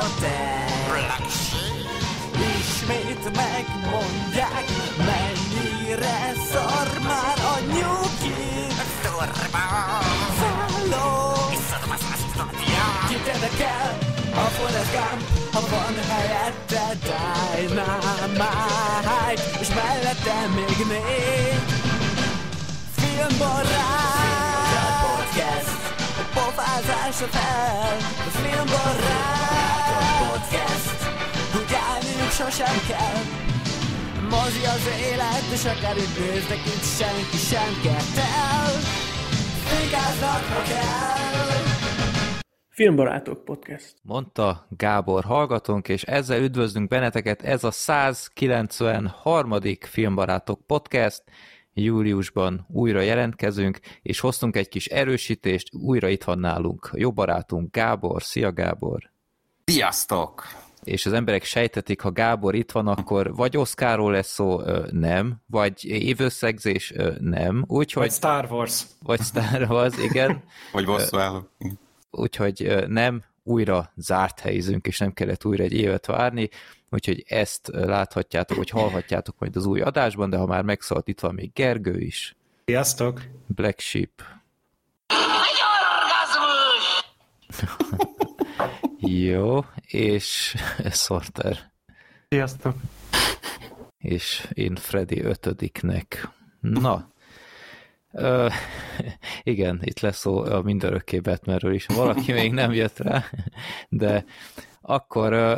te. Ismét megmondják, mennyire szar már a nyugi. Szálló, kit érdekel a Forrest Gump, ha van helyette Dynamite, és mellette még 4 filmbarát podcast, a pofázásra fel, a filmbarát podcast, úgy állniuk sosem kell. Mozi az élet, és akár itt néznek, itt senki sem kettel, fikáznak, ha kell. Filmbarátok podcast. Mondta Gábor hallgatónk, és ezzel üdvözlünk benneteket. Ez a 193. Filmbarátok podcast. Júliusban újra jelentkezünk, és hoztunk egy kis erősítést. Újra itt van nálunk jó barátunk Gábor. Szia Gábor! Sziasztok! És az emberek sejtetik, ha Gábor itt van, akkor vagy Oscarról lesz szó, nem, vagy évösszegzés, nem. Úgyhogy, vagy Star Wars. Vagy Star Wars, igen. Vagy bosszúálló. Úgyhogy nem, újra zárt helyzünk, és nem kellett újra egy évet várni, úgyhogy ezt láthatjátok, vagy hallhatjátok majd az új adásban, de ha már megszólalt, itt van még Gergő is. Sziasztok! Black Sheep. Jó, és Sorter. Sziasztok! És én Freddy 5-nek. Na, igen, itt lesz szó a mindörökké Batmanről is. Valaki még nem jött rá, de akkor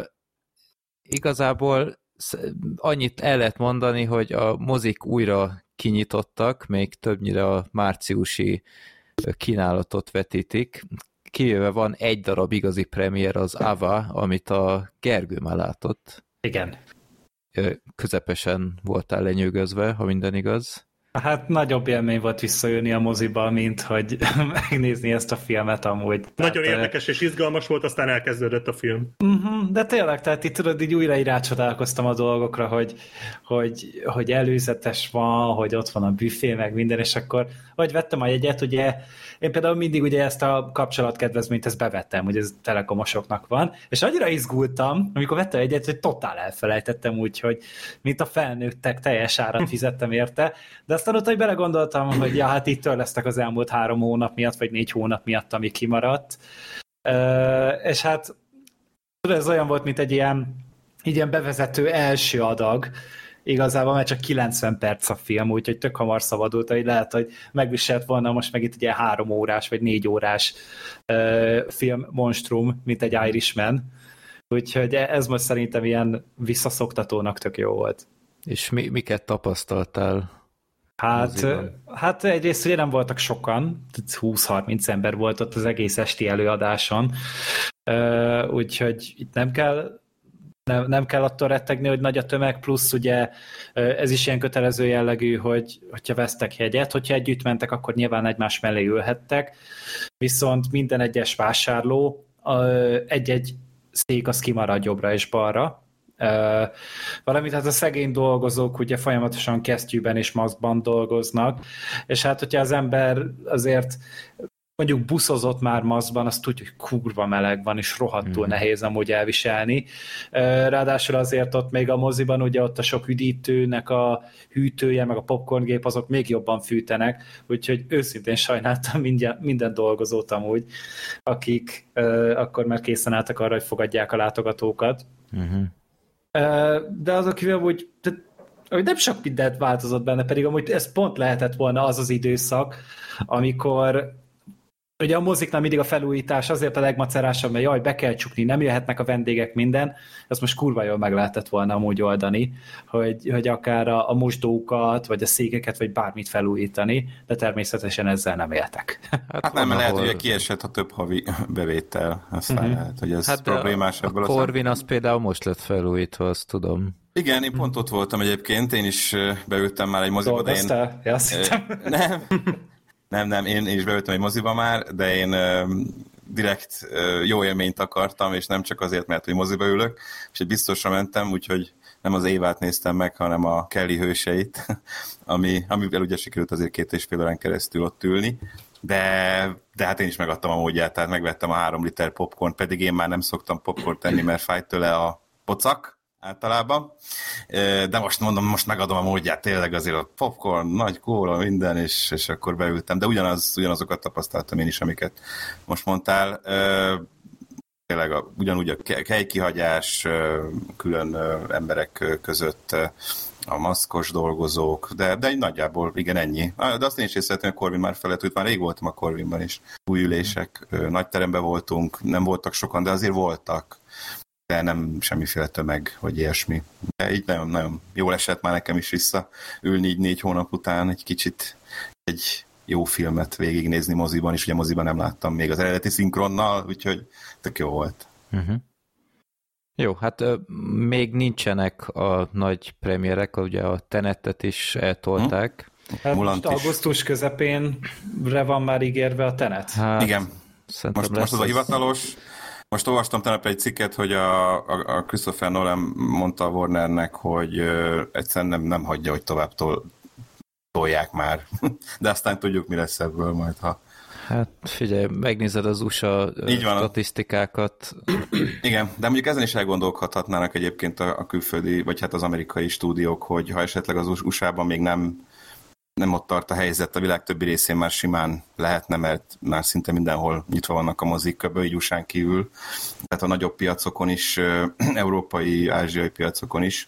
igazából annyit el lehet mondani, hogy a mozik újra kinyitottak, még többnyire a márciusi kínálatot vetítik. Kivéve van egy darab igazi premier, az Ava, amit a Gergő már látott. Igen. Közepesen voltál lenyűgözve, ha minden igaz. Hát nagyobb élmény volt visszajönni a moziba, mint hogy megnézni ezt a filmet amúgy. Nagyon érdekes és izgalmas volt, aztán elkezdődött a film. De tényleg, tehát itt tudod, így újra rácsodálkoztam a dolgokra, hogy előzetes van, hogy ott van a büfé, meg minden, és akkor, hogy vettem a jegyet, ugye, én például mindig ugye ezt a kapcsolatkedvezményt ezt bevettem, hogy ez telekomosoknak van, és annyira izgultam, amikor vettem a jegyet, hogy totál elfelejtettem, úgyhogy mint a felnőttek, teljes árat fizettem érte, de aztán ott, hogy belegondoltam, hogy ja, hát itt törlesztek az elmúlt 3 hónap miatt, vagy 4 hónap miatt, ami kimaradt. És hát ez olyan volt, mint egy ilyen bevezető első adag, igazából, mert csak 90 perc a film, úgyhogy tök hamar szabadult, hogy lehet, hogy megviselt volna most meg itt ugye 3 órás, vagy 4 órás film monstrum, mint egy Irishman. Úgyhogy ez most szerintem ilyen visszaszoktatónak tök jó volt. És miket tapasztaltál? Hát egyrészt ugye nem voltak sokan, 20-30 ember volt ott az egész esti előadáson, úgyhogy itt nem kell attól rettegni, hogy nagy a tömeg, plusz ugye ez is ilyen kötelező jellegű, hogyha vesztek jegyet, hogyha együtt mentek, akkor nyilván egymás mellé ülhettek, viszont minden egyes vásárló egy-egy szék az kimarad jobbra és balra, valamint hát a szegény dolgozók ugye folyamatosan kesztyűben és maszkban dolgoznak, és hát hogyha az ember azért mondjuk buszozott már maszkban, azt tudja, hogy kurva meleg van, és rohadtul nehéz amúgy elviselni. Ráadásul azért ott még a moziban ugye ott a sok üdítőnek a hűtője, meg a popcorngép, azok még jobban fűtenek, úgyhogy őszintén sajnáltam minden dolgozót amúgy, akik akkor már készen álltak arra, hogy fogadják a látogatókat. De azok amúgy nem sok mindent változott benne, pedig amúgy ez pont lehetett volna az az időszak, amikor ugye a moziknál mindig a felújítás azért a legmacerásabb, mert jaj, be kell csukni, nem jöhetnek a vendégek, minden. Ezt most kurva jól meg lehetett volna amúgy oldani, hogy akár a mosdókat, vagy a székeket, vagy bármit felújítani, de természetesen ezzel nem éltek. Hát nem, lehet, hogy kiesett a több havi bevétel, aztán lehet, hogy ez problémás ebből. A Corvin az például most lett felújítva, azt tudom. Igen, én pont ott voltam egyébként, én is beültem már egy moziba, de én... Ja, azt hittem. Nem, én is beültem egy moziba már, de én direkt jó élményt akartam, és nem csak azért, mert hogy moziba ülök, és egy biztosra mentem, úgyhogy nem az Évát néztem meg, hanem a Kelly hőseit, amivel ugye sikerült azért 2,5 órán keresztül ott ülni. de hát én is megadtam a módját, tehát megvettem a 3 liter popcorn, pedig én már nem szoktam popcorn tenni, mert fájt tőle a pocak általában, de most mondom, most megadom a módját, tényleg azért a popcorn, nagy kóla, minden, és akkor beültem, de ugyanazokat tapasztaltam én is, amiket most mondtál. Tényleg ugyanúgy a kejkihagyás külön emberek között, a maszkos dolgozók, de nagyjából igen, ennyi. De azt én is észrevettem, hogy a Corvin már felett, már rég voltam a Corvinban is. Új ülések, nagy teremben voltunk, nem voltak sokan, de azért voltak. De nem semmiféle tömeg, vagy ilyesmi. De így nagyon jól esett már nekem is visszaülni így 4 hónap után egy kicsit egy jó filmet végignézni moziban, és ugye moziban nem láttam még az eredeti szinkronnal, úgyhogy tök jó volt. Uh-huh. Jó, hát még nincsenek a nagy premierek, ugye a Tenetet is eltolták. Hát most augusztus közepénre van már ígérve a Tenet. Hát, igen. Most az a hivatalos. Most olvastam tegnap egy cikket, hogy a Christopher Nolan mondta a Warnernek, hogy egyszerűen nem hagyja, hogy tovább tolják már. De aztán tudjuk, mi lesz ebből majd, ha... Hát figyelj, megnézed az USA statisztikákat. Igen, de mondjuk ezen is elgondolkodhatnának egyébként a külföldi, vagy hát az amerikai stúdiók, hogy ha esetleg az USA-ban még nem ott tart a helyzet, a világ többi részén már simán lehetne, mert már szinte mindenhol nyitva vannak a mozik, kb. Így USA-n kívül, tehát a nagyobb piacokon is, európai, ázsiai piacokon is,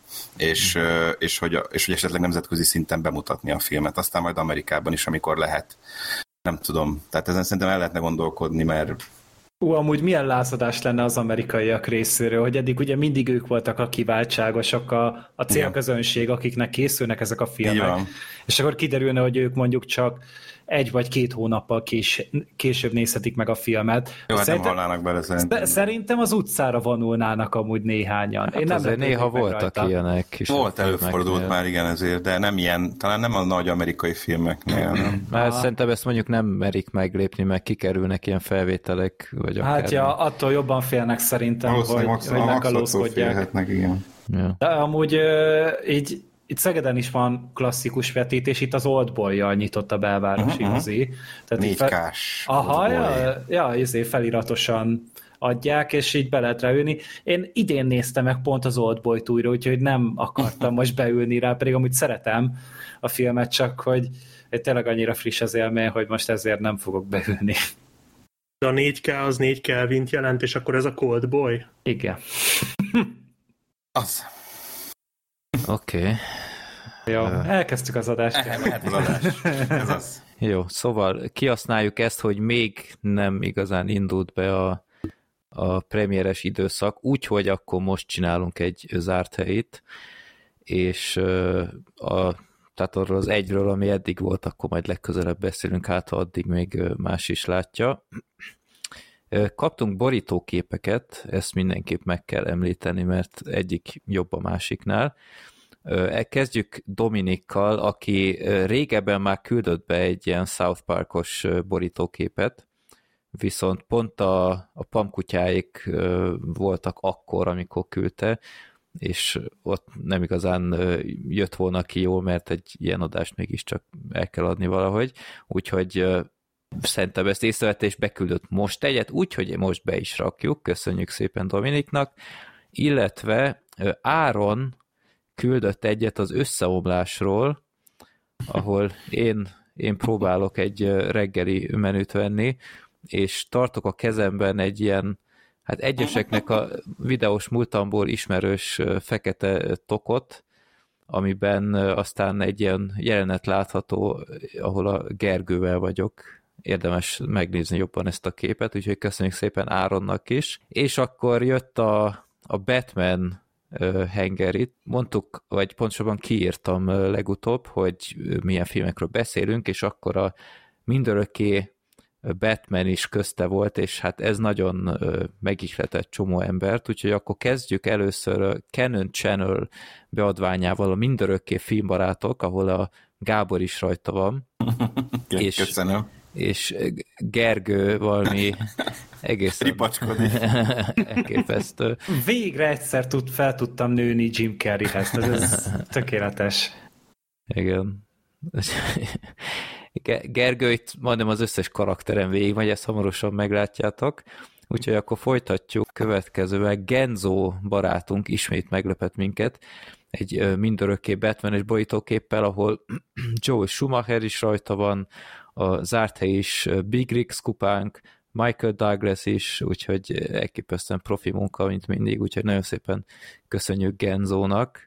és hogy esetleg nemzetközi szinten bemutatni a filmet, aztán majd Amerikában is, amikor lehet. Nem tudom, tehát ezen szerintem el lehetne gondolkodni, mert... Amúgy milyen lázadás lenne az amerikaiak részéről, hogy eddig ugye mindig ők voltak a kiváltságosok, a célközönség, akiknek készülnek ezek a filmek. És akkor kiderülne, hogy ők mondjuk csak 1 vagy 2 hónappal később nézhetik meg a filmet. Jó, hát nem halnának bele szerintem. Szerintem az utcára vonulnának amúgy néhányan. Hát én nem azért néha voltak rajta. Ilyenek is. Volt, előfordult már, igen, ezért, de nem ilyen, talán nem a nagy amerikai filmeknél. Mert szerintem ezt mondjuk nem merik meglépni, meg kikerülnek ilyen felvételek, vagy akár. Hát ja, attól jobban félnek szerintem, hogy megkalózkodják. Igen. Ja. De amúgy így itt Szegeden is van klasszikus vetítés, itt az Oldboy-jal nyitott a belvárosi mozi. 4K-s. Feliratosan adják, és így be lehet ráülni. Én idén néztem meg pont az Oldboy-t újra, úgyhogy nem akartam most beülni rá, pedig amúgy szeretem a filmet, csak hogy tényleg annyira friss az élmény, hogy most ezért nem fogok beülni. De a 4K az 4 Kelvint jelent, és akkor ez a Coldboy? Igen. Az. Oké. Jó, elkezdtük az adást. Mehet az adás. Ez az. Jó, szóval kihasználjuk ezt, hogy még nem igazán indult be a premieres időszak, úgyhogy akkor most csinálunk egy zárt helyit, és tehát arról az egyről, ami eddig volt, akkor majd legközelebb beszélünk, hát ha addig még más is látja. Kaptunk borítóképeket, ezt mindenképp meg kell említeni, mert egyik jobb a másiknál. Kezdjük Dominikkal, aki régebben már küldött be egy ilyen South Parkos borítóképet, viszont pont a pamkutyáik voltak akkor, amikor küldte, és ott nem igazán jött volna ki jól, mert egy ilyen adást mégiscsak el kell adni valahogy, úgyhogy szerintem ezt észrevette, és beküldött most egyet, úgyhogy most be is rakjuk, köszönjük szépen Dominiknak, illetve Áron küldött egyet az összeomlásról, ahol én próbálok egy reggeli menüt venni, és tartok a kezemben egy ilyen, hát egyeseknek a videós múltamból ismerős fekete tokot, amiben aztán egy ilyen jelenet látható, ahol a Gergővel vagyok. Érdemes megnézni jobban ezt a képet, úgyhogy köszönjük szépen Áronnak is. És akkor jött a Batman hengerit. Mondtuk, vagy pontosabban kiírtam legutóbb, hogy milyen filmekről beszélünk, és akkor a mindörökké Batman is közte volt, és hát ez nagyon megihletett csomó embert, úgyhogy akkor kezdjük először a Canon Channel beadványával, a mindörökké filmbarátok, ahol a Gábor is rajta van. Köszönöm. És Gergő valami egészen ripacskodik. elképesztő. Végre egyszer fel tudtam nőni Jim Carreyhez, ez tökéletes. Igen. Gergőt majdnem az összes karakteren végig, vagy ezt hamarosan meglátjátok. Úgyhogy akkor folytatjuk következővel. Genzo barátunk ismét meglepett minket egy mindörökké Batman-es borítóképpel, ahol Joel Schumacher is rajta van, a zárt hely is Big Rick Skupánk, Michael Douglas is, úgyhogy elképesztően profi munka, mint mindig, úgyhogy nagyon szépen köszönjük Genzónak.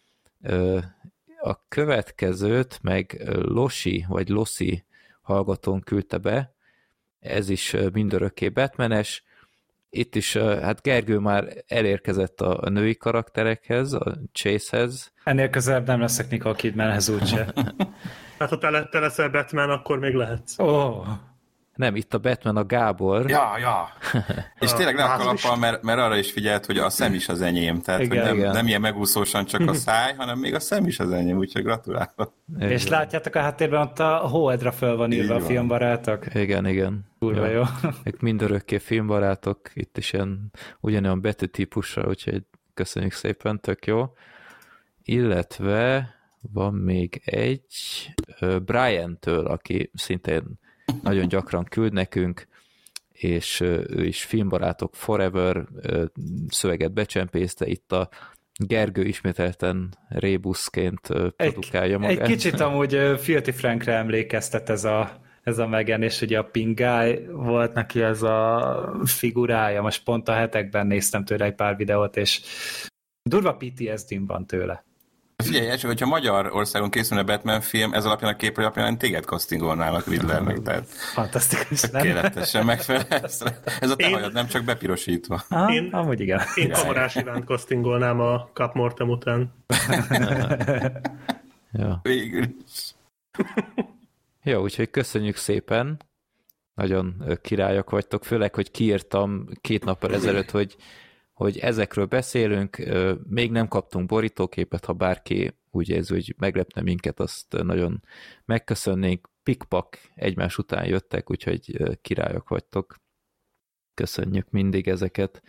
A következőt meg Losi, vagy Lossi hallgatón küldte be, ez is mindörökké Batman-es. Itt is, hát Gergő már elérkezett a női karakterekhez, a Chase-hez. Ennél közelebb nem leszek Nicole Kidmanhez úgyse. Hát ha te leszel Batman, akkor még lehetsz. Oh. Nem, itt a Batman a Gábor. Ja. És tényleg le a kalappal, mert arra is figyelt, hogy a szem is az enyém. Tehát igen, hogy nem ilyen megúszósan csak a száj, hanem még a szem is az enyém, úgyhogy gratulálok. És látjátok a háttérben, ott a Hoedra föl van írva a filmbarátok. Igen. Kurva jó. Ők mindörökké filmbarátok, itt is ugyanolyan betűtípusra, úgyhogy köszönjük szépen, tök jó. Illetve van még egy Brian-től, aki szintén nagyon gyakran küld nekünk, és ő is filmbarátok forever szöveget becsempészte, itt a Gergő ismételten rébuszként produkálja magát. Egy kicsit amúgy Filthy Frankre emlékeztet ez a megjelenés, ugye a Pink Guy volt neki ez a figurája, most pont a hetekben néztem tőle egy pár videót, és durva PTSD-n van tőle. Figyelj, hogyha Magyarországon készülne Batman film, ez alapján a kép alapján téged castingolnának Riddlernek, tehát fantasztikus, nem? tökéletesen megfelel. Ez a te hajad, nem csak bepirosítva. Amúgy igen. Én Kamarás iránt castingolnám a Cup Mortem után. Ja. Végül is. Jó, úgyhogy köszönjük szépen. Nagyon királyok vagytok, főleg, hogy kiírtam 2 nappal ezelőtt, hogy ezekről beszélünk, még nem kaptunk borítóképet, ha bárki úgy érzi, hogy meglepne minket, azt nagyon megköszönnénk. Pikpak egymás után jöttek, úgyhogy királyok vagytok. Köszönjük mindig ezeket.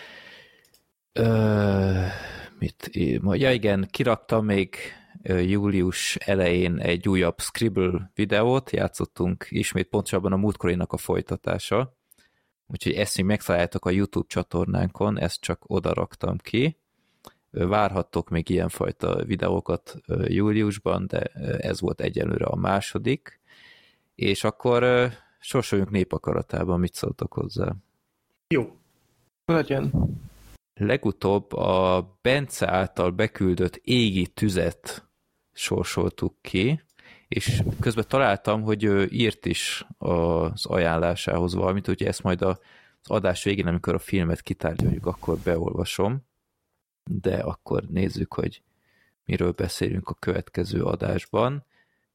Ja igen, kiraktam még július elején egy újabb Scribble videót, játszottunk ismét pontosabban a múltkorinak a folytatása, úgyhogy ezt még megtaláljátok a YouTube csatornánkon, ezt csak oda raktam ki. Várhattok még ilyenfajta videókat júliusban, de ez volt egyelőre a második. És akkor sorsoljunk népakaratában, mit szóltok hozzá? Jó. Legyen. Legutóbb a Bence által beküldött Égi tüzet sorsoltuk ki, és közben találtam, hogy ő írt is az ajánlásához valamit, úgyhogy ezt majd az adás végén, amikor a filmet kitárgyaljuk, akkor beolvasom, de akkor nézzük, hogy miről beszélünk a következő adásban.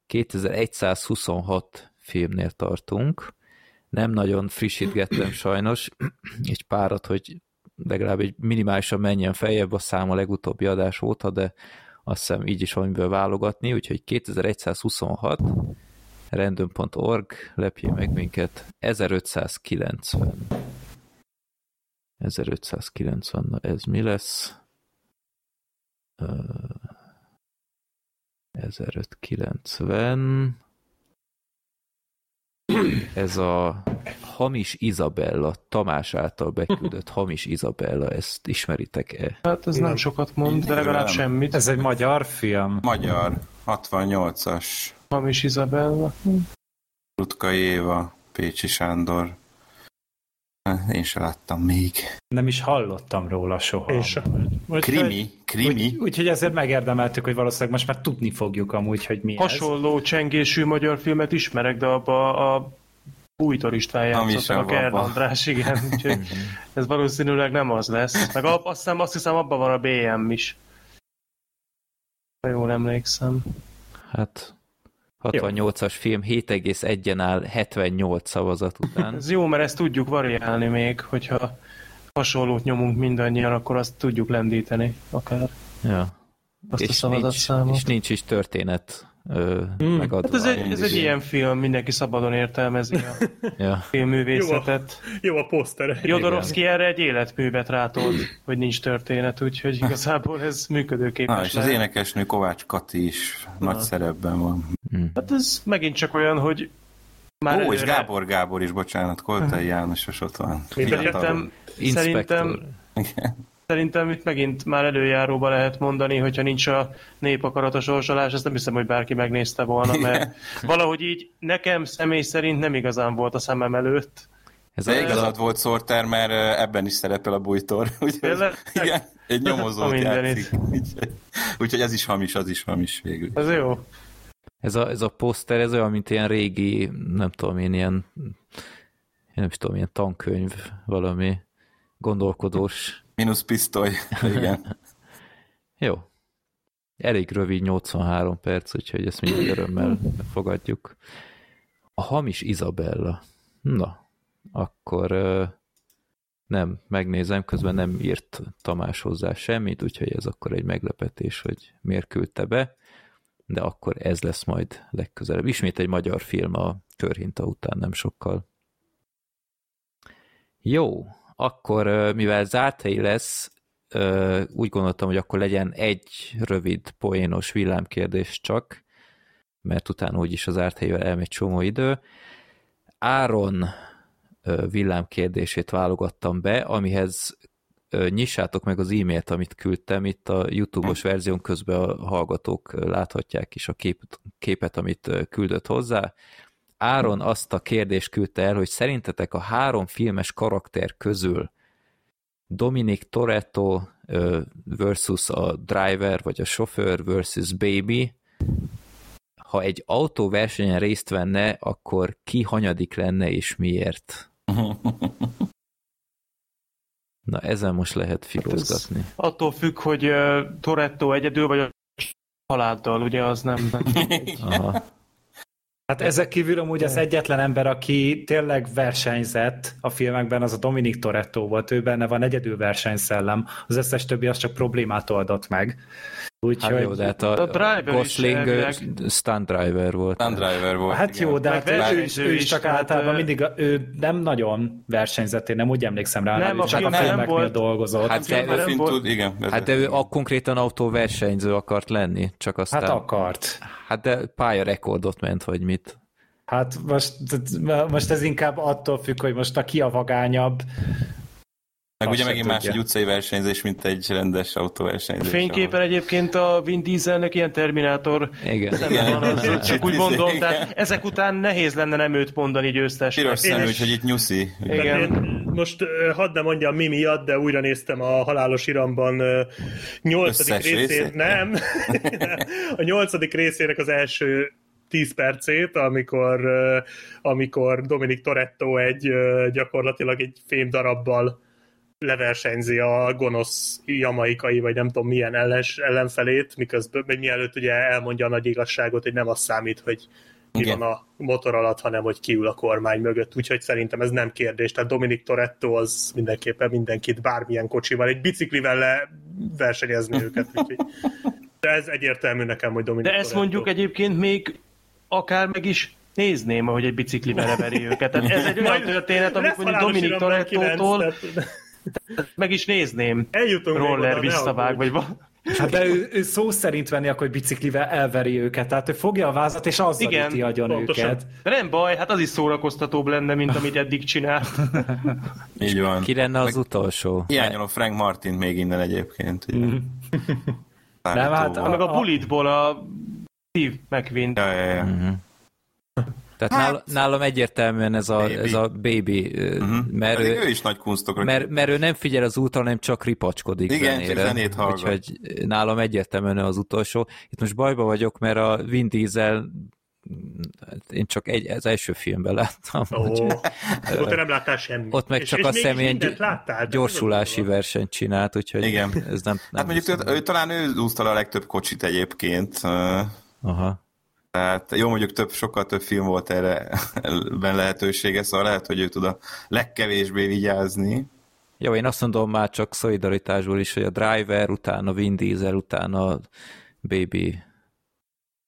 2126 filmnél tartunk, nem nagyon frissítgettem sajnos, egy párat, hogy legalább egy minimálisan menjen feljebb a szám a legutóbbi adás óta, de azt hiszem így is valamiből válogatni, úgyhogy 2126 random.org lepjél meg minket 1590. 1590, na ez mi lesz? 1590 ez a Hamis Izabella, Tamás által beküldött Hamis Izabella, ezt ismeritek-e? Hát ez nem sokat mond, de legalább semmit. Ez egy magyar film? Magyar, 68-as. Hamis Izabella. Rutka Éva, Pécsi Sándor. Én se láttam még. Nem is hallottam róla soha. Én sem. Krimi. Úgyhogy ezért megérdemeltük, hogy valószínűleg most már tudni fogjuk amúgy, hogy mi Hasonló csengésű magyar filmet ismerek, de abba a Bújtor István játszott, a Kern András, igen. Úgyhogy ez valószínűleg nem az lesz. Meg azt hiszem abban van a BM is. Ha jól emlékszem. Hát 68-as film 7,1-en áll 78 szavazat után. Ez jó, mert ezt tudjuk variálni még, hogyha hasonlót nyomunk mindannyian, akkor azt tudjuk lendíteni akár. Ja. Azt a szavazatszámot. És nincs is történet megadva. Hát ez egy ilyen film, mindenki szabadon értelmezi a filmművészetet. Jó a poszter. Jodorowsky erre egy életművet rátolt, hogy nincs történet, úgyhogy igazából ez működőképes. És az énekesnő Kovács Kati is nagy szerepben van. Hát ez megint csak olyan, hogy már és Gábor is, bocsánat, Koltai János ott van. Szerintem itt megint már előjáróba lehet mondani, hogyha nincs a népakarat a sorsolás, ezt nem hiszem, hogy bárki megnézte volna, mert valahogy így nekem személy szerint nem igazán volt a szemem előtt. De igazad volt, Sorter, mert ebben is szerepel a Bújtor. Igen, egy nyomozót játszik. Úgyhogy ez is hamis, az is hamis végül. Ez jó. Ez a poszter, ez olyan, mint ilyen régi, nem tudom én, ilyen tankönyv, valami gondolkodós. Mínusz pisztoly, igen. Jó. Elég rövid, 83 perc, úgyhogy ezt mindig örömmel fogadjuk. A hamis Izabella. Na, akkor nem, megnézem, közben nem írt Tamás hozzá semmit, úgyhogy ez akkor egy meglepetés, hogy miért küldte be, de akkor ez lesz majd legközelebb. Ismét egy magyar film a Körhinta után nem sokkal. Jó, akkor mivel zárt hely lesz, úgy gondoltam, hogy akkor legyen egy rövid, poénos villámkérdés csak, mert utána úgyis az zárt helyvel elmegy csomó idő. Áron villámkérdését válogattam be, amihez nyissátok meg az e-mailt, amit küldtem, itt a YouTube-os verzión közben a hallgatók láthatják is a képet, amit küldött hozzá. Áron azt a kérdést küldte el, hogy szerintetek a 3 filmes karakter közül Dominic Toretto versus a driver, vagy a sofőr versus Baby, ha egy autóversenyen részt venne, akkor ki hanyadik lenne és miért? Na, ezen most lehet filózgatni. Hát attól függ, hogy Toretto egyedül, vagy a haláddal, ugye az nem. Aha. Hát ezek kívül amúgy az egyetlen ember, aki tényleg versenyzett a filmekben, az a Dominic Toretto volt, ő benne van egyedül versenyszellem, az összes többi az csak problémát oldott meg. Úgyhogy... Hát jó, de hát a Gosling stunt driver volt. Stunt driver volt, hát igen. Jó, de hát ő is csak általában mindig, ő nem nagyon versenyzett, én nem úgy emlékszem rá, nem, csak a filmeknél dolgozott. Hát de ő konkrétan autóversenyző akart lenni, csak aztán... Hát akart. Hát de pályarekordot ment, vagy mit? Hát most ez inkább attól függ, hogy most ki a vagányabb. Meg ugye megint más egy utcai versenyzés, mint egy rendes autóversenyzés. A fényképen egyébként a Vin Dieselnek ilyen Terminátor szeme van, az csak úgy mondom, tehát ezek után nehéz lenne nem őt mondani győztesnek. Piros szemű, úgyhogy itt nyuszi. Igen. Most hadd ne mondjam mi miatt, de újra néztem a Halálos Iramban 8. részét. Nem. A 8. részének az első 10 percét, amikor Dominic Toretto gyakorlatilag egy fémdarabbal leversenyzi a gonosz jamaikai, vagy nem tudom milyen ellenfelét, miközben, mielőtt ugye elmondja a nagy igazságot, hogy nem az számít, hogy mi van a motor alatt, hanem hogy kiül a kormány mögött. Úgyhogy szerintem ez nem kérdés. Tehát Dominic Toretto az mindenképpen mindenkit bármilyen kocsival, egy biciklivel leversenyezni őket. Úgyhogy. De ez egyértelmű nekem, hogy Dominic Toretto. De ezt mondjuk egyébként még akár meg is nézném, ahogy egy biciklivel leveri őket. Tehát ez egy olyan történet, amit mondjuk Dominic Torettótól meg is nézném. Eljutunk roller visszavág, vagy valami. Hát de ő szó szerint venni, akkor biciklivel elveri őket. Tehát ő fogja a vázat, és azzal üti agyon őket. De nem baj, hát az is szórakoztatóbb lenne, mint amit eddig csinált. Így van. Ki lenne az utolsó? Hiányolom Frank Martin még innen egyébként. Nem, hát meg a Bulletból a Steve McQueen. Ja. Tehát nálam egyértelműen ez a baby, mert ő is nagy kunstokra. Mert ő nem figyel az úton, hanem csak ripacskodik. Igen, csak zenét hallgat. Úgyhogy nálam egyértelműen az utolsó. Itt most bajba vagyok, mert a Vin Diesel én csak az első filmben láttam. Ott nem láttál semmit. Ott meg csak azt hiszem, ilyen gyorsulási versenyt csinált, úgyhogy igen. Ez nem hát mondjuk talán ő úszta a legtöbb kocsit egyébként. Aha. Tehát jó, mondjuk sokkal több film volt erre lehetősége, szóval lehet, hogy ő tud a legkevésbé vigyázni. Jó, én azt mondom már csak szolidaritásból is, hogy a Driver, utána Vin Diesel, utána Baby.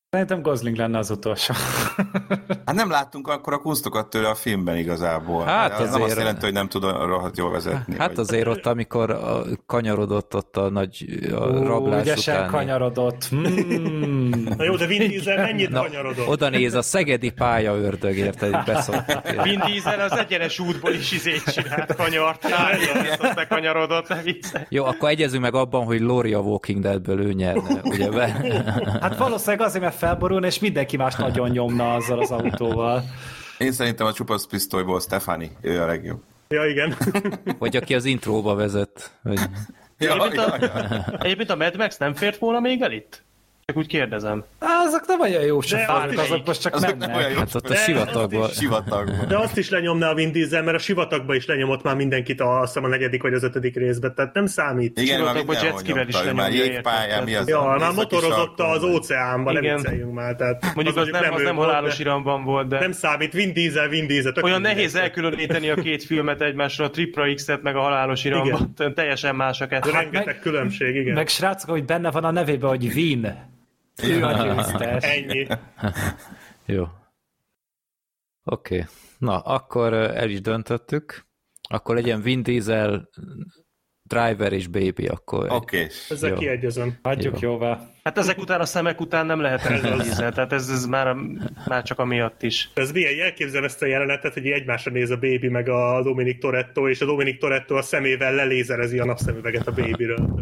Szerintem Gosling lenne az utolsó. Hát nem láttunk akkor a kunstokat tőle a filmben igazából. Hát az azért... nem azt jelenti, hogy nem tud rohadt jól vezetni. Hát vagy... azért ott, amikor kanyarodott ott a nagy rablás ügyesen utáni. kanyarodott. Na jó, de Vin Diesel mennyit kanyarodott? Oda néz, a szegedi pályaördög, érted, beszóltak. Vin Diesel az egyenes útból is csinált kanyart. Azt bekanyarodott, ne viccelj. Jó, akkor egyezünk meg abban, hogy Lori a Walking Deadből ő nyerne, ugye be? Hát valószínűleg azért, mert felborulna, és mindenki más nagyon nyomna azzal az autóval. Én szerintem a Csupasz pisztolyból Stefani, ő a legjobb. Ja, igen. Vagy aki az intróba vezet. Vagy... Egyébként a Mad Max nem fért volna még el itt? Csak úgy kérdezem. Azok nem olyan jó se fárok, azok most csak mennek. Hát ott a sivatagban. De azt is lenyomná a Vin Diesel, mert a sivatagban is lenyomott már mindenkit azt hiszem a 4. vagy az 5. részben, tehát nem számít. Igen, sivatagban jetskivel is lenyomja. már jégpálya, mi az? Ja, már motorozott az óceánban, ne vicceljünk már. Tehát mondjuk az nem halálos iramban volt, de... Nem számít, Vin Diesel. Olyan nehéz elkülöníteni a két filmet egymásra, a Tripla X-et meg a halálos iramban. Teljesen más a kettő. Rengeteg különbség, igen. Meg srácok, hogy benne van a nevében, hogy Vin. Ő a győztes. Ennyi. Jó. Oké. Na, akkor el is döntöttük. Akkor legyen Vin Diesel, Driver és Baby, akkor... Oké. Ezzel kiegyezem. Hagyjuk jóvá. Hát ezek után a szemek után nem lehet ez Diesel, tehát ez már csak amiatt is. Ez milyen, elképzel ezt a jelenetet, hogy egymásra néz a Baby meg a Dominic Toretto, és a Dominic Toretto a szemével lelézerezi a napszemüveget a Babyről.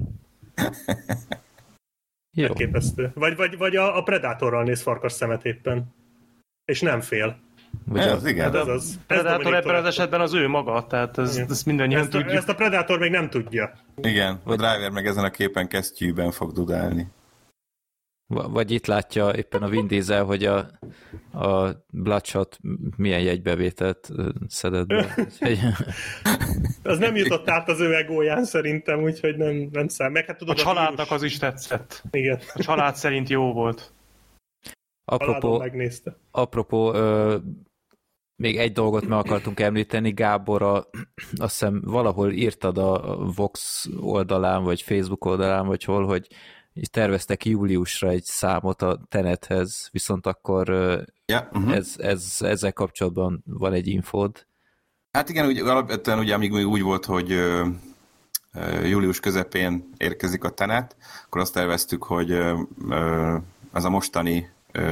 Jó. Elképesztő. Vagy a Predatorral néz farkas szemet éppen. És nem fél. Ez igen. Hát ez az. Predator ebben az esetben az ő maga, tehát ezt mindannyian tudjuk. Ezt a Predator még nem tudja. Igen, a Driver meg ezen a képen kesztyűben fog dudálni. Vagy itt látja éppen a Vin Diesel, hogy a Bloodshot milyen jegybevételt szedett be. Az nem jutott át az ő egóján szerintem, úgyhogy nem szám. Meg hát tudod, a családnak az is tetszett. Igen. A család szerint jó volt. Apropó, még egy dolgot meg akartunk említeni, Gábor, azt hiszem valahol írtad a Vox oldalán, vagy Facebook oldalán, vagy hol, hogy terveztek júliusra egy számot a Tenethez, viszont akkor ezzel kapcsolatban van egy infód. Hát igen, alapvetően ugye amíg úgy volt, hogy július közepén érkezik a Tenet, akkor azt terveztük, hogy az a mostani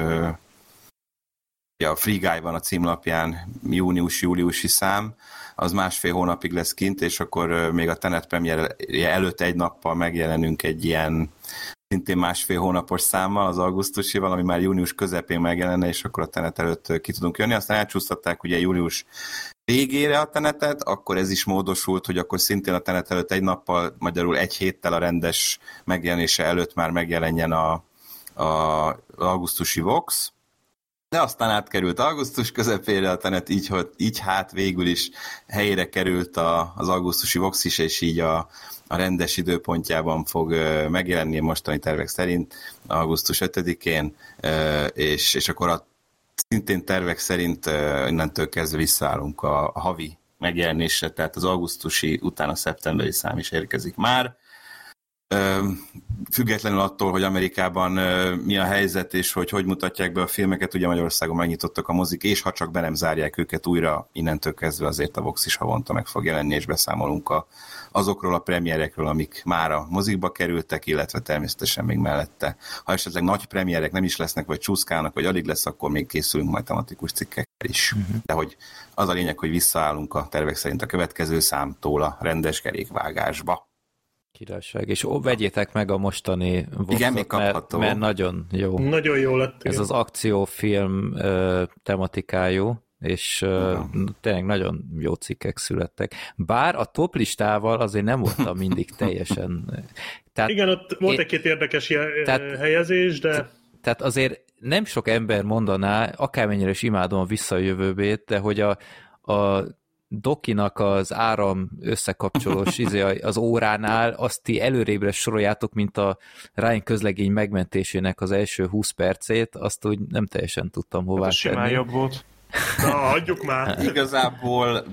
a Free Guy van a címlapján, június-júliusi szám, az 1,5 hónapig lesz kint, és akkor még a Tenet premierje előtt egy nappal megjelenünk egy ilyen szintén 1,5 hónapos számmal, az augusztusival, ami már június közepén megjelenne, és akkor a Tenet előtt ki tudunk jönni. Aztán elcsúsztatták ugye július végére a Tenetet, akkor ez is módosult, hogy akkor szintén a Tenet előtt egy nappal, magyarul egy héttel a rendes megjelenése előtt már megjelenjen a augusztusi Vox, de aztán átkerült augusztus közepére a Tenet, így hát végül is helyére került az augusztusi Vox is, és így a rendes időpontjában fog megjelenni mostani tervek szerint augusztus 5-én, és akkor a szintén tervek szerint innentől kezdve visszaállunk a havi megjelenésre, tehát az augusztusi után a szeptemberi szám is érkezik már. Függetlenül attól, hogy Amerikában mi a helyzet, és hogy mutatják be a filmeket, ugye Magyarországon megnyitottak a mozik, és ha csak be nem zárják őket újra, innentől kezdve azért a Vox is havonta meg fog jelenni, és beszámolunk azokról a premierekről, amik már a mozikba kerültek, illetve természetesen még mellette. Ha esetleg nagy premierek nem is lesznek, vagy csúszkálnak, vagy alig lesz, akkor még készülünk majd tematikus cikkekkel is. De hogy az a lényeg, hogy visszaállunk a tervek szerint a következő számtól a rendes kerékvágásba. Királyság, és vegyétek meg a mostani Voxot, mert nagyon jó. Nagyon jó lett. Ez az akciófilm tematikájú, és tényleg nagyon jó cikkek születtek. Bár a top listával azért nem voltam mindig teljesen... Tehát igen, ott volt egy-két érdekes helyezés, de... Tehát azért nem sok ember mondaná, akármennyire is imádom a Visszajövőbét, de hogy a Dokinak az áram összekapcsolós az óránál, azt ti előrébre soroljátok, mint a Ryan közlegény megmentésének az első 20 percét, azt úgy nem teljesen tudtam hová tenni. Simán jobb volt. Na, hagyjuk már. Igazából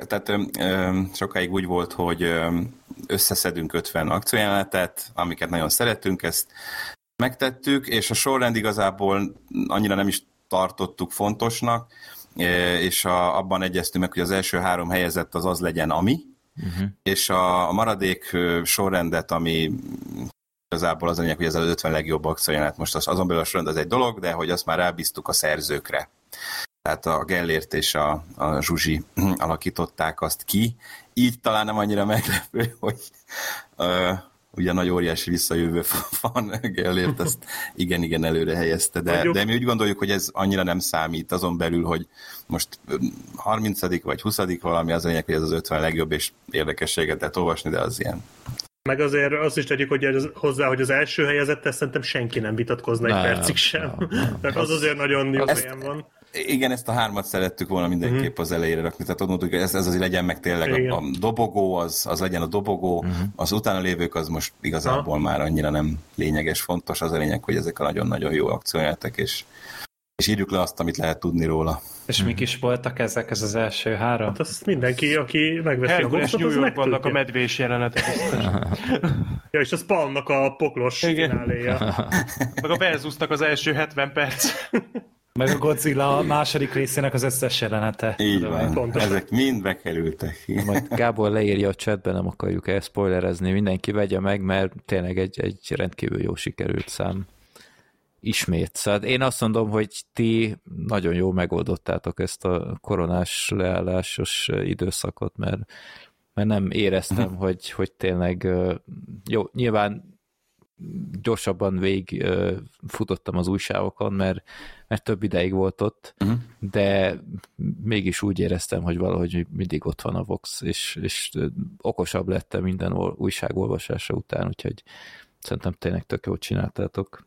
sokáig úgy volt, hogy összeszedünk 50 akciójelenetet, amiket nagyon szeretünk, ezt megtettük, és a sorrend igazából annyira nem is tartottuk fontosnak, és abban egyeztünk meg, hogy az első 3 helyezett az legyen ami, és a maradék sorrendet, ami igazából az lényeg, hogy ez az 50 legjobb akciójelenet, most azon belül a sorrend az egy dolog, de hogy azt már rábíztuk a szerzőkre. Tehát a Gellért és a Zsuzsi alakították azt ki. Így talán nem annyira meglepő, hogy ugye nagy óriási visszajövő fan Gellért ezt igen előre helyezte, de mi úgy gondoljuk, hogy ez annyira nem számít azon belül, hogy most 30. vagy 20. valami, az lényeg, hogy ez az 50 legjobb, és érdekességet lehet olvasni, de az ilyen. Meg azért azt is tegyük hogy hozzá, hogy az első helyezett, szerintem senki nem vitatkozna egy percig sem. Tehát az azért nagyon jó helyen van. Igen, ezt a 3 szerettük volna mindenképp az elejére rakni, tehát ott mondtuk, hogy ez azért legyen meg tényleg a dobogó, az legyen a dobogó, az utána lévők az most igazából már annyira nem lényeges, fontos, az a lényeg, hogy ezek a nagyon-nagyon jó akciójátek, és írjuk le azt, amit lehet tudni róla. És mik is voltak ezek, ez az első 3? Hát azt mindenki, aki megveszi a boxot, New Yorkbannak a medvés jelenetek. Ja, és a Spawnnak a poklos fináléja. Meg a Versusnak az első 70 perc. Meg a Godzilla második részének az összes jelenete. Így van, ezek mind bekerültek. Majd Gábor leírja a chatben, nem akarjuk elspoilerezni, mindenki vegye meg, mert tényleg egy rendkívül jó sikerült szám. Ismét. Szóval én azt mondom, hogy ti nagyon jól megoldottátok ezt a koronás leállásos időszakot, mert nem éreztem, hogy tényleg jó, nyilván gyorsabban végig futottam az újságokon, mert több ideig volt ott, de mégis úgy éreztem, hogy valahogy mindig ott van a Vox, és okosabb lettem minden újságolvasása után, úgyhogy szerintem tényleg tök jót csináltátok.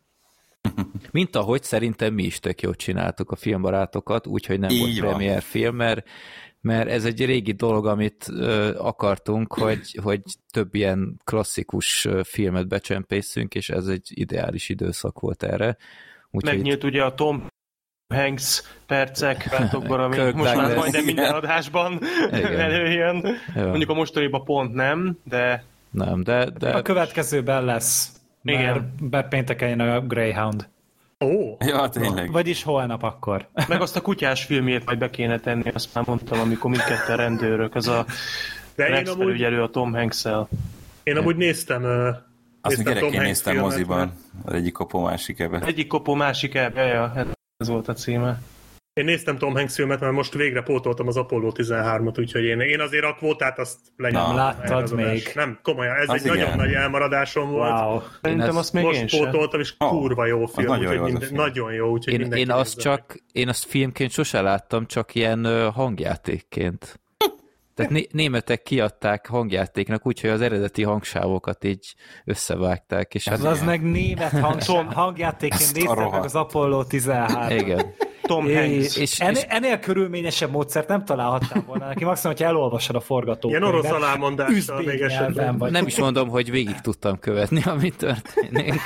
Mint ahogy szerintem mi is tök jót csináltuk a filmbarátokat, úgyhogy nem volt premier film, mert ez egy régi dolog, amit akartunk, hogy több ilyen klasszikus filmet becsempészünk, és ez egy ideális időszak volt erre. Megnyílt ugye a Tom Hanks percek, ami most már majdnem minden adásban előjön. Ja. Mondjuk a mostaniban pont nem, de... Nem, de... A következőben lesz. Igen. Pénteken jön a Greyhound. Ja, tényleg. Vagyis holnap akkor. Meg azt a kutyás filmjét majd be kéne tenni, azt már mondtam, amikor mindketten rendőrök, az a Rex felügyelő a Tom Hanks-el. Én amúgy néztem azt még gyerekként néztem moziban. Az egyik kopó, másik ebbe. Egyik kopó, másik ebbe, ez volt a címe. Én néztem Tom Hanks filmet, mert most végre pótoltam az Apollo 13-at, úgyhogy én azért a kvótát azt lenyomtam. Láttad még? Nem, komolyan, ez egy nagyon nagy elmaradásom volt. Wow. Szerintem azt még most pótoltam, és kurva jó film. Nagyon jó, úgyhogy én azt filmként sose láttam, csak ilyen hangjátékként. Tehát németek kiadták hangjátéknak, úgyhogy az eredeti hangsávokat így összevágták. És az meg német hangjátékként néztek meg az Apollo 13. Igen. Tom Hanks. És ennél körülményesebb módszert nem találhattál volna neki. Maximum, hogy elolvasod a forgatókönyvet. Ilyen orosz alámondással még esetben. Nem is mondom, hogy végig tudtam követni, ami történik.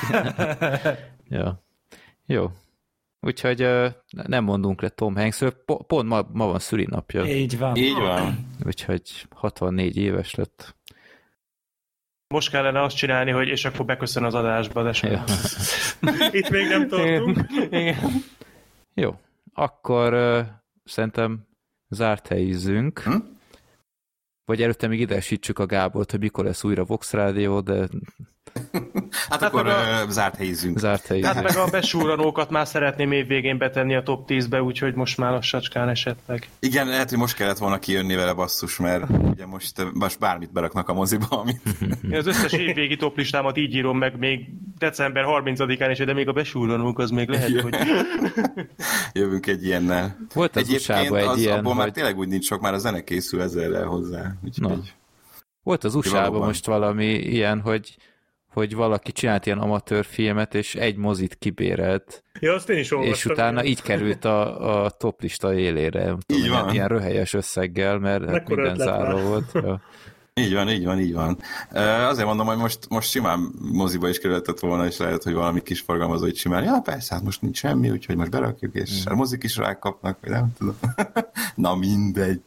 Ja. Jó. Úgyhogy nem mondunk le Tom Hanksről. Pont ma van szülinapja. Így van. Úgyhogy 64 éves lett. Most kellene azt csinálni, hogy és akkor beköszön az adásba, de sem. Ja. Itt még nem tartunk. Igen. Jó. Akkor szerintem zárt helyizzünk. Vagy előtte még idesítsük a Gábort, hogy mikor lesz újra Vox Rádió, de... Hát akkor zárt helyizzünk. Hát meg a besúranókat már szeretném évvégén betenni a top 10-be, úgyhogy most már lassacskán esetleg. Igen, lehet, hogy most kellett volna kijönni vele basszus, mert ugye most bármit beraknak a moziba, amit... Én az összes évvégi top listámat így írom meg még december 30-án is, de még a besúranók az még lehet, hogy... Jövünk egy ilyennel. Volt az USA-ban egy ilyen, abból már tényleg úgy nincs sok, már a zene készül ezzel hozzá. Úgyhogy... Volt az USA-ban most valami ilyen, hogy valaki csinált ilyen amatőr filmet, és egy mozit kibérelt. Ja, azt én is olvastam. És utána így került a toplista élére. Ilyen röhelyes összeggel, mert minden záró volt. Ja. Így van. Azért mondom, hogy most simán moziba is kerülhetett volna, és lehet, hogy valami kis forgalmazó így simán, ja persze, hát most nincs semmi, úgyhogy most berakjuk, és a mozik is rákapnak, vagy nem tudom. Na mindegy.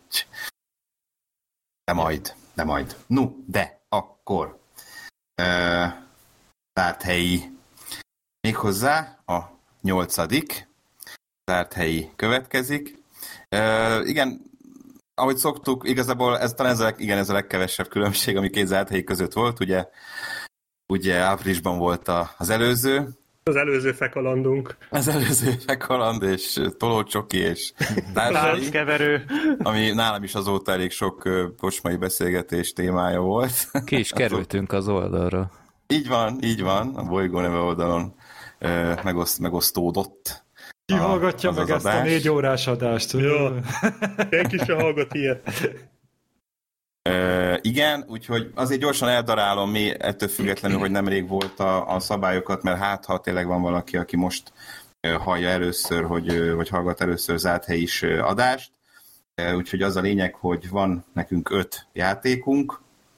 De majd. No, de akkor zárt helyi Méghozzá a 8. zárt helyi következik. Igen, ahogy szoktuk, igazából ez talán ez a legkevesebb különbség, ami két zárt helyi között volt, ugye áprilisban volt az előző. Az előző fekalandunk. Az előző fekaland, és tolócsoki, és társai, ami nálam is azóta elég sok kocsmai beszélgetés témája volt. Ki is kerültünk az oldalra. Így van, a Bolygó neve oldalon megosztódott. Ki hallgatja meg ezt a 4 órás adást? Jó, senki sem hallgat ilyet. Igen, úgyhogy azért gyorsan eldarálom mi ettől függetlenül, hogy nemrég volt a szabályokat, mert ha tényleg van valaki, aki most hallja először, vagy hallgat először zárt helyis adást. Úgyhogy az a lényeg, hogy van nekünk 5 játékunk,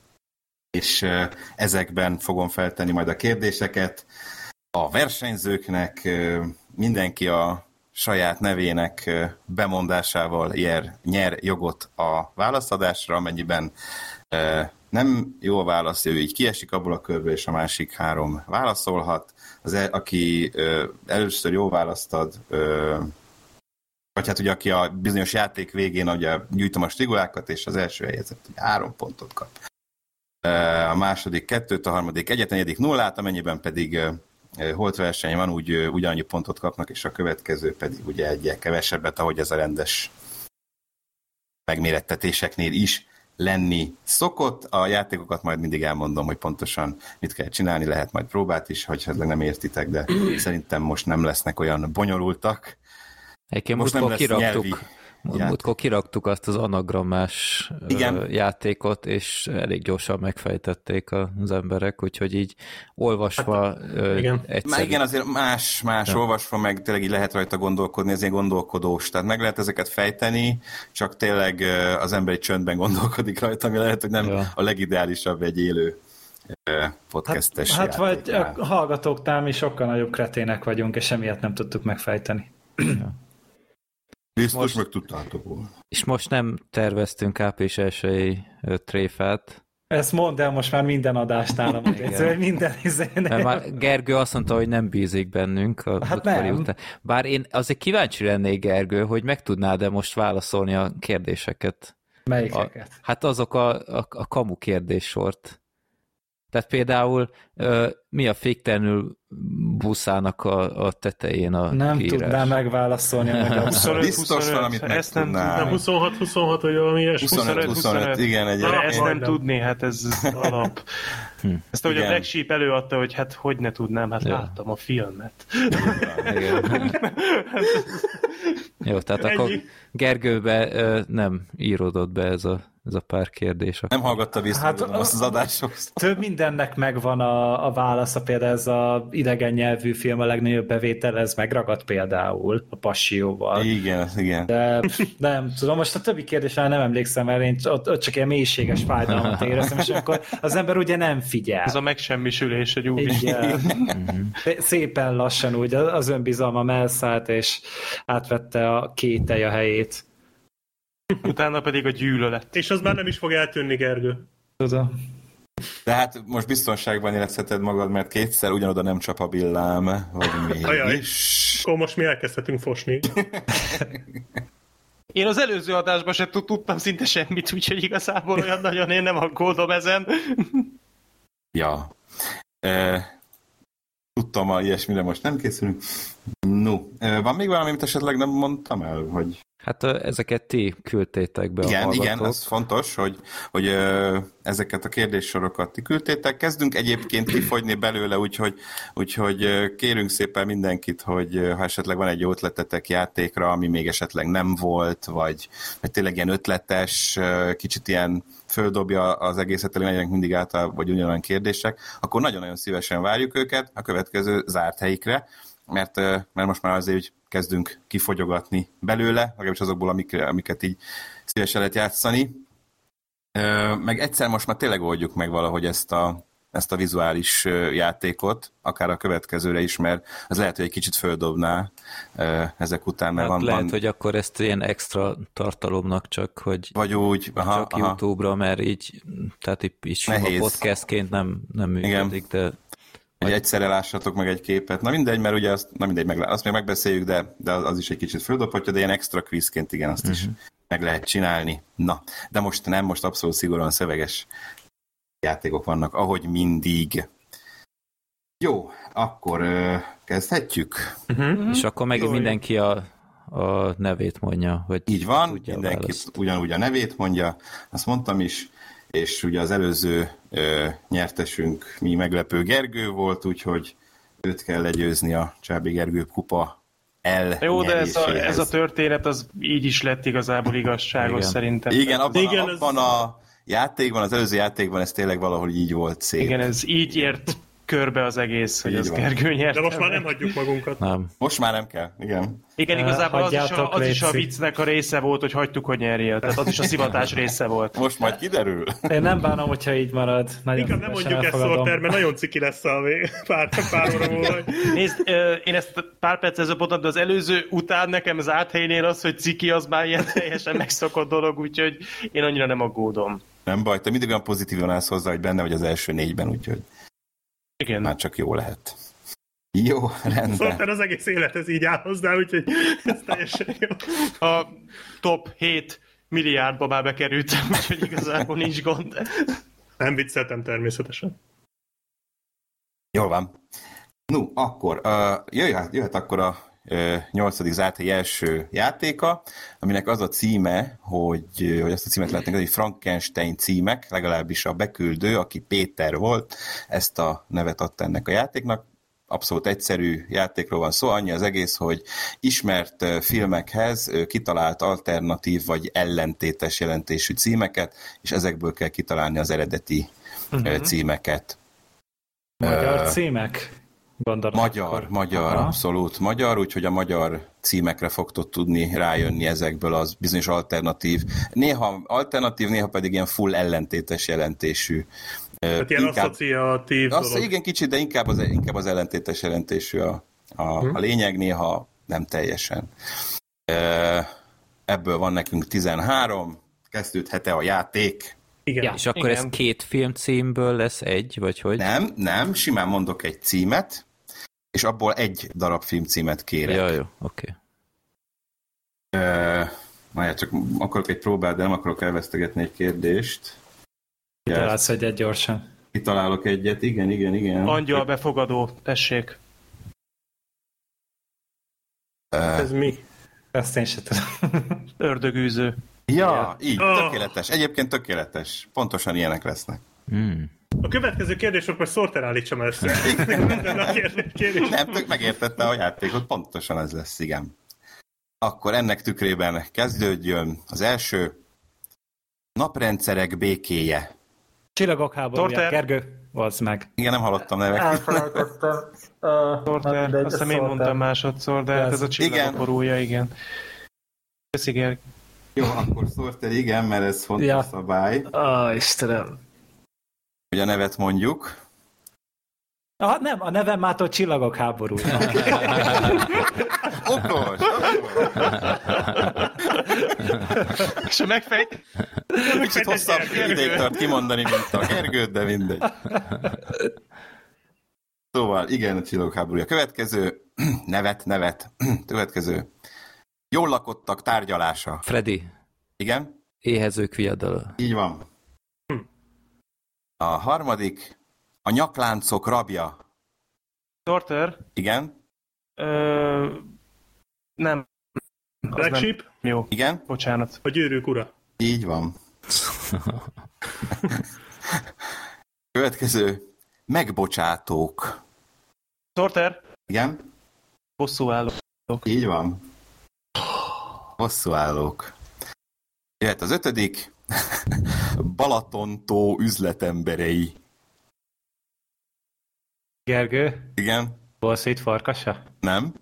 és ezekben fogom feltenni majd a kérdéseket. A versenyzőknek mindenki a saját nevének bemondásával nyer jogot a válaszadásra, amennyiben nem jó a válasz, ő így kiesik abból a körből, és a másik 3 válaszolhat. Aki először jó választ ad, vagy hát ugye aki a bizonyos játék végén ugye gyűjtöm a strigulákat, és az első helyezett 3 pontot kap. A második 2-t, a harmadik 1-et, a negyedik 0-át, amennyiben pedig holt verseny van, úgy ugyanannyi pontot kapnak, és a következő pedig ugye egyel kevesebbet, ahogy ez a rendes megmérettetéseknél is lenni szokott. A játékokat majd mindig elmondom, hogy pontosan mit kell csinálni, lehet majd próbát is, hogy nem értitek, de szerintem most nem lesznek olyan bonyolultak. Egyébként most nem lesz nyelvi. Múltkor kiraktuk azt az anagrammás játékot, és elég gyorsan megfejtették az emberek, úgyhogy így olvasva egyszerű. Igen, azért más olvasva, meg tényleg így lehet rajta gondolkodni, ez ilyen gondolkodós. Tehát meg lehet ezeket fejteni, csak tényleg az ember egy csöndben gondolkodik rajta, ami lehet, hogy nem a legideálisabb egy élő podcastes játék. Vagy a hallgatóknál mi sokkal nagyobb kretének vagyunk, és emiatt nem tudtuk megfejteni. Biztos meg tudtátok volna. És most nem terveztünk április 1-i tréfát. Ezt mondd el most már minden adást nálam. Minden már Gergő azt mondta, hogy nem bízik bennünk. Hát nem. Után. Bár én azért kíváncsi lennék, Gergő, hogy meg tudnád-e most válaszolni a kérdéseket. Melyikeket? Hát azok a kamu kérdéssort. Tehát például mi a féktelenül buszának a tetején a nem kiírás? Nem tudnám megválaszolni a magyar. 25, biztos valamit meg tudnám. 26, vagy valami ilyesmi. 25, igen. Ezt nem tudni, hát ez alap. Ezt ahogy a Black Sheep előadta, hogy hát hogy ne tudnám, hát láttam a filmet. Jó, tehát akkor Gergőbe nem íródott be ez a pár kérdés. Nem hallgatta vissza azt az adáshoz. Több mindennek megvan a válasza, például ez az idegen nyelvű film a legnagyobb bevétel, ez megragadt például a Passióval. Igen. De nem tudom, most a többi kérdésre nem emlékszem, mert én ott csak ilyen mélységes fájdalmat éreztem, és akkor az ember ugye nem figyel. Ez a megsemmisülés egy új. Szépen lassan úgy az önbizalmam elszállt, és átvette a kételj a helyét. Utána pedig a gyűlölet. És az már nem is fog eltűnni, Gergő. Tudom. De hát most biztonságban érezheted magad, mert kétszer ugyanoda nem csap a villám, vagy mégis. Akkor most mi elkezdhetünk fosni. Én az előző adásban sem tudtam szinte semmit, úgyhogy igazából olyan nagyon én nem aggódom ezen. Ja. Tudtam, hogy ilyesmire most nem készülünk. No. Van még valami, amit esetleg nem mondtam el, hogy... Hát ezeket ti küldtétek be a hallgatók. Igen, ez fontos, hogy ezeket a kérdéssorokat ti küldtétek. Kezdünk egyébként kifogyni belőle, úgyhogy kérünk szépen mindenkit, hogy ha esetleg van egy jó ötletetek játékra, ami még esetleg nem volt, vagy tényleg ilyen ötletes, kicsit ilyen földobja az egészet, legyenek mindig általában, vagy ugyanolyan kérdések, akkor nagyon-nagyon szívesen várjuk őket a következő zárt helyikre, mert most már azért úgy kezdünk kifogyogatni belőle, legalábbis azokból, amiket így szívesen lehet játszani. Meg egyszer most már tényleg oldjuk meg valahogy ezt a vizuális játékot, akár a következőre is, mert az lehet, hogy egy kicsit földobná ezek után. Mert hát lehet, hogy akkor ezt ilyen extra tartalomnak csak, hogy vagy úgy, csak YouTube-ra, mert így, tehát így podcastként nem működik, de... hogy egyszerre lássatok meg egy képet. Na mindegy, mert ugye azt még megbeszéljük, de az is egy kicsit földobhatja, de ilyen extra quizként igen, azt is meg lehet csinálni. Na, de most abszolút szigorúan szöveges játékok vannak, ahogy mindig. Jó, akkor kezdhetjük. És akkor megint mindenki a nevét mondja, hogy így van, mindenki ugyanúgy a nevét mondja, azt mondtam is, és ugye az előző nyertesünk mi meglepő Gergő volt, úgyhogy őt kell legyőzni a Csábi Gergő kupa Jó, de ez a történet az így is lett igazából igazságos szerintem. Igen, abban a játékban, az előző játékban ez tényleg valahol így volt szép. Igen, ez így ért körbe az egész, hogy az Gergő nyert. De most már nem hagyjuk magunkat. Nem. Most már nem kell, igen. Igen, igazából az is a viccnek a része volt, hogy hagytuk, hogy nyerjél. Tehát az is a szivatás része volt. Most majd kiderül. Én nem bánom, hogyha így marad. Inkább nem mondjuk ezt Sorter, mert nagyon ciki lesz a pár óra múlva. Nézd, én ezt pár perc ezelőtt mondtam, de az előző után nekem az áthelynél az, hogy ciki, az már ilyen teljesen megszokott dolog, úgyhogy én annyira nem aggódom. Nem baj, te mindig olyan pozitívan állsz hozzá, hogy benne vagy az első 4-ben, úgyhogy igen. Már csak jó lehet. Jó, rendben. Sorter az egész élet ez így áll hozzá, úgyhogy ez teljesen jó. A top 7 milliárdba már bekerültem, úgyhogy igazából nincs gond. Nem vicceltem természetesen. Jól van. No, akkor jöhet akkor a 8. zárthelyi első játéka, aminek az a címe, hogy azt a címet lehetnek, hogy Frankenstein címek, legalábbis a beküldő, aki Péter volt, ezt a nevet adta ennek a játéknak. Abszolút egyszerű játékról van szó, annyi az egész, hogy ismert filmekhez kitalált alternatív vagy ellentétes jelentésű címeket, és ezekből kell kitalálni az eredeti címeket. Magyar címek? Magyar, abszolút magyar, úgyhogy a magyar címekre fogtok tudni rájönni ezekből az bizonyos alternatív, néha pedig ilyen full ellentétes jelentésű. Tehát ilyen asszociatív dolog. Igen, kicsit, de inkább az ellentétes jelentésű a lényeg, néha nem teljesen. Ebből van nekünk 13, kezdődhet-e a játék? Igen. És akkor ez 2 filmcímből lesz egy, vagy hogy? Nem, simán mondok egy címet, és abból egy darab filmcímet kérek. Ja, jó, oké. Majd csak akarok egy próbát, de nem akarok elvesztegetni egy kérdést. Találsz egyet gyorsan. Kitalálok egyet, igen. Angyal befogadó, tessék. Ez mi? Ezt én sem tudom. Ördögűző. Ja, így, tökéletes. Egyébként tökéletes. Pontosan ilyenek lesznek. A következő kérdések majd Sorter állítsam össze. Nem, megértette a játékot, pontosan ez lesz, igen. Akkor ennek tükrében kezdődjön az első. Naprendszerek békéje. Csillagok háborúja, Gergő, az meg. Igen, nem hallottam neveket. Elfelejtettem. Sorter, azt hiszem én mondtam másodszor, de hát ez a csillagok háborúja, igen. Köszi, Gergő. Jó, akkor Sorter, igen, mert ez fontos szabály. Istenem. Hogy a nevet mondjuk. Nem, a nevem mától Csillagok háborúja. Okos. És a megfejt? Kicsit hosszabb ideig tart kimondani, mint a Gergőt, de mindegy. Szóval, igen, a Csillagok háborúja. Következő nevet. Következő. Jól lakottak tárgyalása. Freddy. Igen? Éhezők viadala. Így van. A harmadik. A nyakláncok rabja. Sorter? Igen? Nem. Black Sheep? Jó. Igen? Bocsánat. A gyűrűk ura. Így van. Következő. Megbocsátók. Sorter? Igen? Bosszúállók. Így van. Bosszúállók. Jöhet az 5. Balatontó üzletemberei. Gergő? Igen? Wall Street farkasa? Nem?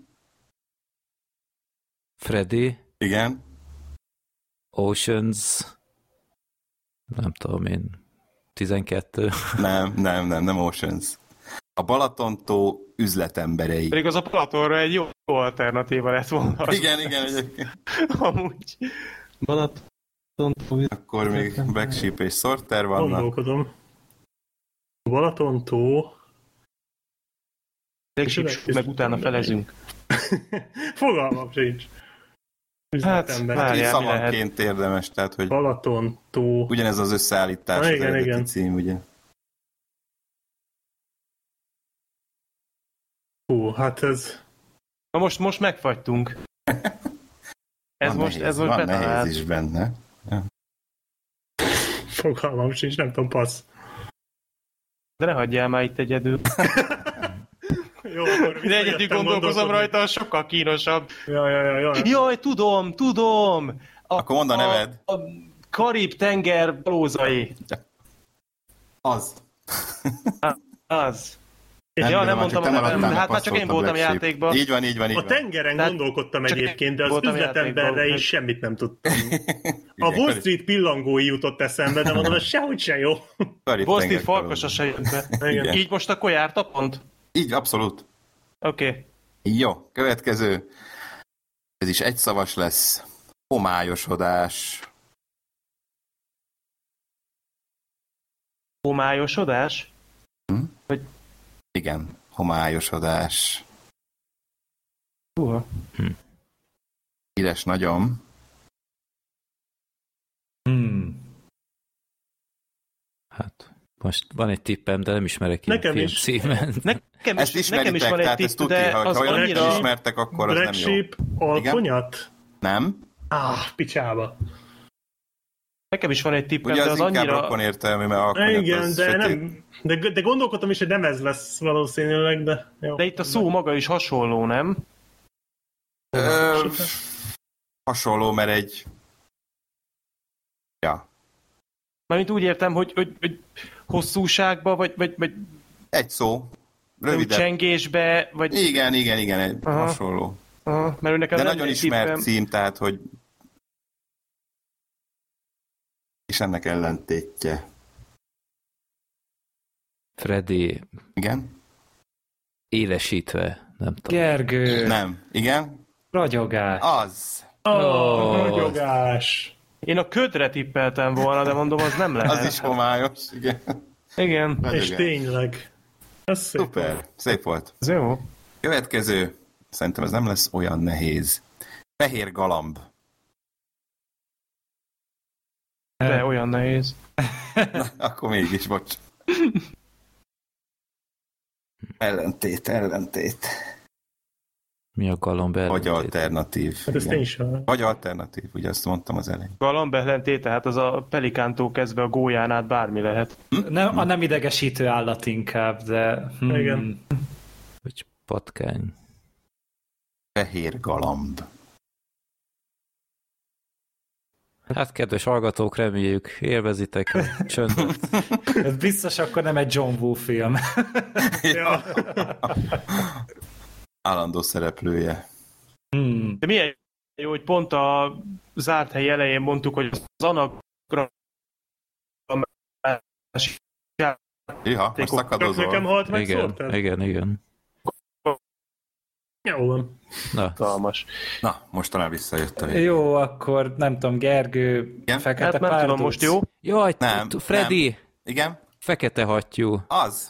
Freddy. Igen? Oceans. Nem tudom én. 12. Nem Oceans. A Balatontó üzletemberei. Pedig az a Platonra egy jó alternatíva lett volna. Igen, egyébként. Amúgy. Balatontó. Akkor még Black Sheep és Sorter vannak. Gondolkodom. Balatontó. Meg utána felezünk. Fogalmam sincs. Hát, várjál, szavanként érdemes, tehát, hogy Balaton, tó. ugyanez az összeállítás, az eredeti cím, ugye? Hát ez... Na most megfagytunk. Ez most van nehéz is benne. Ja. Fogalmam sincs, nem tudom, passz. De ne hagyjál már itt egyedül. Jó, akkor de egyedül gondolkozom rajta, az sokkal kínosabb. Ja. Jaj, tudom! Akkor mondd a neved. A Karib-tenger balózai. Az. Az. Nem mondtam a nevem. Hát már csak én voltam játékban. Így van. A tengeren gondolkodtam egyébként, de az üzletemberre is semmit nem tudtam. A Wall Street pillangói jutott eszembe, de mondom, ez sehogy se jó. Wall Street farkasa se jött be. Így most akkor járt a pont? Így, abszolút. Oké. Jó, következő. Ez is egyszavas lesz. Homályosodás. Homályosodás? Vagy... Igen, homályosodás. Éles nagyon. Hát, most van egy tippem, de nem ismerek ilyen Nekem film is. címen. Ezt ismeritek, is van egy tehát tipp, ezt tudni, de ha az olyan annyira... nem ismertek, akkor az Black nem jó. Sheep, alkonyat? Nem? Picsába. Nekem is van egy tippem, ugye de az az inkább annyira... rokon értelmű, mert alkonyat Igen, az de sötét. nem... De gondolkodtam is, hogy nem ez lesz valószínűleg, de... Jó. De itt a szó maga is hasonló, nem? Hasonló, mert egy... Ja. Mármint úgy értem, hogy hosszúságba, vagy Egy szó. Rövidebb. csengésbe, vagy... Igen, egy hasonló. Aha, mert nekem De nem nagyon egy ismert tippem. cím, tehát, hogy... És ennek ellentétje. Freddy Igen? élesítve, nem tudom. Gergő. Nem. Igen? Ragyogás. Az. Ragyogás. Én a ködre tippeltem volna, de mondom, az nem lehet. Az is homályos, igen. Igen. És Ragyogás. tényleg. Ez szép. Szuper. Szép volt. Ez jó. Következő. Szerintem ez nem lesz olyan nehéz. Fehér galamb. De olyan nehéz. Na, akkor mégis, bocs. Ellentét. Mi a galamb Vagy ellentét? alternatív. Hát ezt igen. én is hallom. Vagy alternatív, ugye azt mondtam az elején. Galamb ellentéte, hát az a pelikántól kezdve a gólyán át bármi lehet. Nem, a nem idegesítő állat inkább, de... Igen. Vagy patkány. Fehér galamb. Hát, kedves hallgatók, reméljük, élvezitek a csöndet. Ez biztos akkor nem egy John Woo film. Ja. Állandó szereplője. De milyen jó, hogy pont a zárt hely elején mondtuk, hogy az anagram Iha, most Csak nekem szakadozol. halt meg Igen, szóltál? igen. Jó van. Na, kalmas. Na, most talán visszajött a vég. Jó, akkor nem tudom, Gergő, Igen? fekete Hát nem párduc. tudom, most jó? jaj, Nem, Freddy, Igen? fekete hattyú. Az.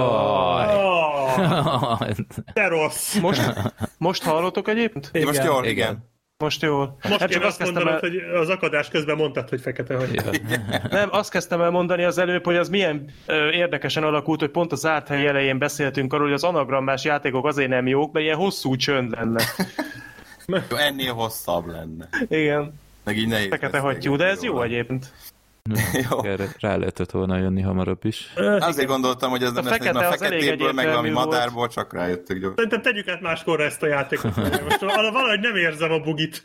Te rossz. Most hallotok egyébként? Most jól, igen. Igen. Most jól. Most Hát csak azt kezdtem mondanod, el, hogy az akadás közben mondtad, hogy fekete vagy. Ja. nem, azt kezdtem el mondani az előbb, hogy az milyen érdekesen alakult, hogy pont a zárt hely elején beszéltünk arról, hogy az anagrammás játékok azért nem jók, mert ilyen hosszú csönd lenne. Ennél hosszabb lenne. Igen. Meg így nehéz Fekete hattyú, de ez jó egyébként. Jó. Erre rá lehetett volna jönni hamarabb is. Azért gondoltam, hogy ez nem lesz, hogy fekete a az elég feketéből, meg valami egyértelmű volt. madárból csak rájöttök gyorsan. Szerintem tegyük át máskorra ezt a játékot. Most valahogy nem érzem a bugit.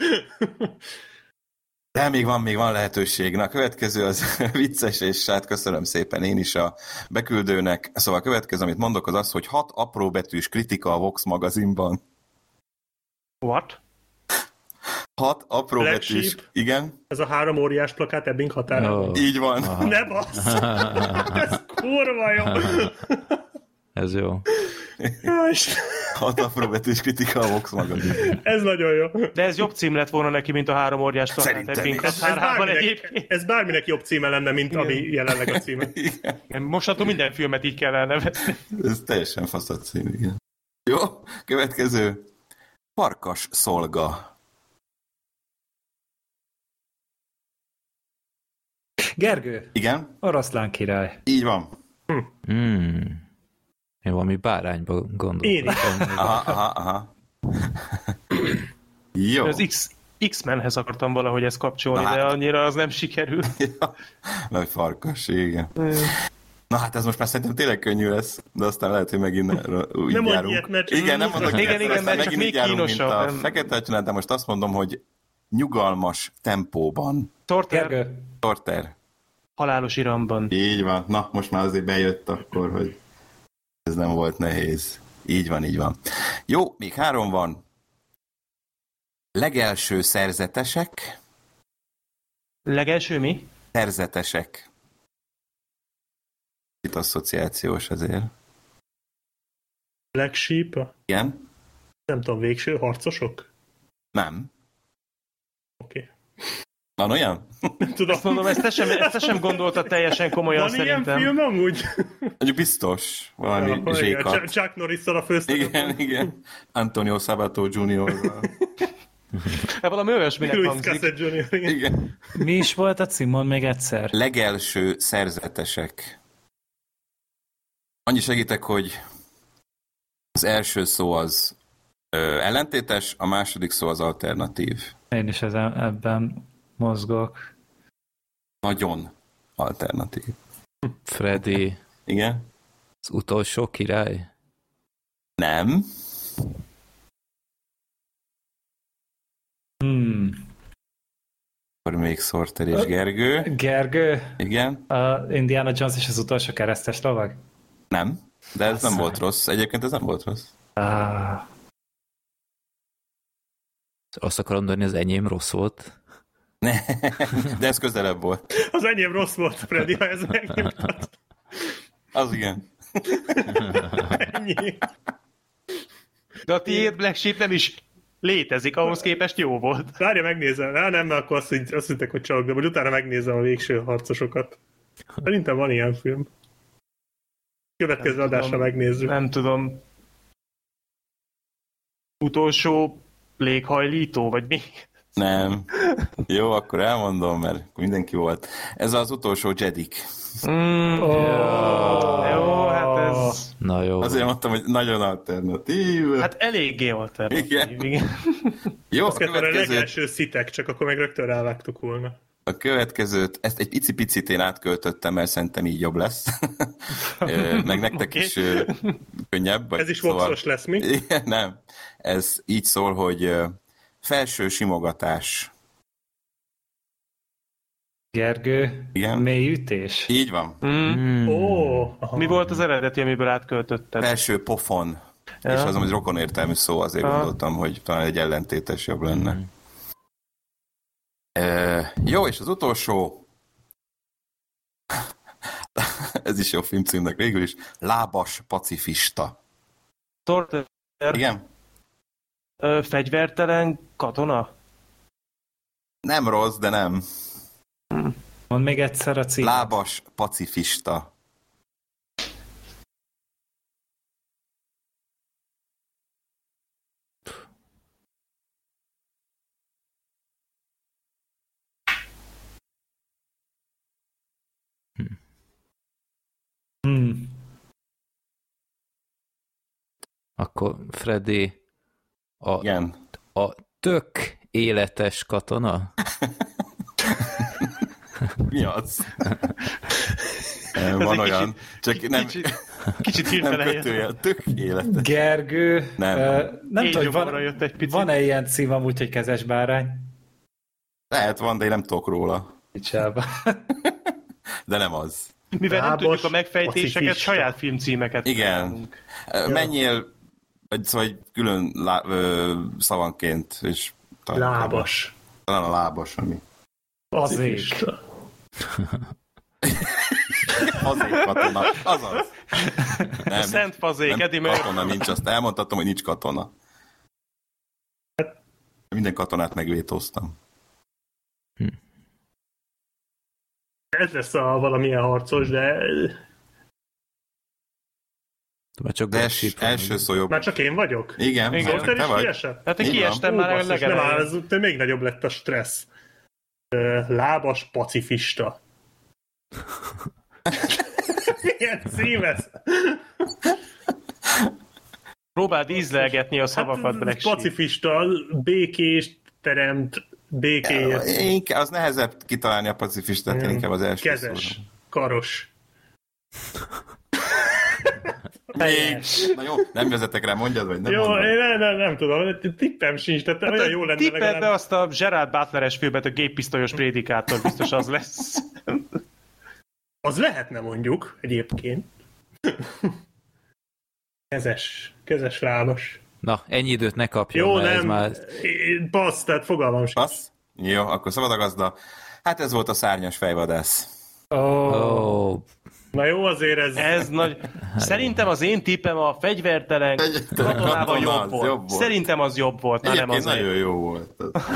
De még van lehetőség. Na, a következő az vicces, és hát köszönöm szépen én is a beküldőnek. Szóval a következő, amit mondok, az az, hogy 6 apróbetűs kritika a Vox magazinban. What? 6 apróbetűs... Sheep. Igen? Ez a 3 óriás plakát Ebbing határa. Oh. Így van. Ne bassz! Ez kurva jó! Ez jó. Ja, Isten. 6 apróbetűs kritika a Vox magazin. Ez nagyon jó. De ez jobb cím lett volna neki, mint a 3 óriás Szerintem plakát Ebbing is. határában egyébként. Ez bárminek jobb címe lenne, mint ami jelenleg a címe. Mostantól minden filmet így kell elnevezni. Ez teljesen fasz a cím, igen. Jó, következő. Farkas szolga. Gergő. Igen? Oroszlán király. Így van. Én valami bárányba gondoltam. Én is. Aha. Jó. Az X-Menhez akartam valahogy ezt kapcsolni, de annyira az nem sikerül. Ja, vagy farkas, igen. Na hát ez most már szerintem tényleg könnyű lesz, de aztán lehet, hogy megint úgy nem járunk. Ilyet, mert igen, nem mondok igen, ilyet, mert csak megint még így járunk, mint kínosabb. a fekete család, de most azt mondom, hogy nyugalmas tempóban. Gergő. Torter. Halálos iramban. Így van. Na, most már azért bejött akkor, hogy ez nem volt nehéz. Így van. Jó, még 3 van. Legelső szerzetesek. Legelső mi? Szerzetesek. Itt asszociációs azért. Black Sheep? Igen? Nem tudom, végső harcosok? Nem. Oké. Van olyan? Nem tudom. Azt mondom, ezt te sem gondoltad teljesen komolyan Van szerintem. ilyen film amúgy? Mondjuk biztos. Valami zsékat. Chuck Norris-szal a főszerepben. Igen. Antonio Sabato Jr. Valami olyasminek Louis hangzik. Gossett Jr. Igen. Mi is volt a címon még egyszer? Legelső szerzetesek. Annyi segítek, hogy az első szó az ellentétes, a második szó az alternatív. Én is ebben mozgok. Nagyon alternatív. Freddy, Igen? az utolsó király? Nem. Akkor még Sorter és Gergő. Gergő, Igen? a Indiana Jones és az utolsó keresztes lovag? Nem. De ez nem volt rossz. Egyébként ez nem volt rossz. Azt akarom mondani, az enyém rossz volt. Ne, de ez közelebb volt. Az enyém rossz volt, Freddy, ha ez megnyugtat. Az igen. Ennyi. De a tiéd Black Sheep nem is létezik, ahhoz képest jó volt. Várja, megnézem. Nem, mert akkor azt hittek, hogy csak, de majd utána megnézem a végső harcosokat. Szerintem van ilyen film. Következő adásra megnézzük. Nem tudom. Utolsó léghajlító, vagy mi? Nem. Jó, akkor elmondom, mert mindenki volt. Ez az utolsó Jedik. Jó, hát ez... Na jó. Azért mondtam, hogy nagyon alternatív. Hát eléggé alternatív, igen. Jó, Azt kellett, a legelső szitek, csak akkor meg rögtön rávágtuk volna. A következőt, ezt egy picit én átköltöttem, mert szerintem így jobb lesz. Meg nektek is könnyebb. Vagy Ez is voxos lesz, mi? Igen, nem. Ez így szól, hogy felső simogatás. Gergő, Igen. mély ütés? Így van. Mi volt az eredeti, amiből átköltötted? Felső pofon. Ja. És az, hogy rokonértelmű szó, azért gondoltam, hogy talán egy ellentétes jobb lenne. Jó, és az utolsó, ez is jó filmcímnek végül is, Lábas pacifista. Torter. Igen? Fegyvertelen katona? Nem rossz, de nem. Mondd még egyszer a címet. Lábas pacifista. Akkor Freddy Igen. A tök életes katona? Mi az? Van olyan, csak nem... Kicsit nem hirtelen kötője, tök életes. Gergő, nem tudom, hogy van-e ilyen cím amúgy, hogy kezes bárány? Lehet van, de én nem tudok róla. Kicsába. De nem az. Mivel nem tudjuk a megfejtéseket, saját filmcímeket igen. találunk. Menjél vagy külön szavanként, és lábas. Talán a lábas, ami. Azért. Azért katona. Azaz. Nem, Szent fazék, Eddie Murphy. Katona nincs, azt elmondhatom, hogy nincs katona. Minden katonát megvétóztam. Ez lesz a valamilyen harcos, de... Már csak De első szó jobb. Már csak én vagyok? Igen, Igen. Te te is vagy. kiesett? Hát én kiestem már a Nem áll, ez még nagyobb lett a stressz. Lábas pacifista. Milyen cím ez? Próbáld ízlelgetni a szavakat, Black Sheep. Pacifista, békés, teremt, békéért. Az nehezebb kitalálni a pacifistát, én inkább az első Kezes, szóra. karos. Na jó, nem vezetek rá, mondjad, vagy nem Jó, mondod? én nem tudom, tippem sincs, tehát olyan jó lenne Tippeld legalább. be azt a Gerard Butler-es filmet, a géppisztolyos prédikátor, biztos az lesz. Az lehetne mondjuk, egyébként. Kezes lábas. Na, ennyi időt ne kapjon, Jó, mert ez nem, már... passz, tehát fogalmam sem. Passz? Jó, akkor szabad a gazda. Hát ez volt a szárnyas fejvadász. Ó, Na jó, azért ez... Ez nagy... Szerintem az én tippem a fegyvertelen katonával jobb volt. Szerintem az jobb volt, már nem Egyébként az nagyon jó volt.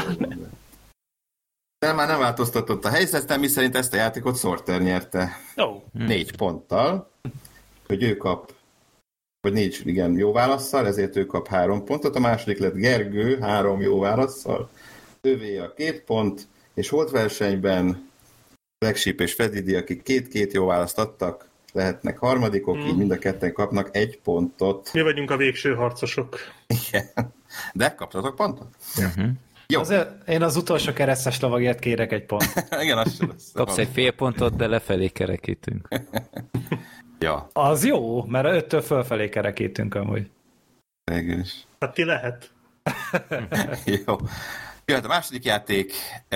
De már nem változtatott a helyzet, mi szerint ezt a játékot Sorter nyerte. Jó. 4 ponttal, hogy ő kap, vagy 4 igen jó válasszal, ezért ő kap 3 pontot, a második lett Gergő 3 jó válasszal, ővé a 2 pont, és volt versenyben Black Sheep és Freddy, akik 2 jó választ adtak, lehetnek harmadikok, így mind a ketten kapnak 1 pontot. Mi vagyunk a végső harcosok. Igen. De kaptatok pontot? Jó. Én az utolsó keresztes lovagért kérek 1 pont. Igen, az sem lesz. kapsz egy fél pontot, de lefelé kerekítünk. Ja, Az jó, mert 5-től fölfelé kerekítünk amúgy. végül is. Hát ti lehet. Jó. Jöhet a második játék,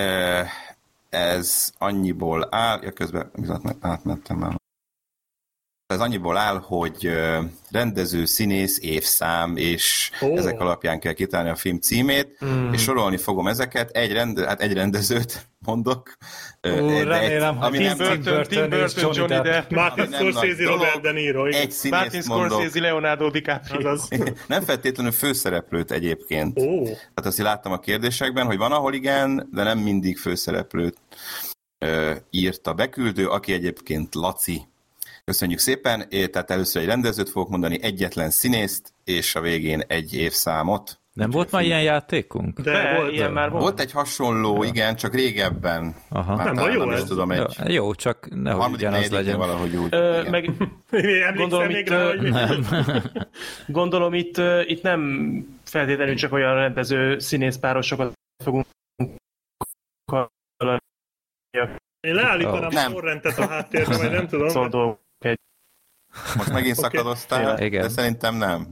ez annyiból áll, közben átmentem már. Ez annyiból áll, hogy rendező, színész, évszám, és ezek alapján kell kitalálni a film címét, és sorolni fogom ezeket. Egy rendezőt mondok. Remélem, hogy Tim Burton és Johnny Depp. Martin Scorsese, Robert De Niro. Egy Martin színészt mondok. Scorsese, Leonardo DiCaprio. Nem feltétlenül főszereplőt egyébként. Ó, Hát azt láttam a kérdésekben, hogy van, ahol igen, de nem mindig főszereplőt írt a beküldő, aki egyébként Laci. Köszönjük szépen, tehát először egy rendezőt fogok mondani, egyetlen színészt, és a végén egy évszámot. Nem volt már ilyen játékunk? de volt. Ilyen már volt. Volt egy hasonló, igen, csak régebben. Aha. Már Nem, talán jó nem is ez. tudom, egy Jó, csak nehogy harmadik, ugyanaz negyedik legyen. valahogy úgy. Igen. Meg Emlékszel Gondolom, még itt, rá, hogy mi? gondolom itt nem feltétlenül csak olyan rendező színészpárosokat fogunk hallani, Én leállítanám Nem. a sorrendet a háttérbe, vagy nem tudom. szóval Most megint Oké. szakadoztál, Igen. de szerintem nem.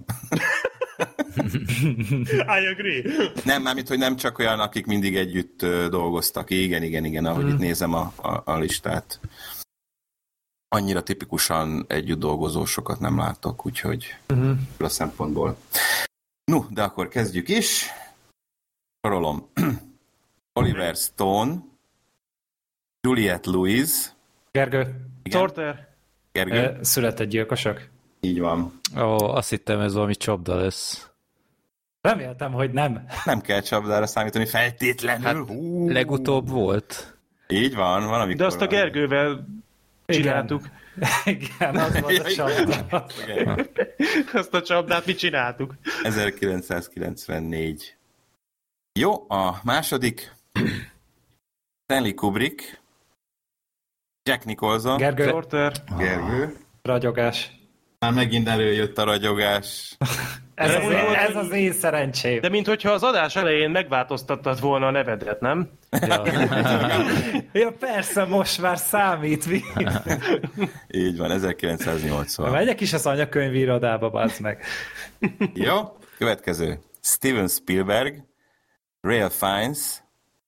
I agree. Nem, mármint, hogy nem csak olyan, akik mindig együtt dolgoztak. Igen, ahogy itt nézem a listát. Annyira tipikusan együtt dolgozósokat nem látok, úgyhogy a szempontból. No, de akkor kezdjük is. Sorolom. Oliver Stone, Juliette Lewis, Gergő, Sorter. Gergő, született gyilkosok? így van. Ó, azt hittem, ez valami csapda lesz. Reméltem, hogy nem. Nem kell csapdára számítani feltétlenül. Hát legutóbb volt. Így van, valamikor. De azt a Gergővel csináltuk. Igen, az volt a csapda. Igen. Azt a csapdát mi csináltuk. 1994. Jó, a második Stanley Kubrick, Jack Nicholson, Gergő, Sorter. Gergő. ragyogás. Már megint előjött a ragyogás. Ez az én szerencsém. De minthogyha az adás elején megváltoztattad volna a nevedet, nem? Ja. Ja, persze, most már számít. Így van, 1980. Megyek is az anyakönyvírodába, bazd meg. Jó, következő. Steven Spielberg, Ralph Fiennes,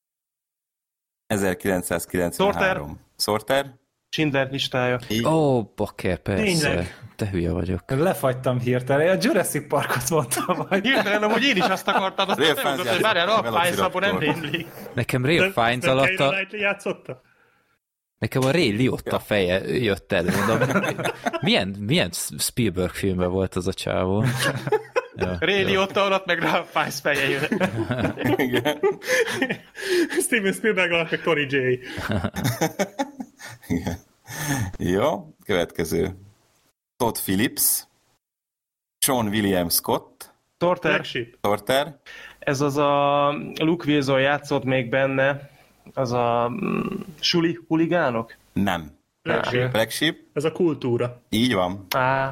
1993. Sorter? Schindler listája. Ó, bakker, persze. Tényleg? Te hülye vagyok. Lefagytam hirtelen. A Jurassic Parkot mondtam, hogy... Hirtelen, amúgy én is azt akartam, azt Ralph nem Fiennes mondod, hogy várjál, a Velociraptor. Fiennes nem rémlik. Nekem Ralph Fiennes Nem alatt Keira a... Knightley játszotta? Nekem a Ray Liotta feje jött elő. Mondom, milyen Spielberg filmben volt az a csávó? Ja, Ray Liotta alatt meg a Fiennes feje jön. Igen. Steven Spielberg alatt meg Tony J. Igen. Jó, következő. Todd Phillips, Sean William Scott. Torter. Ez az a Luke Wilson játszott még benne, az a suli huligánok? Nem. Black Sheep. Ez a kultúra. Így van.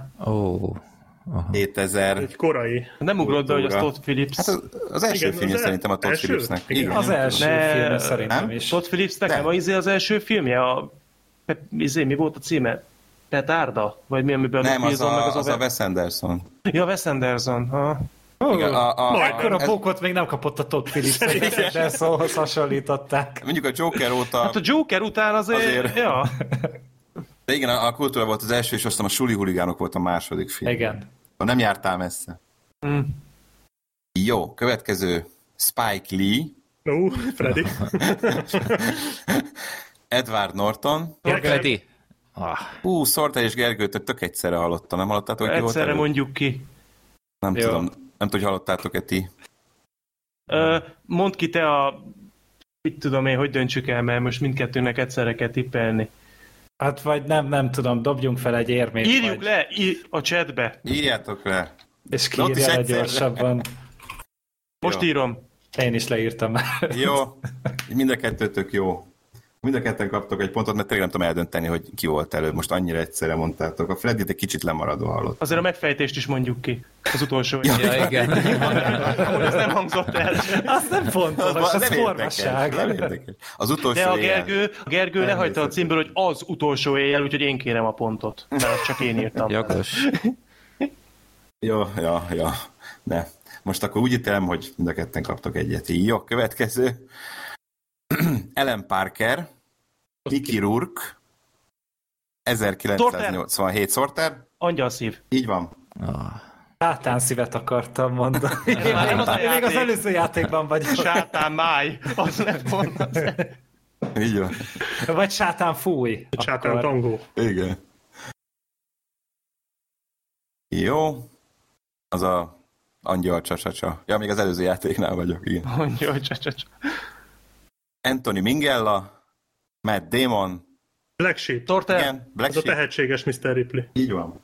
2000. Egy korai. Nem ugrott be, hogy az Todd Phillips. Hát az első filmje szerintem a Todd Phillipsnek. Igen. Az első film szerintem is. Todd Phillipsnek nem az első filmje? Mi volt a címe? Petárda? Vagy mi, amiben nem, az a Wes Anderson. Ja, Wes Anderson. Ekkora bókot még nem kapott a Todd Phillips, de szóhoz hasonlították. Mondjuk a Joker óta... Hát a Joker után azért... Ja. De igen, a kultúra volt az első, és aztán a Suli huligánok volt a második film. Igen. Nem jártál messze. Jó, következő Spike Lee. Freddy. Edward Norton. Freddy. Sorter és Gergőtök tök egyszerre hallottam, nem hallottátok? Egyszerre mondjuk ki. Nem tudom, nem tudom, hogy hallottátok-e ti. Mondd ki te mit tudom én, hogy döntsük el, mert most mindkettőnek egyszerre kell tippelni. Hát vagy nem tudom, dobjunk fel egy érmét. Írjuk le a chatbe. Írjátok le. És ki írja le gyorsabban. Most írom. Én is leírtam már. Jó, mind a kettőtök jó. Mind a ketten kaptok egy pontot, mert tényleg nem tudom eldönteni, hogy ki volt előbb. Most annyira egyszerre mondtátok. A Freddy-t egy kicsit lemaradó hallott. Azért a megfejtést is mondjuk ki. Az utolsó. Ja, igen. Ez nem hangzott el. Az nem fontos, az formaság. Nem érdekes. Az utolsó de a Gergő lehagyta a címből, hogy az utolsó éjjel, úgyhogy én kérem a pontot. Mert azt csak én írtam. Jogos. Ja. De most akkor úgy ítélem, hogy mind a ketten kaptok egyet. Jó, következő. Ellen Parker, Mickey Rourke, 1987 Sorter. Angyalszív. Így van. Sátán szívet akartam mondani. Még az előző játékban vagy. Sátán máj. Az lett volna. Így van. Vagy sátán fúj. Sátán tangó. Igen. Jó. Az a angyal csacsa. Ja, még az előző játéknál vagyok, igen. Angyal csacsa. Anthony Minghella, Matt Damon, Black Sheep. Torter. Igen, Black Sheep. A tehetséges Mr. Ripley. Így van.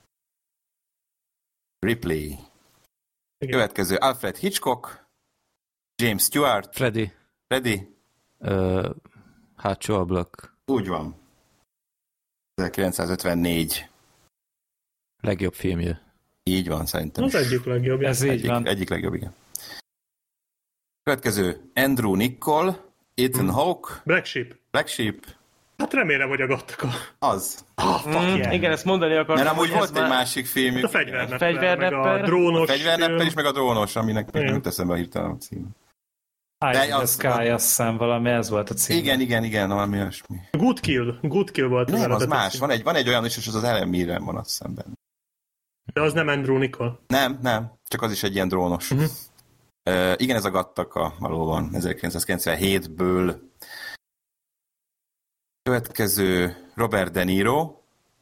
Ripley. Igen. Következő Alfred Hitchcock, James Stewart. Freddy. Hátsó ablak. Úgy van. 1954. Legjobb filmje. Így van, szerintem. Az egyik legjobb. Ez így van. Egyik legjobb, igen. Következő Andrew Niccol, Ethan Hawke. Black Sheep. Hát remélem, hogy a Gattaca. Az. Igen, ezt mondani akartam. Mert amúgy volt egy másik filmjük. A fegyvernepper. A drónos. A fegyvernepper is, meg a drónos, aminek nem teszem be a hirtelen a cím. The Sky, azt hiszem valami, ez volt a cím. Igen, valami olyasmi. Good Kill volt. Nem, az más. Van egy olyan is, és az Ellen Mirren van azt szemben. De az nem Andrew Niccol. Nem. Csak az is egy ilyen drónos. Igen, ez a Gattaca valóban 1997-ből. Következő Robert De Niro.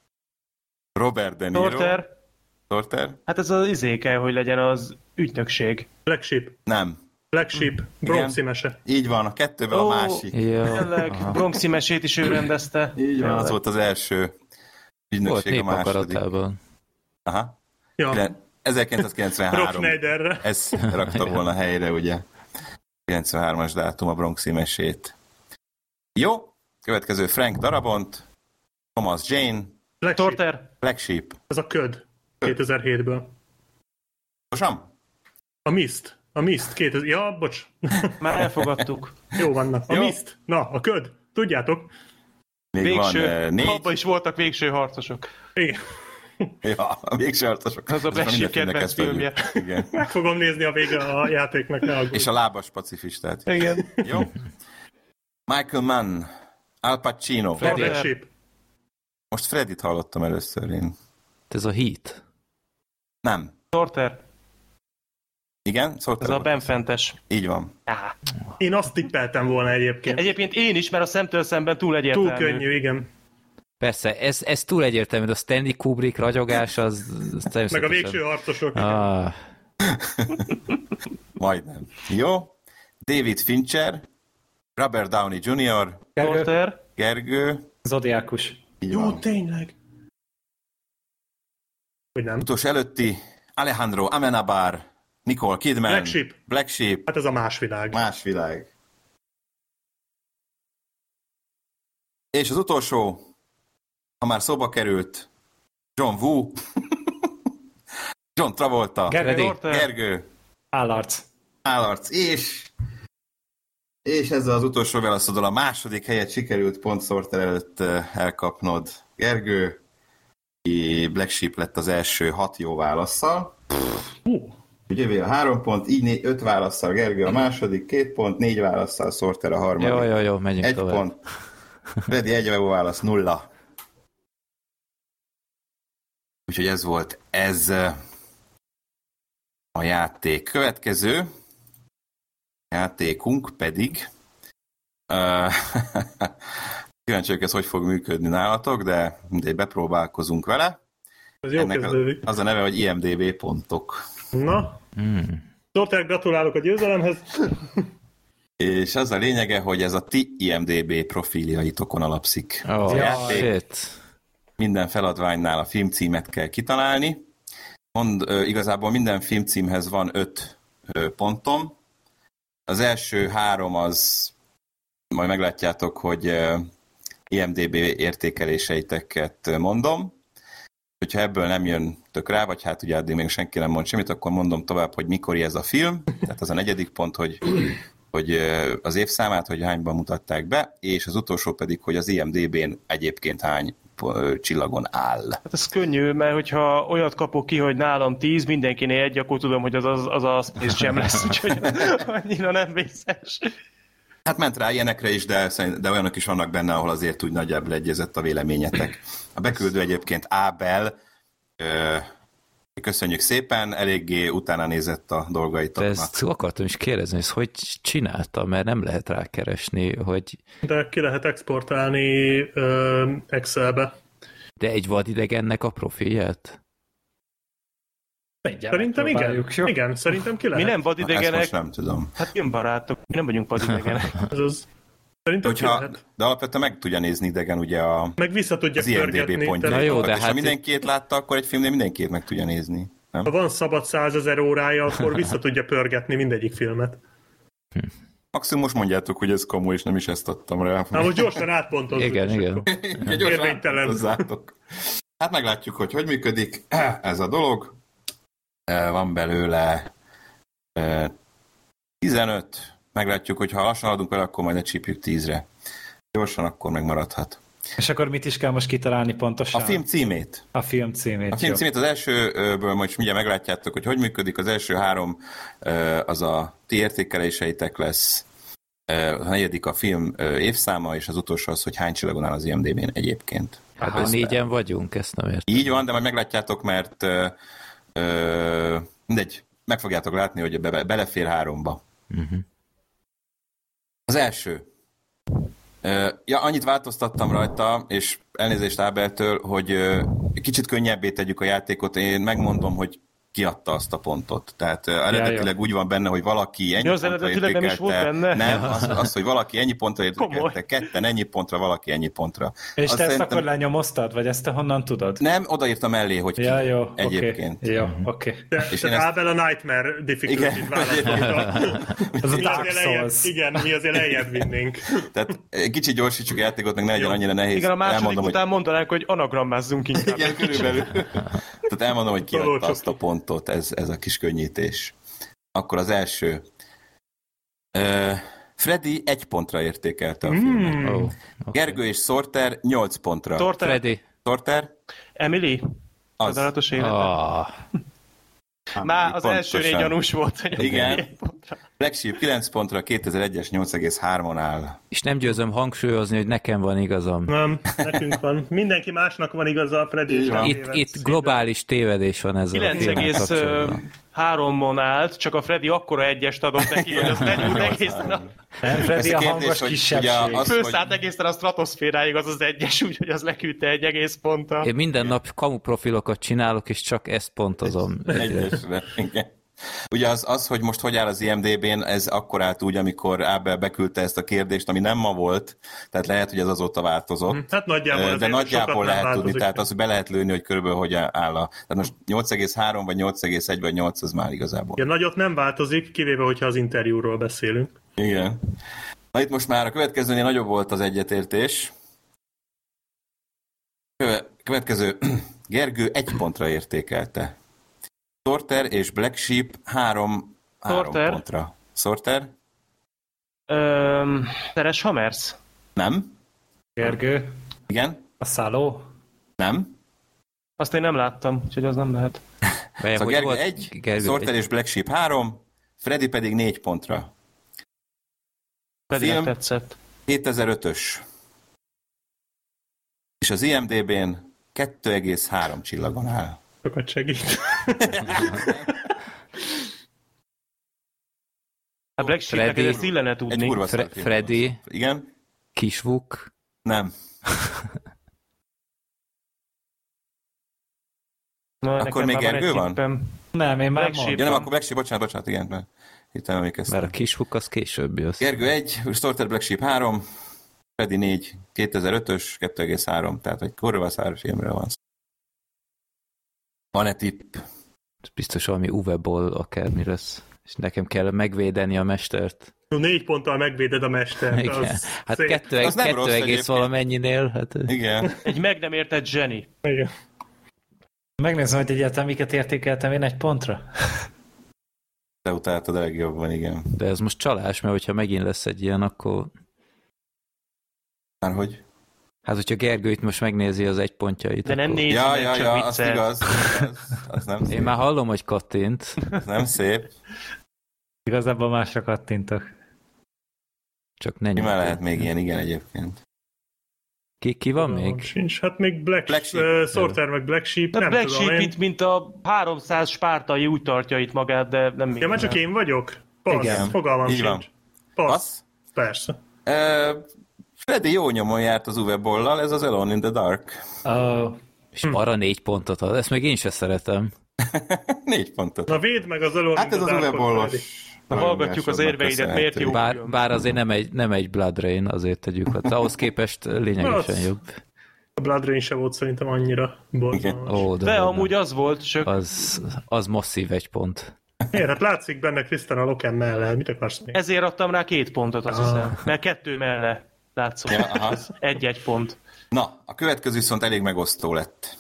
Torter. Hát ez az kell, hogy legyen az ügynökség. Black Sheep. Nem. Black Sheep. Bronxi mese. Így van, a kettőből a másik. Tényleg, Bronxi mesét is ő rendezte. Így van, az volt az első ügynökség, a második. Aha. Ja. 1993. Ez rakta volna helyre, ugye. 93-as dátum a Bronxi mesét. Jó, következő Frank Darabont, Thomas Jane, Black Sheep. Ez a köd 2007-ből. Mosam? A Mist 2000... Ja, bocs. Már elfogadtuk. Jó vannak. A Mist. Na, a köd. Tudjátok. Még van 4. Abban is voltak végső harcosok. Igen. Ja, a végső harcosok. Az a Black Sheep kedvenc filmje. Igen. Meg fogom nézni a vége a játéknak. Ne aggódj. És a lábas pacifistát. Igen. Jó. Michael Mann, Al Pacino. Black Sheep. Most Freddyt hallottam először én. Ez a Heat. Nem. Torter. Igen? Ez a benfentes. Így van. Én azt tippeltem volna egyébként. Egyébként én is, mert a szemtől szemben túl egyértelmű. Túl könnyű, igen. Persze, ez túl egyértelmű, de a Stanley Kubrick ragyogás az meg a végső harcosok. Majdnem. Jó. David Fincher, Robert Downey Jr., Gergő. Zodiákus. Jó, tényleg. Hogy nem. Utolsó előtti Alejandro Amenábar, Nicole Kidman. Black Sheep. Hát ez a Más világ. Más világ. És az utolsó, ha már szóba került, John Woo, John Travolta, Gergő, Állarc, és ezzel az utolsó válaszodol a második helyet sikerült Pontsorter előtt elkapnod. Gergő, Black Sheep lett az első 6 jó válasszal. Ugye a 3 pont, így 5 válasszal Gergő a második, 2 pont, 4 válasszal Sorter a harmadik. Jó, menjünk 1 tovább. pont. Freddy 1 jó válasz, 0. Úgyhogy ez volt ez a játék. Következő játékunk pedig kíváncsi vagyok, ez hogy fog működni nálatok, de mindegy, bepróbálkozunk vele. Ez jó kezdődik. Az a neve, hogy IMDb pontok. Na, Sorter, gratulálok a győzelemhez. És az a lényege, hogy ez a ti IMDb profiljaitokon alapszik. Oh, játék. Minden feladványnál a filmcímet kell kitalálni. Igazából minden filmcímhez van 5 pontom. Az első 3 az, majd meglátjátok, hogy IMDb értékeléseiteket mondom. Hogyha ebből nem jön tök rá, vagy hát ugye addig még senki nem mond semmit, akkor mondom tovább, hogy mikor ez a film. Tehát az a 4. pont, hogy az évszámát, hogy hányban mutatták be, és az utolsó pedig, hogy az IMDb-n egyébként hány csillagon áll. Hát ez könnyű, mert hogyha olyat kapok ki, hogy nálam 10, mindenkinél 1, akkor tudom, hogy az a Space Jam lesz, úgyhogy annyira nem vészes. Hát ment rá ilyenekre is, de olyanok is vannak benne, ahol azért úgy nagyjából egyezett a véleményetek. A beküldő egyébként Ábel, köszönjük szépen, eléggé utána nézett a dolgaitoknak. De ezt akartam is kérdezni, hogy hogy csinálta, mert nem lehet rákeresni, hogy... De ki lehet exportálni Excelbe. De egy vadidegennek a profilját? Szerintem igen. Jó? Igen, szerintem ki lehet. Mi nem vadidegenek. Ezt most nem tudom. Hát jön barátok, mi nem vagyunk vadidegenek. Szerintem ki lehet. De alapvetően meg tudja nézni idegen ugye meg vissza tudja pörgetni. Na jó, de és ha mindenkit látta, akkor egy filmnél mindenkit meg tudja nézni. Nem? Ha van szabad 100 000 órája, akkor vissza tudja pörgetni mindegyik filmet. Maximum most mondjátok, hogy ez komoly, és nem is ezt adtam rá. Na most gyorsan átpontozzuk. Igen. Érvénytelen. Hát meglátjuk, hogy működik ez a dolog. Van belőle 15. Meglátjuk, hogy ha lassan adunk vele, akkor majd lecsípjük 10-re. Gyorsan akkor megmaradhat. És akkor mit is kell most kitalálni pontosan? A film címét. A film címét az elsőből majd mindjárt meglátjátok, hogy működik. Az első 3 az a ti értékeléseitek lesz. A 4. a film évszáma, és az utolsó az, hogy hány csillagon áll az IMDb-n egyébként. Hát 4-en vagyunk, ezt nem értem. Így van, de majd meglátjátok, mert mindegy, meg fogjátok látni, hogy belefér 3-ba. Uh-huh. Az első. Annyit változtattam rajta, és elnézést Ábeltől, hogy kicsit könnyebbé tegyük a játékot. Én megmondom, hogy kiadta azt a pontot. Tehát eredetileg úgy van benne, hogy valaki ennyi pontra értékelte. Nem is volt benne? Nem, az, hogy valaki ennyi pontra értékelte, ketten ennyi pontra, valaki ennyi pontra. És azt te ezt akkor lenyomoztad, vagy ezt te honnan tudod? Nem, odaírtam mellé, hogy ki jó, egyébként. Okay. Jó, oké. És Ábel a Nightmare difficulty-t választotta. Az a Dark Souls. Igen, mi azért lejjebb vinnénk. Tehát kicsit gyorsítsuk a játékot, meg ne legyen annyira nehéz. Igen, a második után mondanánk, hogy anagrammázzunk inkább. Igen, körülbelül. Tehát elmondom, hogy kiadta azt a pontot, ez a kis könnyítés. Akkor az első. Freddy 1 pontra értékelte a filmet. Okay. Gergő és Sorter 8 pontra. Freddy. Sorter? Emily? Az állatos élete. Már az elsőnél gyanús volt, hogy igen. Black Sheep 9 pontra, 2001-es 8,3-on áll. És nem győzöm hangsúlyozni, hogy nekem van igazam. Nem, nekünk van. Mindenki másnak van igaza a Freddy. Itt globális tévedés van ezzel a filmmel kapcsolatban. 9,3-on állt, csak a Freddy akkora egyest adott neki, hogy az legyújt egészen a... Nem, Freddy a hangos kisebbség. Főszállt egészen a stratoszféráig az egyes, úgyhogy az leküldte egy egész ponttal. Én minden nap kamu profilokat csinálok, és csak ezt pontozom. Egyesre, igen. Ugye az, hogy most hogy áll az IMDb-n, ez akkor állt úgy, amikor Ábel beküldte ezt a kérdést, ami nem ma volt, tehát lehet, hogy ez azóta változott. Hát nagyjából de nagyjából lehet tudni, tehát azt be lehet lőni, hogy körülbelül hogy áll a... Tehát most 8,3 vagy 8,1 vagy 8, az már igazából. Ja, nagyot nem változik, kivéve, hogyha az interjúról beszélünk. Igen. Na itt most már a következőnél nagyobb volt az egyetértés. Következő. Gergő 1 pontra értékelte. Sorter és Black Sheep 3 pontra. Sorter? Teres Hammers? Nem. Gergő? Igen? A Száló? Nem. Azt én nem láttam, úgyhogy az nem lehet. Szóval Gergő 1, Sorter és Black Sheep 3, Freddy pedig 4 pontra. Pedig tetszett. 2005-ös. És az IMDb-n 2,3 csillagon áll. Sokat segít. A Black Sheep-nek ezt illene tudni. Freddy. Igen? Kisvuk. Nem. Akkor még Gergő van? Nem, én már mondom. Ja, nem, akkor Black Sheep, bocsánat, igen. Hittem, emlékeztem. Mert a Kisvuk az később jössz. Gergő 1, Sorter Black Sheep 3, Freddy 4, 2005-ös, 2,3, tehát egy korvaszáros filmről van szó. Van-e tipp? Biztos valami Uwe Boll akármi lesz. És nekem kell megvédeni a mestert. 4 ponttal megvéded a mestert. Igen. Hát 2 valamennyinél. Hát... Igen. Egy meg nem értett zseni. Igen. Megnézem, hogy egyáltalán miket értékeltem én 1 pontra. Te utáltad a legjobban, igen. De ez most csalás, mert hogyha megint lesz egy ilyen, akkor... Márhogy? Hát, hogyha Gergő itt most megnézi az 1 pontjait. De nem akkor... nézi meg, csak az igaz. Az nem szép. Én már hallom, hogy kattint. Az nem szép. Igazából másra kattintok. Csak ne mi már lehet még ilyen, igen, egyébként. Ki van még? Sincs. Hát még Black Sheep. Sorter meg Black Sheep, de nem Black tudom. Sheep itt, mint a 300 spártai úgy tartja itt magát, de nem még. Ja, már csak én vagyok? Passz, igen. Fogalmam így sincs. Van. Passz? Persze. Freddy jó nyomon járt az Uwe Boll-lal, ez az Alone in the Dark. És arra 4 pontot ad, ezt még én sem szeretem. 4 pontot. Na védd meg az Alone in the Dark. Hát ez az Uwe Bollos. Hallgatjuk az érveidet, miért jó? Bár azért nem egy Blood Rain, azért tegyük. Hát ahhoz képest lényegesen jobb. A Blood Rain sem volt szerintem annyira borzalmas. De amúgy az volt, csak... Az masszív 1 pont. Miért? Hát látszik benne Krisztán a Loken mellett. Mit akarsz még? Ezért adtam rá 2 pontot, azt hiszem. Mert 2 mellett látszott. Ja, 1 pont. Na, a következő viszont elég megosztó lett.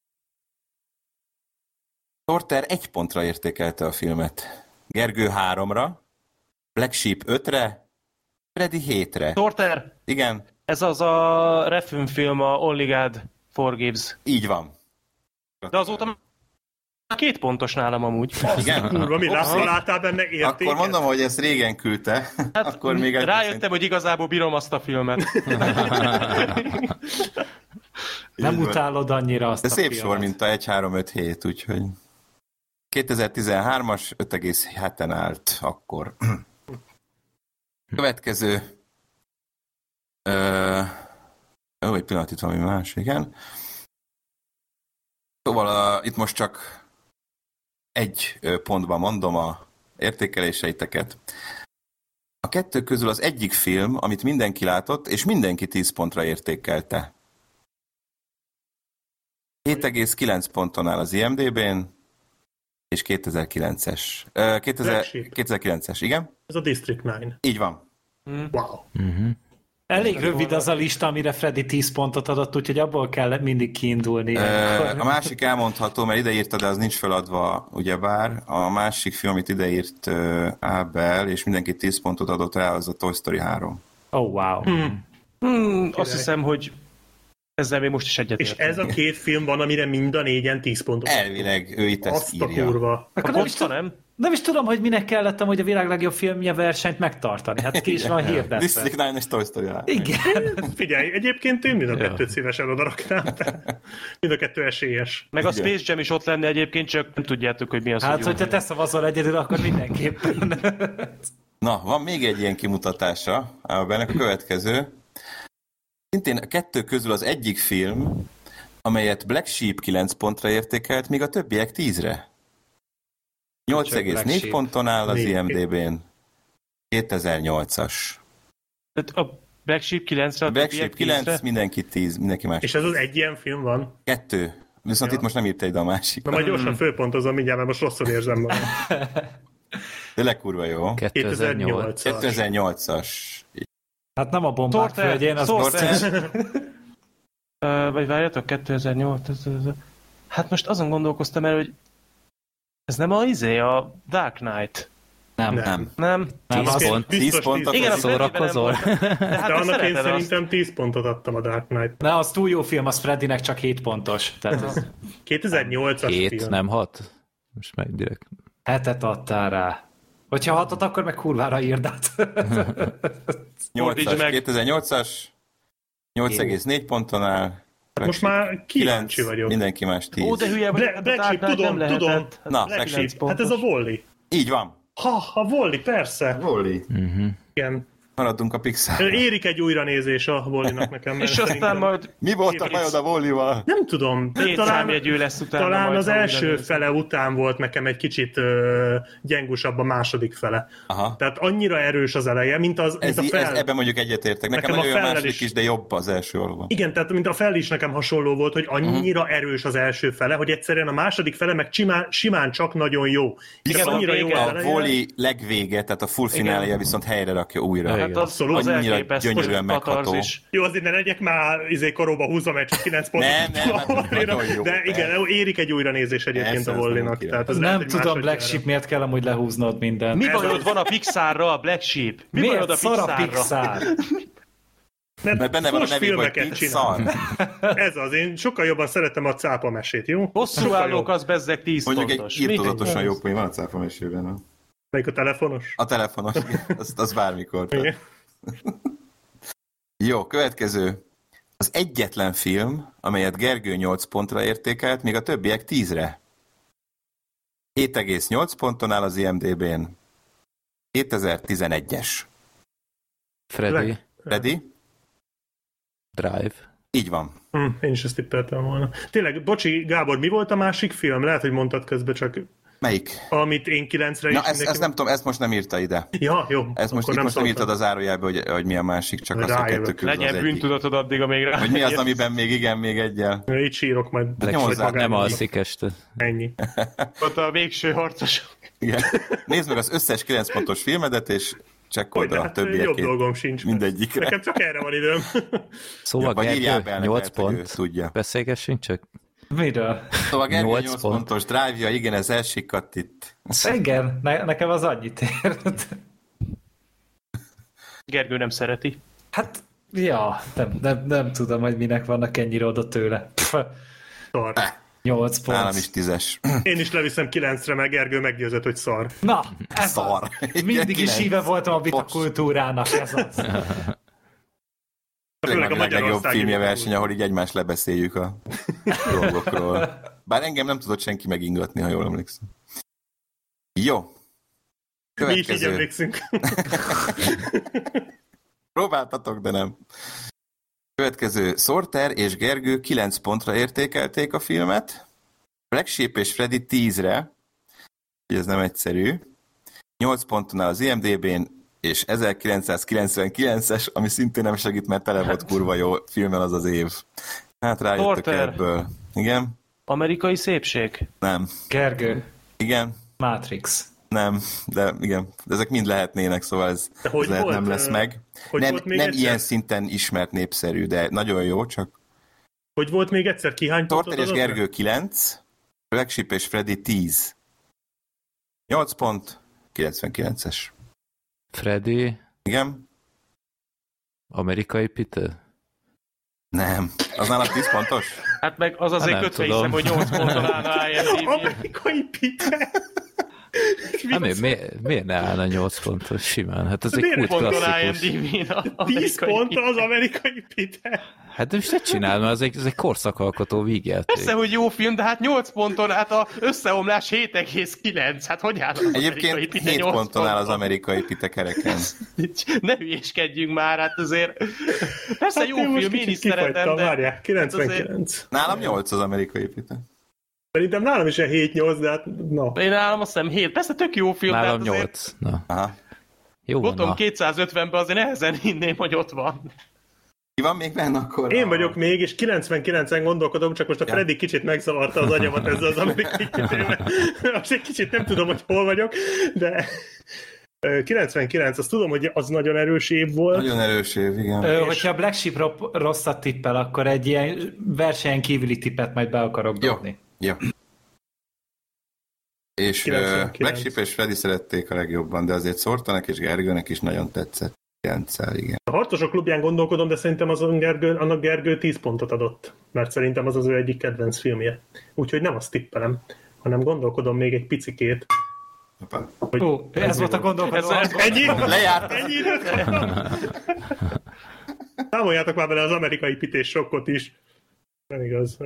Sorter 1 pontra értékelte a filmet. Gergő 3-ra, Black Sheep 5-re, Freddy 7-re. Sorter? Igen. Ez az a Refn film, a Only God Forgives. Így van. De azóta már 2 pontos nálam amúgy. Igen? Kurva, mi látál benne értéket? Akkor mondom, hogy ezt régen küldte. Hát akkor még rájöttem, hogy igazából bírom azt a filmet. Nem utálod annyira azt de a szép filmet. sor, mint a 1-3-5-7, úgyhogy 2013-as 5,7-en állt akkor. Következő egy pillanat, itt valami más, igen. Szóval itt most csak 1 pontban mondom a értékeléseiteket. A 2 közül az egyik film, amit mindenki látott, és mindenki 10 pontra értékelte. 7,9 ponton áll az IMDb-n, és 2009-es. 2009-es, igen? Ez a District 9. Így van. Wow. Elég rövid az a lista, amire Freddy 10 pontot adott, úgyhogy abból kell mindig kiindulni. A másik elmondható, mert ideírta, de az nincs feladva, ugyebár. A másik film, amit ideírt Ábel, és mindenki 10 pontot adott rá, az a Toy Story 3. Oh, wow. Azt hiszem, hogy ezzel még most is egyetértek. És ez a 2 film van, amire mind a 4-en 10 pontot. Elvileg ő itt ezt írja. Azt a kurva. Akkor nem is tudom, hogy minek kellett hogy a világ legjobb filmje versenyt megtartani. Hát ki is van hirdetve. District 9 és Toy Story 3. Igen. Figyelj, egyébként én mind a 2-t szívesen odaraknám. Mind a 2 esélyes. Meg a Space Jam is ott lenne egyébként, csak nem tudjátok, hogy mi az. Hát, hogyha te szavazol egyedül, akkor mindenképpen. Na, van még egy ilyen kimutatása, ennek a következő. Szintén a 2 közül az egyik film, amelyet Black Sheep 9 pontra értékelt, míg a többiek 10-re. 8,4 ponton áll az IMDb-n. 2008-as. Tehát a Black Sheep 9-re, a Black Sheep 9, mindenki 10, mindenki más. És ez az egy ilyen film van? 2. Viszont itt most nem írta ide a másik. Na majd gyorsan fölpontozom mindjárt, mert most rosszul érzem magam. Tényleg kurva jó. 2008-as. Hát nem a bombák földjén, az vagy várjatok, 2008. Hát most azon gondolkoztam el, hogy ez nem a Dark Knight. Nem. 10 pont, igen, szórakozol. De annak én szerintem 10 pontot adtam a Dark Knight. Na, az túl jó film, az Freddynek csak 7 pontos. Tehát ez 2008-as 7, film. nem 6? Most meg direkt. 7-et adtál rá. Hogyha 6-ot, akkor meg kurvára írd át. 2008-as, 8,4 ponton áll. Most már kíváncsi vagyok. Mindenki más 10. Ó, de hülye vagy, Black Sheep, tudom. Na, Black Sheep. Hát ez a Wall-E. Így van. A Wall-E, persze. Wall-E. Igen. Maradunk a Pixar. Érik egy újranézés a Wall-E-nak nekem. És aztán majd... Mi volt a bajod a Wall-E-val? Nem tudom. Létszámjegyű lesz utána. Talán az első fele után volt nekem egy kicsit gyengusabb a második fele. Aha. Tehát annyira erős az eleje, mint a fel. Ebben mondjuk egyetértek. Nekem a nagyon fellel második is, de jobb az első valóban. Igen, tehát mint a fel is nekem hasonló volt, hogy annyira erős az első fele, hogy egyszerűen a második fele meg simán csak nagyon jó. Igen, annyira jó az a eleje. Wall-E legvége, tehát a full fináléja viszont helyre rakja újra. Hát abszolút. Annyira gyönyörűen megható. Jó, azért ne legyek már koróba húzom, mert csak 9 pontot. Nem, de igen, érik egy újranézés egyébként a Wall-E-nak. Nem tudom, Black Sheep, miért kell amúgy lehúznod mindent. Mi bajod van a Pixarra, Black Sheep? Mi bajod a szar a Pixar? Mert benne van a nevében, hogy Pixar. Ez az, én sokkal jobban szeretem a cápa mesét, jó? Hosszú állók az bezzeg 10 mondjuk pontos. Mondjuk egy írtózatosan jó poén van a cápa mesében. Melyik a telefonos? A telefonos, az bármikor. Jó, következő. Az egyetlen film, amelyet Gergő 8 pontra értékelt, míg a többiek 10-re. 7,8 ponton áll az IMDb-n. 2011-es. Freddy. Drive. Így van. Én is ezt tippeltem volna. Tényleg, bocsi, Gábor, mi volt a másik film? Lehet, hogy mondtad közben, csak... Melyik? Amit én 9-re is... ezt nem tudom, ezt most nem írta ide. Ja, jó. Ezt most nem írtad az zárójelbe, hogy mi a másik, csak az a kettő közül az legyen bűntudatod addig, amíg rá. Hogy mi az, amiben még egyel. Itt sírok majd. Nem alszik este. Ennyi. Ott a végső harcosok. Igen. Nézd meg az összes 9 pontos filmedet, és csekkold a többiekét. Jobb dolgom sincs. Mindegyikre. Nekem csak erre van időm. Szóval Gergő, 8 pont. Beszélgessünk csak. Miről? Szóval Gergő 8 pontos drive-ja, igen, ez elsikadt itt. Igen, nekem az annyit ért. Gergő nem szereti. Hát, ja, nem tudom, hogy minek vannak ennyire oda tőle. Szar. 8 pont. Nálam is 10-es. Én is leviszem 9-re, meg Gergő meggyőzött, hogy szar. Na, ez szar. Mindig is híve voltam a vitakultúrának, ez az. Főleg a legjobb filmje verseny, ahol így egymást lebeszéljük a dolgokról. Bár engem nem tudott senki megingatni, ha jól emlékszem. Jó. Következő. Mi is így emlékszünk. Próbáltatok, de nem. Következő. Sorter és Gergő 9 pontra értékelték a filmet. Black Sheep és Freddy 10-re. Ez nem egyszerű. 8 ponton áll az IMDb-n, és 1999-es, ami szintén nem segít, mert tele volt kurva jó filmmel az az év. Hát rájöttök ebből. Igen? Amerikai szépség? Nem. Gergő. Igen? Matrix. Nem, de igen. De ezek mind lehetnének, szóval ez lehet volt, nem lesz meg. Nem ilyen szinten ismert, népszerű, de nagyon jó, csak... Hogy volt még egyszer? Ki hány pontot Sorter és Gergő 9, Black Sheep és Freddy 10. 8 pont, 99-es. Freddy. Igen? Amerikai Peter? Nem. Az nálam 10 pontos? Hát meg az azért kötve hiszem, hogy 8 ponton állna IMDb. Amerikai Peter? Hát miért ne állna 8 pontos simán? Hát ez egy kult klasszikus. 10 pont az Amerikai Peter? Hát de most ne csinál, mert ez egy korszakalkotó vígjáték. Persze, hogy jó film, de hát 8 ponton, hát a összeomlás 7,9. Hát hogy áll az Egyébként 7 ponton áll az Amerikai Peter kereken. Ne hülyéskedjünk már, hát azért... Persze hát jó film, én is szeretem, de... Várjál, 99. Nálam 8 az Amerikai Peter. Szerintem nálam is egy 7-8, de hát no. Én nálam azt hiszem 7. Persze tök jó film. Nálam 8. Na. Aha. Jó van, Bottom 250-ben azért nehezen hinném, hogy ott van. Ki van még benne akkor? Én vagyok még, és 99-en gondolkodom, csak most a Freddy kicsit megzavarta az agyamat ezzel az amerikai kitével. Most egy kicsit nem tudom, hogy hol vagyok, de 99, azt tudom, hogy az nagyon erős év volt. Nagyon erős év, igen. Hogyha a Black Sheep rosszat tippel, akkor egy ilyen versenyen kívüli tippet majd be akarok dobni. Jó. És 99. Black Sheep és Freddy szerették a legjobban, de azért Szortanak és Gergőnek is nagyon tetszett. 9-szel, igen. A Harcosok klubján gondolkodom, de szerintem annak Gergő 10 pontot adott, mert szerintem az az ő egyik kedvenc filmje. Úgyhogy nem azt tippelem, hanem gondolkodom még egy picikét. Ez volt a gondolkodó. Ennyi? Lejárt. Ennyi időt kaptam? Számoljátok már bele az amerikai pités sokkot is. Nem igaz.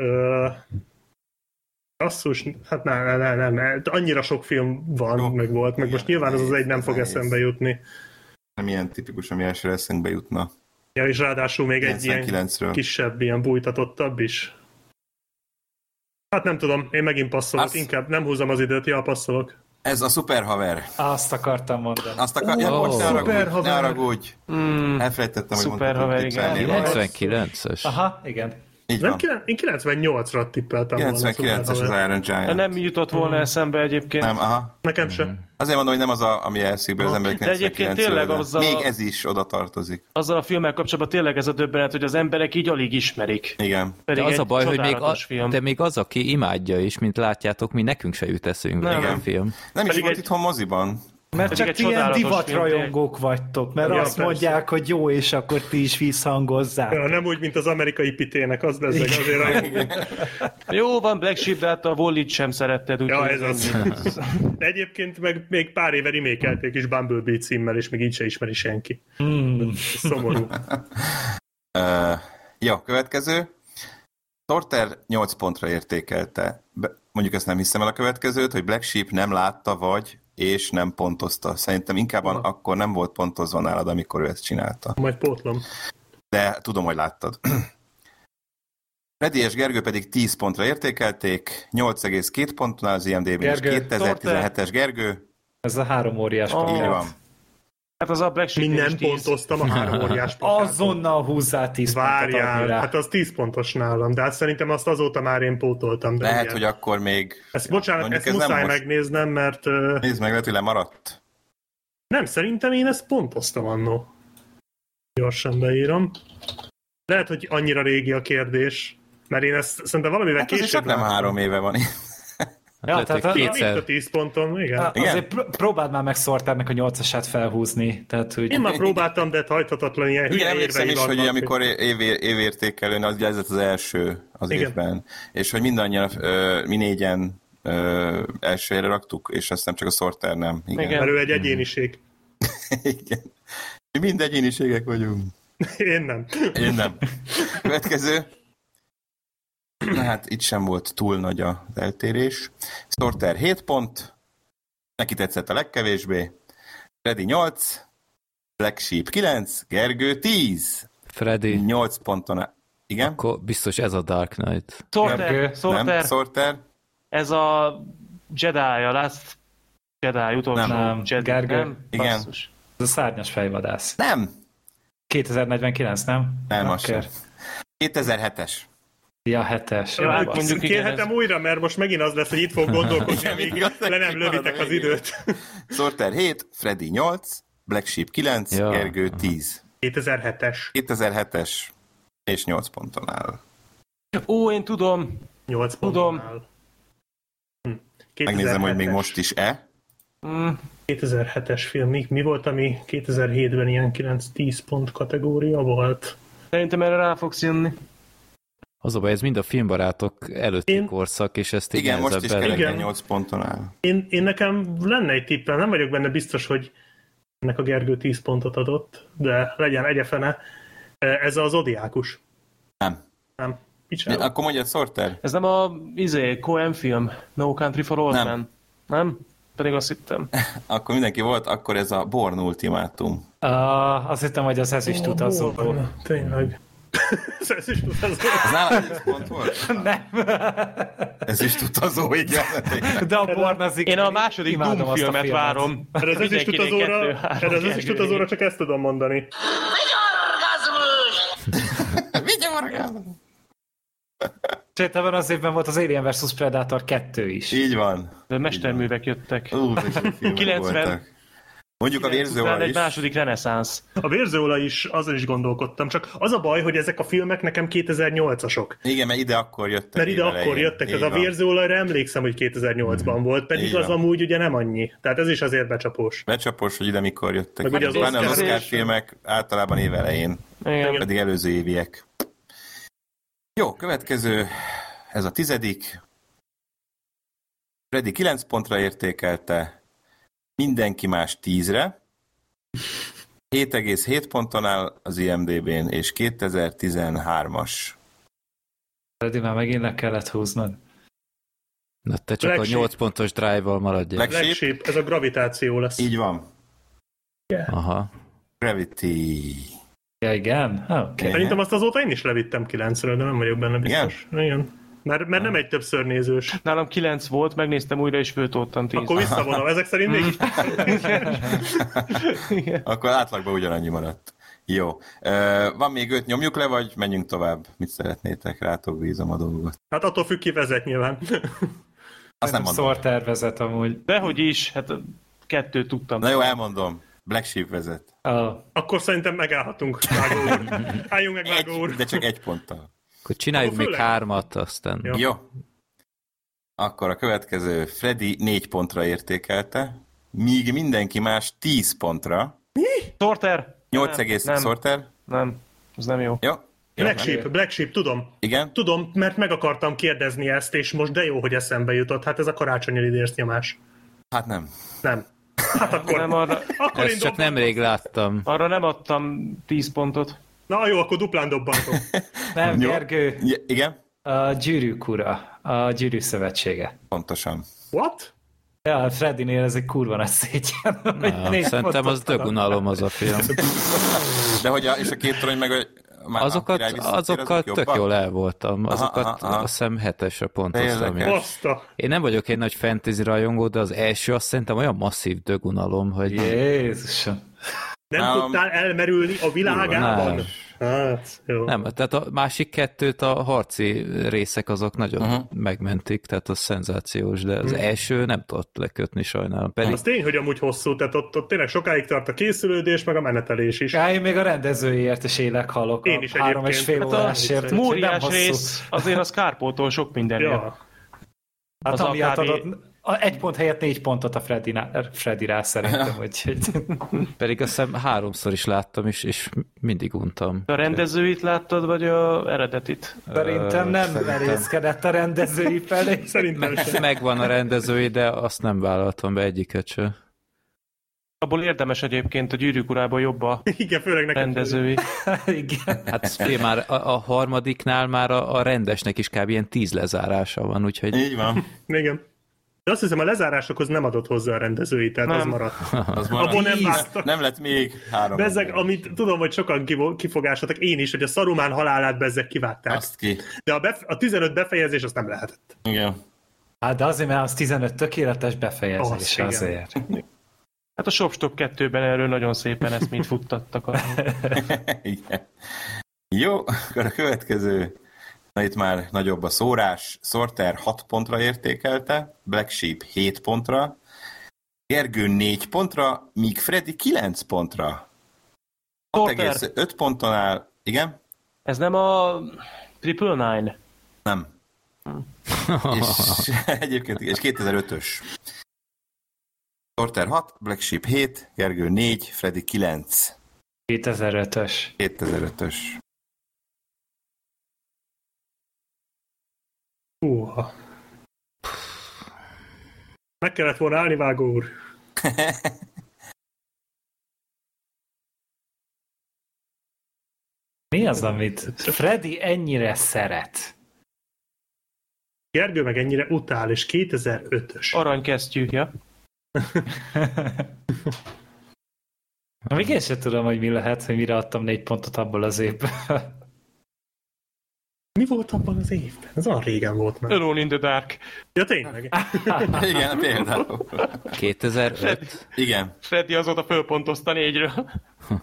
Asszus, hát nem. Annyira sok film van, meg volt, meg most nyilván az egy nem fog eszembe jutni. Nem ilyen tipikus, ami elsőre eszünkbe jutna. Ja, és ráadásul még egy ilyen 99-ről. kisebb, ilyen bújtatottabb is. Hát nem tudom, én megint passzolok, inkább nem húzom az időt, ja, passzolok. Ez a Szuperhaver. Azt akartam mondani. Ne haragudj. Elfelejtettem, hogy Szuperhaver, igen. 99-es. Aha, igen. Nem, én 98-ra tippeltem 99-es az Iron Giant. Nem jutott volna eszembe egyébként. Nem, aha. Nekem sem. Azért mondom, hogy nem az, ami elszívbe az emberek 99-ről. Még ez is oda tartozik. Azzal a filmmel kapcsolatban tényleg ez a döbbenet, hogy az emberek így alig ismerik. Igen. De az a baj, hogy még az, aki imádja is, mint látjátok, mi nekünk se jut eszünkbe a film. Nem is volt itthon moziban. Mert csak ilyen divatrajongók vagytok, mert azt mondják, hogy jó, és akkor ti is visszhangozzák. Ja, nem úgy, mint az amerikai pitének, az lesz azért. Jó van, Black Sheep, de hát a Wall-E-t sem szeretted. Ja, ez az. De egyébként meg még pár éve remékelték is Bumblebee címmel, és még így se ismeri senki. Szomorú. Jó, következő. Sorter 8 pontra értékelte. Mondjuk ezt nem hiszem el a következőt, hogy Black Sheep nem látta és nem pontozta. Szerintem inkább akkor nem volt pontozva nálad, amikor ő ezt csinálta. Majd pótlom. De tudom, hogy láttad. Freddy és Gergő pedig 10 pontra értékelték, 8,2 pontnál az IMDb-n, és 2017-es Gergő. Ez a 3 óriás Így van. Hát az a Black Sheep nem pontoztam a 3 óriás plakátot. Azonnal húzzál 10 Várjál, pontot. hát az 10 pontos nálam, de hát szerintem azt azóta már én pótoltam. De lehet, igen. Hogy akkor még... Bocsánat, ezt muszáj megnéznem, mert... Nézd meg, lehet, hogy lemaradt. Nem, szerintem én ezt pontoztam annó. Gyorsan beírom. Lehet, hogy annyira régi a kérdés, mert én ezt szerintem valamivel később... csak nem 3 éve van. Ja, tehát itt a 10 ponton, igen. Azért próbáld már meg Sorternek a 8-asát felhúzni. Tehát, hogy... Én már próbáltam, de hajthatatlan ilyen hülye érvei emlékszem is, hogy amikor évértékelőn az az első az igen. évben, és hogy mindannyian, mi négyen elsőre raktuk, és aztán csak a Sorter nem. Igen. Mert ő egy egyéniség. Igen. Mi mind egyéniségek vagyunk. Én nem. Következő. Na hát itt sem volt túl nagy az eltérés. Sorter 7 pont, neki tetszett a legkevésbé. Freddy 8, Black Sheep 9, Gergő 10. Freddy 8 ponton. Igen? Akkor biztos ez a Dark Knight. Nem, Sorter. Ez a Jedi, a Last Jedi, utolsó nem. Jedi. Gergő. Nem? Igen. Basszus. Ez a szárnyas fejvadász. Nem. 2049, nem? Nem, az sem. 2007-es. Ja, 7-es. Ja, mondjuk kérhetem újra, mert most megint az lesz, hogy itt fog gondolkodni, amíg le nem lövitek az időt. Sorter 7, Freddy 8, Black Sheep 9, Gergő 10. 2007-es. 2007-es, és 8 ponton áll. Ó, én tudom. 8 ponton áll. Megnézem, hogy még most is-e. 2007-es film. Mi volt, ami 2007-ben ilyen 9-10 pont kategória volt? Szerintem erre rá fogsz jönni. Az a baj, ez mind a filmbarátok előtti korszak, és ezt így igen, most is kereken 8 ponton áll. Én nekem lenne egy tippem, nem vagyok benne biztos, hogy ennek a Gergő 10 pontot adott, de legyen egyefene. Ez az Zodiákus. Nem. Akkor mondjad, Sorter. Ez nem a Coen film? No Country for Old Men? Nem? Pedig azt hittem. Akkor mindenki volt, akkor ez a Bourne Ultimátum. Azt hittem, hogy az ezüst utazó. Tényleg. Ez ezüstutazó. Ez nálam 10 pont volt? Nem. Ezüstutazó, igen. De a Bornazik... Én a második Doom filmet várom. Erre az ezüstutazóra csak ezt tudom mondani. Sőt, ebben az évben volt az Alien vs. Predator 2 is. Így van. De mesterművek jöttek. 90. Voltak. Mondjuk a vérzőolaj egy második reneszánsz. A vérzőolaj is, azon is gondolkodtam, csak az a baj, hogy ezek a filmek nekem 2008-asok. Igen, mert ide akkor jöttek. Mert ide akkor jöttek, tehát a vérzőolajra emlékszem, hogy 2008-ban volt, pedig az amúgy ugye nem annyi. Tehát ez is azért becsapós. Becsapós, hogy ide mikor jöttek. Meg ugye az Oscar filmek általában évelején, pedig előző éviek. Jó, következő, ez a 10. Freddy 9 pontra értékelte, mindenki más 10-re, 7,7 ponton áll az IMDb-n, és 2013-as. Freddy, már megint le kellett húznod. Na te csak Black a 8 pontos drive-val maradjál. Black Sheep, ez a gravitáció lesz. Így van. Yeah. Aha. Gravity. Ja, igen? Okay. Szerintem azt azóta én is levittem 9-ről, de nem vagyok benne biztos. Igen. Mert nem egy többször nézős. Nálam 9 volt, megnéztem újra, és föltoltam 10. Akkor visszavonom, ezek szerint mégis. Akkor átlagban ugyanannyi maradt. Jó. Van még 5, nyomjuk le, vagy menjünk tovább? Mit szeretnétek? Rátok bízom a dolgot. Hát attól függ, ki vezet nyilván. Azt nem mondom. Szortervezet amúgy. Dehogy is, hát 2 tudtam. Na jó, elmondom. Black Sheep vezet. Akkor szerintem megállhatunk, Vágó úr. Álljunk meg, Vágó úr. De csak 1 ponttal. Akkor csináljuk még 3-at, aztán... Jó. Akkor a következő Freddy 4 pontra értékelte, míg mindenki más 10 pontra. Mi? Sorter? 8,1 Sorter? Nem, ez nem jó. Jó. Black Sheep, tudom. Igen? Tudom, mert meg akartam kérdezni ezt, és most de jó, hogy eszembe jutott. Hát ez a karácsonyi lidérc nyomás. Hát nem. Nem. Hát akkor... Nem arra... akkor ezt csak nemrég láttam. Arra nem adtam 10 pontot. Na jó, akkor duplán dobbantok. Nem, Gergő. Igen? A Gyűrűk ura, a Gyűrűk szövetsége. Pontosan. What? Ja, Freddynél ez egy kurva nagy szégyen. Szerintem az dögunalom az a film. De hogy és a 2 torony meg azokkal tök jól el voltam. Azokat azt hiszem 7-esre pontoztam. Én nem vagyok egy nagy fantasy rajongó, de az első azt szerintem olyan masszív dögunalom, hogy... Jézusom. Nem tudtál elmerülni a világában? Hát, jó. Nem, tehát a másik 2-t a harci részek azok nagyon megmentik, tehát az szenzációs, de az első nem tudott lekötni sajnálom. Pedig... Az tény, hogy amúgy hosszú, tehát ott tényleg sokáig tart a készülődés, meg a menetelés is. Én még a rendezőért is élek halok. Én is 3,5 órásért. Múltjás rész azért a Scarpótól sok mindenért. Ja. Hát amiatt adott... 1 pont helyett 4 pontot a Freddy rá szerintem, úgyhogy... Pedig azt hiszem 3-szor is láttam, és mindig untam. A rendezőit láttad, vagy a eredetit? Szerintem nem merészkedett a rendezői felé. Szerintem megvan a rendezői, de azt nem vállaltam be egyiket se. Abból érdemes egyébként, a Gyűrűk urában jobb a igen, főleg nekem rendezői. Igen. Hát már a harmadiknál már a rendesnek is kb. Ilyen 10 lezárása van, úgyhogy... Így van. Igen. De azt hiszem, a lezárásokhoz nem adott hozzá a rendezői, tehát nem. Az maradt. Az maradt. Nem lett még 3. Bezzeg, amit tudom, hogy sokan kifogásoltak, én is, hogy a Saruman halálát bezzeg kivágták. Azt ki. De a 15 befejezés azt nem lehetett. Igen. Hát de azért, mert az 15 tökéletes befejezés azért. Hát a Shopstop 2-ben erről nagyon szépen ezt mind futtattak. Igen. Jó, akkor a következő. Na itt már nagyobb a szórás. Sorter 6 pontra értékelte, Black Sheep 7 pontra, Gergő 4 pontra, míg Freddy 9 pontra. 6,5 ponton áll. Igen? Ez nem a 999? Nem. És egyébként és 2005-ös. Sorter 6, Black Sheep 7, Gergő 4, Freddy 9. 2005-ös. 2005-ös. Meg kellett volna állni, Vágó úr. Mi az, amit Freddy ennyire szeret? Gergő meg ennyire utál, és 2005-ös. Aranykesztyűje. Még én sem tudom, hogy mi lehet, hogy mire adtam 4 pontot abból az évből. Mi volt abban az évben? Ez olyan régen volt már. Alone in the Dark. Ja, tényleg? Igen, például. 2005? Igen. Freddy azóta fölpontozta 4-ről.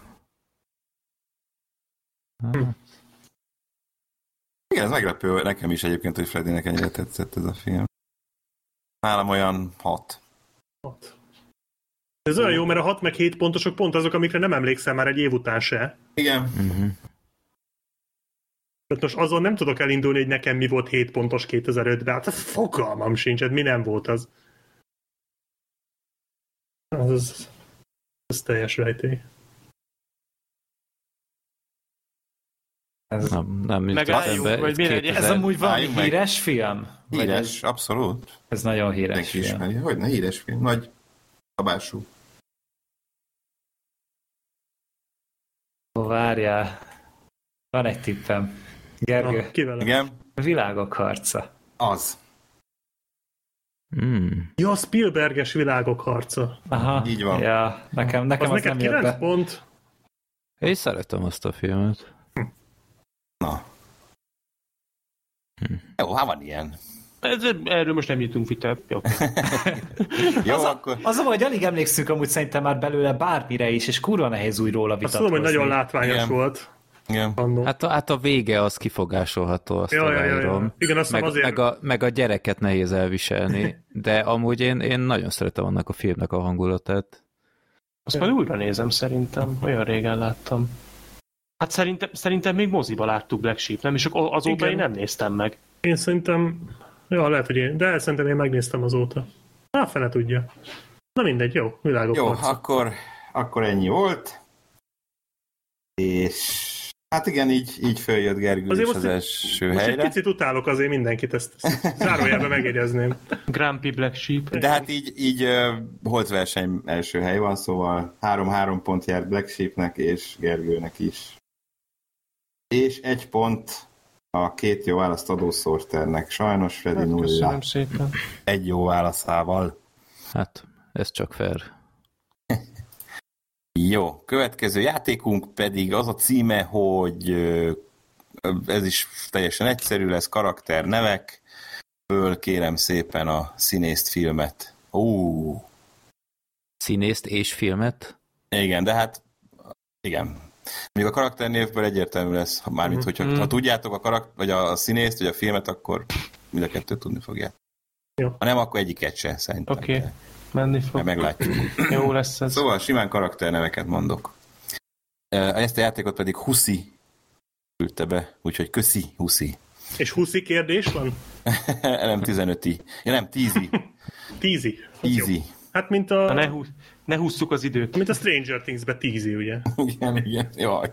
Igen, ez meglepő nekem is egyébként, hogy Freddynek ennyire tetszett ez a film. Nálam olyan 6. 6. Ez olyan jó, mert a 6 meg 7 pontosok pont azok, amikre nem emlékszem már egy év után se. Igen. Tehát most azon nem tudok elindulni, hogy nekem mi volt 7 pontos 2005-ben. Hát fogalmam sincs, hát mi nem volt az. Ez teljes rejtély. Ez, nem megálljuk, vagy mi legyen? ez amúgy valami Álljunk meg. híres film? Híres, abszolút. Ez nagyon híres film. Ismeri. Hogyne, híres film. Nagy szabású. Várjál. Van egy tippem. Gergő. Na, kivel? Igen? A Világok harca. Az. Ja, Spielberges Világok harca. Aha. Így van. Ja, nekem Az az neked nem jött 9 be. pont. Én szeretem azt a filmet. Na. Jó, hát van ilyen. Erről most nem jutunk vitát. Jó. Jó, akkor... Az a baj, hogy alig emlékszünk amúgy szerintem már belőle bármire is, és kurva nehéz úgy róla Azt vitatkozni. tudom, hogy nagyon látványos Igen. volt. Igen. Annó. Hát a vége az kifogásolható, azt aláírom. Igen, azt Meg, azért... meg a gyereket nehéz elviselni, de amúgy én nagyon szeretem annak a filmnek a hangulatát. Azt majd újra nézem szerintem. Olyan régen láttam. Hát szerintem még moziba láttuk Black Sheep, nem? És azóta Igen. én nem néztem meg. Én szerintem... Ja, lehet, hogy én... De szerintem én megnéztem azóta. Fene tudja. Na mindegy, jó. Világok Jó, harca. akkor ennyi volt. És hát igen, így följött Gergő Azért is most az első Most egy helyre. picit utálok azért mindenkit, ezt zárójelben megjegyezném. Grumpy Black Sheep. De hát így Holt verseny első hely van, szóval 3-3 pont járt Black Sheepnek és Gergőnek is. És 1 pont a 2 jó választ adó Sorternek. Sajnos Freddy Hát, 0. köszönöm szépen. 1 jó válaszával. Hát, ez csak fair. Jó, következő játékunk pedig az a címe, hogy ez is teljesen egyszerű lesz, karakternevek. Föl kérem szépen a színészt, filmet. Színészt és filmet? Igen, de hát igen. Még a karakternévből egyértelmű lesz, mármint, hogyha ha tudjátok vagy a színészt, vagy a filmet, akkor mind a kettőt tudni fogják. Jó. Ha nem, akkor egyiket se, szerintem. Oké. Menni fog. Meglátjuk. Jó lesz ez. Szóval simán karakterneveket mondok. Ezt a játékot pedig Huszi küldte be, úgyhogy köszi, Huszi. És 20 kérdés van? Nem 15-i. Ja nem, 10-i. 10-i. Easy. Hát mint a... Ne hússzuk az időt. Mint a Stranger Things-be 10-i, ugye? Igen. Jaj.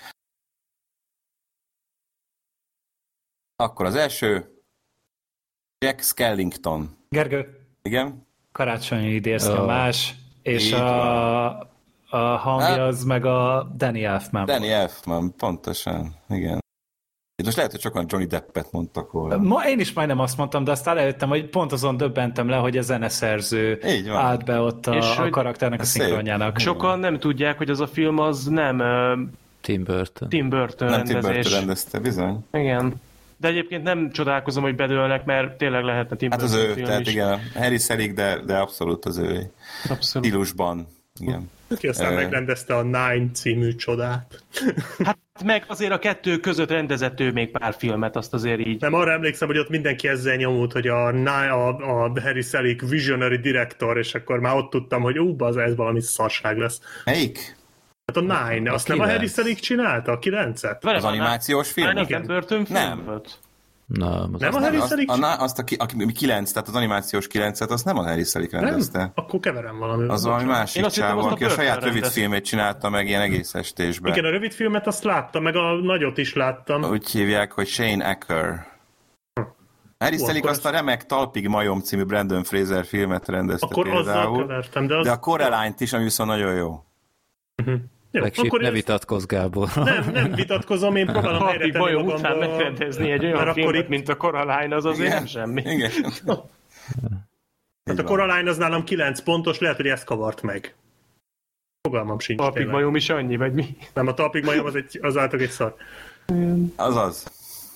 Akkor az első. Jack Skellington. Gergő, Igen? karácsonyi idézke más, és Így a hangja az meg a Danny Elfman. Danny Elfman, pontosan. Igen. Itt most lehet, hogy sokan Johnny Deppet mondtak volna. Én is majdnem azt mondtam, de aztán előttem, hogy pont azon döbbentem le, hogy a zeneszerző állt be ott a karakternek a szinkronjának. Sokan nem tudják, hogy az a film az nem Tim Burton. Tim Burton Nem Tim rendezés. Burton rendezte, bizony. Igen. De egyébként nem csodálkozom, hogy bedőlnek, mert tényleg lehetne Tim Hát az Burton ő, film tehát is. igen, Harry Selig, de abszolút az ő Abszolút. stílusban. Igen. Ki aztán megrendezte a Nine című csodát. Hát meg azért a kettő között rendezett ő még pár filmet, azt azért így. Nem, arra emlékszem, hogy ott mindenki ezzel nyomult, hogy a Harry Selig Visionary Director, és akkor már ott tudtam, hogy ez valami szarság lesz. Melyik? Hát a Nine, azt nem a Harry Selig csinálta? A 9-et? Az animációs film? Nem, Tim Burton film Nem. volt. Nem, Nem a Harry Selig csinálta? Azt a 9, tehát az animációs 9-et, azt nem a Harry Selig rendezte. Nem? Akkor keverem valami. Az valami másik azt hittem, csávó, azt a aki a saját Burton rövid rendezte. filmét csinálta meg ilyen egész estésben. Igen, a rövid filmet azt láttam, meg a nagyot is láttam. Úgy hívják, hogy Shane Acker. Harry Selig akkor azt a remek Talpig Majom című Brandon Fraser filmet rendezte Akkor azzal például. kevertem, de az... De a Coraline-t is, ami viszont nagyon jó. Jó, Legszép, akkor ne vitatkozz, Gábor. Nem vitatkozom, én próbálom helyre Harpig tenni bajom magamba. után megrendezni egy olyan Mert akkor filmet, itt- mint a Coraline, az azért nem semmi. Igen. Hát a Coraline az nálam 9 pontos, lehet, hogy ezt kavart meg. Fogalmam sincs. Harpig tényleg. bajom is annyi, vagy mi? Nem, a talpig majom az általában egy szar. Azaz.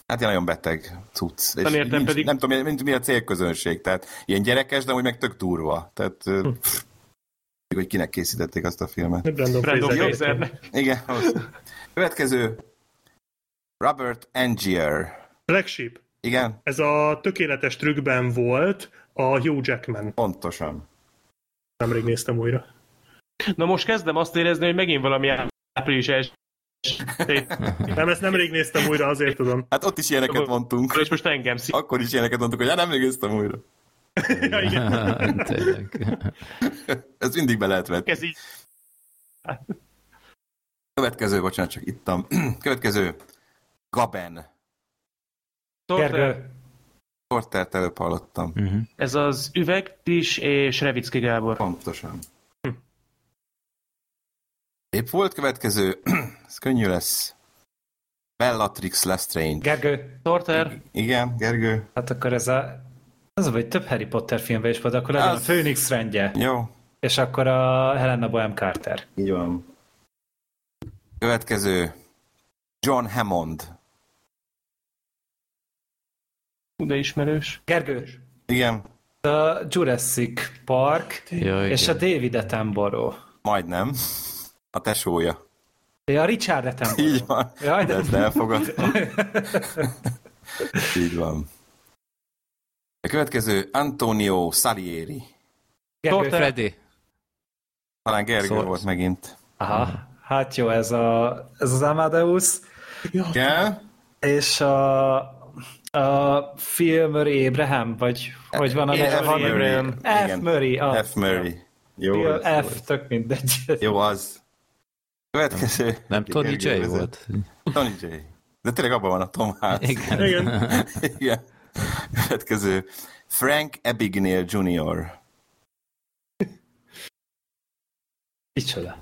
Hát ilyen nagyon beteg cucc. Nem értem nincs, pedig... Nem tudom, mi a célközönség. Tehát ilyen gyerekes, de úgy meg tök durva. Tehát, hogy kinek készítették azt a filmet. Brandon Frasernek. Igen. Következő. Robert Angier. Black Sheep. Igen. Ez a tökéletes trükkben volt a Hugh Jackman. Pontosan. Nemrég néztem újra. Na most kezdem azt érezni, hogy megint valami április első. Nem, ezt nemrég néztem újra, azért tudom. Hát ott is ilyeneket mondtunk. És most engem Akkor is ilyeneket mondtuk, hogy nem néztem újra. Ja, igen. Ez mindig be lehet vetni. Ez így. Következő, bocsánat, csak ittam. Következő. Gaben. Gergő. Sortert előbb hallottam. Ez az Üvegtis és Revicki Gábor. Pontosan. Épp volt következő. Ez könnyű lesz. Bellatrix Lestrange. Gergő. Sorter. Igen, Gergő. Hát akkor ez vagy több Harry Potter filmben is volt, akkor legyen a Főnix rendje. Jó. És akkor a Helena Bonham Carter. Így van. Következő. John Hammond. De ismerős. Gergő. Igen. A Jurassic Park és a David Attenborough. Majdnem. A tesója. Ja, Richard Attenborough. Így van. Jaj, de ezt elfogadtam. Így van. A következő Antonio Salieri. Gergő. Freddy. Talán Gergő volt megint. Aha. Hát jó, ez az Amadeus. Igen. És a Phil Murray Abraham, vagy hogy van a neve? F. Murray. F. Murray. Jó. F, tök mindegy. Jó, az. Következő. Nem Tony J volt? Tony J. De tényleg abban van a Tom Hanks. Igen. Következő. Frank Abagnale Jr. Micsoda?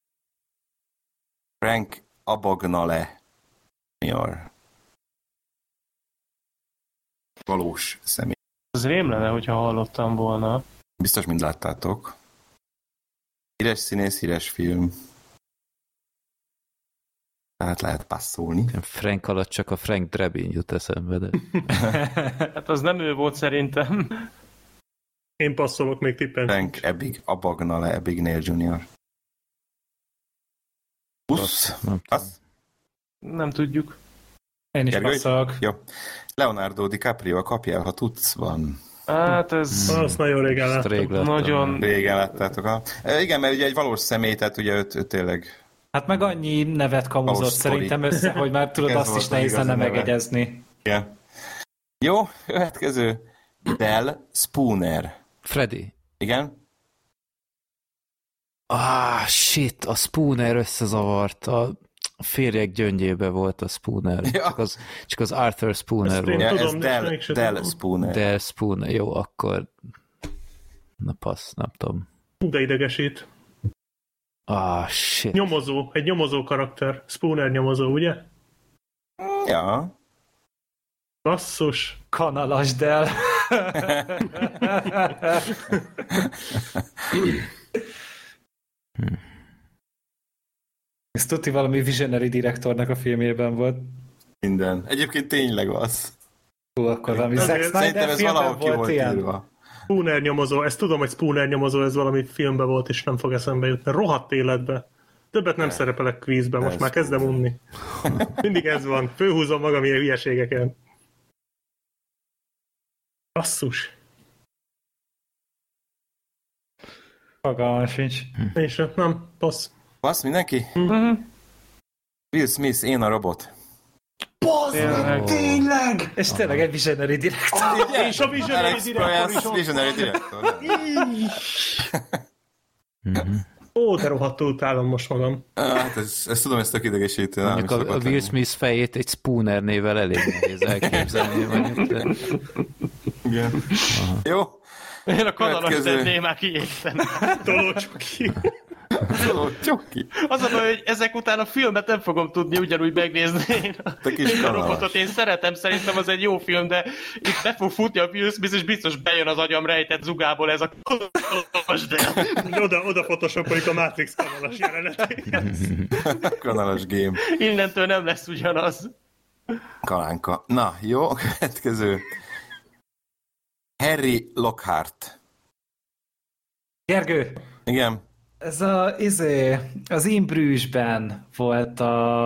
Frank Abagnale Jr. Valós személy. Az rém lenne, hogyha hallottam volna. Biztos mind láttátok. Híres színész, híres film. Tehát lehet passzolni. Frank alatt csak a Frank Drebin jut eszembe, de... Hát az nem ő volt szerintem. Én passzolok még tippen. Frank Abagnale Abagnale Jr. Busz? Nem tudjuk. Én is passzolok. Jó. Leonardo DiCaprio, kapjál, ha tudsz, van. Hát ez... Azt nagyon régen láttam. Nagyon... Régen láttátok. Igen, mert ugye egy valós személy, tehát ugye ő tényleg... Hát meg annyi nevet kamuzott szerintem össze, hogy már tudod, azt is nehéz lenne megegyezni. Igen. Jó, következő. Del Spooner. Freddy. Igen? Shit, a Spooner összezavart. A férjek gyöngyébe volt a Spooner. Ja. Csak az Arthur Spooner volt. Ja, ez Del Spooner. Del Spooner, jó, akkor... Na passz, nem tudom. De idegesít. Shit. Nyomozó, egy nyomozó karakter. Spooner nyomozó, ugye? Ja. Basszus. Kanalas Del. Ez tuti valami Visionary direktornak a filmjében volt. Minden. Egyébként tényleg az. Akkor valami Zack Snyder filmben volt ilyen. Írva. Spooner nyomozó, ezt tudom, hogy Spooner nyomozó, ez valami filmben volt, és nem fog eszembe jutni. Rohadt életbe. Többet nem szerepelek kvízben, most már kezdem unni. Mindig ez van. Főhúzom magam ilyen hülyeségeken. Basszus. Fogalmam sincs. És nem, passz. Passz mindenki? Will Smith, én a robot. Tényleg! És tényleg egy Visionary direktor. És a Visionary direktor is. Visionary direktor. Ó, de rohadtul utálom most magam. Hát ezt tudom, ezt tök idegesítő. Mondjuk a Will Smith fejét egy Spooner névvel elég nehéz elképzelni. Igen. Jó. Én a kanalas tenném már kiégtem. Tolócsoki. Az a baj, hogy ezek után a filmet nem fogom tudni ugyanúgy megnézni. A robotot én szeretem, szerintem az egy jó film, de itt be fog futni a Will Smith, és biztos bejön az agyam rejtett zugából ez a kanalas Del. Oda photoshopoljuk a Matrix kanalas jelenetéhez. Kanalas game. Innentől nem lesz ugyanaz. Kalánka. Na, jó, következő. Harry Lockhart. Gergő! Igen. Ez az Imbrüsben volt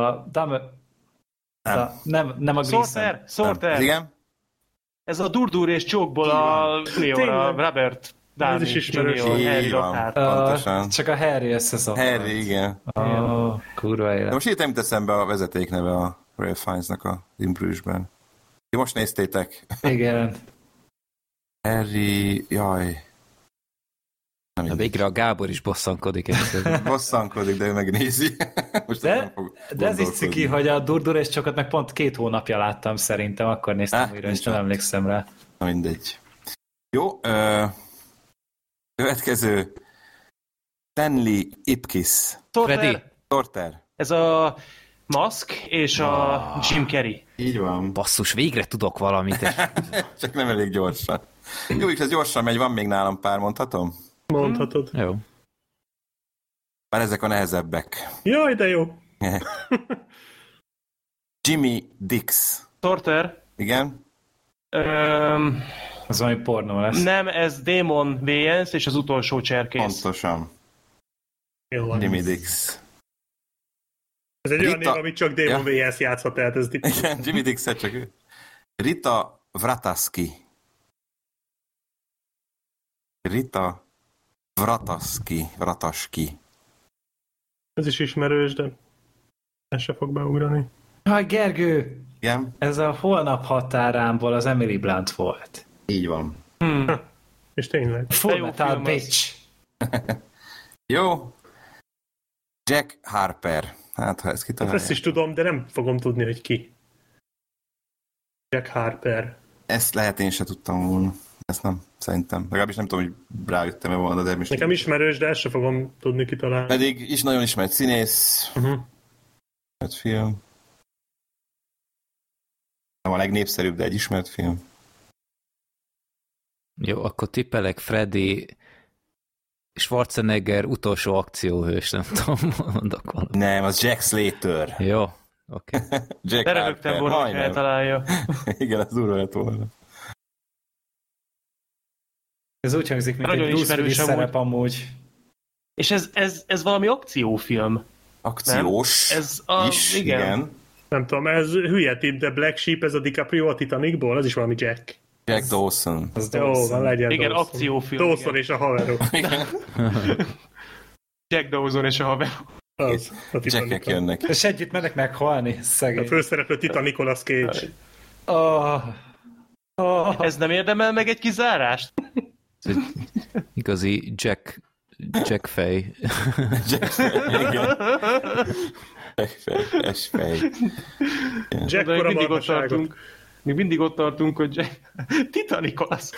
nem a Gleason. Sorter. Igen? Ez a Durdur és Csókból a junior, a Robert Downey Ez is ismerős. Jr. Harry Így van, Lockhart. pontosan. Csak a Harry összeszokott. Harry, igen. Kurva De élet. most itt nem jut eszembe a vezetékneve a Ralph Fiennes-nak a Imbrüsben. Ti most néztétek? Igen. Harry, jaj. De végre a Gábor is bosszankodik egyszer. Bosszankodik, de ő megnézi. Most nem fog De ez is gondolkodni. ciki, hogy a Durdur és Csokot meg pont 2 hónapja láttam szerintem, akkor néztem újra, és nem emlékszem rá. Na mindegy. Jó, következő. Stanley Ipkiss. Freddy. Sorter. Ez a Musk és a Jim Carrey. Így van. Basszus, végre tudok valamit. Csak nem elég gyorsan. Jó, és ez gyorsan megy, van még nálam pár, mondhatom? Mondhatod. Jó. Már ezek a nehezebbek. Jaj, de jó. Jimmy Dix. Sorter. Igen? Az valami pornó lesz. Nem, ez Damon Wayans és az utolsó cserkész. Pontosan. Jó van. Jimmy Dix. Ez egy olyan Rita- név, amit csak Damon Wayans játszhat, tehát ez itt. Igen, Jimmy Dix csak ő. Rita Vrataski. Rita Vrataski. Ez is ismerős, de ez se fog beugrani. Ha, Gergő! Igen? Ez a Holnap határámból az Emily Blunt volt. Így van. És tényleg. Full jó Metal film az. Bitch! Jó. Jack Harper. Hát, ha ezt Hát kitalálják. ezt is tudom, de nem fogom tudni, hogy ki. Jack Harper. Ezt lehet én se tudtam volna. Ezt nem, szerintem. Legalábbis nem tudom, hogy rájöttem-e volna, de most... Nekem ismerős, de ezt se fogom tudni kitalálni. Pedig is nagyon ismert színész. Ismert film. Nem a legnépszerűbb, de egy ismert film. Jó, akkor tippelek Freddy Schwarzenegger utolsó akcióhős, nem tudom, mondok valamit. Nem, az Jack Slater. Jó, oké. Jack Berögtem Harper. volna, hogy Majdnem. eltalálja. Igen, az durva lett volna. Ez úgy hangzik, mint Nagyon egy Bruce ismerős Willis amúgy. szerep amúgy. És ez valami akciófilm. Akciós Ez a- is, igen. igen. Nem tudom, ez hülye tipp, de Black Sheep, ez a DiCaprio a Titanicból, az is valami Jack. Jack Dawson. Az Jó, Dawson. van, legyen Igen, Dawson. akciófilm, Dawson igen. és a haverok. Jack Dawson és a haver. Az, a Jackek Titanicon. jönnek. És együtt mennek meghalni, A szegény. főszereplő Titan Nicolas Cage. Ez nem érdemel meg egy kizárást? Ez egy igazi Jack fej. Jack igen. Esfej. Jack De még mindig ott korabarmaságot. tartunk. Még mindig ott tartunk, hogy Titanic.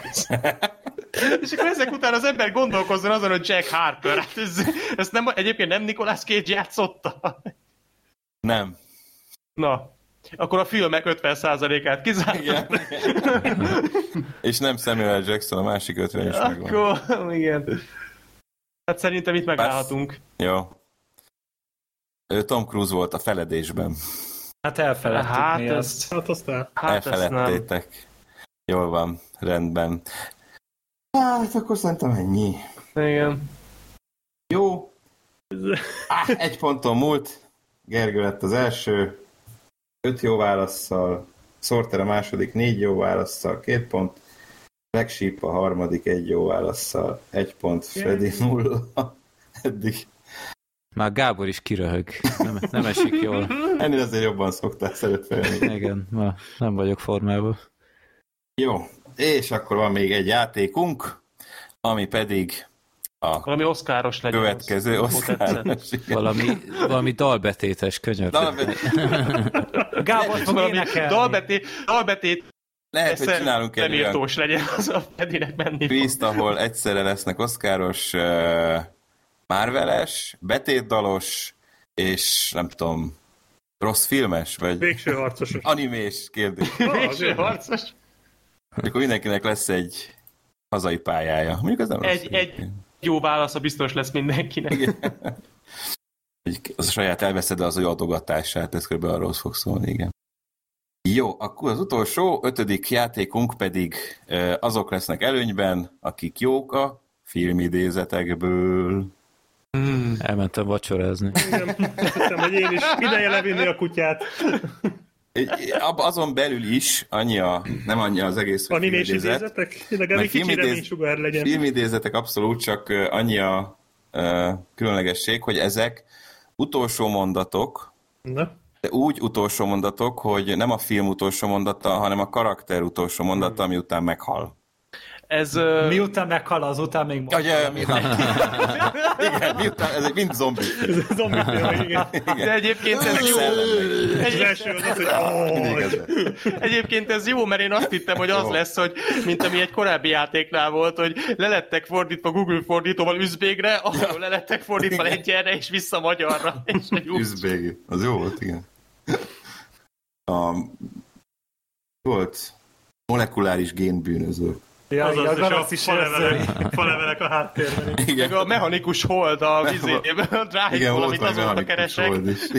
És akkor ezek után az ember gondolkozzon azon, hogy Jack Harper. Hát ezt nem, egyébként nem Nicolas Cage játszotta. Nem. Na, akkor a filmek 50%-át kizártam. Igen. És nem Samuel Jackson, a másik 50 is megvan. Akkor, igen. Hát szerintem itt megállhatunk. Jó. Ő Tom Cruise volt a Feledésben. Hát elfeledtük Hát mi ez- azt. Hát aztán. Hát ezt nem. Elfeledtétek. Jól van, rendben. Hát akkor szerintem ennyi. Igen. Jó. 1 ponton múlt. Gergő lett az első. 5 jó válasszal. Sorter a második 4 jó válasszal. 2 pont. Black Sheep a harmadik 1 jó válasszal. 1 pont. Freddy 0. Eddig. Már Gábor is kiröhög. Nem esik jól. Ennél azért jobban szoktál szerepelni. Igen, ma nem vagyok formában. Jó. És akkor van még egy játékunk, ami pedig a Valami oszkáros legyen. következő az. oszkáros. Valami dalbetétes könyör. Gábor fog énekelni. Dalbetét Lehet, hogy csinálunk egy nem olyan írtós legyen, az a Fedinek menni. kvízt, ahol egyszerre lesznek oszkáros, Marveles, betétdalos, és nem tudom, rossz filmes, vagy Végső harcos. animés kérdés. Végső harcos. Akkor mindenkinek lesz egy hazai pályája. Mondjuk ez nem rossz. Egy jó válasza biztos lesz mindenkinek. Az a saját elveszed az ő adogatását, ez kb. Arról fog szólni, igen. Jó, akkor az utolsó, 5. játékunk pedig azok lesznek előnyben, akik jók a filmidézetekből. Elmentem vacsorázni. Igen, hiszem, hogy én is ideje levinni a kutyát. Azon belül is nem annyi az egész, hogy Animés idézetek? Legalább kicsi reménysugár legyen. Filmidézetek abszolút, csak annyi a különlegesség, hogy ezek utolsó mondatok, de úgy utolsó mondatok, hogy nem a film utolsó mondata, hanem a karakter utolsó mondata, ami után meghal. Ez, miután meghal, azután még mondta. Igen, miután, ez mind zombi. Ez zombi film, igen. De egyébként ez jó. Egyébként ez jó, mert én azt hittem, hogy az lesz, hogy mint ami egy korábbi játéknál volt, hogy lelettek fordítva Google fordítóval üzbégre, ahol lelettek fordítva lengyelre és vissza magyarra. Üzbég. Az jó volt, igen. Volt molekuláris génbűnöző. Ja, azaz is a falevelek a háttérben. Igen. A mechanikus hold a dráhiből, amit azóta keresek.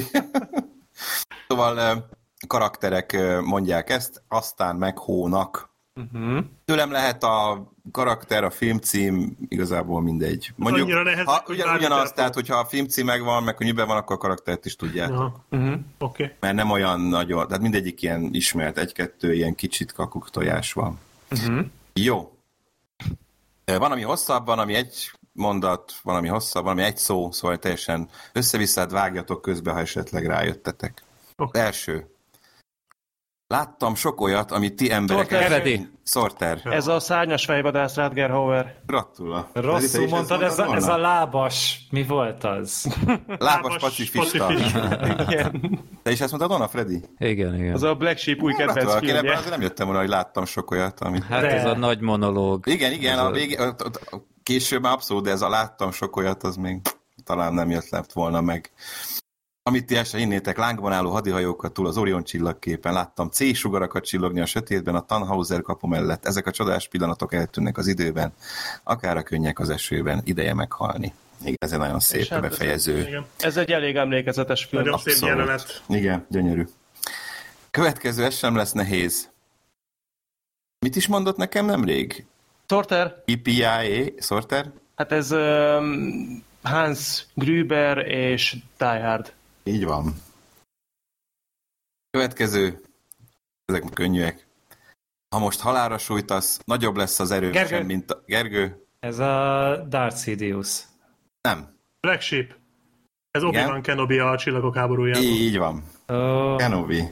Szóval karakterek mondják ezt, aztán meghónak. Tőlem lehet a karakter, a filmcím, igazából mindegy. Mondjuk, ugyanaz, tehát hogyha a filmcím megvan, meg hogy van, akkor a karaktert is tudjátok. Okay. Mert nem olyan nagyon, tehát mindegyik ilyen ismert, egy-kettő ilyen kicsit kakuk tojás van. Jó. Van, ami hosszabb, van, ami egy mondat, van, ami hosszabb, van, ami egy szó, szóval teljesen össze-visszát vágjatok közbe, ha esetleg rájöttetek. Okay. Első. Láttam sok olyat, amit ti emberek... Sorter. Ez a szárnyas fejvadász Rutger Hauer. Gratula. Rosszul mondtad, ez a lábas. Mi volt az? Lábas pacifista. Te is ezt mondtad volna, Freddy? Igen. Az a Black Sheep új kedvenc filmje. Azért nem jöttem volna, hogy láttam sok olyat, amit... Hát ez a nagy monológ. Igen, később abszolút, de ez a láttam sok olyat, az még talán nem jött volna meg. Amit ti el se hinnétek, lángban álló hadihajókat túl az Orion csillagképen láttam C-sugarakat csillogni a sötétben a Tannhauser kapu mellett. Ezek a csodás pillanatok eltűnnek az időben, akár a könnyek az esőben, ideje meghalni. Igen, ez egy nagyon szép befejező. Ez egy elég emlékezetes film. Nagyon szép jelenet. Igen, gyönyörű. Következő, ez sem lesz nehéz. Mit is mondott nekem nemrég? Sorter. EPIA, Sorter? Hát ez Hans Gruber és Die Hard. Így van. Következő, ezek könnyűek. Ha most halálra sújtasz, nagyobb lesz az erőm sem, mint a... Gergő? Ez a Darth Sidious. Nem. Black Sheep. Ez Obi-Wan Kenobi a Csillagok háborújában. Így van. Kenobi.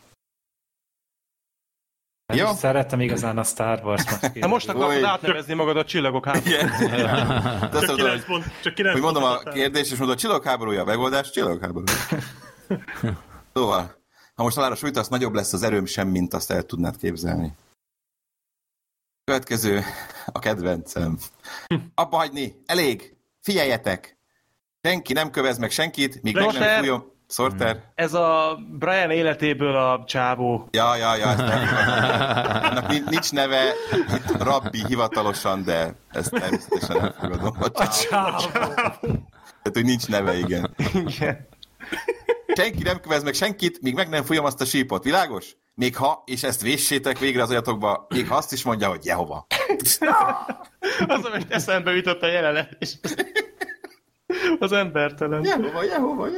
Jó. Szeretem igazán a Star Wars-t. Most akarod átnevezni magad a Csillagok háborújában. Csak 9 hogy mondom a kérdést, és mondom, a Csillagok háborúja, a megoldás, Csillagok háborúja. Szóval, ha most halálra sújtasz, nagyobb lesz az erőm sem, mint azt el tudnád képzelni. Következő, a kedvencem. Abba hagyni, elég, figyeljetek! Senki nem kövez meg senkit, míg meg nem fújom. Sorter. Ez a Brian életéből a csávó. Ja, ezt annak nincs neve, rabbi hivatalosan, de ezt természetesen elfogadom. A csávó. Tehát, hogy nincs neve, igen. Senki nem kövez meg senkit, míg meg nem fújom azt a sípot. Világos? Még ha, és ezt véssétek végre az agyatokba, még ha azt is mondja, hogy Jehova. Az, amit eszembe jutott a jelenet. Az embertelen. Jehova.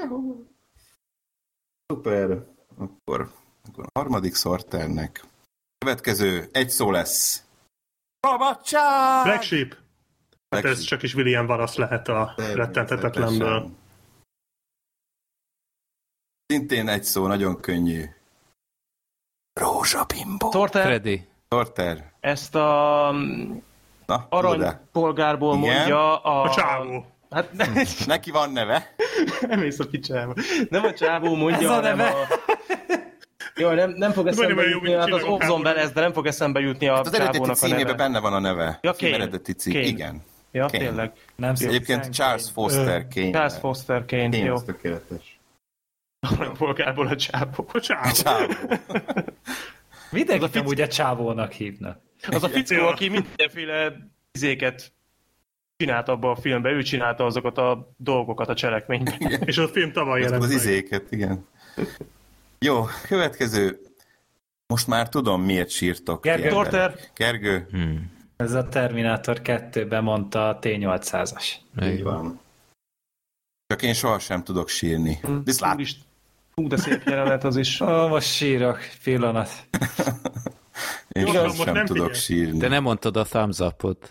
Szuper. Akkor a harmadik Sorternek. Következő, egy szó lesz. Szabadság! Black Sheep. Hát ez csak is William Wallace lehet a rettenthetetlenből. Szintén egy szó, nagyon könnyű. Rózsabimbó. Sorter. Ezt a aranypolgárból mondja a csávó. Hát neki van neve. Nem ész a picsába. Nem a csávó mondja, hanem a... Jó, nem fog eszembe jutni, hát az Obzonban ez, de nem fog eszembe jutni a csávónak a neve. Az eredeti címében benne van a neve. Ja, Kane. Eredeti cím, igen. Ja, Kane. Tényleg. Nem egyébként Charles Foster Kane. Charles Foster Kane, jó. Ez tökéletes. Aranypolgárból a csávó. Mindenkit amúgy a csávónak hívnak. Az a fickó, aki mindenféle izéket csinált abban a filmben, ő csinálta azokat a dolgokat a cselekményben. Igen. És a film tavaly jelent az izéket, igen. Jó, következő. Most már tudom, miért sírtok. Gergő. Ez a Terminátor 2-ben mondta a T-800-as. Így van. Csak én sohasem tudok sírni. Viszlát! Hú, de szép jelenet az is. Most sírok, pillanat. Én sohasem tudok sírni. De nem mondtad a thumbs up-ot.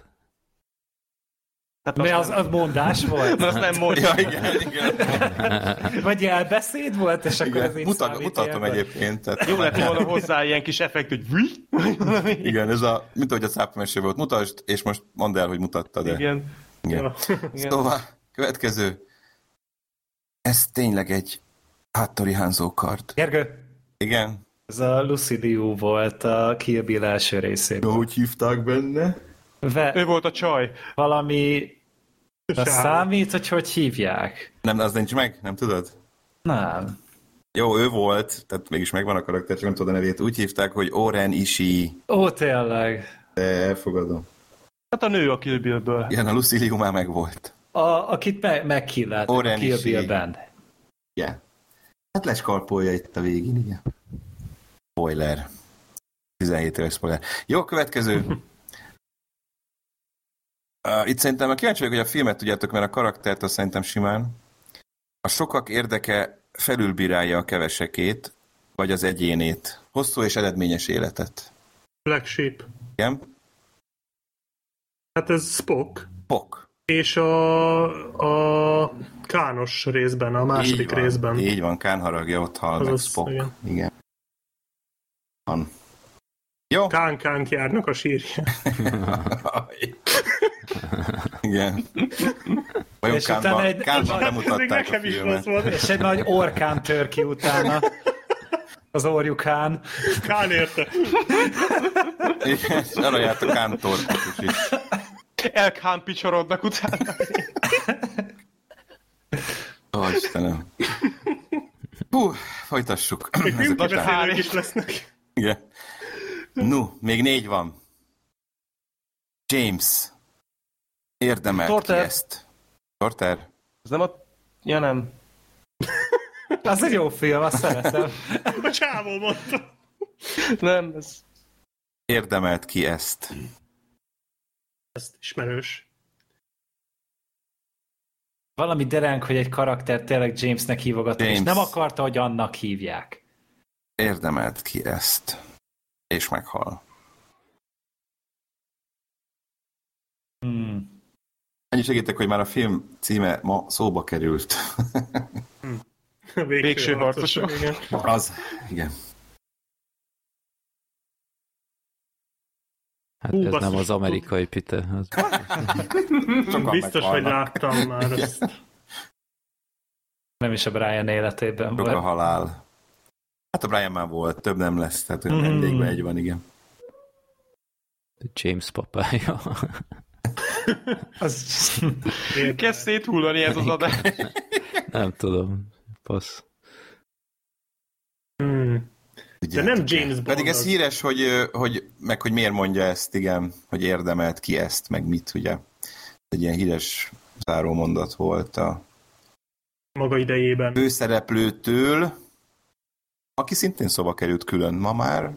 Mi az mondás volt? Azt nem mondja. Ja, igen. Vagy elbeszéd volt, és akkor ez így mutatom egyébként. Tehát jó lett volna hozzá ilyen kis effekt, hogy igen, ez mint ahogy a cápameső volt. Mutasd, és most mondd el, hogy mutattad. Igen. Szóval, következő. Ez tényleg egy Hattori Hanzo kard. Gergő. Igen. Ez a Lucy Liu volt a Kill Bill első részében. Hogy hívták benne? Ő volt a csaj. Valami... Az számít, hogy hívják? Nem, az nincs meg? Nem tudod? Nem. Jó, ő volt, tehát mégis megvan a karakter, csak nem tudod a nevét. Úgy hívták, hogy Oren Ishii. Ó, tényleg. De elfogadom. Hát a nő a Kill Bill-ből. Igen, a Lucy Liu már megvolt. Akit megkilláltak a Kill Bill-ben. Igen. Hát leskalpolja itt a végén, igen. Spoiler. 17 éves spoiler. Jó, következő. Itt szerintem kíváncsi vagyok, hogy a filmet tudjátok, mert a karaktert azt szerintem simán. A sokak érdeke felülbírálja a kevesekét, vagy az egyénét. Hosszú és eredményes életet. Black Sheep. Igen? Hát ez Spock. Spock. És a Kános részben, a második részben. Így van, Kán haragja ott hal, meg Spock. Igen. Van. Jó. Kánk járnak a sírja. Igen. Vajon Kánban bemutatták a filmet. És egy nagy orkán tör ki utána. Az orjukán. Kán érte. Igen, és arra járt a Kán torkotus is. Elkán picsorodnak utána. Ó, Istenem. Hú, folytassuk. Még filmbeszélők is lesznek. Igen. No, még 4 van. James. Érdemelt ki ezt. Torter? Ez nem a... Ja, nem. Az egy jó film, azt szeretem. A csávó mondta. Nem, ez... Érdemelt ki ezt. Ezt ismerős. Valami dereng, hogy egy karakter tényleg Jamesnek hívogatott, és nem akarta, hogy annak hívják. Érdemelt ki ezt. És meghal. Annyi segítek, hogy már a film címe ma szóba került. Végső harcosok. Az, igen. Hát ez nem az amerikai Peter. Az... Biztos, hogy láttam már ezt. Nem is a Brian életében volt. Sok a halál. Hát a Brian már volt, több nem lesz, tehát vendégben egy van, igen. James papája. Kezd széthullani ez az adás. Nem tudom. Passz. De nem James Bond. Pedig ez híres, hogy miért mondja ezt, igen, hogy érdemelt ki ezt, meg mit, ugye. Egy ilyen híres zárómondat volt a maga idejében. Főszereplőtől, aki szintén szóba került külön ma már.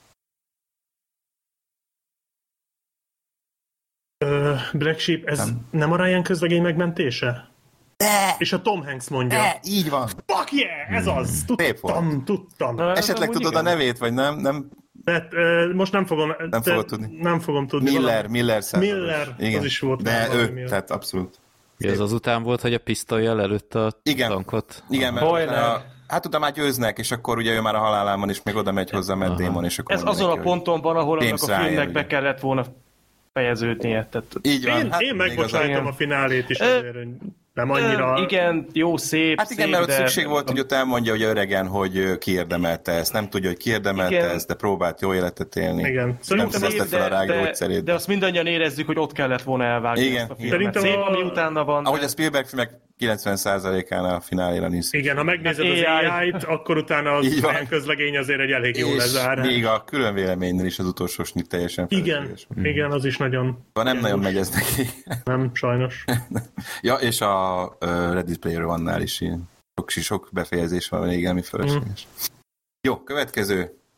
Black Sheep, ez nem a Ryan közlegény megmentése? De! És a Tom Hanks mondja. De, így van. Fuck yeah, ez az. Tudtam. Esetleg tudod a nevét, vagy nem? De, most nem fogom. Nem fogod tudni. Nem fogom tudni. Miller igen. Az is volt. De ő, tehát abszolút. Ez azután volt, hogy a pisztolyjal előtt a tankot? Igen, mert hát utána már győznek, és akkor ugye ő már a halálán van, és még oda megy hozzá Matt Damon, és akkor... Ez azon a ponton van, ahol annak a filmnek be kellett volna fejeződnie. Tehát... Így van. Én megbocsájtom a finálét is azért, nem annyira... Igen, jó, szép, hát igen, mert ott szükség volt, hogy ott elmondja, hogy öregen, hogy kiérdemelte ezt. Nem tudja, hogy kiérdemelte ezt, de próbált jó életet élni. Igen. Nem szedte fel a rággyógyszerét. De azt mindannyian érezzük, hogy ott kellett volna elvágni ezt a filmet. Szép, ami utána van. Ahogy a Spielberg filmek 90%-án a fináléra nincs. Igen, ha megnézed az AI-t, akkor utána az Ryan közlegény azért egy elég jó lezár. És még a külön véleménynél is az utolsó snit teljesen felesleges. Igen, az is nagyon... Nem nagyon megy ez neki. Nem, sajnos. Ja, és a Ready Player One-nál is ilyen sok befejezés van, még elmi fölösleges. Jó, következő.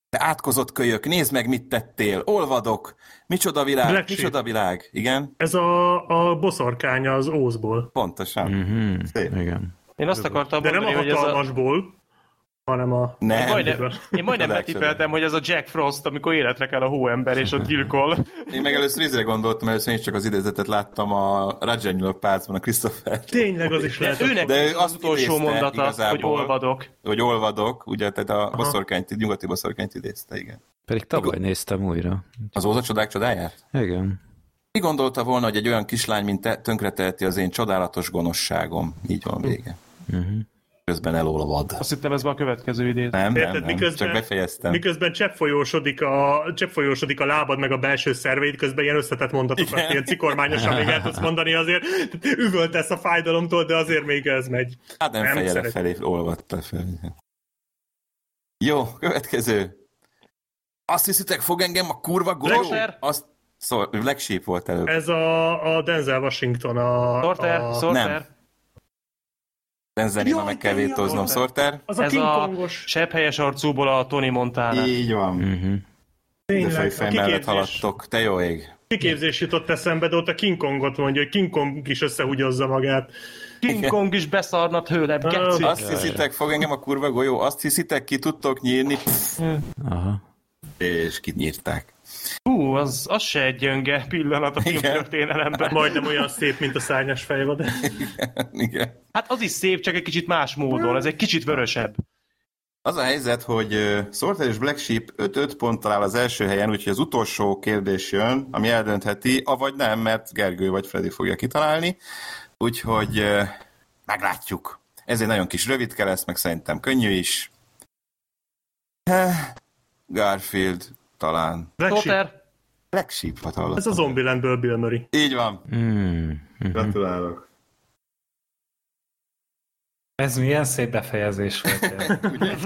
Te átkozott kölyök, nézd meg, mit tettél, olvadok, micsoda világ, Black micsoda Sheep. világ, igen? Ez a boszorkány az Ózból. Pontosan. Szép. Igen. Én azt akartam De nem mondani, a hogy ez a... hatalmasból, hanem a... Nem. Én majdnem betipeltem, hogy ez a Jack Frost, amikor életre kell a hóember, és ott gyilkol. Én meg először ízre gondoltam, először én csak az idézetet láttam a Rajanyulok Pálcban, a Christopher. Tényleg az is lehet. Őnek De ő az azt utolsó idézte mondata, igazából. hogy olvadok. Hogy olvadok, ugye, tehát a boszorkányt, nyugati boszorkányt idézte, igen. Pedig tavaly néztem újra. Az Óza csodák csodáját? Igen. Mi gondolta volna, hogy egy olyan kislány, mint te, tönkreteheti az én csodálatos gonoszságom? Így van vége. Közben elolvad. Azt hittem, ez már a következő idéz. Nem, Érted, csak befejeztem. Miközben cseppfolyósodik a lábad meg a belső szerveid, közben ilyen összetett mondatokat, ilyen cikormányosan még el tudsz mondani azért. Üvöltesz a fájdalomtól, de azért még ez megy. Hát nem fejjel felé olvadta fel. Jó, következő. Azt hiszitek, fog engem a kurva golyó? Black Sheep volt előbb. Ez a Denzel Washington. Sorter. Denzel, meg kell vétóznom, Sorter. Az a Ez King a Kongos. sebhelyes arcúból a Tony Montana. Így van. De fejfej mellett haladtok. Te jó ég. Kiképzés jutott eszembe, de ott a King Kongot mondja, hogy King Kong is összehúgyozza magát. King Kong is beszarna tőlem, geci. Azt hiszitek, fog engem a kurva golyó? Azt hiszitek, ki tudtok nyírni? Aha. És kinyírták. Az se egy gyönge pillanat a filmtörténelemben. Majdnem olyan szép, mint a szárnyas fejvad. Igen. Hát az is szép, csak egy kicsit más módon. Ez egy kicsit vörösebb. Az a helyzet, hogy Sorter és Black Sheep 5-5 ponttal áll az első helyen, úgyhogy az utolsó kérdés jön, ami eldöntheti, avagy nem, mert Gergő vagy Freddy fogja kitalálni. Úgyhogy meglátjuk. Ez egy nagyon kis rövidke lesz, meg szerintem könnyű is. Garfield talán. Black Sheep, hát hallottam. Ez a Zombielandből Bill Murray. Így van. Gratulálok. Ez milyen szép befejezés volt.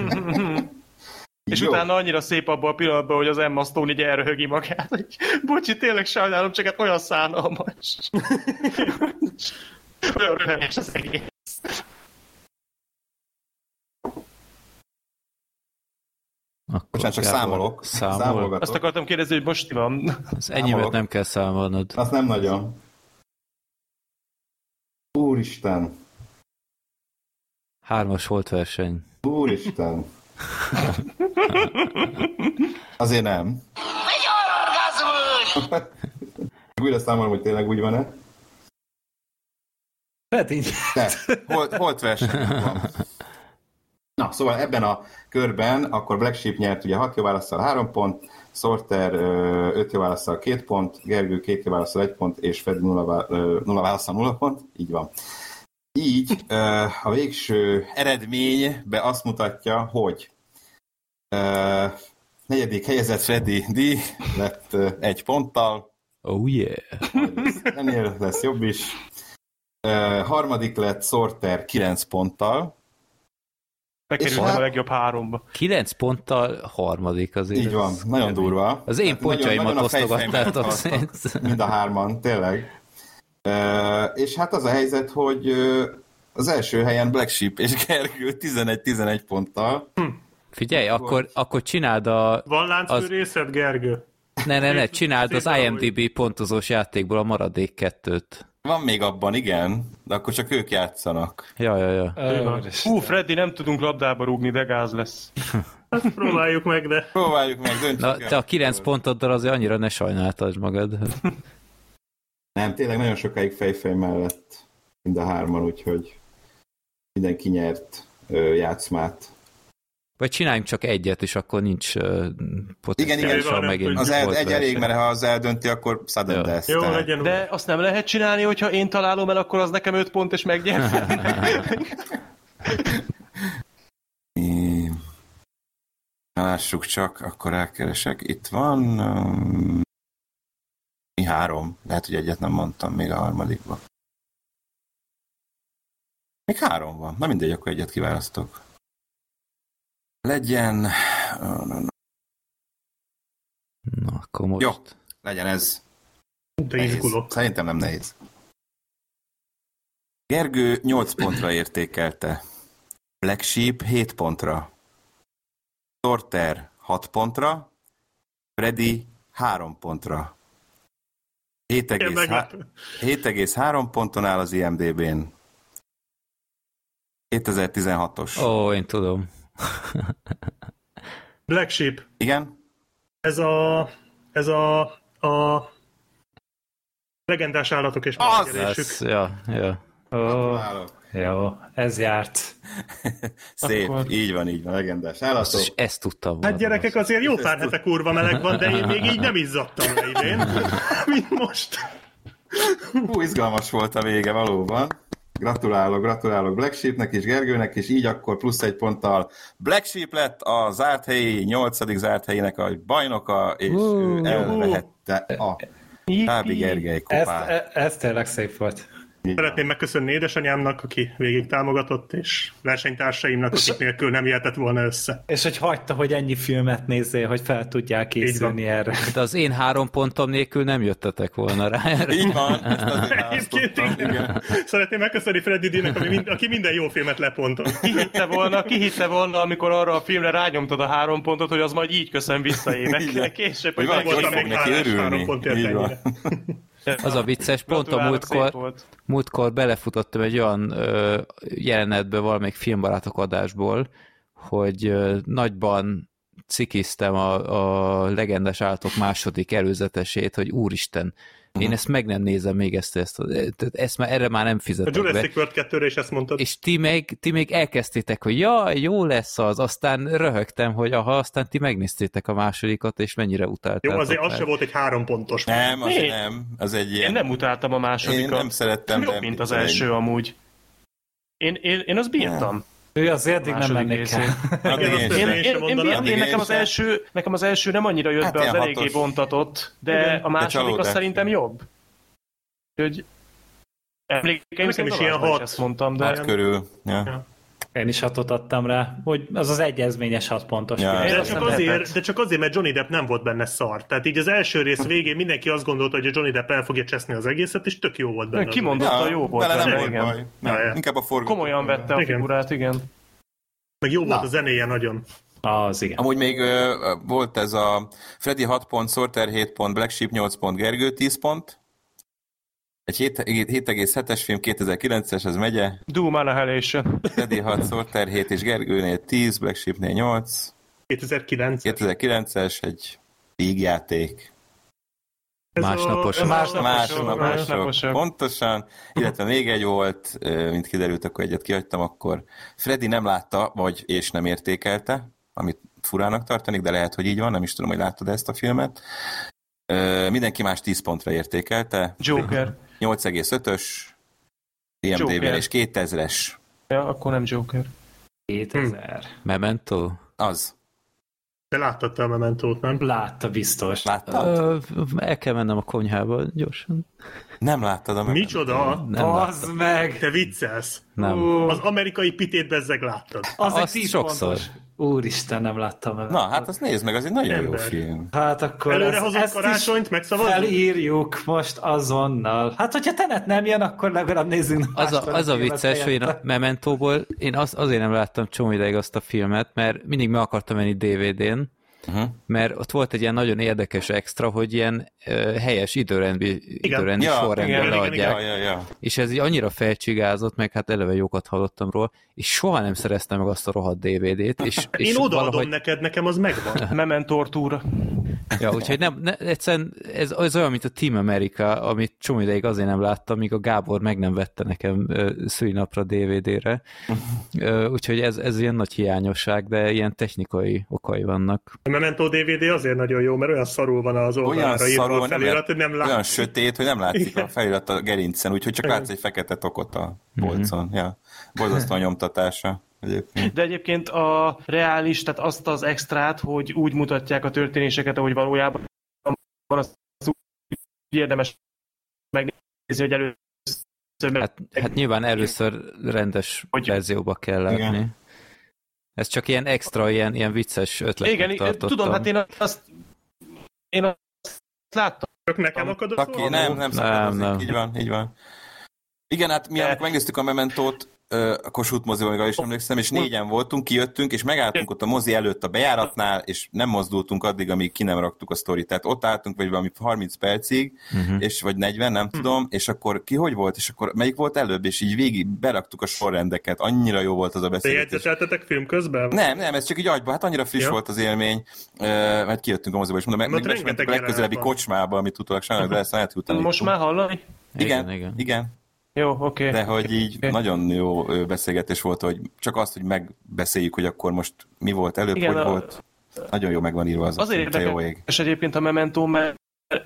És utána annyira szép abban a pillanatban, hogy az Emma Stone így elröhögi magát, hogy bocsi, tényleg sajnálom, csak hát olyan szánalmas. Olyan röhögés az egész. Bocsánat, csak számolok. Számolgatok. Azt akartam kérdezni, hogy most van. Az enyémet nem kell számolnod. Azt nem nagyon. Úristen. 3-as volt verseny. Úristen. Azért nem. Újra számolom, hogy tényleg úgy van-e. Hát így. De, holt verseny van. Na, szóval ebben a körben akkor Black Sheep nyert ugye 6 jó válasszal 3 pont, Sorter 5 jó válasszal 2 pont, Gergő 2 jó válasszal 1 pont, és Freddy 0 válasszal 0 pont. Így van. Így a végső eredménybe azt mutatja, hogy 4. helyezett Freddy D lett 1 ponttal. Oh yeah! Ennél lesz jobb is. 3. lett Sorter 9 ponttal. Bekerültem a legjobb 3-ba. 9 ponttal 3. azért. Így van, nagyon durva. Az én pontjaimat osztogattátok. Mind a 3-an, tényleg. És hát az a helyzet, hogy az első helyen Black Sheep és Gergő 11-11 ponttal. Figyelj, akkor csináld a... Van láncfűrészed, Gergő? Ne, csináld az IMDb pontozós játékból a maradék 2-t. Van még abban, igen, de akkor csak ők játszanak. Ja. Freddy, nem tudunk labdába rúgni, de gáz lesz. Hát próbáljuk meg, de... Döntsük el. Te a 9 pontoddal azért annyira ne sajnáltasd magad. Nem, tényleg nagyon sokáig fejfej mellett mind a 3-an, úgyhogy mindenki nyert játszmát. Vagy csináljunk csak egyet, és akkor nincs potenciálisan megint. Az egy elég, mert ha az eldönti, akkor sudden death. Jó, legyen. De azt nem lehet csinálni, hogyha én találom el, akkor az nekem 5 pont, és megnyer. Lássuk csak, akkor rákeresek. Itt van... Mi 3. Lehet, hogy egyet nem mondtam még a 3-ba. Még 3 van. Na mindegy, akkor egyet kiválasztok. Legyen... Na, akkor most... Jó, legyen ez. Szerintem nem nehéz. Gergő 8 pontra értékelte. Black Sheep 7 pontra. Sorter 6 pontra, Freddy 3 pontra. 7,3 ponton áll az IMDb-n. 2016-os. Ó, én tudom. Black Sheep. Igen? Ez a legendás állatok és megfigyelésük. Ja. Jó, ez járt. Szép, akkor... így van, legendás állatok. Ezt tudtam volna. Hát gyerekek, azért jó pár hete kurva meleg van, de én még így nem izzadtam le idén, mint most. Izgalmas volt a vége valóban. Gratulálok Black Sheepnek és Gergőnek, és így akkor plusz 1 ponttal Black Sheep lett a zárt helyi, 8. zárt helyének a bajnoka, és ő elvehette a Tábi Gergely kupát. Ez tényleg szép volt. Szeretném megköszönni édesanyámnak, aki végig támogatott, és versenytársaimnak, akik nélkül nem jöhetett volna össze. És hogy hagyta, hogy ennyi filmet nézzél, hogy fel tudják készülni erre. De az én 3 pontom nélkül nem jöttetek volna rá erre. Így van. Szeretném megköszönni Freddy D-nek, aki minden jó filmet leponton. Ki hitte volna, amikor arra a filmre rányomtad a 3 pontot, hogy az majd így köszön vissza évekkel később, hogy valaki fog neki örülni. Az a vicces, pont a múltkor belefutottam egy olyan jelenetbe valamelyik Filmbarátok adásból, hogy nagyban cikiztem a legendás állatok második előzetesét, hogy úristen, én ezt meg nem nézem még ezt már erre már nem fizetek be. A Jurassic World 2-re is ezt mondtad. És ti még elkezdtétek, hogy jaj, jó lesz az, aztán röhögtem, hogy aztán ti megnéztétek a másodikat, és mennyire utáltátok. Jó, azért az se volt egy 3 pontos. Nem, azért nem. Az egy ilyen... Én nem utáltam a másodikat. Én nem szerettem. Jobb, mint az első amúgy. Én azt bírtam. Ő azért addig nem mennék el. Nekem az első nem annyira jött be, az eléggé bontatott, de a második az szerintem jobb. Úgyhogy emlékeim szerint ilyen 6 ezt mondtam, de... 6 körül. Ja. Én is 6-ot adtam rá, hogy az az egyezményes 6 pontos. Ja. De csak azért, mert Johnny Depp nem volt benne szar. Tehát így az első rész végén mindenki azt gondolta, hogy a Johnny Depp el fogja cseszni az egészet, és tök jó volt benne. Kimondotta, jó volt benne, nem volt baj. Inkább a forgató. Komolyan vette a figurát, igen. Meg jó volt a zenéje nagyon. Az igen. Amúgy még volt ez a Freddy 6 pont, Sorter 7 pont, Black Sheep 8 pont, Gergő 10 pont. Egy 7,7-es film, 2009-es, ez megye. Doom Annihilation. Freddy 6, Sorter 7 és Gergőnél 10, Black Sheepnél 8. 2009-es, egy vígjáték. Másnaposok. Pontosan. Illetve még egy volt, mint kiderült, akkor egyet kihagytam, akkor Freddy nem látta, és nem értékelte, amit furának tartanik, de lehet, hogy így van, nem is tudom, hogy láttad ezt a filmet. Mindenki más 10 pontra értékelte. Joker. 8,5-ös IMDb-n és 2000-es. Ja, akkor nem Joker. 2000. Memento? Az. Te láttad te a Mementót, nem? Látta biztos. Láttad? El kell mennem a konyhába gyorsan. Nem láttad a Mementót? Micsoda? Az meg! Te viccelsz? Nem. Az amerikai pitét bezzeg láttad. Az egy sokszor. Pontos. Úristen, nem láttam el. Na, hát azt nézd meg, az egy nagyon jó film. Hát akkor előre hozott karácsonyt, megszavazunk? Felírjuk most azonnal. Hát, hogyha Tenet nem jön, akkor legalább nézzünk. Az a vicces, hogy én a Mementóból, én azért nem láttam csomó ideig azt a filmet, mert mindig meg akartam venni DVD-n, mert ott volt egy ilyen nagyon érdekes extra, hogy ilyen helyes időrendi sorrendben adják. Ja. És ez így annyira felcsigázott, meg hát eleve jókat hallottam róla, és soha nem szereztem meg azt a rohadt DVD-t. És én odaadom neked, nekem az megvan. Memento túra. Ja, úgyhogy egyszerűen ez olyan, mint a Team America, amit csomó ideig azért nem láttam, míg a Gábor meg nem vette nekem szülinapra DVD-re. Úgyhogy ez ilyen nagy hiányosság, de ilyen technikai okai vannak. A Memento DVD azért nagyon jó, mert olyan szarul van az oldalra írva a felirat, hogy nem látsz. Olyan sötét, hogy nem látszik a felirat a gerincen, úgyhogy csak látsz egy fekete tokot a polcon. Ja. Borzasztó a nyomtatása. De egyébként a reális, tehát azt az extrát, hogy úgy mutatják a történéseket, ahogy valójában van, az úgy érdemes megnézni, hogy először... Hát nyilván először rendes verzióba kell látni. Igen. Ez csak ilyen extra, ilyen vicces ötletnek tartottam. Tudom, hát én azt láttam. Csak nekem akadott Nem. Így van. Igen, hát mi amikor megnéztük a Mementót, a Kossuth moziban, is emlékszem, és 4-en voltunk, kijöttünk, és megálltunk ott a mozi előtt a bejáratnál, és nem mozdultunk addig, amíg ki nem raktuk a sztorit. Tehát ott álltunk, vagy valami 30 percig, és vagy 40, nem tudom, és akkor ki hogy volt, és akkor melyik volt előbb, és így végig beraktuk a sorrendeket. Annyira jó volt az a beszélgetés. De jegyzeteltetek film közben? Nem, ez csak így agyba, hát annyira friss volt az élmény, mert kijöttünk a moziba, és mondom, megmentünk a legközelebbi kocsmába, amit utólag sajnálom, de ezt lehet utána. Most már hallani? Igen. Jó, oké. De hogy így nagyon jó beszélgetés volt, hogy csak azt, hogy megbeszéljük, hogy akkor most mi volt előbb, igen, hogy volt. Nagyon jó meg van írva az. Azért érdekes egyébként a Memento, mert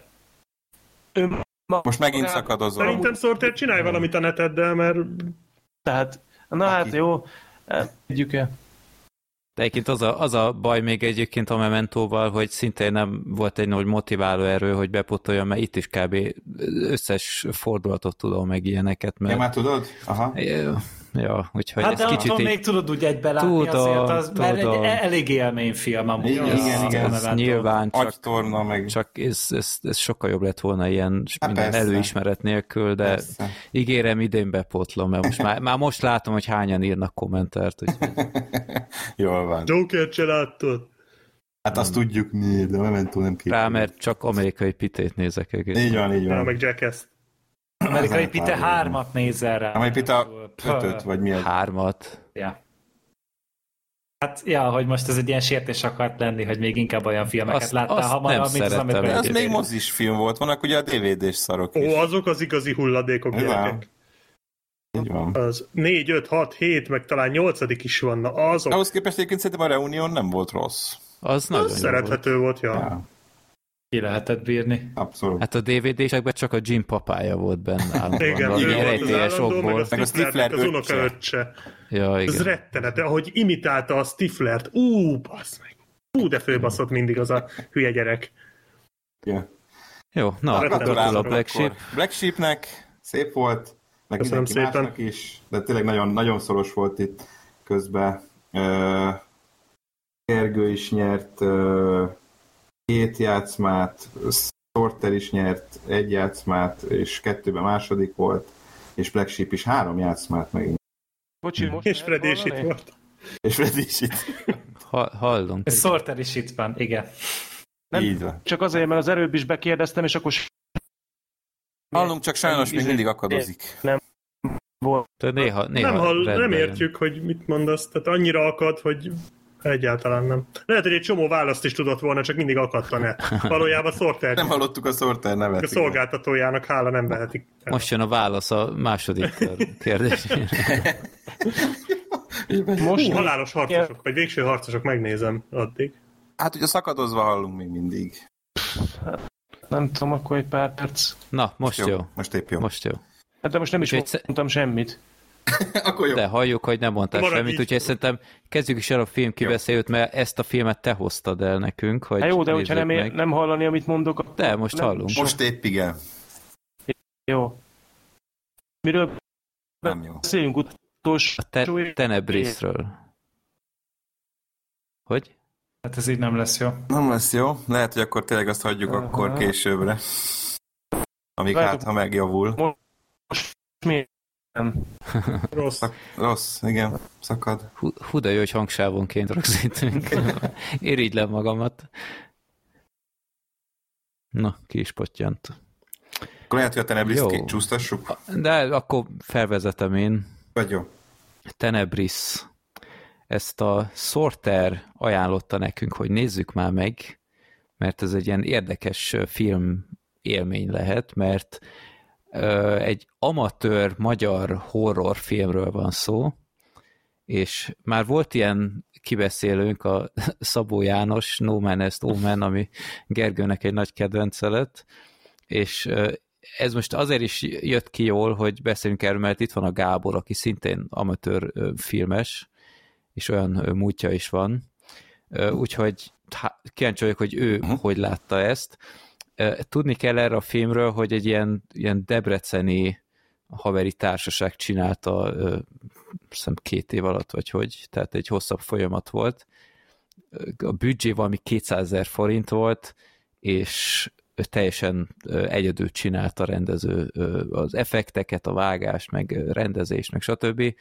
most megint szakadozol. Szerintem Sorter csinálj valamit a neteddel, mert... Tehát, hát jó, tudjuk el. De egyébként az a baj még egyébként a Mementóval, hogy szintén nem volt egy nagy motiváló erő, hogy bepotoljon, mert itt is kb. Összes fordulatot tudom meg ilyeneket. Mert... Ja, már tudod? Aha. Ja, úgyhogy hát ez de kicsit attól még tudod úgy egybe látni azért, az, mert egy elég élményfilm amúgy. Igen. Nyilván csak ez sokkal jobb lett volna ilyen minden előismeret nélkül, de persze. Ígérem, idén bepótlom, mert most látom, hogy hányan írnak kommentert. Jól van. Joker-t se láttad? Hát azt tudjuk mi, de Memento nem képül. Rá, mert csak amerikai pitét nézek egész. Így van. Ja, meg Jackass. Amerikai Pite 3-at nézel rá. Amerikai Pite 5-öt, vagy mi? 3-at. Ja. Hát, ja, hogy most ez egy ilyen sértés akart lenni, hogy még inkább olyan filmeket láttál hamarabb, mint az amerikai. Ez még mozis film volt, vannak ugye a DVD-s szarok is. Azok az igazi hulladékok, gyerekek. Így van. Az 4, 5, 6, 7, meg talán 8. is van. Azok... Ahhoz képest egyébként szerintem a Reunion nem volt rossz. Az nagyon szerethető volt, ja. Ki lehetett bírni. Abszolút. Hát a DVD-sekben csak a Jim papája volt benne. Igen, ő volt az állandó, meg a Stifler az unokaöccse. Ja, igen. Ez rettenet, ahogy imitálta a Stiflert. Bassz meg. De főbaszott mindig az a hülye gyerek. Yeah. Jó, na, gratulálok a Black Sheep. Black Sheepnek szép volt, meg köszönöm mindenki szépen. Másnak is, de tényleg nagyon, nagyon szoros volt itt közben. Gergő is nyert 2 játszmát, Sorter is nyert 1 játszmát, és 2-ben második volt, és Black Sheep is 3 játszmát megint. Bocsi, most és Freddy is itt volt. És Freddy is itt. Hallunk. Sorter is itt van, igen. Nem, így van. Csak azért, mert az előbb is bekérdeztem, és akkor... Hallunk, csak sajnos még mindig akadozik. Nem volt. Néha nem értjük, hogy mit mondasz, tehát annyira akad, hogy egyáltalán nem. Lehet, hogy egy csomó választ is tudott volna, csak mindig akadt a net. Valójában Sorter. Nem hallottuk a Sorter nevet. A szolgáltatójának hála nem vehetik. Most jön a válasz a második kérdésére. Most halálos harcosok, vagy végső harcosok, megnézem addig. Hát ugye szakadozva hallunk még mindig. Nem tudom, akkor egy pár perc. Na, most jó. Most épp jó. Most jó. Hát de most nem is mondtam semmit. Akkor jó. De halljuk, hogy nem mondtál semmit, úgyhogy szerintem kezdjük is el a film kibeszéljét, mert ezt a filmet te hoztad el nekünk, hogy jó, de hogyha nem hallani, amit mondok... De most hallunk. Most épp igen. Jó. Miről beszéljünk utolsó... A Tenebrisről. Hogy? Hát ez így nem lesz jó. Nem lesz jó. Lehet, hogy akkor tényleg azt hagyjuk akkor későbbre. Amíg hát, ha megjavul. Most mi? Rossz, igen, szakad. Hú, de jó, hogy hangsávonként rögzítünk. Irigylem magamat. Na, ki is pottyant. Akkor lehet, hogy a Tenebriszt csúsztassuk? De akkor felvezetem én. Vagy jó. Tenebris. Ezt a Sorter ajánlotta nekünk, hogy nézzük már meg, mert ez egy ilyen érdekes film élmény lehet, mert egy amatőr magyar horrorfilmről van szó, és már volt ilyen kibeszélőnk, a Szabó János, No Man Est Omen, ami Gergőnek egy nagy kedvence lett, és ez most azért is jött ki jól, hogy beszélünk erről, mert itt van a Gábor, aki szintén amatőr filmes, és olyan múltja is van, úgyhogy kíváncsi vagyok, hogy ő hogy látta ezt. Tudni kell erre a filmről, hogy egy ilyen debreceni haveri társaság csinálta, hiszem 2 év alatt, vagy hogy, tehát egy hosszabb folyamat volt. A büdzsé valami 200 000 forint volt, és teljesen egyedül csinálta a rendező az effekteket, a vágást, meg rendezést, meg stb.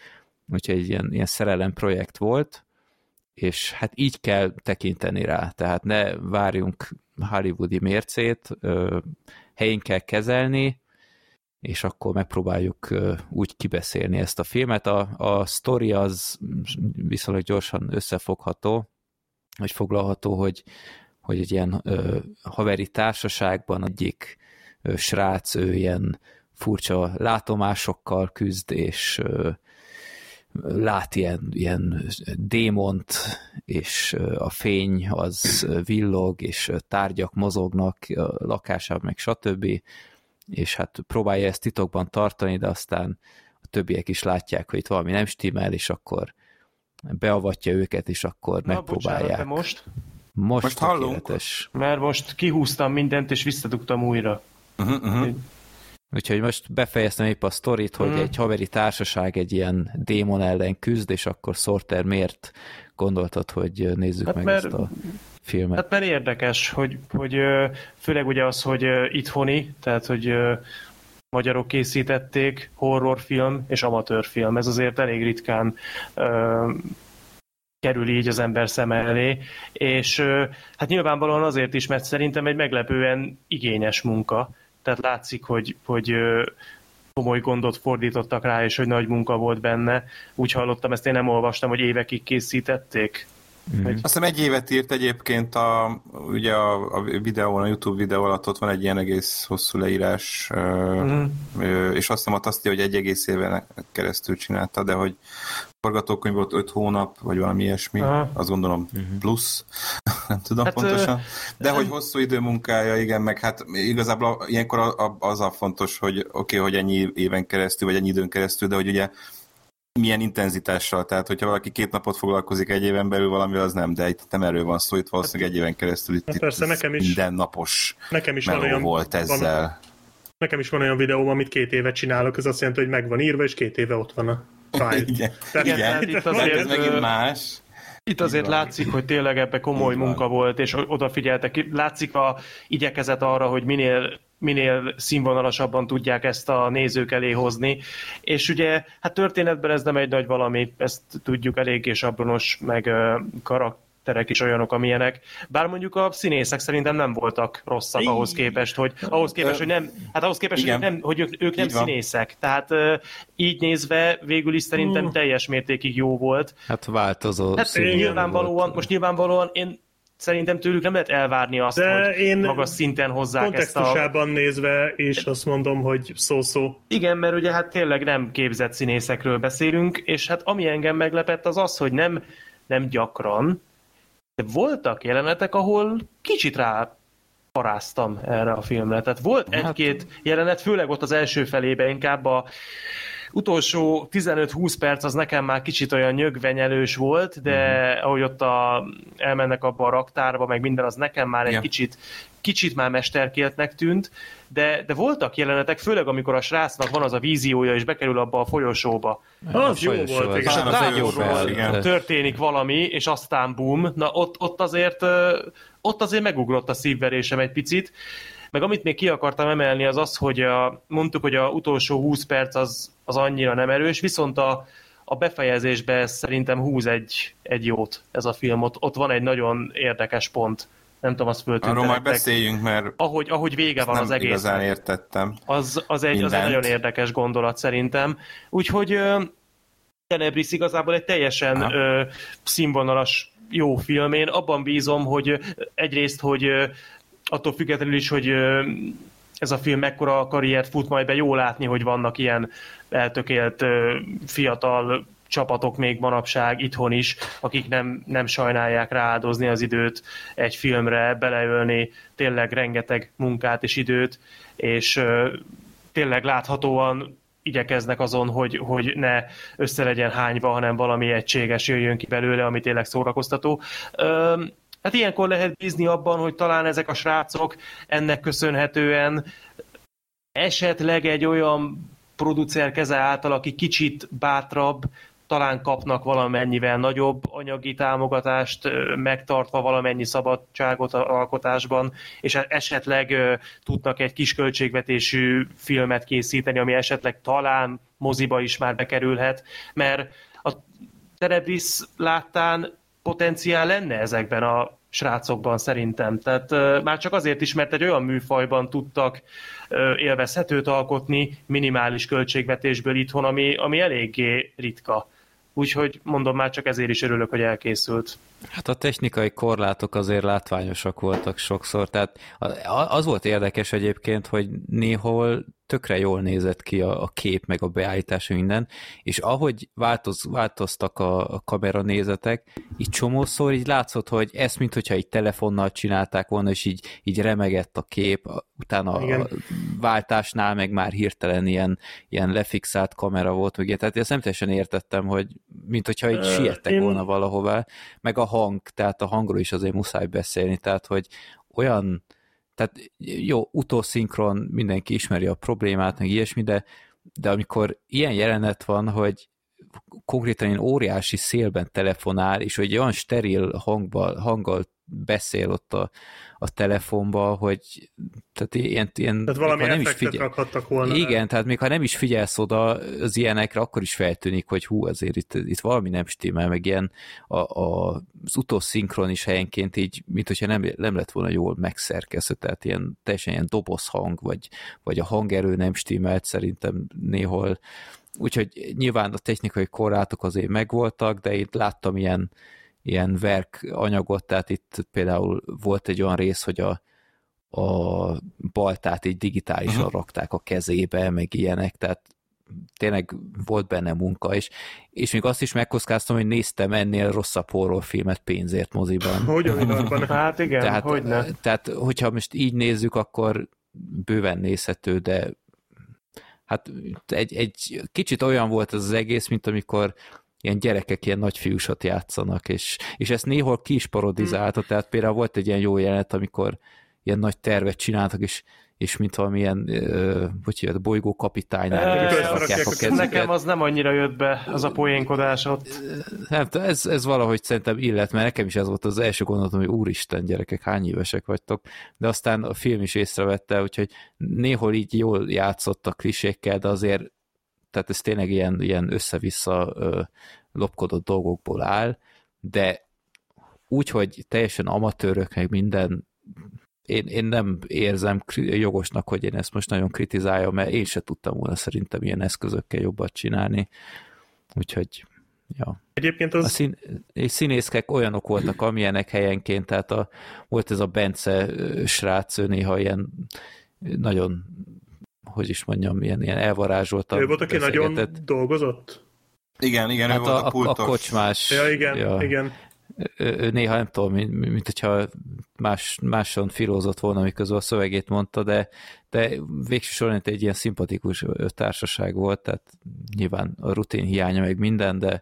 úgyhogy egy ilyen szerelem projekt volt, és hát így kell tekinteni rá, tehát ne várjunk hollywoodi mércét, helyén kell kezelni, és akkor megpróbáljuk úgy kibeszélni ezt a filmet. A sztori az viszonylag gyorsan összefogható, vagy foglalható, hogy egy ilyen haveri társaságban egyik srác, ő ilyen furcsa látomásokkal küzd, és lát ilyen démont, és a fény az villog, és tárgyak mozognak a lakásában, meg stb. És hát próbálja ezt titokban tartani, de aztán a többiek is látják, hogy itt valami nem stimmel, és akkor beavatja őket, és akkor megpróbálják. Bocsánat, most hallunk. Mert most kihúztam mindent, és visszadugtam újra. Úgyhogy most befejeztem épp a sztorit, hogy egy haveri társaság egy ilyen démon ellen küzd, és akkor Sorter miért gondoltad, hogy nézzük meg ezt a filmet? Hát mert érdekes, hogy főleg ugye az, hogy itthoni, tehát hogy magyarok készítették, horrorfilm és amatőrfilm. Ez azért elég ritkán kerül így az ember szem elé, és hát nyilvánvalóan azért is, mert szerintem egy meglepően igényes munka. Tehát látszik, hogy komoly gondot fordítottak rá, és hogy nagy munka volt benne. Úgy hallottam, ezt én nem olvastam, hogy évekig készítették. Azt hiszem egy évet írt egyébként ugye a videón, a YouTube videó alatt ott van egy ilyen egész hosszú leírás, és azt hiszem azt írja, hogy 1,5 éven keresztül csinálta, de hogy forgatókönyv volt 5 hónap, vagy valami ilyesmi, azt gondolom plusz, nem tudom hát, pontosan, de hogy hosszú idő munkája, igen, meg hát igazából ilyenkor az a fontos, hogy oké, hogy ennyi éven keresztül, vagy ennyi időn keresztül, de hogy ugye milyen intenzitással, tehát hogyha valaki 2 napot foglalkozik egy éven belül valamivel, az nem, de itt nem erről van szó, itt valószínűleg 1 éven keresztül itt persze, nekem is, mindennapos van olyan, volt ezzel. Nekem is van olyan videóm, amit 2 évet csinálok, ez azt jelenti, hogy meg van írva, és 2 éve ott van a file. Igen. Itt azért, ez megint más. Itt azért látszik, hogy tényleg ebbe komoly munka volt, és odafigyeltek. Látszik a igyekezet arra, hogy minél színvonalasabban tudják ezt a nézők elé hozni. És ugye, hát történetben ez nem egy nagy valami, ezt tudjuk, eléggé sablonos, meg karakterek is olyanok, amilyenek. Bár mondjuk a színészek szerintem nem voltak rosszak ahhoz képest, hogy ők nem színészek. Tehát így nézve végül is szerintem teljes mértékig jó volt. Hát változó. Hát nyilvánvalóan én szerintem tőlük nem lehet elvárni azt, hogy magas szinten hozzák ezt a... Kontextusában nézve, és azt mondom, hogy szó-szó. Igen, mert ugye hát tényleg nem képzett színészekről beszélünk, és hát ami engem meglepett az, hogy nem gyakran, de voltak jelenetek, ahol kicsit rá paráztam erre a filmre. Tehát volt egy-két jelenet, főleg ott az első felében, inkább a utolsó 15-20 perc az nekem már kicsit olyan nyögvenyelős volt, de ahogy ott elmennek abba a raktárba, meg minden, az nekem már egy kicsit már mesterkéltnek tűnt, de voltak jelenetek, főleg amikor a srácnak van az a víziója, és bekerül abba a folyosóba. Az jó volt. És a rádióról történik valami, és aztán boom. Na ott azért megugrott a szívverésem egy picit. Meg amit még ki akartam emelni, az, hogy mondtuk, hogy a utolsó 20 perc az annyira nem erős, viszont a befejezésben szerintem húz egy jót ez a film. Ott van egy nagyon érdekes pont. Nem tudom, azt föltűnt. Arról majd beszéljünk, mert ahogy vége van az egész. Igazán értettem. Az egy nagyon érdekes gondolat szerintem. Úgyhogy Tenebris igazából egy teljesen színvonalas jó film. Én abban bízom, hogy egyrészt, hogy attól függetlenül is, hogy ez a film mekkora karriert fut majd be, jó látni, hogy vannak ilyen eltökélt fiatal csapatok még manapság itthon is, akik nem sajnálják rááldozni az időt egy filmre, beleölni tényleg rengeteg munkát és időt, és tényleg láthatóan igyekeznek azon, hogy ne össze legyen hányva, hanem valami egységes jöjjön ki belőle, ami tényleg szórakoztató. Hát ilyenkor lehet bízni abban, hogy talán ezek a srácok ennek köszönhetően esetleg egy olyan producer keze által, aki kicsit bátrabb, talán kapnak valamennyivel nagyobb anyagi támogatást, megtartva valamennyi szabadságot az alkotásban, és esetleg tudnak egy kis költségvetésű filmet készíteni, ami esetleg talán moziba is már bekerülhet, mert a Terebis láttán potenciál lenne ezekben a srácokban szerintem. Tehát már csak azért is, mert egy olyan műfajban tudtak élvezhetőt alkotni minimális költségvetésből itthon, ami eléggé ritka. Úgyhogy mondom, már csak ezért is örülök, hogy elkészült. Hát a technikai korlátok azért látványosak voltak sokszor, tehát az volt érdekes egyébként, hogy néhol tökre jól nézett ki a kép, meg a beállítás, minden, és ahogy változtak a kameranézetek, így csomószor így látszott, hogy ezt, mintha így telefonnal csinálták volna, és így remegett a kép, utána igen. A váltásnál meg már hirtelen ilyen lefixált kamera volt, ugye, tehát ezt nem teljesen értettem, hogy mintha így siettek volna valahová, meg a hang, tehát a hangról is azért muszáj beszélni, tehát hogy olyan, tehát jó, utószinkron, mindenki ismeri a problémát, meg ilyesmi, de amikor ilyen jelenet van, hogy konkrétan ilyen óriási szélben telefonál, és hogy olyan steril hanggal beszél ott a telefonba, hogy tehát ilyen tehát valami effektet rakhattak volna. Igen, tehát még ha nem is figyelsz oda az ilyenekre, akkor is feltűnik, hogy hú, azért itt valami nem stimmel, meg ilyen az utószinkron is helyenként így, mint hogyha nem lett volna jól megszerkesztve, tehát ilyen teljesen ilyen dobozhang, vagy a hangerő nem stimmelt szerintem néhol. Úgyhogy nyilván a technikai korlátok azért megvoltak, de itt láttam ilyen verk anyagot, tehát itt például volt egy olyan rész, hogy a baltát így digitálisan rakták a kezébe, meg ilyenek, tehát tényleg volt benne munka, és még azt is megkockáztam, hogy néztem ennél rosszabb horrorfilmet pénzért moziban. Hát igen, hogyne. Tehát, hogyha most így nézzük, akkor bőven nézhető, de hát egy kicsit olyan volt ez az egész, mint amikor ilyen gyerekek ilyen nagyfiúsat játszanak, és ezt néhol ki is parodizálta, tehát például volt egy ilyen jó jelenet, amikor ilyen nagy tervet csináltak, és mint valamilyen bolygó kapitánynál rakják a kezüket. Nekem az nem annyira jött be, az a poénkodás ott. Nem, ez valahogy szerintem illet, mert nekem is ez volt az első gondolatom, hogy úristen gyerekek, hány évesek vagytok, de aztán a film is észrevette, úgyhogy néhol így jól játszott a klisékkel, de azért tehát ez tényleg ilyen össze-vissza lopkodott dolgokból áll, de úgy, hogy teljesen amatőrök, meg minden, én nem érzem jogosnak, hogy én ezt most nagyon kritizáljam, mert én se tudtam volna szerintem ilyen eszközökkel jobbat csinálni. Úgyhogy, ja. Egyébként az... A színészkek olyanok voltak, amilyenek helyenként, tehát volt ez a Bence srác, ő néha ilyen nagyon, hogy is mondjam, ilyen elvarázsoltan. Ő volt, aki nagyon dolgozott? Igen, hát ő volt a pultos. A kocsmás. Ja, igen. Ő néha nem tudom, mint hogyha máson filózott volna, miközben a szövegét mondta, de végső soron egy ilyen szimpatikus társaság volt, tehát nyilván a rutin hiánya meg minden, de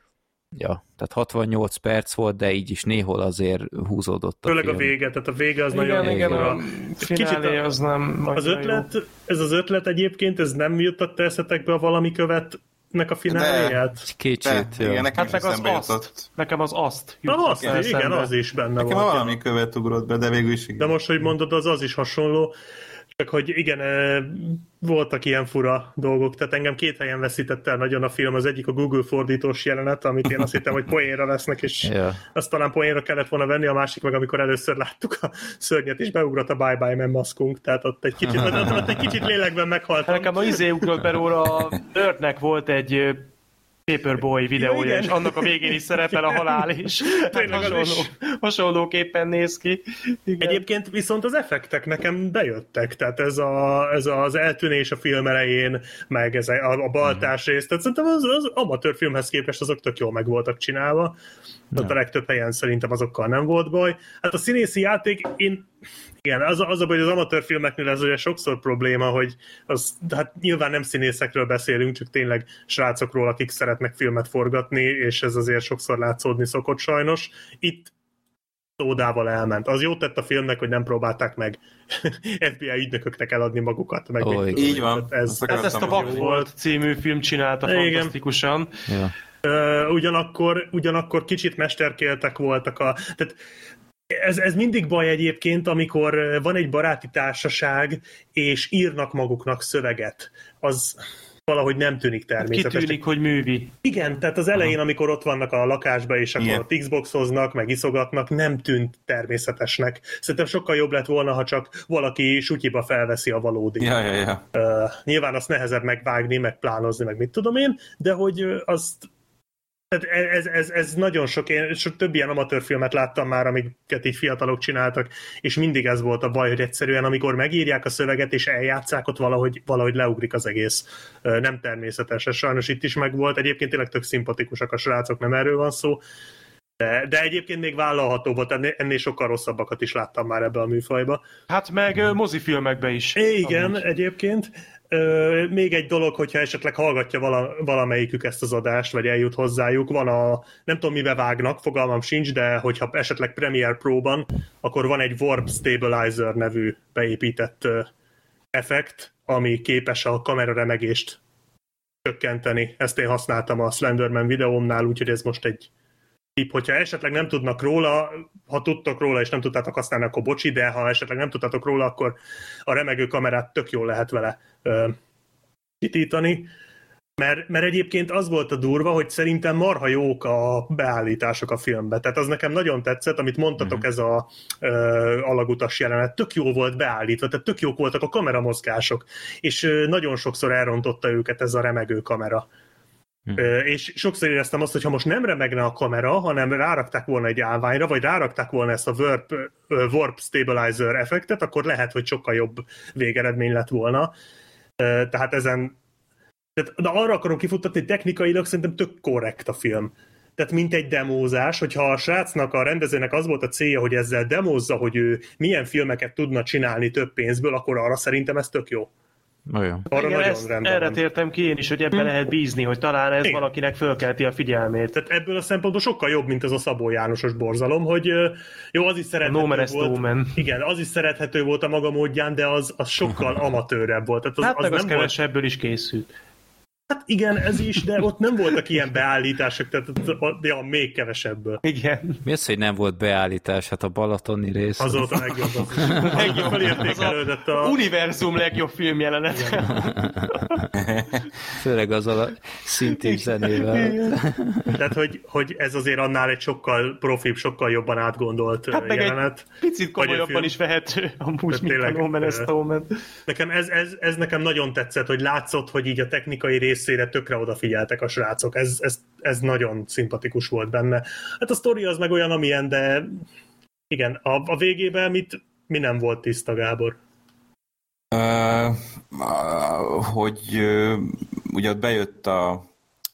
ja, tehát 68 perc volt, de így is néhol azért húzódott a főleg film. A vége, tehát a vége az igen, nagyon... Igen, a finálé az nem... Ez az ötlet egyébként, ez nem jutott eszetekbe a valami követnek a fináléját? Kicsit, igen, nekem hát nekem az azt. Igen, az is benne nekem volt. Nekem valami követ ugrott be, de végül is igen. De most, hogy mondod, az is hasonló. Csak hogy igen, voltak ilyen fura dolgok, tehát engem két helyen veszített el nagyon a film, az egyik a Google fordítós jelenet, amit én azt hittem, hogy poénra lesznek, és azt talán poénra kellett volna venni, a másik meg, amikor először láttuk a szörnyet, és beugrott a Bye Bye Man maszkunk, tehát ott egy kicsit lélekben meghaltam. Nekem a ugrott be róla, a Nerdnek volt egy Paperboy videója, és annak a végén is szerepel a halál is. Hasonlóképpen néz ki. Igen. Egyébként viszont az effektek nekem bejöttek, tehát ez az eltűnés a film elején, meg ez a baltás rész, tehát szerintem az amatőr filmhez képest azok tök jól meg voltak csinálva. Tehát a legtöbb helyen szerintem azokkal nem volt baj. Hát a színészi játék, igen, az a baj, hogy az amatőr filmeknél ez ugye sokszor probléma, hogy hát nyilván nem színészekről beszélünk, csak tényleg srácokról, akik szeretnek filmet forgatni, és ez azért sokszor látszódni szokott sajnos. Itt szódával elment. Az jót tett a filmnek, hogy nem próbálták meg FBI ügynököknek eladni magukat. Meg így van. Ezt a Vak volt című film csinálta fantasztikusan. Ja. Ugyanakkor kicsit mesterkéltek voltak tehát ez mindig baj egyébként, amikor van egy baráti társaság, és írnak maguknak szöveget. Az valahogy nem tűnik természetes. Kitűnik, hogy művi. Igen, tehát az elején, amikor ott vannak a lakásba, és akkor ott Xboxoznak, meg iszogatnak, nem tűnt természetesnek. Szerintem sokkal jobb lett volna, ha csak valaki sutyiba felveszi a valódi. Ja. Nyilván azt nehezebb megvágni, meg plánozni, meg mit tudom én, de hogy azt tehát ez nagyon sok több ilyen amatőrfilmet láttam már, amiket így fiatalok csináltak, és mindig ez volt a baj, hogy egyszerűen amikor megírják a szöveget és eljátszák, ott valahogy leugrik az egész. Nem természetes. Ez sajnos itt is megvolt. Egyébként tényleg tök szimpatikusak a srácok, nem erről van szó. De egyébként még vállalható volt, ennél sokkal rosszabbakat is láttam már ebbe a műfajba. Hát meg mozifilmekbe is. Igen, amúgy. Egyébként. Még egy dolog, hogyha esetleg hallgatja valamelyikük ezt az adást, vagy eljut hozzájuk, van nem tudom mibe vágnak, fogalmam sincs, de hogyha esetleg Premiere Pro-ban, akkor van egy Warp Stabilizer nevű beépített effekt, ami képes a kameraremegést csökkenteni. Ezt én használtam a Slenderman videómnál, úgyhogy ez most egy tipp, hogyha esetleg nem tudnak róla, ha tudtok róla és nem tudtátok használni, akkor bocsi, de ha esetleg nem tudtátok róla, akkor a remegő kamerát tök jól lehet vele kitítani. Mert egyébként az volt a durva, hogy szerintem marha jók a beállítások a filmbe. Tehát az nekem nagyon tetszett, amit mondtatok, ez a alagutas jelenet. Tök jó volt beállítva, tehát tök jók voltak a kameramozgások, és nagyon sokszor elrontotta őket ez a remegő kamera. És sokszor éreztem azt, hogy ha most nem remegne a kamera, hanem rárakták volna egy állványra, vagy rárakták volna ezt a Warp Stabilizer effektet, akkor lehet, hogy sokkal jobb végeredmény lett volna. Tehát de arra akarom kifuttatni, hogy technikailag szerintem tök korrekt a film. Tehát mint egy demózás, hogyha a srácnak, a rendezőnek az volt a célja, hogy ezzel demózza, hogy ő milyen filmeket tudna csinálni több pénzből, akkor arra szerintem ez tök jó. Olyan. Igen, erre tértem ki én is, hogy ebben lehet bízni, hogy talán ez valakinek fölkelti a figyelmét. Tehát ebből a szempontból sokkal jobb, mint az a Szabó Jánosos borzalom, hogy jó, az is szerethető volt. Igen, az is szerethető volt a maga módján, de az sokkal amatőrebb volt. Tehát hát meg az kevesebből is készült. Hát igen, ez is, de ott nem voltak ilyen beállítások, tehát még kevesebből. Igen. Mi az, hogy nem volt beállítás? Hát a balatoni rész. Az volt a legjobb. Felértékelődött a univerzum legjobb filmjelenet. Főleg azzal a szintig zenével. Tehát, hogy ez azért annál egy sokkal profibb, sokkal jobban átgondolt hát jelenet. Picit komolyabban is vehető, amúgy, mint a No Man Stone. Nekem ez nekem nagyon tetszett, hogy látszott, hogy így a technikai részére tökre odafigyeltek a srácok. Ez nagyon szimpatikus volt benne. Hát a sztori az meg olyan, amilyen, de igen, a végében mi nem volt tiszta, Gábor? Hogy ugye ott bejött a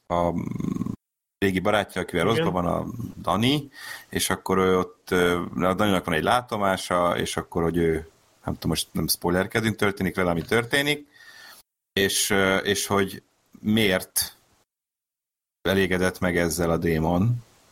régi barátja, akivel rosszban van, a Dani, és akkor ott a Daninak van egy látomása, és akkor, hogy ő, nem tudom, most nem spoilerkedünk, történik vele, ami történik, és hogy miért elégedett meg ezzel a démon.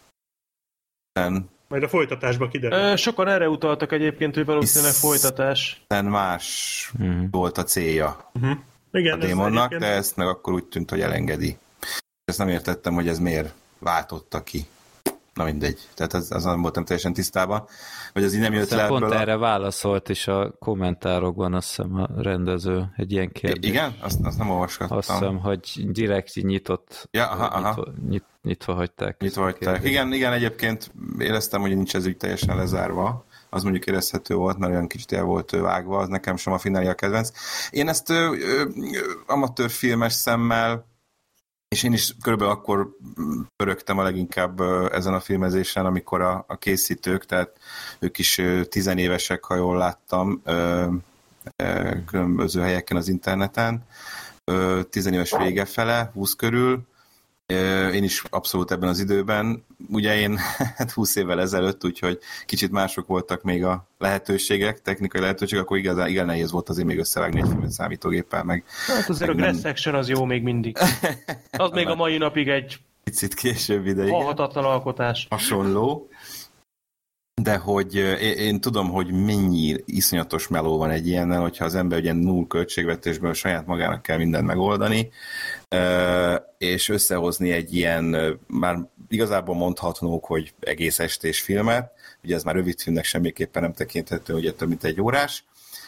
Majd a folytatásba kiderül. Sokan erre utaltak egyébként, hogy valószínűleg folytatás. Más volt a célja Igen, a démonnak, de ezt meg akkor úgy tűnt, hogy elengedi. Ezt nem értettem, hogy ez miért váltotta ki. Na mindegy. Tehát az nem voltam teljesen tisztában. Vagy az így nem jött le. Pont erre válaszolt is a kommentárokban, azt hiszem a rendező egy ilyen kérdés. Igen? Azt nem olvasgattam. Azt hiszem, hogy direkt nyitott. Nyitva hagyták. Nyitva hagyták. Igen, egyébként éreztem, hogy nincs ez úgy teljesen lezárva. Az mondjuk érezhető volt, mert olyan kicsit el volt vágva, az nekem sem a finálja a kedvenc. Én ezt amatőr filmes szemmel, és én is körülbelül akkor pörögtem a leginkább ezen a filmezésen, amikor a készítők, tehát ők is 10 évesek, ha jól láttam, különböző helyeken az interneten, 10 éves vége fele, 20 körül, én is abszolút ebben az időben, ugye én 20 évvel ezelőtt, úgyhogy kicsit mások voltak még a lehetőségek, technikai lehetőségek, akkor igen nehéz volt azért még összevágni egy filmet számítógéppel, meg... Hát azért a Grass Section az jó még mindig. Az még a mai napig egy picit később ideig. Halhatatlan alkotás. Hasonló. de hogy én tudom, hogy mennyi iszonyatos meló van egy ilyennel, hogyha az ember ugye null költségvetésből saját magának kell mindent megoldani, és összehozni egy ilyen, már igazából mondhatnunk, hogy egész estés filmet, ugye ez már rövid filmnek semmiképpen nem tekinthető, ugye több mint 1 órás,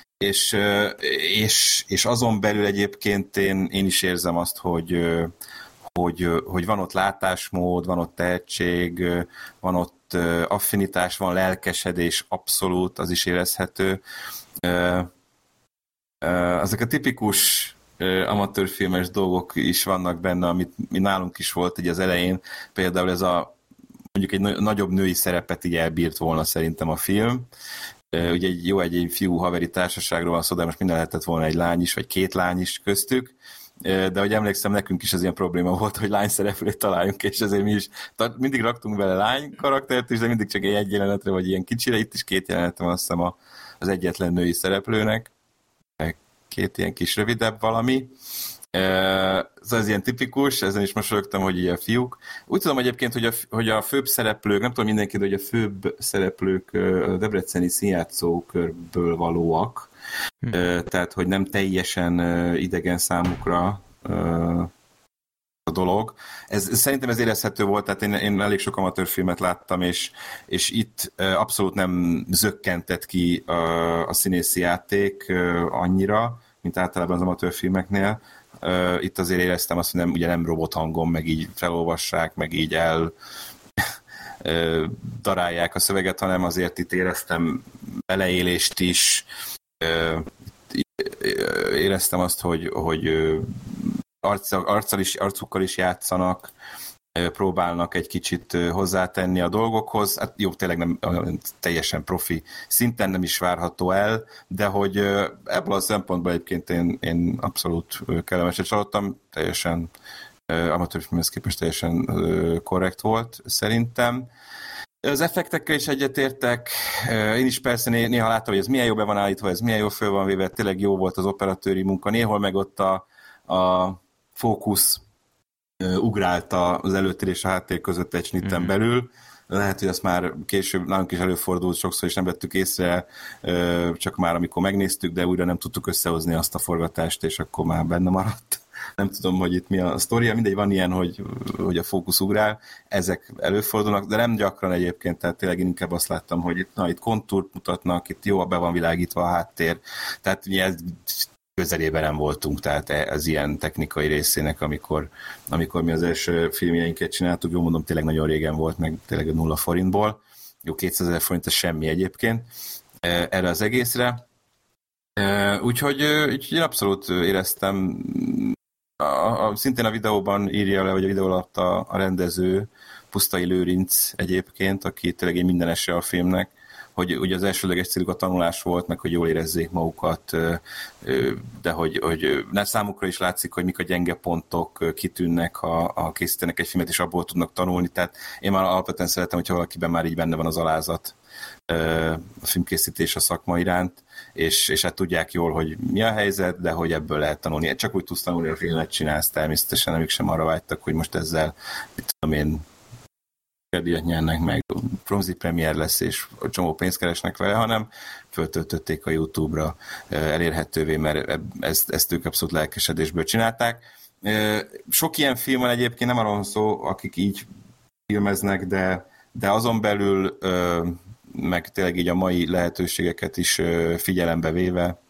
és azon belül egyébként én is érzem azt, hogy van ott látásmód, van ott tehetség, van ott affinitás, van lelkesedés, abszolút, az is érezhető. Ezek a tipikus amatőrfilmes dolgok is vannak benne, amit nálunk is volt így az elején. Például ez mondjuk egy nagyobb női szerepet így elbírt volna szerintem a film. Ugye egy fiú haveri társaságról van szó, de most minden lehetett volna egy lány is, vagy 2 lány is köztük. De hogy emlékszem, nekünk is az ilyen probléma volt, hogy lány szereplőt találjunk, és ezért mi is mindig raktunk bele lány karaktert is, de mindig csak egy jelenetre, vagy ilyen kicsire, itt is 2 jelenetre van, azt hiszem az egyetlen női szereplőnek. 2 ilyen kis rövidebb valami. Ez ilyen tipikus, ezen is mosolyogtam, hogy ilyen fiúk. Úgy tudom egyébként, hogy a főbb szereplők, nem tudom mindenki, de hogy a főbb szereplők a debreceni színjátszókörből valóak, tehát, hogy nem teljesen idegen számukra a dolog. Szerintem ez érezhető volt, tehát én elég sok amatőrfilmet láttam, és itt abszolút nem zökkentett ki a színészi játék annyira, mint általában az amatőrfilmeknél. Itt azért éreztem azt, hogy nem robothangon, meg így felolvassák, meg így darálják a szöveget, hanem azért itt éreztem beleélést is, éreztem azt, hogy arcukkal is játszanak, próbálnak egy kicsit hozzátenni a dolgokhoz. Hát jó, tényleg nem teljesen profi szinten nem is várható el, de hogy ebből a szempontból egyébként én abszolút kellemeset csalódtam, teljesen amatőrfilmhez képest teljesen korrekt volt szerintem. Az effektekkel is egyetértek. Én is persze néha láttam, hogy ez milyen jó be van állítva, ez milyen jó föl van véve, tényleg jó volt az operatőri munka. Néhol meg ott a fókusz ugrálta az előtér és a háttér között egy snitten belül. Lehet, hogy azt már később nálunk is előfordult sokszor, és nem vettük észre, csak már amikor megnéztük, de újra nem tudtuk összehozni azt a forgatást, és akkor már benne maradt. Nem tudom, hogy itt mi a sztoria, mindegy, van ilyen, hogy a fókusz ugrál, ezek előfordulnak, de nem gyakran egyébként, tehát tényleg inkább azt láttam, hogy itt kontúrt mutatnak, itt jó, be van világítva a háttér, tehát ugye közelében nem voltunk, tehát az ilyen technikai részének, amikor mi az első filmjeinket csináltuk, jó mondom, tényleg nagyon régen volt, meg tényleg 0 forintból, jó 200 000 forint, ez semmi egyébként erre az egészre. Úgyhogy én abszolút éreztem, szintén a videóban írja le, vagy a videó alatt a rendező, Pusztai Lőrinc egyébként, aki tényleg egy mindenese a filmnek, hogy ugye az elsődleges céljuk a tanulás volt, meg hogy jól érezzék magukat, de hogy számukra is látszik, hogy mik a gyenge pontok kitűnnek, ha készítenek egy filmet, és abból tudnak tanulni. Tehát én már alapvetően szeretem, hogyha valakiben már így benne van az alázat a filmkészítés a szakma iránt, és hát tudják jól, hogy mi a helyzet, de hogy ebből lehet tanulni. Csak úgy tudsz tanulni, a filmet csinálsz, természetesen ők sem arra vágytak, hogy most ezzel, mit tudom én, díjat nyernek meg, bronzi premier lesz, és csomó pénzt keresnek vele, hanem föltöltötték a YouTube-ra elérhetővé, mert ezt ők abszolút lelkesedésből csinálták. Sok ilyen film van egyébként, nem arról van szó, akik így filmeznek, de azon belül meg tényleg így a mai lehetőségeket is figyelembe véve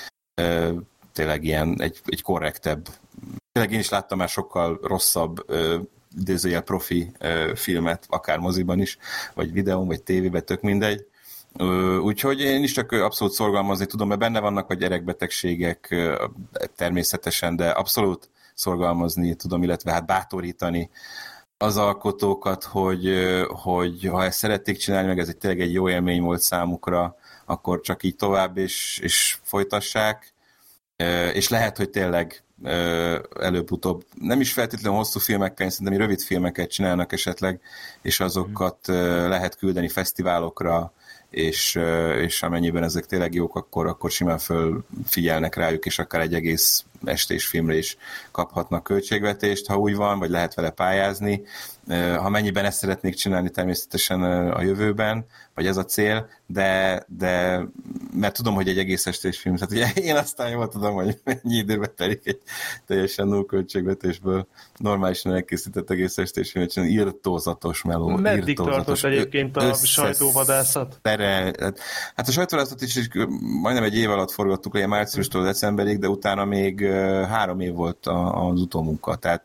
tényleg ilyen egy korrektebb. Tényleg én is láttam már sokkal rosszabb idézőjel profi filmet, akár moziban is, vagy videón, vagy tévében, tök mindegy. Úgyhogy én is csak abszolút szorgalmazni tudom, mert benne vannak a gyerekbetegségek természetesen, de abszolút szorgalmazni tudom, illetve hát bátorítani az alkotókat, hogy ha ezt szerették csinálni, meg ez tényleg egy jó élmény volt számukra, akkor csak így tovább és folytassák. És lehet, hogy tényleg előbb-utóbb nem is feltétlenül hosszú filmekkel, szerintem rövid filmeket csinálnak esetleg, és azokat lehet küldeni fesztiválokra, és amennyiben ezek tényleg jók, akkor simán fölfigyelnek rájuk, és akár egy egész estés filmre is kaphatnak költségvetést, ha úgy van, vagy lehet vele pályázni. Ha mennyiben ezt szeretnék csinálni természetesen a jövőben, vagy ez a cél, de mert tudom, hogy egy egész estés film, tehát ugye én aztán jól tudom, hogy mennyi időbe telik egy teljesen null költségvetésből normálisan elkészített egész estés filmet csinálni, irtózatos meló. Meddig tartott egyébként a sajtóvadászat? Hát a sajtóvadászat is majdnem egy év alatt forgattuk, ugye márciustól decemberig, de utána még 3 év volt az utómunka, tehát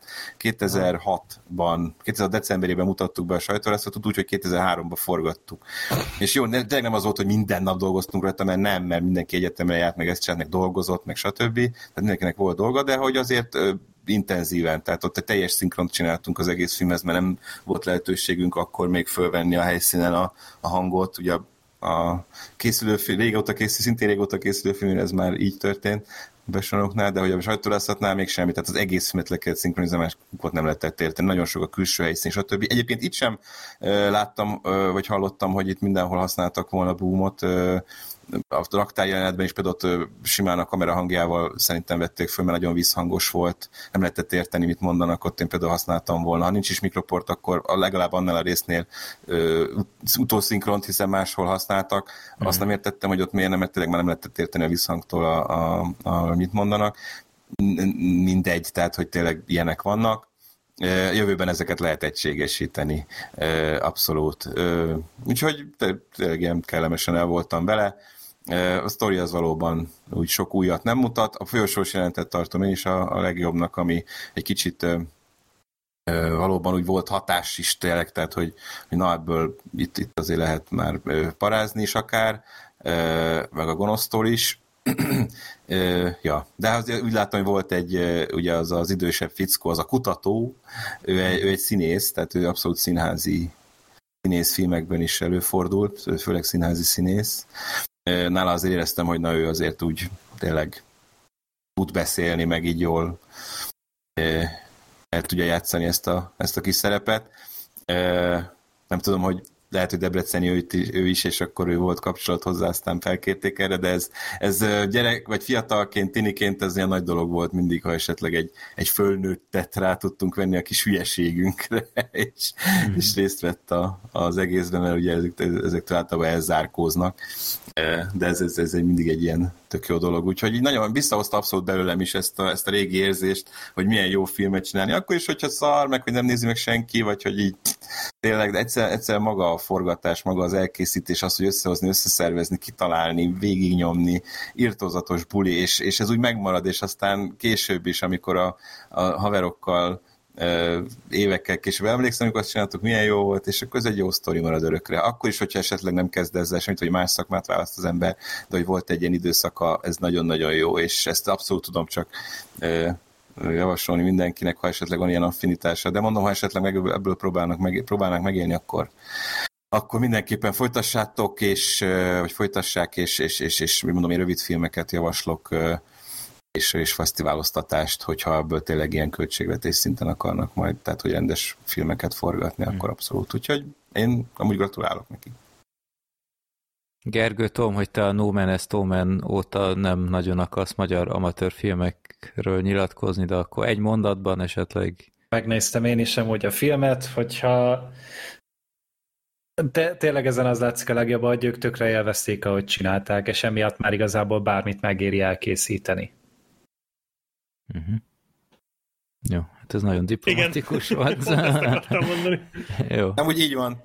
2006 decemberében mutattuk be a sajtóvadászatot, úgyhogy 2003-ban forgattuk. És jó, tényleg nem az volt, hogy minden nap dolgoztunk rajta, mert mindenki egyetemre járt, meg ezt csinált, meg dolgozott, meg stb. Tehát mindenkinek volt dolga, de hogy azért intenzíven, tehát ott egy teljes szinkront csináltunk az egész filmhez, mert nem volt lehetőségünk akkor még fölvenni a helyszínen a hangot, ugye a készülőfilm, szintén régóta készülő film, ez már így történt besorolóknál, de hogy a sajtóvászatnál még semmi, tehát az egész filmet le kellett szinkronizálni, másokat nem lehetett érteni, nagyon sok a külső helyszín, stb. Egyébként itt sem láttam, vagy hallottam, hogy itt mindenhol használtak volna boomot, a raktárjelenetben is például simán a kamera hangjával szerintem vették föl, mert nagyon visszhangos volt, nem lehetett érteni, mit mondanak, ott én például használtam volna. Ha nincs is mikroport, akkor legalább annál a résznél utószinkront, hiszen máshol használtak. Azt nem értettem, hogy ott miért nem, mert tényleg már nem lehetett érteni a visszhangtól, mit mondanak. Mindegy, tehát, hogy tényleg ilyenek vannak. Jövőben ezeket lehet egységesíteni, abszolút. Úgyhogy tényleg ilyen kellemesen el voltam vele. A sztori az valóban úgy sok újat nem mutat. A folyosós jelentet tartom én is a legjobbnak, ami egy kicsit valóban úgy volt hatás is tényleg, tehát hogy na ebből itt azért lehet már parázni is akár, meg a gonosztól is. Ja, de azért úgy látom, hogy volt ugye az idősebb fickó, az a kutató, ő egy színész, tehát ő abszolút színházi filmekben is előfordult, főleg színházi színész. Nála azért éreztem, hogy na ő azért úgy tényleg tud beszélni, meg így jól el tudja játszani ezt a kis szerepet. Nem tudom, hogy lehet, hogy Debreceni ő is, és akkor ő volt kapcsolat hozzá, aztán felkérték erre, de ez gyerek, vagy fiatalként, tiniként ez ilyen nagy dolog volt mindig, ha esetleg egy fölnőttet rá tudtunk venni a kis hülyeségünkre, és részt vett az egészben, mert ugye ezektől általában elzárkóznak, de ez mindig egy ilyen tök jó dolog, úgyhogy így nagyon visszahozta abszolút belőlem is ezt a régi érzést, hogy milyen jó filmet csinálni, akkor is, hogyha szar, meg hogy nem nézi meg senki, vagy hogy így tényleg, de egyszer maga a forgatás, maga az elkészítés, az, hogy összehozni, összeszervezni, kitalálni, végignyomni, irtózatos buli, és ez úgy megmarad, és aztán később is, amikor a haverokkal évekkel később emlékszem, amikor azt csináltuk, milyen jó volt, és akkor ez egy jó sztori marad örökre. Akkor is, hogyha esetleg nem kezd ezzel semmit, hogy más szakmát választ az ember, de hogy volt egy ilyen időszaka, ez nagyon-nagyon jó, és ezt abszolút tudom csak javasolni mindenkinek, ha esetleg van ilyen affinitása, de mondom, ha esetleg ebből próbálnak megélni, akkor mindenképpen folytassátok, vagy folytassák, és mondom, én rövid filmeket javaslok, és fesztiváloztatást, hogyha ebből tényleg ilyen költségvetés szinten akarnak majd, tehát hogy rendes filmeket forgatni, akkor abszolút. Úgyhogy én amúgy gratulálok neki. Gergő, tudom, hogy te a No Man is Omen óta nem nagyon akarsz magyar amatőr filmekről nyilatkozni, de akkor egy mondatban esetleg... Megnéztem én is amúgy a filmet, hogyha tényleg ezen az látszik a legjobb, hogy ők tökre élvezték, ahogy csinálták, és emiatt már igazából bármit megéri elkészíteni. Uh-huh. Jó, hát ez nagyon diplomatikus volt. Igen, ezt akartam mondani. Jó. Nem úgy így van.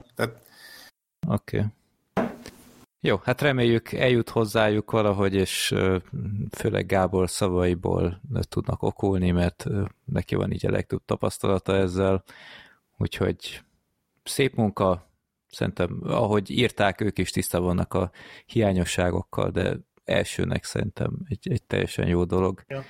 Oké. Jó, hát reméljük eljut hozzájuk valahogy, és főleg Gábor szavaiból tudnak okulni, mert neki van így a legtöbb tapasztalata ezzel, úgyhogy szép munka, szerintem, ahogy írták, ők is tisztában vannak a hiányosságokkal, de elsőnek szerintem egy teljesen jó dolog. Ja.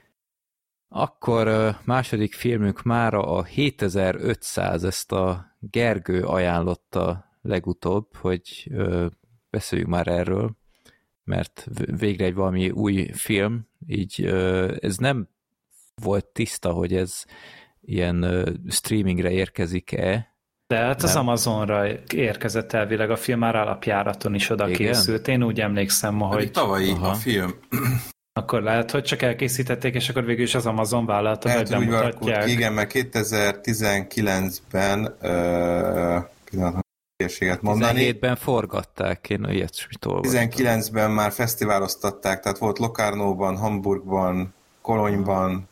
Akkor második filmünk mára a 7500, ezt a Gergő ajánlotta legutóbb, hogy beszéljünk már erről, mert végre egy valami új film, így ez nem volt tiszta, hogy ez ilyen streamingre érkezik-e. De hát az Amazonra érkezett elvileg, a film már alapjáraton is oda készült. Én úgy emlékszem, hogy... Tavalyi a film. Akkor lehet, hogy csak elkészítették, és akkor végül is az Amazon vállalta, hogy bemutatják. Igen, mert 2019-ben mondani. 17-ben forgatták, én ilyesmit olvastam. 19-ben már fesztiváloztatták, tehát volt Locarnóban, Hamburgban, Kolonyban,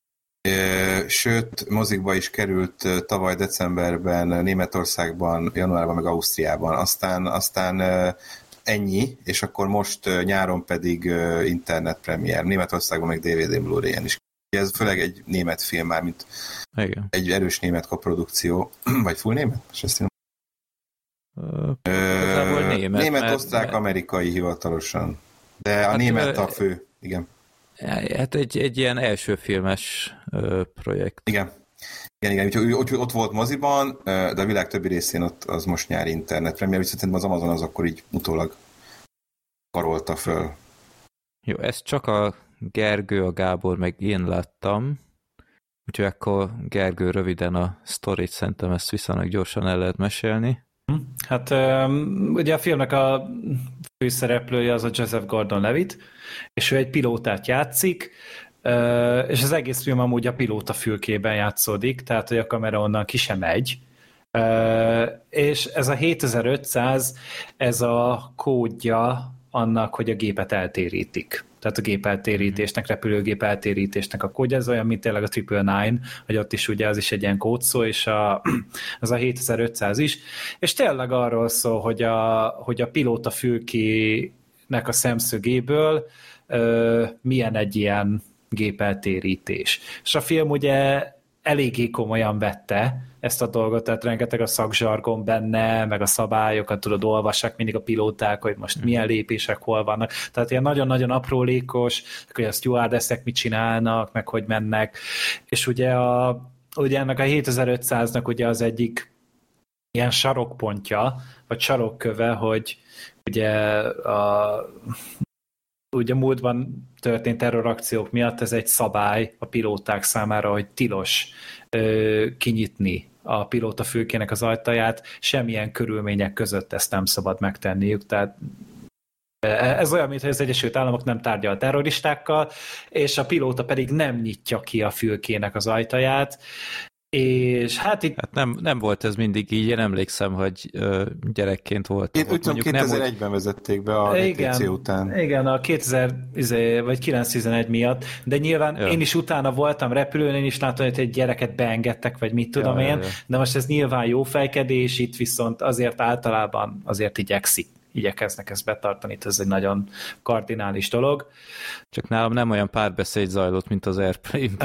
sőt, mozikba is került tavaly decemberben, Németországban, januárban, meg Ausztriában. Aztán ennyi, és akkor most nyáron pedig internet premier. Németországban meg DVD Blu-ray-en is. Ez főleg egy német film már, mint igen. Egy erős német koprodukció. Vagy full német? Német, osztrák, amerikai hivatalosan. De a német a fő. Igen. Hát egy ilyen első filmes projekt. Igen. Úgyhogy ott volt moziban, de a világ többi részén ott az most nyári internet premier, viszont szerintem az Amazon az akkor így utólag karolta föl. Jó, ezt csak a Gergő, a Gábor, meg én láttam, úgyhogy akkor Gergő röviden a sztorit, szerintem ezt viszonylag gyorsan el lehet mesélni. Hát ugye a filmnek a főszereplője az a Joseph Gordon-Levitt, és ő egy pilótát játszik, és az egész film amúgy a pilóta fülkében játszódik, tehát hogy a kamera onnan ki sem megy. És ez a 7500, ez a kódja annak, hogy a gépet eltérítik. Tehát a gépeltérítésnek, repülőgép eltérítésnek a kódja, ez olyan, mint tényleg a 999, hogy ott is ugye az is egy ilyen kódszó, és az a 7500 is. És tényleg arról szól, hogy a pilóta fülkének a szemszögéből milyen egy ilyen gépeltérítés. És a film ugye eléggé komolyan vette ezt a dolgot, tehát rengeteg a szakzsargon benne, meg a szabályokat tudod, olvassák mindig a pilóták, hogy most milyen lépések hol vannak. Tehát ilyen nagyon-nagyon aprólékos, hogy a stewardessek mit csinálnak, meg hogy mennek. És ugye ennek a 7500-nak ugye az egyik ilyen sarokpontja, vagy sarokköve, hogy ugye múltban történt terrorakciók miatt ez egy szabály a pilóták számára, hogy tilos kinyitni a pilóta fülkének az ajtaját, semmilyen körülmények között ezt nem szabad megtenniük, tehát ez olyan, mintha az Egyesült Államok nem tárgyal terroristákkal, és a pilóta pedig nem nyitja ki a fülkének az ajtaját, és hát itt... Hát nem volt ez mindig így, én emlékszem, hogy gyerekként volt. Én úgy tudom, 2001-ben vezették be a DTC után. Igen, a 911 miatt, de nyilván én is utána voltam repülőn, én is látom, hogy egy gyereket beengedtek, vagy mit tudom én, de most ez nyilván jó fejkedés, itt viszont azért általában azért igyekeznek ezt betartani, ez egy nagyon kardinális dolog. Csak nálam nem olyan párbeszéd zajlott, mint az Airplane-ben.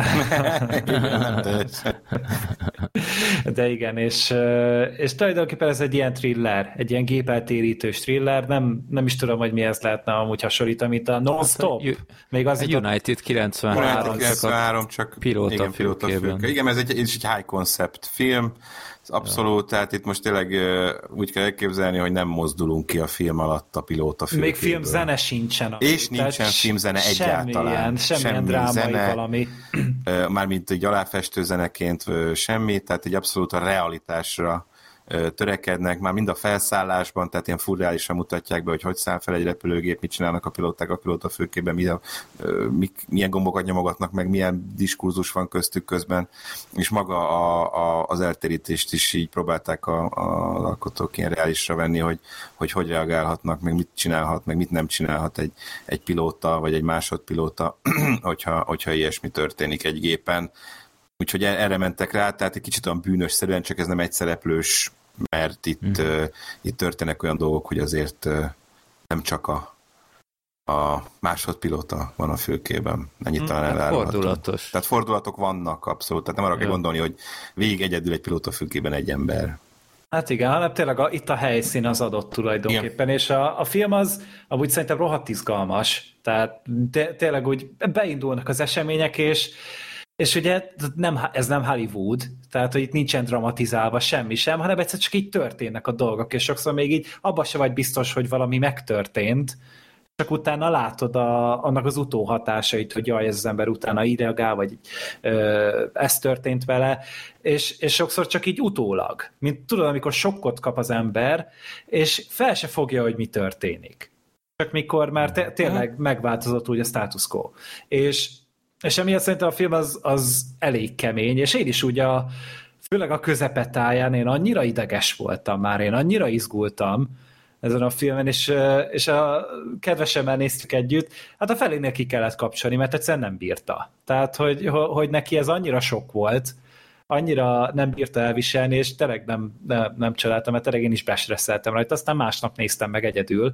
De igen, és tulajdonképpen ez egy ilyen thriller, egy ilyen gépeltérítős thriller, nem is tudom, hogy mihez lehetne amúgy hasonlítani, mint a Non-Stop. Még az United 93 csak pilóta fülkében. Igen, ez egy high concept film, abszolút, tehát itt most tényleg úgy kell elképzelni, hogy nem mozdulunk ki a film alatt a pilóta fülkéből. Még filmzene sincsen. És nincsen filmzene egyáltalán. Semmilyen drámai zene, valami. Mármint egy aláfestő zeneként semmi, tehát egy abszolút a realitásra törekednek, már mind a felszállásban, tehát ilyen furreálisan mutatják be, hogy száll fel egy repülőgép, mit csinálnak a pilóták a pilótafülkében, milyen gombokat nyomogatnak meg, milyen diskurzus van köztük közben, és maga az eltérítést is így próbálták az alkotók ilyen reálisra venni, hogy reagálhatnak, meg mit csinálhat, meg mit nem csinálhat egy pilóta, vagy egy másodpilóta, hogyha ilyesmi történik egy gépen. Úgyhogy erre mentek rá, tehát egy kicsit olyan bűnösszerűen, csak ez nem egyszereplős, mert itt történnek olyan dolgok, hogy azért nem csak a másodpilóta van a fülkében. Ennyit talán elárulhatom. Fordulatos. Tehát fordulatok vannak abszolút, tehát nem arra kell gondolni, hogy végig egyedül egy pilóta fülkében egy ember. Hát igen, hanem tényleg itt a helyszín az adott tulajdonképpen, és a film az amúgy szerintem rohadt izgalmas, tehát tényleg úgy beindulnak az események, és ugye ez nem Hollywood, tehát hogy itt nincsen dramatizálva semmi sem, hanem egyszer csak így történnek a dolgok, és sokszor még így abban se vagy biztos, hogy valami megtörtént, csak utána látod annak az utóhatásait, hogy jaj, ez az ember utána így reagál, vagy ez történt vele, és sokszor csak így utólag. Mint tudod, amikor sokkot kap az ember, és fel se fogja, hogy mi történik. csak mikor már tényleg megváltozott úgy a status quo. És emiatt szerintem a film az elég kemény, és én is úgy főleg a közepetáján én annyira ideges voltam már, én annyira izgultam ezen a filmen, és a kedvesemmel néztük együtt, hát a felénél ki kellett kapcsolni, mert egyszerűen nem bírta. Tehát, hogy neki ez annyira sok volt, annyira nem bírta elviselni, és tényleg nem csodáltam, mert tényleg én is bestresszeltem rajta, aztán másnap néztem meg egyedül,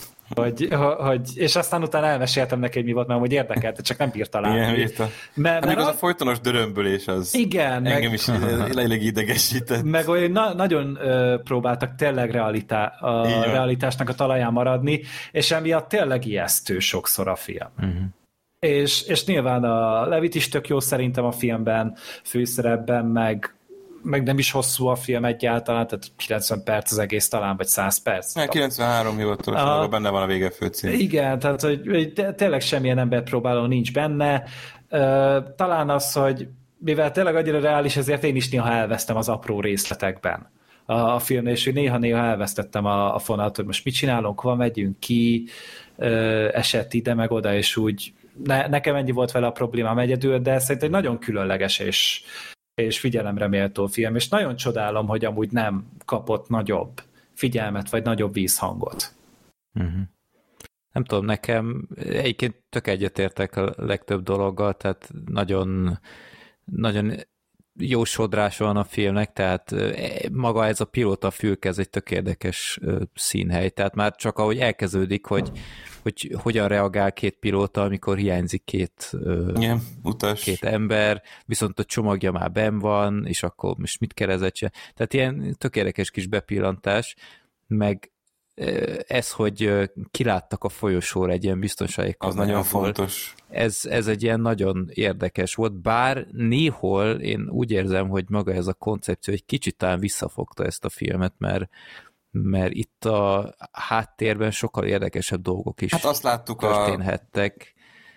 és aztán utána elmeséltem neki, hogy mi volt, mert hogy érdekelte, csak nem bírta látni. Igen, bírta. Mert az a folytonos dörömbölés az igen, engem is elég idegesített. Meg olyan nagyon próbáltak tényleg realitásnak a talaján maradni, és emiatt tényleg ijesztő sokszor a film. Uh-huh. És nyilván a Levit is tök jó szerintem a filmben, főszerepben, meg nem is hosszú a film egyáltalán, tehát 90 perc az egész talán, vagy 100 perc. 93 hivatalos, benne van a vége főcím. Igen, tehát hogy tényleg semmilyen emberpróbáló nincs benne. Talán az, hogy mivel tényleg annyira reális, ezért én is néha elvesztem az apró részletekben a filmnél, és néha elvesztettem a fonalat, hogy most mit csinálunk, hova megyünk ki, esett ide meg oda, és úgy nekem ennyi volt vele a problémám egyedül, de szerintem egy nagyon különleges és figyelemre méltó film, és nagyon csodálom, hogy amúgy nem kapott nagyobb figyelmet, vagy nagyobb vízhangot. Uh-huh. Nem tudom, nekem egyébként tök egyetértek a legtöbb dologgal, tehát nagyon, nagyon jó sodrás van a filmnek, tehát maga ez a pilóta fülke, ez egy tök érdekes színhely, tehát már csak ahogy elkezdődik, hogy hogyan reagál két pilóta, amikor hiányzik két ember, viszont a csomagja már benn van, és akkor most mit keresett se. Tehát ilyen tök érdekes kis bepillantás, meg ez, hogy kiláttak a folyosóra egy ilyen biztonsági kamerából. Az nagyon fontos. Ez egy ilyen nagyon érdekes volt, bár néhol én úgy érzem, hogy maga ez a koncepció egy kicsit talán visszafogta ezt a filmet, mert itt a háttérben sokkal érdekesebb dolgok is azt láttuk történhettek.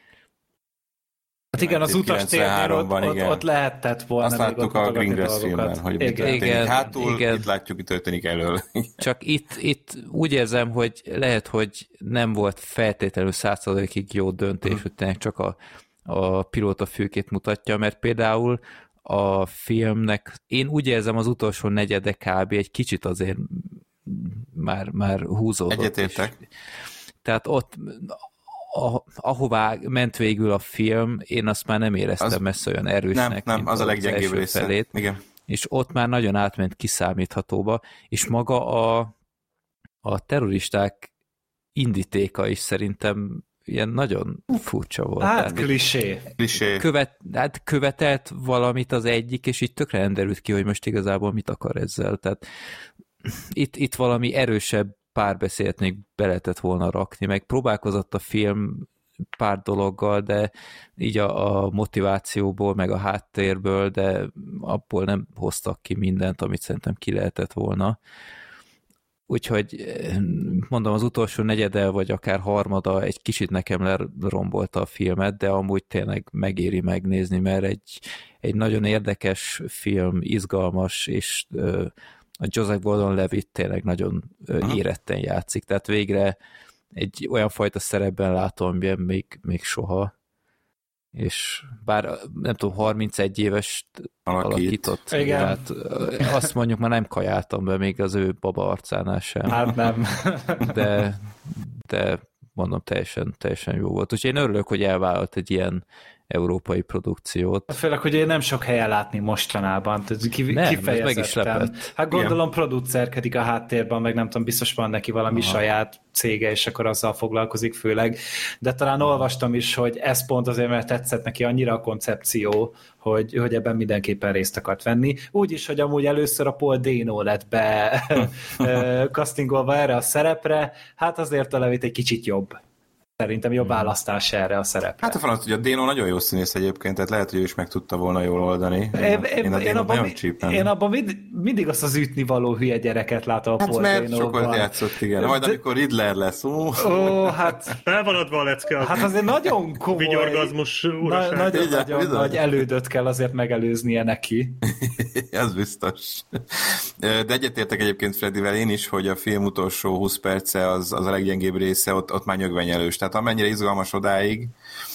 Hát igen, az utastérnél ott lehetett volna. Azt láttuk a Greengrass filmben, hogy mi történik hátul, itt látjuk, mi történik elől. Csak itt úgy érzem, hogy lehet, hogy nem volt feltétlenül 100%-ig jó döntés, hogy tényleg csak a pilóta fülkét mutatja, mert például a filmnek, én úgy érzem az utolsó negyede kb. Egy kicsit azért már húzódott. Egyetértek. Tehát ott ahová ment végül a film, én azt már nem éreztem messze olyan erősnek. Nem, az a leggyengébb része. Igen. És ott már nagyon átment kiszámíthatóba, és maga a terroristák indítéka is szerintem ilyen nagyon furcsa volt. Hát klisé. Követelt valamit az egyik, és így tökre nem derült ki, hogy most igazából mit akar ezzel. Tehát itt valami erősebb párbeszédet még be lehetett volna rakni, meg próbálkozott a film pár dologgal, de így a motivációból, meg a háttérből, de abból nem hoztak ki mindent, amit szerintem ki lehetett volna. Úgyhogy mondom, az utolsó negyede, vagy akár harmada egy kicsit nekem lerombolta a filmet, de amúgy tényleg megéri megnézni, mert egy nagyon érdekes film, izgalmas, és a Joseph Gordon-Levitt tényleg nagyon éretten játszik, tehát végre egy olyan fajta szerepben látom, amilyen még soha. És bár nem tudom, 31 éves alakított. Igen. Tehát azt mondjuk már nem kajáltam be még az ő baba arcánál sem. Hát nem. De mondom, teljesen jó volt. Úgyhogy én örülök, hogy elvállalt egy ilyen európai produkciót. Főleg, hogy én nem sok helyen látni mostanában. Kifejezetten. Meg is lepett. Hát gondolom producerkedik a háttérben, meg nem tudom, biztos van neki valami saját cége, és akkor azzal foglalkozik főleg. De talán olvastam is, hogy ez pont azért, mert tetszett neki annyira a koncepció, hogy ebben mindenképpen részt akart venni. Úgyis, hogy amúgy először a Paul Dano lett be castingolva erre a szerepre, hát azért a Levitt egy kicsit jobb szerintem jobb választás erre a szerepre. Hát a franc, hogy a Dano nagyon jó színész egyébként, tehát lehet, hogy ő is meg tudta volna jól oldani. Én abban mindig azt az ütni való hülye gyereket látom a Paul Dano-ban. Hát mert sokat játszott, igen. Majd amikor Riddler lesz, hát... Fel van adva a lecke. Hát azért nagyon komoly... Vigyorgazmus uraság. Nagyon nagy elődöt kell azért megelőznie neki. Ez biztos. De egyetértek egyébként Freddyvel én is, hogy a film utolsó 20 perce az a leggyengébb része, ott már nyögvenyelős. Tehát amennyire izgalmas odáig,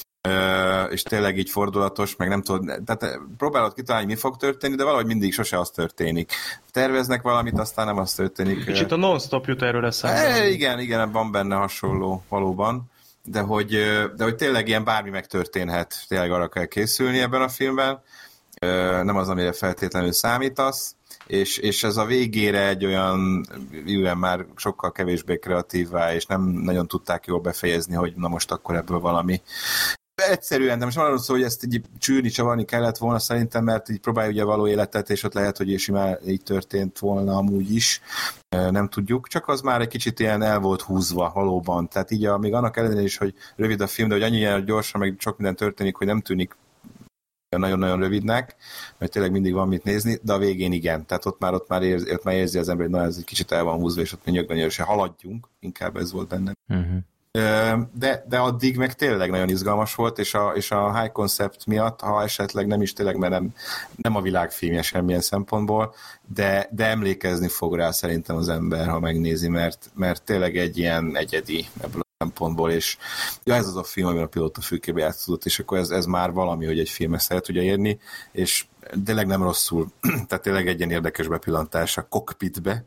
és tényleg így fordulatos, meg nem tudod, tehát próbálod kitalálni, mi fog történni, de valahogy mindig sose az történik. Terveznek valamit, aztán nem az történik. Kicsit a non-stop jut erről eszembe. Igen, van benne hasonló valóban, de hogy tényleg ilyen bármi megtörténhet, tényleg arra kell készülni ebben a filmben, nem az, amire feltétlenül számítasz, és ez a végére egy olyan, ilyen már sokkal kevésbé kreatívvá, és nem nagyon tudták jól befejezni, hogy na most akkor ebből valami. Egyszerűen, de most arról szól, hogy ezt így csűrni, csavarni kellett volna szerintem, mert így próbálja ugye való életet, és ott lehet, hogy simán így történt volna amúgy is. Nem tudjuk, csak az már egy kicsit ilyen el volt húzva valóban. Tehát így még annak ellenére is, hogy rövid a film, de hogy annyi gyorsan, meg sok minden történik, hogy nem tűnik nagyon-nagyon rövidnek, mert tényleg mindig van mit nézni, de a végén igen. Tehát ott már érzi az ember, hogy na ez egy kicsit el van húzva, és ott nyögvenyőre se haladjunk, inkább ez volt benne. Uh-huh. De addig meg tényleg nagyon izgalmas volt, és a high concept miatt, ha esetleg nem is tényleg, mert nem a világfilmje semmilyen szempontból, de emlékezni fog rá szerintem az ember, ha megnézi, mert tényleg egy ilyen egyedi ebből a szempontból, és ez az a film, amiben a pilóta fülkébe játszódott, és akkor ez már valami, hogy egy filmet szeret tudja érni, és tényleg nem rosszul, tehát tényleg egy ilyen érdekes bepillantás a cockpitbe,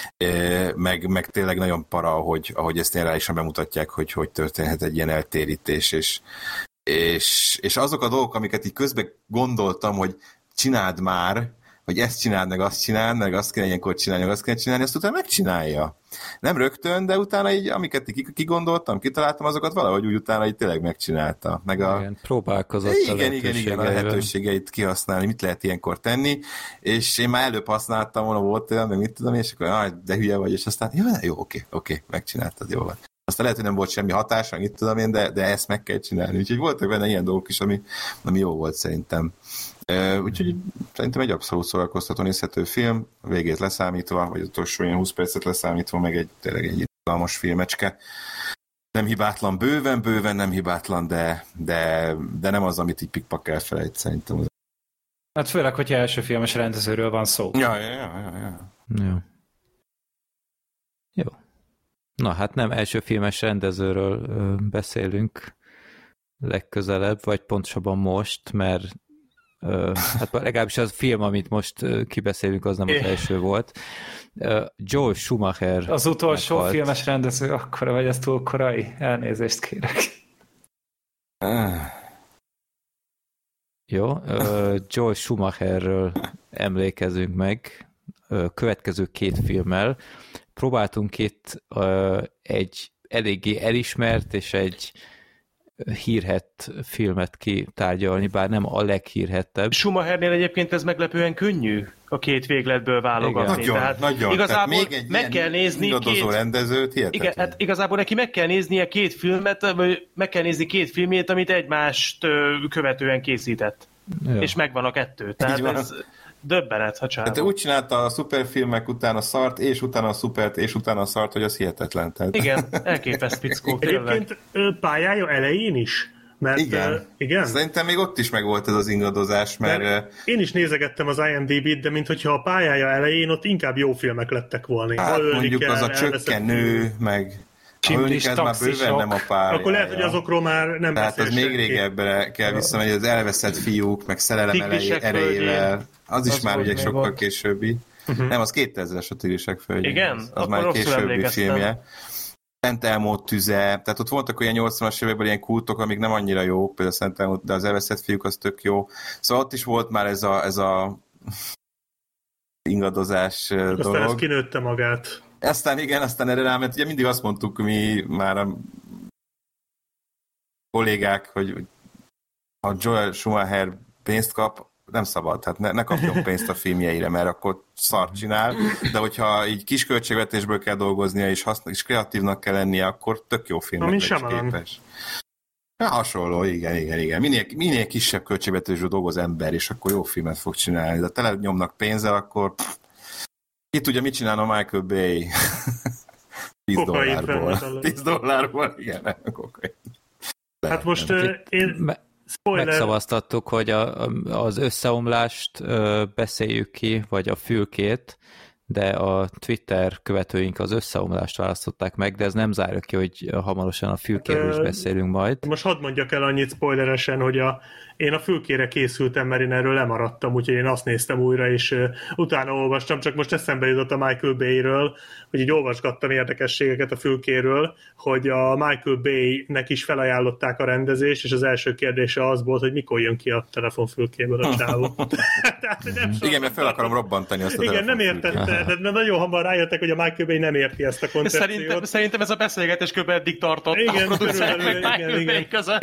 meg tényleg nagyon para, ahogy ezt ilyen reálisan bemutatják, hogy történhet egy ilyen eltérítés, és azok a dolgok, amiket így közben gondoltam, hogy csináld már, hogy ezt csináld, meg azt csináld, meg azt kéne ilyenkor csinálni, meg azt kéne csinálni, azt utána megcsinálja. Nem rögtön, de utána így, amiket kigondoltam, kitaláltam, azokat valahogy úgy utána így tényleg megcsinálta. Meg igen, próbálkozott igen, a lehetőségeit kihasználni, mit lehet ilyenkor tenni, és én már előbb használtam volna, volt olyan, meg mit tudom, és akkor de hülye vagy, és aztán jó, oké, megcsináltad, jó van. Aztán lehet, hogy nem volt semmi hatása, mit tudom én, de ezt meg kell csinálni. Úgyhogy voltak benne ilyen dolgok is, ami jó volt szerintem. Úgyhogy szerintem egy abszolút szórakoztató nézhető film, a végét leszámítva, vagy az utolsó ilyen 20 percet leszámítva, meg tényleg egy izgalmas filmecske. Nem hibátlan, bőven nem hibátlan, de nem az, amit így pikpak elfelejt szerintem. Hát főleg, hogyha első filmes rendezőről van szó. Ja. Jó. Na hát nem első filmes rendezőről beszélünk legközelebb, vagy pontosabban most, mert hát legalábbis az film, amit most kibeszélünk, az nem az első volt. Joel Schumacher. Az utolsó meghalt. Filmes rendező akkora, vagy ez túl korai? Elnézést kérek. Jó, Joel Schumacherről emlékezünk meg következő két filmmel. Próbáltunk itt egy eléggé elismert és egy hírhett filmet kitárgyalni, bár nem a leghírhettebb. Schumachernél egyébként ez meglepően könnyű a két végletből válogatni. Nagyon. Igazából még egy meg kell nézni rendezőt, hihetetlen. Igen, hát igazából neki meg kell néznie két filmet, vagy meg kell nézni két filmét, amit egymást követően készített. Ja. És megvan a kettő. Tehát ez döbbenet, ha csinálom. Tehát úgy csinálta a szuperfilmek után a szart, és utána a szupert, és utána a szart, hogy az hihetetlen. Tehát... Igen, elképeszt pickó. Egyébként pályája elején is. Mert, igen. Szerintem még ott is megvolt ez az ingadozás, mert... Én is nézegettem az IMDb-t, de minthogyha a pályája elején ott inkább jó filmek lettek volna. Hát mondjuk az a csökkenő, meg... Csimplis taxisok. Nem a pár. Akkor lehet, hogy azokról már nem beszél. Tehát az még régebbre kell visszamenni, az elveszett fiúk, meg szerelem erejével. Az is már ugye sokkal volt. Későbbi. Nem, az 2000-es a Tigrisek földjén. Igen? Az már egy későbbi filmje. Szent Elmó tüze. Tehát ott voltak olyan 80-as években ilyen kultok, amik nem annyira jók, például Szent Elmó, de az elveszett fiúk az tök jó. Szóval ott is volt már ez a ingadozás dolog. Aztán ez kinőtte magát. Aztán erre rá, mert ugye mindig azt mondtuk mi már a kollégák, hogy ha Joel Schumacher pénzt kap, nem szabad, hát ne kapjon pénzt a filmjeire, mert akkor szart csinál, de hogyha így kis költségvetésből kell dolgoznia, és kreatívnak kell lennie, akkor tök jó filmekre is képes. Hasonló, igen. Minél kisebb költségvetésből dolgoz ember, és akkor jó filmet fog csinálni. De tele nyomnak pénzzel, akkor ki tudja, mit csinál a Michael Bay? $10, igen, kokain. Hát most én... Megszavaztattuk, hogy az összeomlást beszéljük ki, vagy a fülkét, de a Twitter követőink az összeomlást választották meg, de ez nem zárja ki, hogy hamarosan a fülkéről is beszélünk majd. Most hadd mondjak el annyit spoileresen, hogy én a fülkére készültem, mert én erről lemaradtam, úgyhogy én azt néztem újra, és utána olvastam, csak most eszembe jutott a Michael Bay-ről, hogy így olvasgattam érdekességeket a fülkéről, hogy a Michael Bay-nek is felajánlották a rendezést, és az első kérdése az volt, hogy mikor jön ki a telefonfülkéből a csávó. Igen, mert fel akarom robbantani azt a igen, nem értette, de nagyon hamar rájöttek, hogy a Michael Bay nem érti ezt a koncepciót. Szerintem ez a beszélgetés kb. Eddig tartott igen, a producer meg Michael Bay között.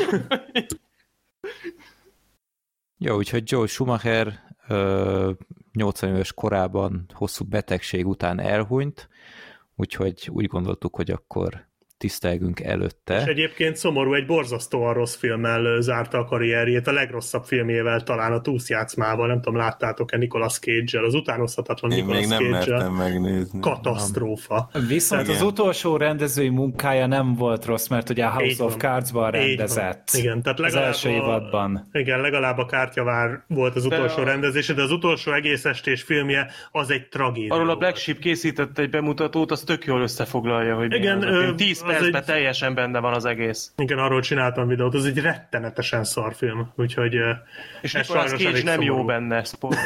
Jó, úgyhogy Joel Schumacher 80 éves korában hosszú betegség után elhunyt, úgyhogy úgy gondoltuk, hogy akkor tisztelgünk előtte. És egyébként szomorú, egy borzasztóan rossz filmmel zárta a karrierjét, a legrosszabb filmjével talán a Túszjátszmával, nem tudom, láttátok-e Nicolas Cage-el, az utánozhatatlan Nicolas Cage-el. Én még nem mertem megnézni. Katasztrófa. Viszont az utolsó rendezői munkája nem volt rossz, mert ugye a House of Cards-ban rendezett. Igen, tehát az első évadban. Igen, legalább a Kártyavár volt az utolsó rendezése, de az utolsó egész estés filmje az egy tragédia. Arról a Black Sheep készített egy bemutatót, az tök jól összefoglalja, hogy igen, 10 percben teljesen benne van az egész. Igen, arról csináltam videót, az egy rettenetesen szar film, úgyhogy és Nicolas Cage nem jó benne,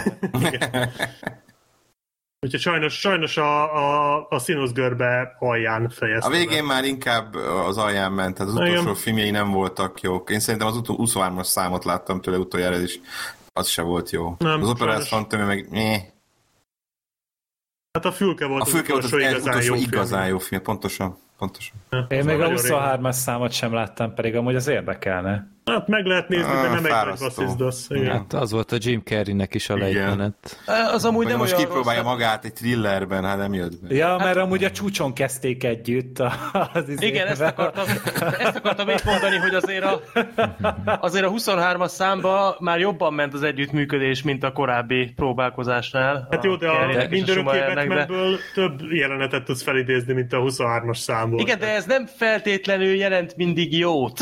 úgyhogy sajnos a színuszgörbe alján fejezte. A végén már inkább az alján ment, tehát az utolsó filmjei nem voltak jók. Én szerintem az 23-as számot láttam tőle utoljára, és az se volt jó. Nem, az Operász Phantom meg hát a fülke volt az utolsó igazán jó film. Pontosan. Én még a 23-as számot sem láttam, pedig amúgy az érdekelne. Hát meg lehet nézni, de nem egy nagy basszizdasz. Hát az volt a Jim Carrey-nek is a lejtmenet. Az amúgy nem most kipróbálja magát egy thrillerben, hát nem jött be. Ja, mert amúgy a csúcson kezdték együtt az igen, ezt akartam én mondani, hogy azért a 23-as számba már jobban ment az együttműködés, mint a korábbi próbálkozásnál. Hát jó, de a mindörökké Batmanből több jelenetet tudsz felidézni, mint a 23-as számból. Igen, de ez nem feltétlenül jelent mindig jót.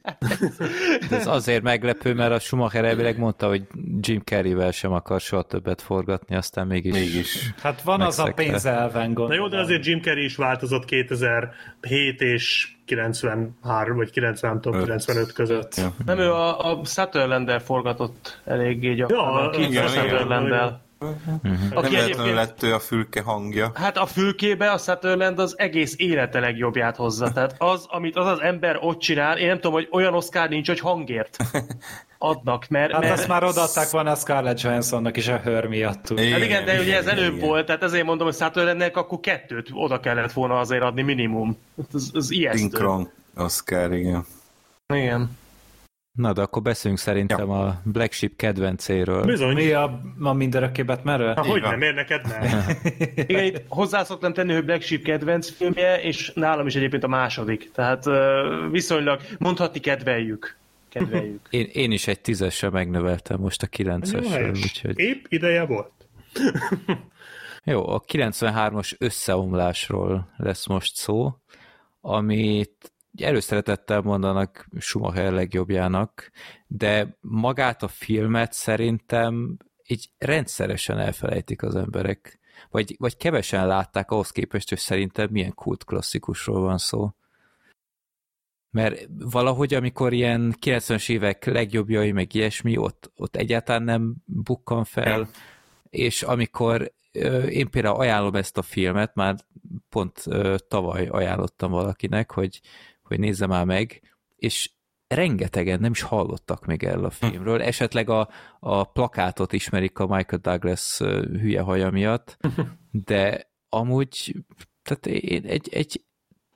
De ez azért meglepő, mert a Schumacher elvileg mondta, hogy Jim Carrey-vel sem akar soha többet forgatni, aztán mégis. Hát van az a pénzelven gond. Na jó, de azért Jim Carrey is változott 2007 és 93 vagy 95 között. Ja. Nem, ő a Sutherland-del forgatott eléggé gyakran. Igen, Sutherland-del. Nem véletlenül lett ő a fülke hangja. Hát a fülkébe a Sutherland az egész élete legjobbját hozza. Tehát amit az ember ott csinál, én nem tudom, hogy olyan Oscar nincs, hogy hangért adnak, mert... Hát azt már odaadták volna a Scarlett Johanssonnak is a Her miatt. Hát igen, de ugye ez előbb volt, tehát ezért mondom, hogy Sutherlandnek akkor 2 oda kellett volna azért adni minimum. Ez ijesztő. Synchron Oscar, igen. Igen. Na, de akkor beszélünk szerintem a Black Sheep kedvencéről. Bizony. Mi a mindörökké Batmanről? Hogy nem, miért neked nem? Igen, itt hozzá szoktam tenni, hogy Black Sheep kedvenc filmje, és nálam is egyébként a második. Tehát viszonylag mondhatni kedveljük. Én is egy 10-esre megnöveltem most a 9-esről. Úgyhogy... Épp ideje volt. Jó, a 93-as összeomlásról lesz most szó, amit előszeretettel mondanak Schumacher legjobbjának, de magát a filmet szerintem így rendszeresen elfelejtik az emberek. Vagy kevesen látták ahhoz képest, hogy szerintem milyen kult klasszikusról van szó. Mert valahogy, amikor ilyen 90-es évek legjobbjai, meg ilyesmi, ott egyáltalán nem bukkan fel, és amikor én például ajánlom ezt a filmet, már pont tavaly ajánlottam valakinek, hogy nézze már meg, és rengetegen nem is hallottak még erről a filmről. Esetleg a plakátot ismerik a Michael Douglas hülye haja miatt, de amúgy tehát egy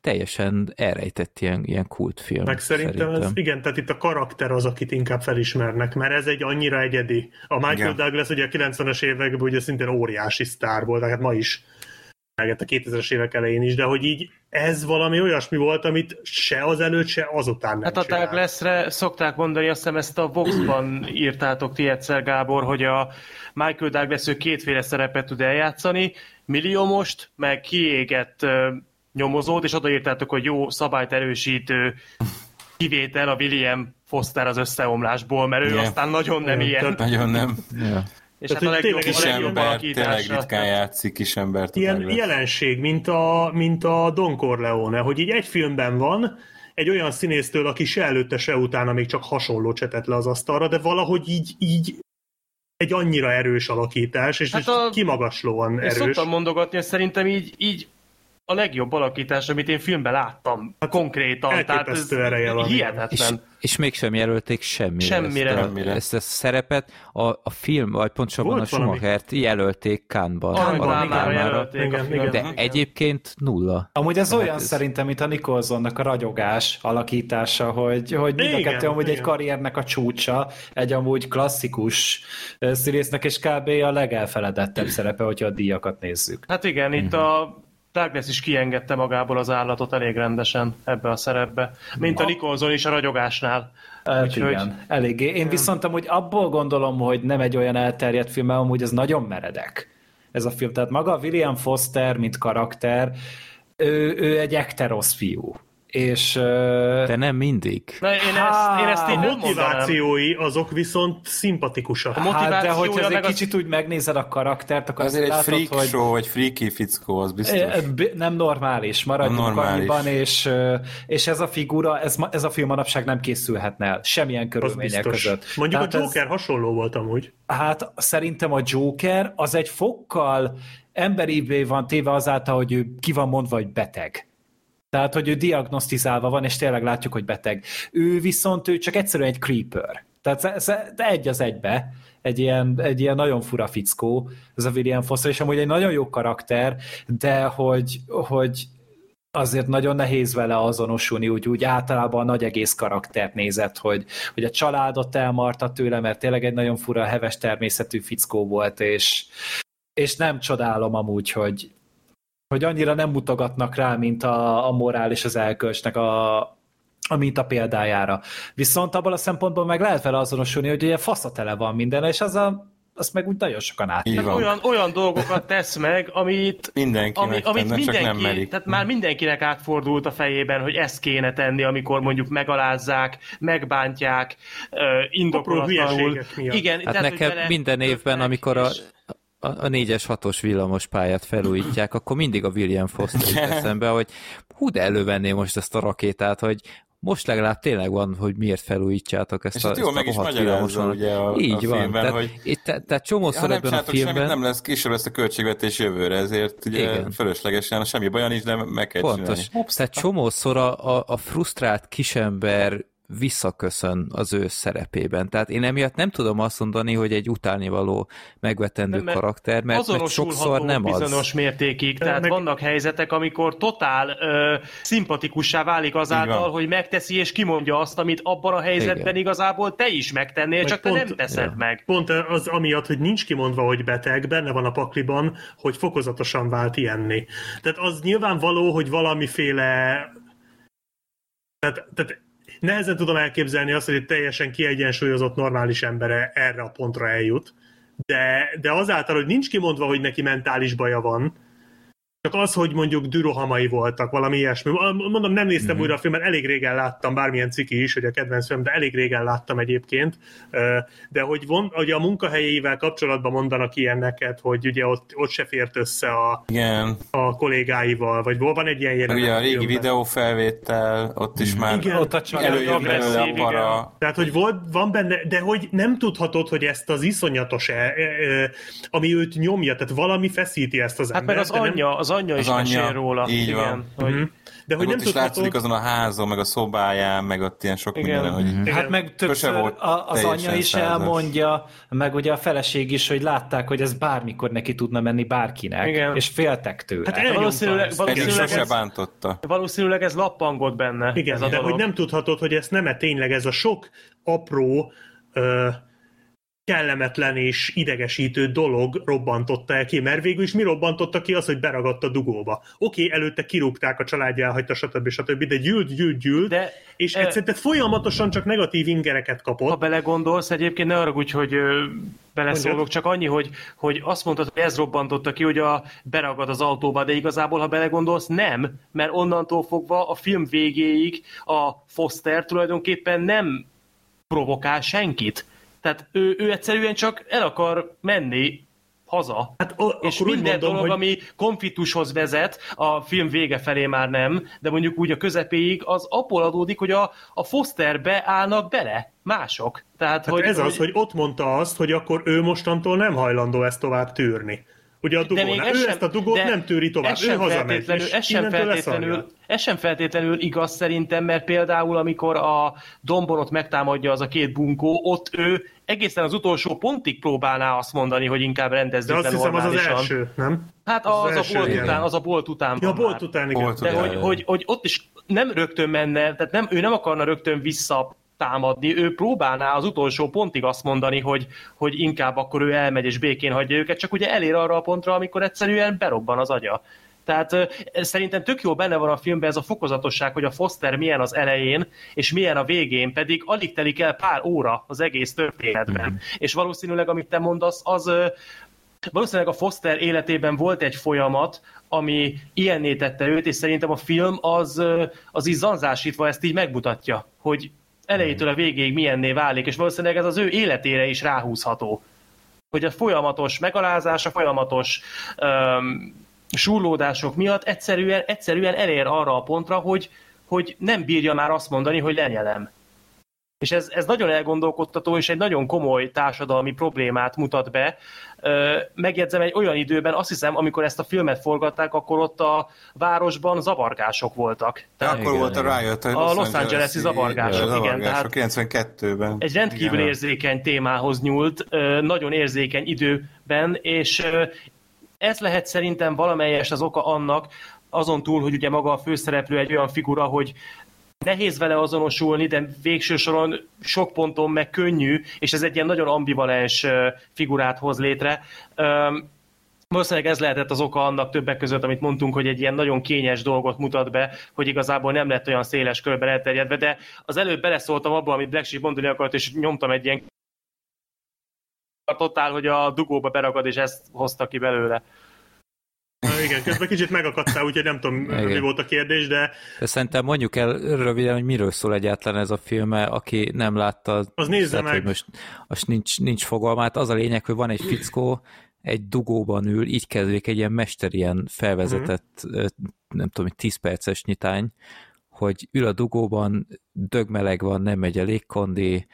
teljesen elrejtett ilyen kultfilm. Meg szerintem ez, igen, tehát itt a karakter az, akit inkább felismernek, mert ez egy annyira egyedi. A Michael Douglas ugye a 90-es években ugye szintén óriási sztár volt, tehát ma is, meg a 2000-es évek elején is, de hogy így ez valami olyasmi volt, amit se azelőtt, se azután nem Hát a Douglasre szokták mondani, azt hiszem ezt a Vox-ban írtátok ti egyszer, Gábor, hogy a Michael Douglas ő kétféle szerepet tud eljátszani, milliómost, meg kiégett nyomozót, és odaírtátok, hogy jó szabályt erősítő kivétel a William Foster az összeomlásból, mert ő aztán nagyon nem ilyen. Nagyon nem. Ja. És hát a legjobb tényleg ritkán játszik kisembert. Ilyen jelenség, mint a Don Corleone, hogy így egy filmben van, egy olyan színésztől, aki se előtte, se utána még csak hasonló csetett le az asztalra, de valahogy így egy annyira erős alakítás, és hát kimagaslóan erős. Szoktam mondogatni, hogy szerintem így a legjobb alakítás, amit én filmben láttam, konkrétan. Elképesztő ereje van. Hihetetlen. És mégsem jelölték semmire. Ezt a szerepet, a film, vagy pontosabban a Schumachert jelölték Cannes-ban. De egyébként nulla. Amúgy ez olyan szerintem, mint a Nicholsonnak a ragyogás alakítása, hogy mind a kettő amúgy egy karriernek a csúcsa, egy amúgy klasszikus színésznek, és kb. A legelfeledettebb szerepe, hogyha a díjakat nézzük. Hát igen, itt a Douglas is kiengedte magából az állatot elég rendesen ebbe a szerepbe, mint a Nicholson is a ragyogásnál. Igen, eléggé. Én viszont amúgy abból gondolom, hogy nem egy olyan elterjedt film, mert amúgy ez nagyon meredek. Ez a film. Tehát maga William Foster, mint karakter, ő egy ekterosz fiú. És, de nem mindig. Én ezt így a motivációi azok viszont szimpatikusak. De hogyha egy kicsit úgy megnézed a karaktert, akkor azért egy freak show, vagy freaky fickó, az biztos. Nem normális, maradjunk annyiban, és ez a figura, ez a film manapság nem készülhetne el semmilyen körülmények között. Mondjuk tehát a Joker hasonló volt amúgy. Hát szerintem a Joker az egy fokkal emberibbé van téve azáltal, hogy ő ki van mondva, hogy beteg. Tehát, hogy ő diagnosztizálva van, és tényleg látjuk, hogy beteg. Ő viszont csak egyszerűen egy creeper. Tehát egy az egybe. Egy ilyen nagyon fura fickó, ez a William Foster, és amúgy egy nagyon jó karakter, de hogy azért nagyon nehéz vele azonosulni, úgy általában a nagy egész karaktert nézett, hogy a családot elmarta tőle, mert tényleg egy nagyon fura, heves természetű fickó volt, és nem csodálom amúgy, hogy annyira nem mutogatnak rá, mint a morál és az elkölcsnek a minta példájára. Viszont abban a szempontból meg lehet vele azonosulni, hogy ugye faszatele van minden, és azt meg úgy nagyon sokan átnak. Olyan dolgokat tesz meg, amit mindenki, nem merik. Tehát már mindenkinek átfordult a fejében, hogy ezt kéne tenni, amikor mondjuk megalázzák, megbántják, indokolatlanul. Igen, hát tehát, nekem minden évben, amikor a 4-es 6-os villamos pályát felújítják, akkor mindig a William Foster eszembe, hogy de elővenném most ezt a rakétát, hogy most legalább tényleg van, hogy miért felújítsátok ezt a meg is magyarázza ugye a filmben, van. hogy tehát csomószor ebben a filmben... Semmit, nem lesz, kisebb lesz a költségvetés jövőre, ezért ugye fölöslegesen, semmi baj is, de meg kell csinálni. Tehát csomószor a frusztrált kisember visszaköszön az ő szerepében. Tehát én emiatt nem tudom azt mondani, hogy egy utálnivaló megvetendő karakter, mert sokszor nem az. Bizonyos mértékig. Tehát vannak helyzetek, amikor totál szimpatikussá válik azáltal, hogy megteszi és kimondja azt, amit abban a helyzetben igazából te is megtennél, csak te nem teszed meg. Pont az amiatt, hogy nincs kimondva, hogy beteg, benne van a pakliban, hogy fokozatosan vált ilyenné. Tehát az nyilvánvaló, hogy valamiféle... Tehát nehezen tudom elképzelni azt, hogy egy teljesen kiegyensúlyozott normális ember erre a pontra eljut, de azáltal, hogy nincs kimondva, hogy neki mentális baja van, csak az, hogy mondjuk dürohamai voltak, valami ilyesmi. Mondom, nem néztem újra a filmet, elég régen láttam, bármilyen ciki is, hogy a kedvenc film, de elég régen láttam egyébként, de hogy a munkahelyével kapcsolatban mondanak ilyeneket, hogy ugye ott se fért össze a kollégáival, vagy van egy ilyen jelenet. Ugye a régi videófelvétel, ott is már előjön belőle a para. Tehát, hogy van benne, de hogy nem tudhatod, hogy ezt az iszonyatos, ami őt nyomja, tehát valami feszíti ezt az embert. Hát meg az anyja is mesél róla. Így igen, van. hogy... De hogy ott nem is tudhatod... látszik azon a házon, meg a szobáján, meg ott ilyen sok minden, hogy... Hát meg többször az anyja is elmondja, meg ugye a feleség is, hogy látták, hogy ez bármikor neki tudna menni bárkinek, igen. És féltek tőle. Hát valószínűleg ez lappangott benne. Igen, ez a de dolog. hogy nem tudhatod, hogy ez nem tényleg ez a sok apró kellemetlen és idegesítő dolog robbantotta el ki, mert végül is mi robbantotta ki az, hogy beragadt a dugóba. Oké, előtte kirúgták, a családja elhagyta, stb. De gyűlt, de, és egyszerűen folyamatosan csak negatív ingereket kapott. Ha belegondolsz, egyébként ne haragudj, hogy beleszólok, csak annyi, hogy azt mondtad, hogy ez robbantotta ki, hogy beragad az autóba, de igazából, ha belegondolsz, nem, mert onnantól fogva a film végéig a Foster tulajdonképpen nem provokál senkit. Tehát ő egyszerűen csak el akar menni haza. Hát, és minden mondom, dolog, hogy... ami konfliktushoz vezet, a film vége felé már nem, de mondjuk úgy a közepéig, az abból adódik, hogy a Fosterbe állnak bele mások. Tehát, hát ez az, hogy ott mondta azt, hogy akkor ő mostantól nem hajlandó ezt tovább tűrni. Ugye a dugónál. Ő ezt a dugót nem tűri tovább, ő hazamegy, ez sem feltétlenül igaz szerintem, mert például amikor a Dombonot megtámadja az a két bunkó, ott ő egészen az utolsó pontig próbálná azt mondani, hogy inkább rendezzük le normálisan. De azt hiszem az első, nem? Hát az a bolt után van. Ja, a bolt után, igen. De hogy ott is nem rögtön menne, tehát ő nem akarna rögtön vissza támadni, ő próbálná az utolsó pontig azt mondani, hogy inkább akkor ő elmegy és békén hagyja őket, csak ugye elér arra a pontra, amikor egyszerűen berobban az agya. Tehát szerintem tök jó benne van a filmben ez a fokozatosság, hogy a Foster milyen az elején, és milyen a végén, pedig alig telik el pár óra az egész történetben. És valószínűleg, amit te mondasz, az valószínűleg a Foster életében volt egy folyamat, ami ilyenné tette őt, és szerintem a film az így zanzásítva ezt így megmutatja, hogy elejétől a végéig milyenné válik, és valószínűleg ez az ő életére is ráhúzható. Hogy a folyamatos megalázás, a folyamatos súrlódások miatt egyszerűen elér arra a pontra, hogy nem bírja már azt mondani, hogy lenyelem. És ez nagyon elgondolkodtató, és egy nagyon komoly társadalmi problémát mutat be. Megjegyzem, egy olyan időben, azt hiszem, amikor ezt a filmet forgatták, akkor ott a városban zavargások voltak. Tehát akkor volt a Riot, a Los Angeles-i zavargások, igen. Tehát 92-ben. Egy rendkívül érzékeny témához nyúlt, nagyon érzékeny időben, és ez lehet szerintem valamelyest az oka annak, azon túl, hogy ugye maga a főszereplő egy olyan figura, hogy nehéz vele azonosulni, de végső soron sok ponton meg könnyű, és ez egy ilyen nagyon ambivalens figurát hoz létre. Valószínűleg ez lehetett az oka annak többek között, amit mondtunk, hogy egy ilyen nagyon kényes dolgot mutat be, hogy igazából nem lett olyan széles körben elterjedve, de az előbb beleszóltam abba, amit Black Sheep mondani akart, és nyomtam egy ilyen totál, hogy a dugóba beragad, és ezt hozta ki belőle. Igen, közben kicsit megakadtál, úgyhogy nem tudom, mi volt a kérdés, de... Szerintem mondjuk el röviden, hogy miről szól egyáltalán ez a film, aki nem látta... Az nézze meg! Most nincs fogalmát. Az a lényeg, hogy van egy fickó, egy dugóban ül, így kezdődik egy ilyen mester, ilyen felvezetett, nem tudom, 10 perces nyitány, hogy ül a dugóban, dögmeleg van, nem megy a légkondi,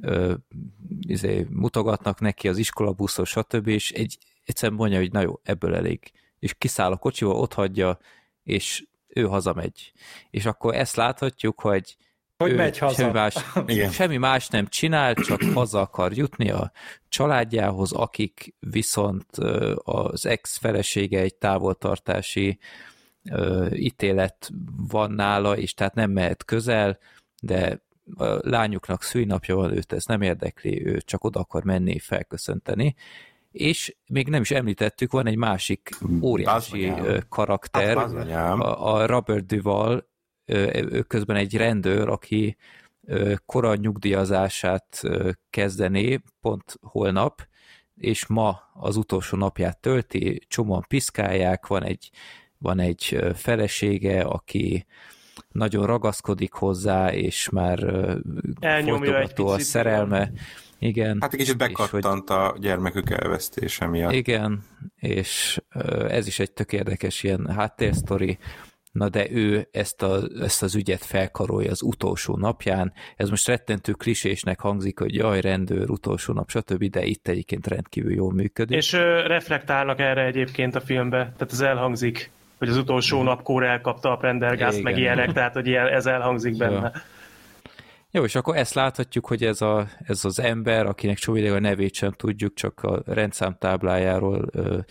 mutogatnak neki az iskolabuszos, stb. És egyszerűen mondja, hogy na jó, ebből elég. És kiszáll a kocsival, ott hagyja, és ő hazamegy. És akkor ezt láthatjuk, hogy megy haza. Semmi más nem csinál, csak haza akar jutni a családjához, akik viszont az ex-felesége egy távoltartási ítélet van nála, és tehát nem mehet közel, de a lányuknak szülinapja van, őt ez nem érdekli, ő csak oda akar menni, felköszönteni. És még nem is említettük, van egy másik óriási karakter, a Robert Duvall, ő közben egy rendőr, aki kora nyugdíjazását kezdené pont holnap, és ma az utolsó napját tölti, csomóan piszkálják, van egy felesége, aki nagyon ragaszkodik hozzá, és már folytogató a szerelme. Igen. Hát egy kicsit bekattant a gyermekük elvesztése miatt. Igen, és ez is egy tök érdekes ilyen háttérsztori. Na de ő ezt az ügyet felkarolja az utolsó napján. Ez most rettentő klisésnek hangzik, hogy jaj, rendőr, utolsó nap, stb., de itt egyébként rendkívül jól működik. És reflektálnak erre egyébként a filmbe, tehát ez elhangzik. hogy az utolsó napkor elkapta a Prendergast, meg ilyenek, tehát hogy ez elhangzik benne. Jó, és akkor ezt láthatjuk, hogy ez az ember, akinek csomóideig a nevét sem tudjuk, csak a rendszámtáblájáról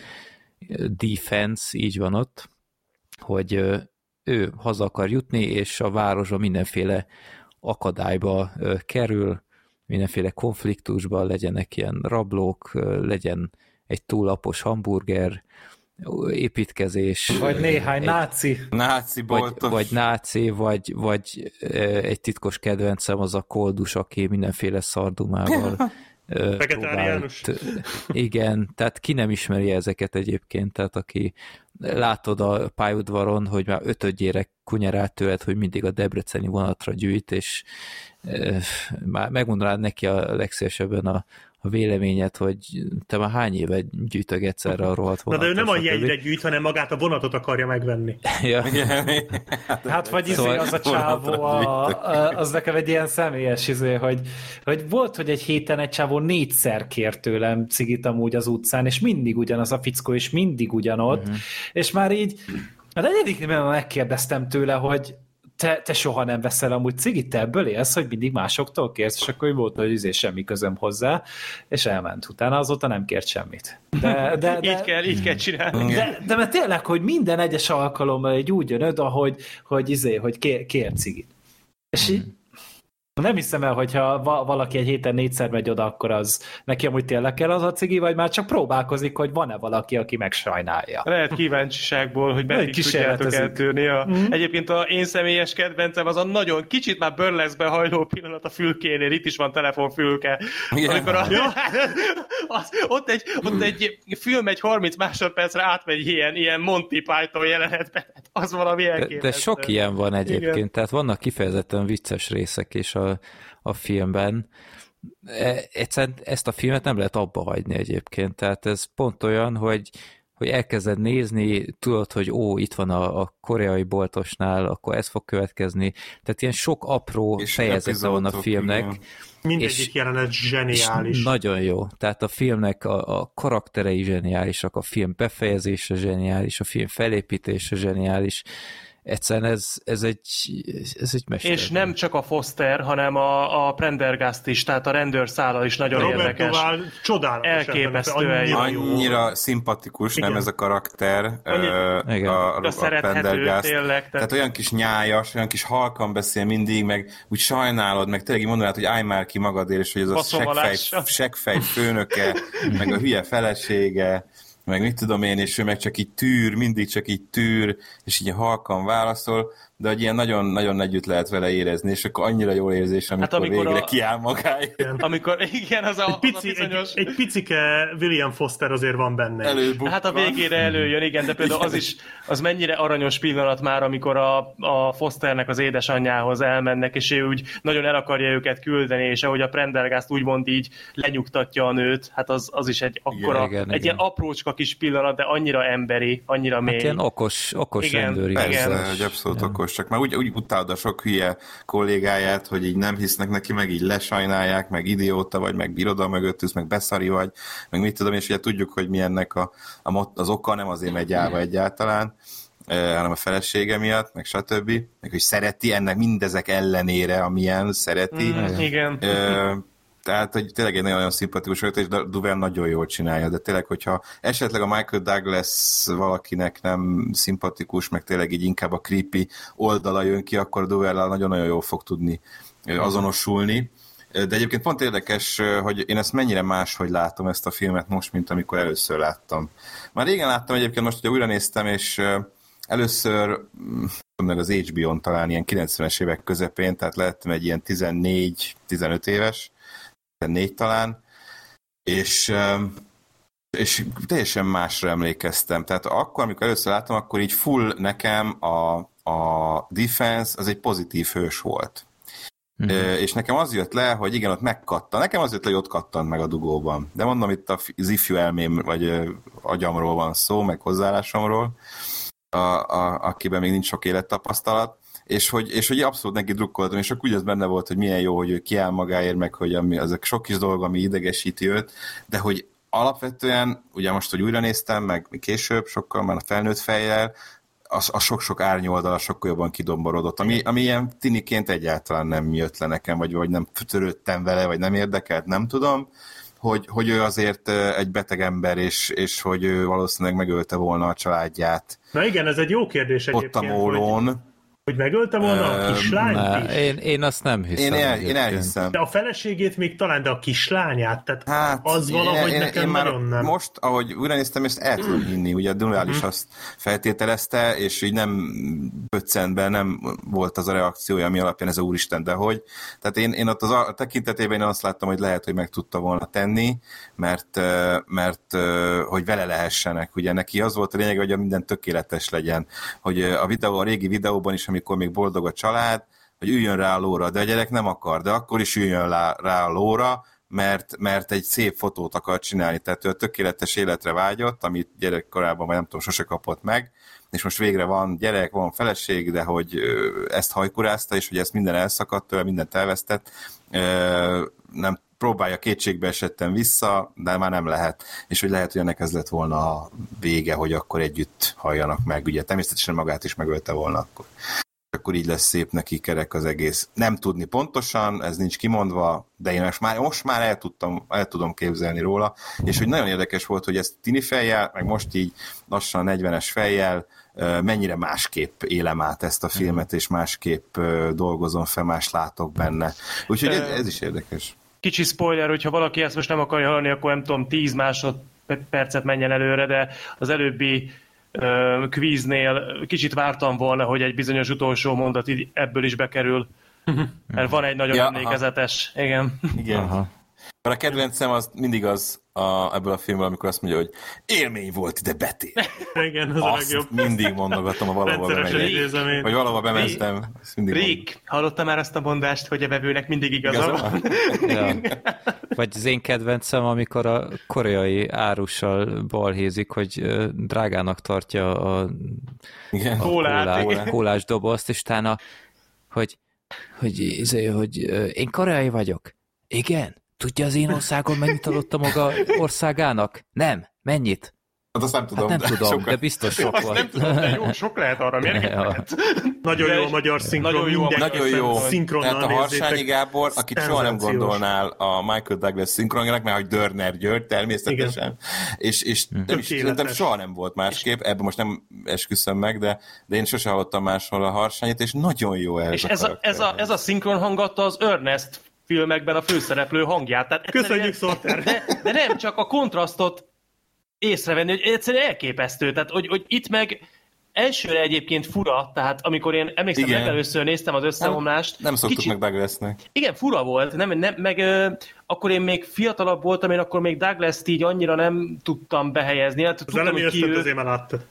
Defense, így van ott, hogy ő haza akar jutni, és a városban mindenféle akadályba kerül, mindenféle konfliktusba, legyenek ilyen rablók, legyen egy túl lapos hamburger, építkezés. Vagy néhány náci. Náci boltos. Vagy náci, vagy egy titkos kedvencem az a koldus, aki mindenféle szardumával vegetáriánus. Igen, tehát ki nem ismeri ezeket egyébként, tehát aki látod a pályaudvaron, hogy már 5-ödjére kunyerált tőled, hogy mindig a debreceni vonatra gyűjt, és már megmondanád neki a legszélesebben a véleményet, hogy te már hány éve gyűjtögetsz erre a rohadt vonatot. Na de ő nem a jegyre gyűjt, hanem magát a vonatot akarja megvenni. Ja. Hát vagy szóval az a csávó, az nekem egy ilyen személyes hogy volt, hogy egy héten egy csávó 4-szer kért tőlem cigit amúgy az utcán, és mindig ugyanaz a fickó, és mindig ugyanott, és már így a negyedikben megkérdeztem tőle, hogy te soha nem veszel amúgy cigit, te ebből élsz, hogy mindig másoktól kérsz, és akkor volt, hogy semmi közöm hozzá, és elment. Utána azóta nem kért semmit. De így kell csinálni. De mert tényleg, hogy minden egyes alkalommal egy úgy jön oda, hogy kér cigit. És így nem hiszem el, hogyha valaki egy héten 4-szer megy oda, akkor az neki amúgy tényleg kell az a cigi, vagy már csak próbálkozik, hogy van-e valaki, aki megsajnálja. Lehet kíváncsiságból, hogy meddig tudjátok eltűrni. Egyébként a én személyes kedvencem az a nagyon kicsit már burleszbe hajló pillanat a fülkénél, itt is van telefonfülke. Amikor ott egy film egy 30 másodpercre átmegy ilyen Monty Python jelenetbe. Az valami elképesztő. De sok ilyen van egyébként, igen. Tehát vannak kifejezetten vicces részek is a filmben. Egyszerűen ezt a filmet nem lehet abba hagyni egyébként, tehát ez pont olyan, hogy elkezded nézni, tudod, hogy itt van a koreai boltosnál, akkor ez fog következni. Tehát ilyen sok apró fejezete van a filmnek. Igen. Mindegyik jelenet zseniális. Nagyon jó. Tehát a filmnek a karakterei zseniálisak, a film befejezése zseniális, a film felépítése zseniális. Egyszerűen ez egy mester. És nem csak a Foster, hanem a Prendergast is, tehát a rendőrszála is nagyon érdekes. Robert Duvall csodálatos. Elképesztően jó. Annyira szimpatikus, igen. Nem ez a karakter. A szerethető tényleg. Tehát olyan kis nyájas, olyan kis halkan beszél mindig, meg úgy sajnálod, meg tényleg mondanád, hogy állj már ki magadért, és hogy ez a seggfej főnöke, meg a hülye felesége, meg mit tudom én, és ő meg csak így tűr, mindig csak így tűr, és így halkan válaszol, de hogy ilyen nagyon-nagyon együtt lehet vele érezni, és akkor annyira jól érzés, amikor végre kiáll magáért. Amikor, igen, az a bizonyos... Egy picike William Foster azért van benne. Előbukva. Hát a végére előjön, igen, de például az mennyire aranyos pillanat már, amikor a Fosternek az édesanyjához elmennek, és ő úgy nagyon el akarja őket küldeni, és ahogy a Prendergast úgymond így lenyugtatja a nőt, hát az is egy akkora, egy ilyen aprócska kis pillanat, de annyira emberi, annyira mély. Hát ilyen okos rendőri. Persze, hogy abszolút okos. Csak már úgy utálod a sok hülye kollégáját, hogy így nem hisznek neki, meg így lesajnálják, meg idióta vagy, meg birodalom mögött ülsz, meg beszari vagy, meg mit tudom, és ugye tudjuk, hogy mi ennek az oka, nem azért megy állva egyáltalán, hanem a felesége miatt, meg stb. Meg hogy szereti, ennek mindezek ellenére, amilyen szereti. Igen. Tehát, hogy tényleg egy nagyon szimpatikus volt, és Duvall nagyon jól csinálja, de tényleg, hogyha esetleg a Michael Douglas valakinek nem szimpatikus, meg tényleg így inkább a creepy oldala jön ki, akkor Duvall nagyon-nagyon jól fog tudni azonosulni. De egyébként pont érdekes, hogy én ezt mennyire máshogy látom ezt a filmet most, mint amikor először láttam. Már régen láttam egyébként, most ugye újra néztem, és először meg az HBO-n talán ilyen 90-es évek közepén, tehát lehettem egy ilyen 14-15 éves, 4 talán, és teljesen másra emlékeztem. Tehát akkor, amikor először láttam, akkor így full nekem a Defense az egy pozitív hős volt. És nekem az jött le, hogy igen, ott megkattan. Nekem az jött le, hogy ott kattant meg a dugóban. De mondom, itt az ifjú elmém, vagy agyamról van szó, meg hozzáállásomról, akiben még nincs sok élettapasztalat. És hogy abszolút neki drukkoltam, és akkor úgy az benne volt, hogy milyen jó, hogy ő kiáll magáért, meg hogy ezek sok kis dolog, ami idegesíti őt, de hogy alapvetően, ugye most, hogy újra néztem, meg később, sokkal már a felnőtt fejjel, a sok-sok árnyoldala sokkal jobban kidomborodott, ami ilyen tiniként egyáltalán nem jött le nekem, vagy nem törődtem vele, vagy nem érdekelt, nem tudom, hogy ő azért egy beteg ember, és hogy ő valószínűleg megölte volna a családját. Na igen, ez egy jó kérdés egyébként. Ott a mólón. Hogy megölte volna a kislányt is? Én azt nem hiszem. Én elhiszem. De a feleségét még talán, de a kislányát, tehát hát, az valahogy nekem nagyon nem. Most, ahogy újra néztem, ezt el tudom hinni, ugye a Dunális azt feltételezte, és így nem pöccent be, nem volt az a reakciója, ami alapján ez a úristen, de hogy. Tehát én ott a tekintetében azt láttam, hogy lehet, hogy meg tudta volna tenni, mert hogy vele lehessenek. Ugye neki az volt a lényeg, hogy minden tökéletes legyen. Hogy a régi videóban is, amikor még boldog a család, hogy üljön rá a lóra, de a gyerek nem akar, de akkor is üljön rá a lóra, mert egy szép fotót akar csinálni, tehát ő a tökéletes életre vágyott, amit gyerekkorában, vagy nem tudom, sose kapott meg, és most végre van gyerek, van feleség, de hogy ezt hajkurázta, és hogy ezt minden elszakadt tőle, mindent elvesztett, nem próbálja kétségbe esetten vissza, de már nem lehet. És hogy lehet, hogy ennek ez lett volna a vége, hogy akkor együtt halljanak meg. Ugye természetesen magát is megölte volna akkor így lesz szép neki, kerek az egész. Nem tudni pontosan, ez nincs kimondva, de én most már el tudom képzelni róla, és hogy nagyon érdekes volt, hogy ezt tini fejjel, meg most így lassan 40-es fejjel mennyire másképp élem át ezt a filmet, és másképp dolgozom fel, más látok benne. Úgyhogy ez is érdekes. Kicsi spoiler, hogyha valaki ezt most nem akarja hallani, akkor nem tudom, 10 másodpercet menjen előre, de az előbbi kvíznél kicsit vártam volna, hogy egy bizonyos utolsó mondat ebből is bekerül. Mert van egy nagyon emlékezetes. Aha. Igen. Aha. A kedvencem az mindig az ebből a filmből, amikor azt mondja, hogy élmény volt ide betér. Igen, az azt a legjobb. Mindig mondogatom, ha valahol bemegyek. Vagy valahol bementem. Rick, hallottál már azt a mondást, hogy a vevőnek mindig igaza van? Ja. Vagy az én kedvencem, amikor a koreai árussal balhézik, hogy drágának tartja a kólás dobozt, és utána, hogy én koreai vagyok. Igen? Tudja az én országon mennyit adott a maga országának? Nem. Mennyit? Hát azt nem tudom. Hát nem tudom, de biztos sok volt. Nem tudom, de jó, sok lehet arra, miért lehet? Nagyon jó a magyar szinkron. Nagyon jó. Tehát a Harsányi Gábor, akit soha nem gondolnál a Michael Douglas szinkronjának, mert hogy Dörner György természetesen. És szerintem soha nem volt másképp, ebben most nem esküszöm meg, de én sose hallottam máshol a Harsányit, és nagyon jó ez a karakter. Ez a szinkron hangatta az Ernest filmekben a főszereplő hangját. Tehát köszönjük, Szolter! De nem csak a kontrasztot észrevenni, hogy egyszerűen elképesztő. Tehát, hogy itt meg elsőre egyébként fura, tehát amikor én emlékszem, először néztem az összeomlást. Nem szoktuk meg Douglasnek. Igen, fura volt. Akkor én még fiatalabb voltam, én akkor még Douglas-t így annyira nem tudtam behelyezni. Hát, az elemi ösztönt azért már láttad.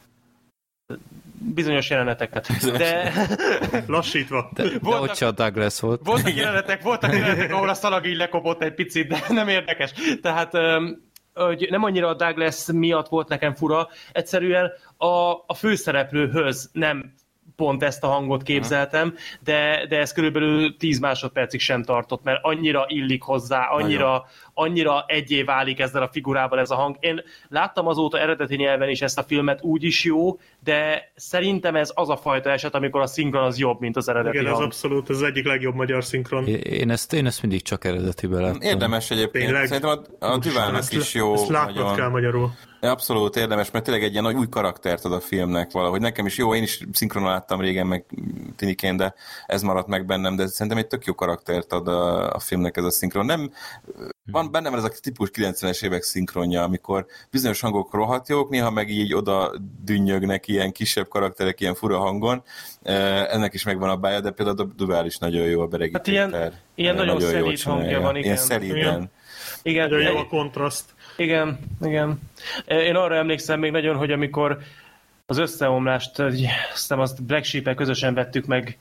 Bizonyos jeleneteket. De... Lassítva. De ott csak Douglas volt. Voltak jelenetek, ahol a szalag így lekopott egy picit, de nem érdekes. Tehát hogy nem annyira a Douglas miatt volt nekem fura, egyszerűen a főszereplőhöz nem pont ezt a hangot képzeltem, de ez körülbelül 10 másodpercig sem tartott, mert annyira illik hozzá, annyira egyé válik ezzel a figurával ez a hang. Én láttam azóta eredeti nyelven is ezt a filmet, úgy is jó, de szerintem ez az a fajta eset, amikor a szinkron az jobb, mint az eredeti hang. Igen, ez abszolút, ez az egyik legjobb magyar szinkron. Én ezt mindig csak eredetiben láttam. Érdemes egyébként. Tényleg? Szerintem a Duvalnak is jó. Ezt látnod kell magyarul. Abszolút érdemes, mert tényleg egy ilyen nagy új karaktert ad a filmnek valahogy. Nekem is jó, én is szinkronon láttam régen, meg tinikén, de ez maradt meg bennem, de szerintem egy tök jó karaktert ad a filmnek ez a szinkron. Nem, van bennem ez a típus 90-es évek szinkronja, amikor bizonyos hangok rohadt jók, néha meg így oda dünnyögnek ilyen kisebb karakterek, ilyen fura hangon. Ennek is megvan a bája, de például a Duval is nagyon jó a Beregi Péter. Hát ilyen nagyon szelíd hangja van, igen. Ilyen szelíden. Igen, nagyon jó a kontraszt. Igen. Én arra emlékszem még nagyon, hogy amikor az összeomlást, aztán azt Black Sheep-el közösen vettük meg,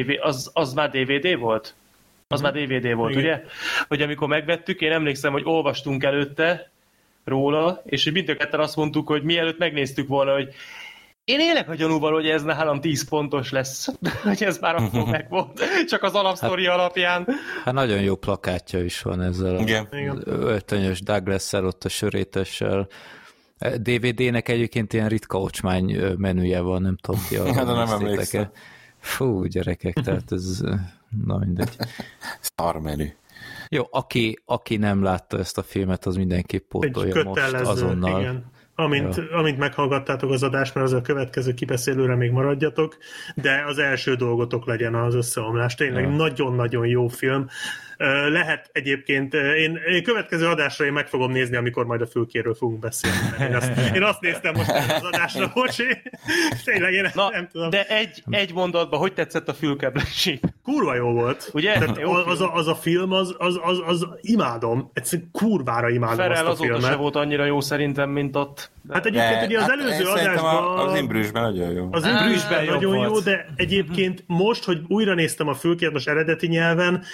az már DVD volt? Az már DVD volt, igen. Ugye? Hogy amikor megvettük, én emlékszem, hogy olvastunk előtte róla, és mind a ketten azt mondtuk, hogy mielőtt megnéztük volna, hogy én élek a gyanúval, hogy ez nálam 10 pontos lesz, hogy ez már akkor meg volt, csak az alapsztori alapján. Hát nagyon jó plakátja is van ezzel a öltönyös Douglas-szel, ott a sörétessel. DVD-nek egyébként ilyen ritka ocsmány menüje van, nem tudom, ti arra nem emlékszem. Fú, gyerekek, tehát ez... Na mindegy. Szar menü. Jó, aki nem látta ezt a filmet, az mindenképp pótolja most azonnal. Igen. Amint meghallgattátok az adást, mert az a következő kibeszélőre még maradjatok, de az első dolgotok legyen az Összeomlás. Tényleg nagyon-nagyon jó film. Lehet egyébként, én következő adásra én meg fogom nézni, amikor majd a fülkéről fogunk beszélni. Én azt néztem most az adásra, bocsi. Tényleg én nem tudom. De egy mondatban, hogy tetszett a fülkeblesi? Kurva jó volt. Ugye? Az a film, az imádom. Egyszerűen kurvára imádom Ferel azt a filmet. azóta se volt annyira jó szerintem, mint ott. De... Hát egyébként ugye az előző adásban... Az Imbrüsben nagyon jó. Az Imbrüsben nagyon jó, de egyébként most, hogy újra néztem a fülkét, most eredeti nyelven,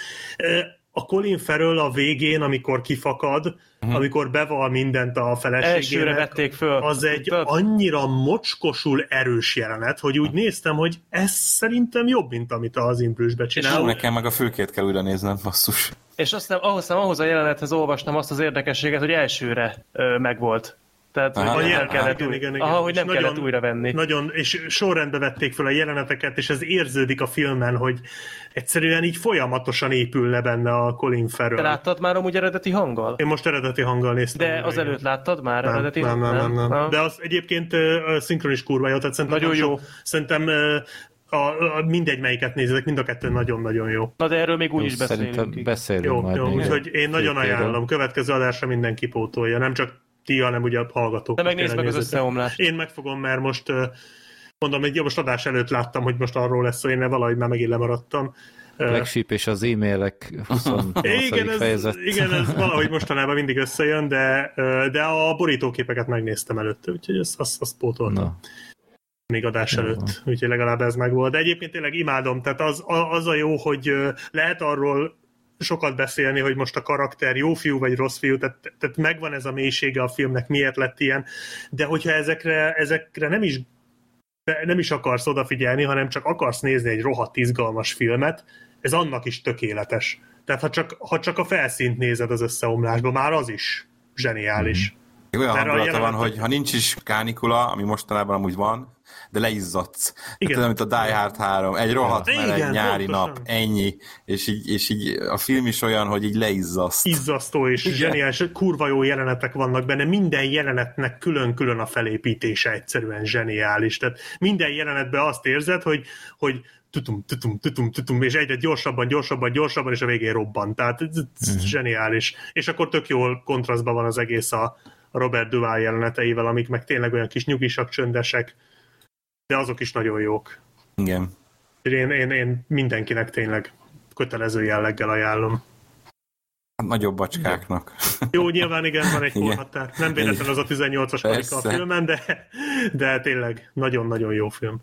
a Colin Farrell a végén, amikor kifakad, amikor beval mindent a feleségének, elsőre vették föl. Az egy annyira mocskosul erős jelenet, hogy úgy néztem, hogy ez szerintem jobb, mint amit az Imbrüsben csinál. Nekem meg a fülkét kell újra néznem, basszus. És aztán ahhoz a jelenethez olvastam azt az érdekességet, hogy elsőre megvolt. Tehát, hogy nem kellett, hogy nem kellett újra venni. Nagyon, és sorrendbe vették fel a jeleneteket, és ez érződik a filmen, hogy egyszerűen így folyamatosan épül le benne a Colin Farrell. Te láttad már amúgy eredeti hanggal? Én most eredeti hanggal néztem. De azelőtt láttad már eredeti hanggal? Nem. De az egyébként szinkron is kurva jó, tehát szerintem nagyon jó. Szerintem mindegy melyiket nézek, mind a kettő nagyon-nagyon jó. Na de erről még úgy is beszélünk. Jó, úgyhogy én nagyon ajánlom. Következő adásra mindenki pótolja, nem csak ti, hanem ugye a hallgatók. De megnézd meg az Összeomlást. Én megfogom, mert most mondom, hogy most adás előtt láttam, hogy most arról lesz, hogy én valahogy már megint lemaradtam. Black Sheep és az e-mailek 28. fejezet. Igen, ez valahogy mostanában mindig összejön, de a borítóképeket megnéztem előtte, úgyhogy azt pótoltam. Még adás előtt, úgyhogy legalább ez megvolt. De egyébként tényleg imádom, tehát az a jó, hogy lehet arról sokat beszélni, hogy most a karakter jó fiú vagy rossz fiú, tehát megvan ez a mélysége a filmnek, miért lett ilyen, de hogyha ezekre nem is akarsz odafigyelni, hanem csak akarsz nézni egy rohadt izgalmas filmet, ez annak is tökéletes. Tehát ha csak a felszínt nézed az Összeomlásban, már az is zseniális. Olyan hangulata van, hogy ha nincs is kánikula, ami mostanában amúgy van, de leizzadsz. Tehát mint a Die Hard 3, egy rohadt meleg nyári nap, ennyi, és így a film is olyan, hogy így leizzaszt. Izzasztó és zseniális, kurva jó jelenetek vannak benne, minden jelenetnek külön-külön a felépítése egyszerűen zseniális. Tehát minden jelenetben azt érzed, hogy tutum, és egyre gyorsabban, és a végén robban. Tehát zseniális. És akkor tök jól kontrasztban van az egész a Robert Duvall jeleneteivel, amik meg tényleg olyan kis nyugisak, csöndesek, de azok is nagyon jók. Igen. Én mindenkinek tényleg kötelező jelleggel ajánlom. Nagyobb bacskáknak. Jó, nyilván igen, van egy korhatár. Nem véletlen az a 18-as karika a filmen, de tényleg nagyon-nagyon jó film.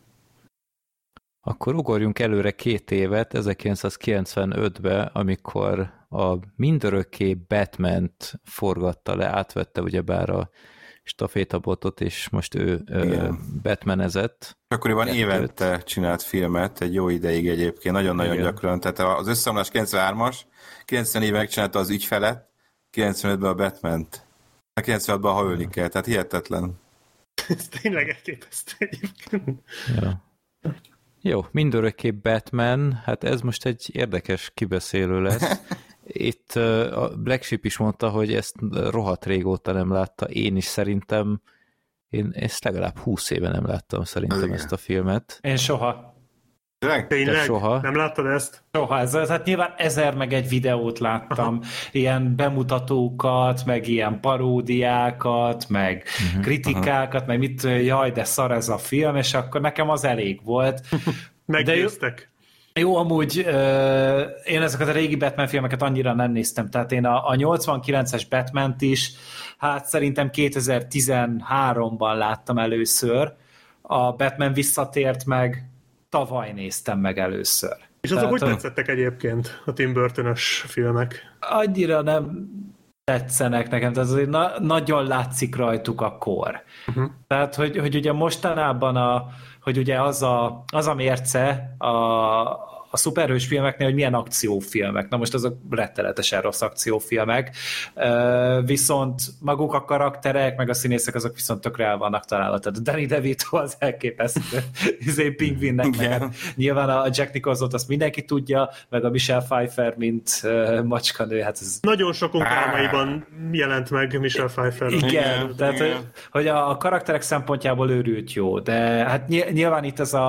Akkor ugorjunk előre 2 évet, 1995-be, amikor a mindörökké Batman-t forgatta le, átvette ugyebár a stafétabotot, és most ő Batmanezett. Akkoriban évente csinált filmet, egy jó ideig egyébként, nagyon-nagyon gyakran. Tehát az Összeomlás 93-as, 90 éve megcsinálta az Ügyfelet, 95-ben a Batman-t, a 96-ban a Ha ölni kell, tehát hihetetlen. Ez tényleg elképesztő egyébként. Ja. Jó, mindörökké Batman, hát ez most egy érdekes kibeszélő lesz. Itt a Black Sheep is mondta, hogy ezt rohadt régóta nem látta. Én is szerintem, én ezt legalább 20 éve nem láttam szerintem ezt a filmet. Én soha. Tényleg? Soha? Nem láttad ezt? Soha. Hát nyilván 1000 meg egy videót láttam. Ilyen bemutatókat, meg ilyen paródiákat, meg kritikákat, meg mit, jaj, de szar ez a film, és akkor nekem az elég volt. Megnéztek. Jó, amúgy én ezeket a régi Batman filmeket annyira nem néztem, tehát én a 89-es Batman-t is, hát szerintem 2013-ban láttam először, a Batman visszatért meg, tavaly néztem meg először. És azok hogy tetszettek egyébként a Tim Burton-ös filmek? Annyira nem tetszenek nekem, tehát azért nagyon látszik rajtuk a kor. Tehát, hogy ugye mostanában hogy ugye az a mérce a szuperhős filmeknél, hogy milyen akciófilmek. Na most azok rettenetesen rossz akciófilmek, viszont maguk a karakterek, meg a színészek, azok viszont tökre el vannak találva. Tehát Danny DeVito az elképesztő pingvinnek, meg nyilván a Jack Nicholson-t azt mindenki tudja, meg a Michelle Pfeiffer, mint macskanő, hát ez... Nagyon sok drámaiban jelent meg Michelle Pfeiffer. Igen, tehát hogy a karakterek szempontjából őrült jó, de hát nyilván itt ez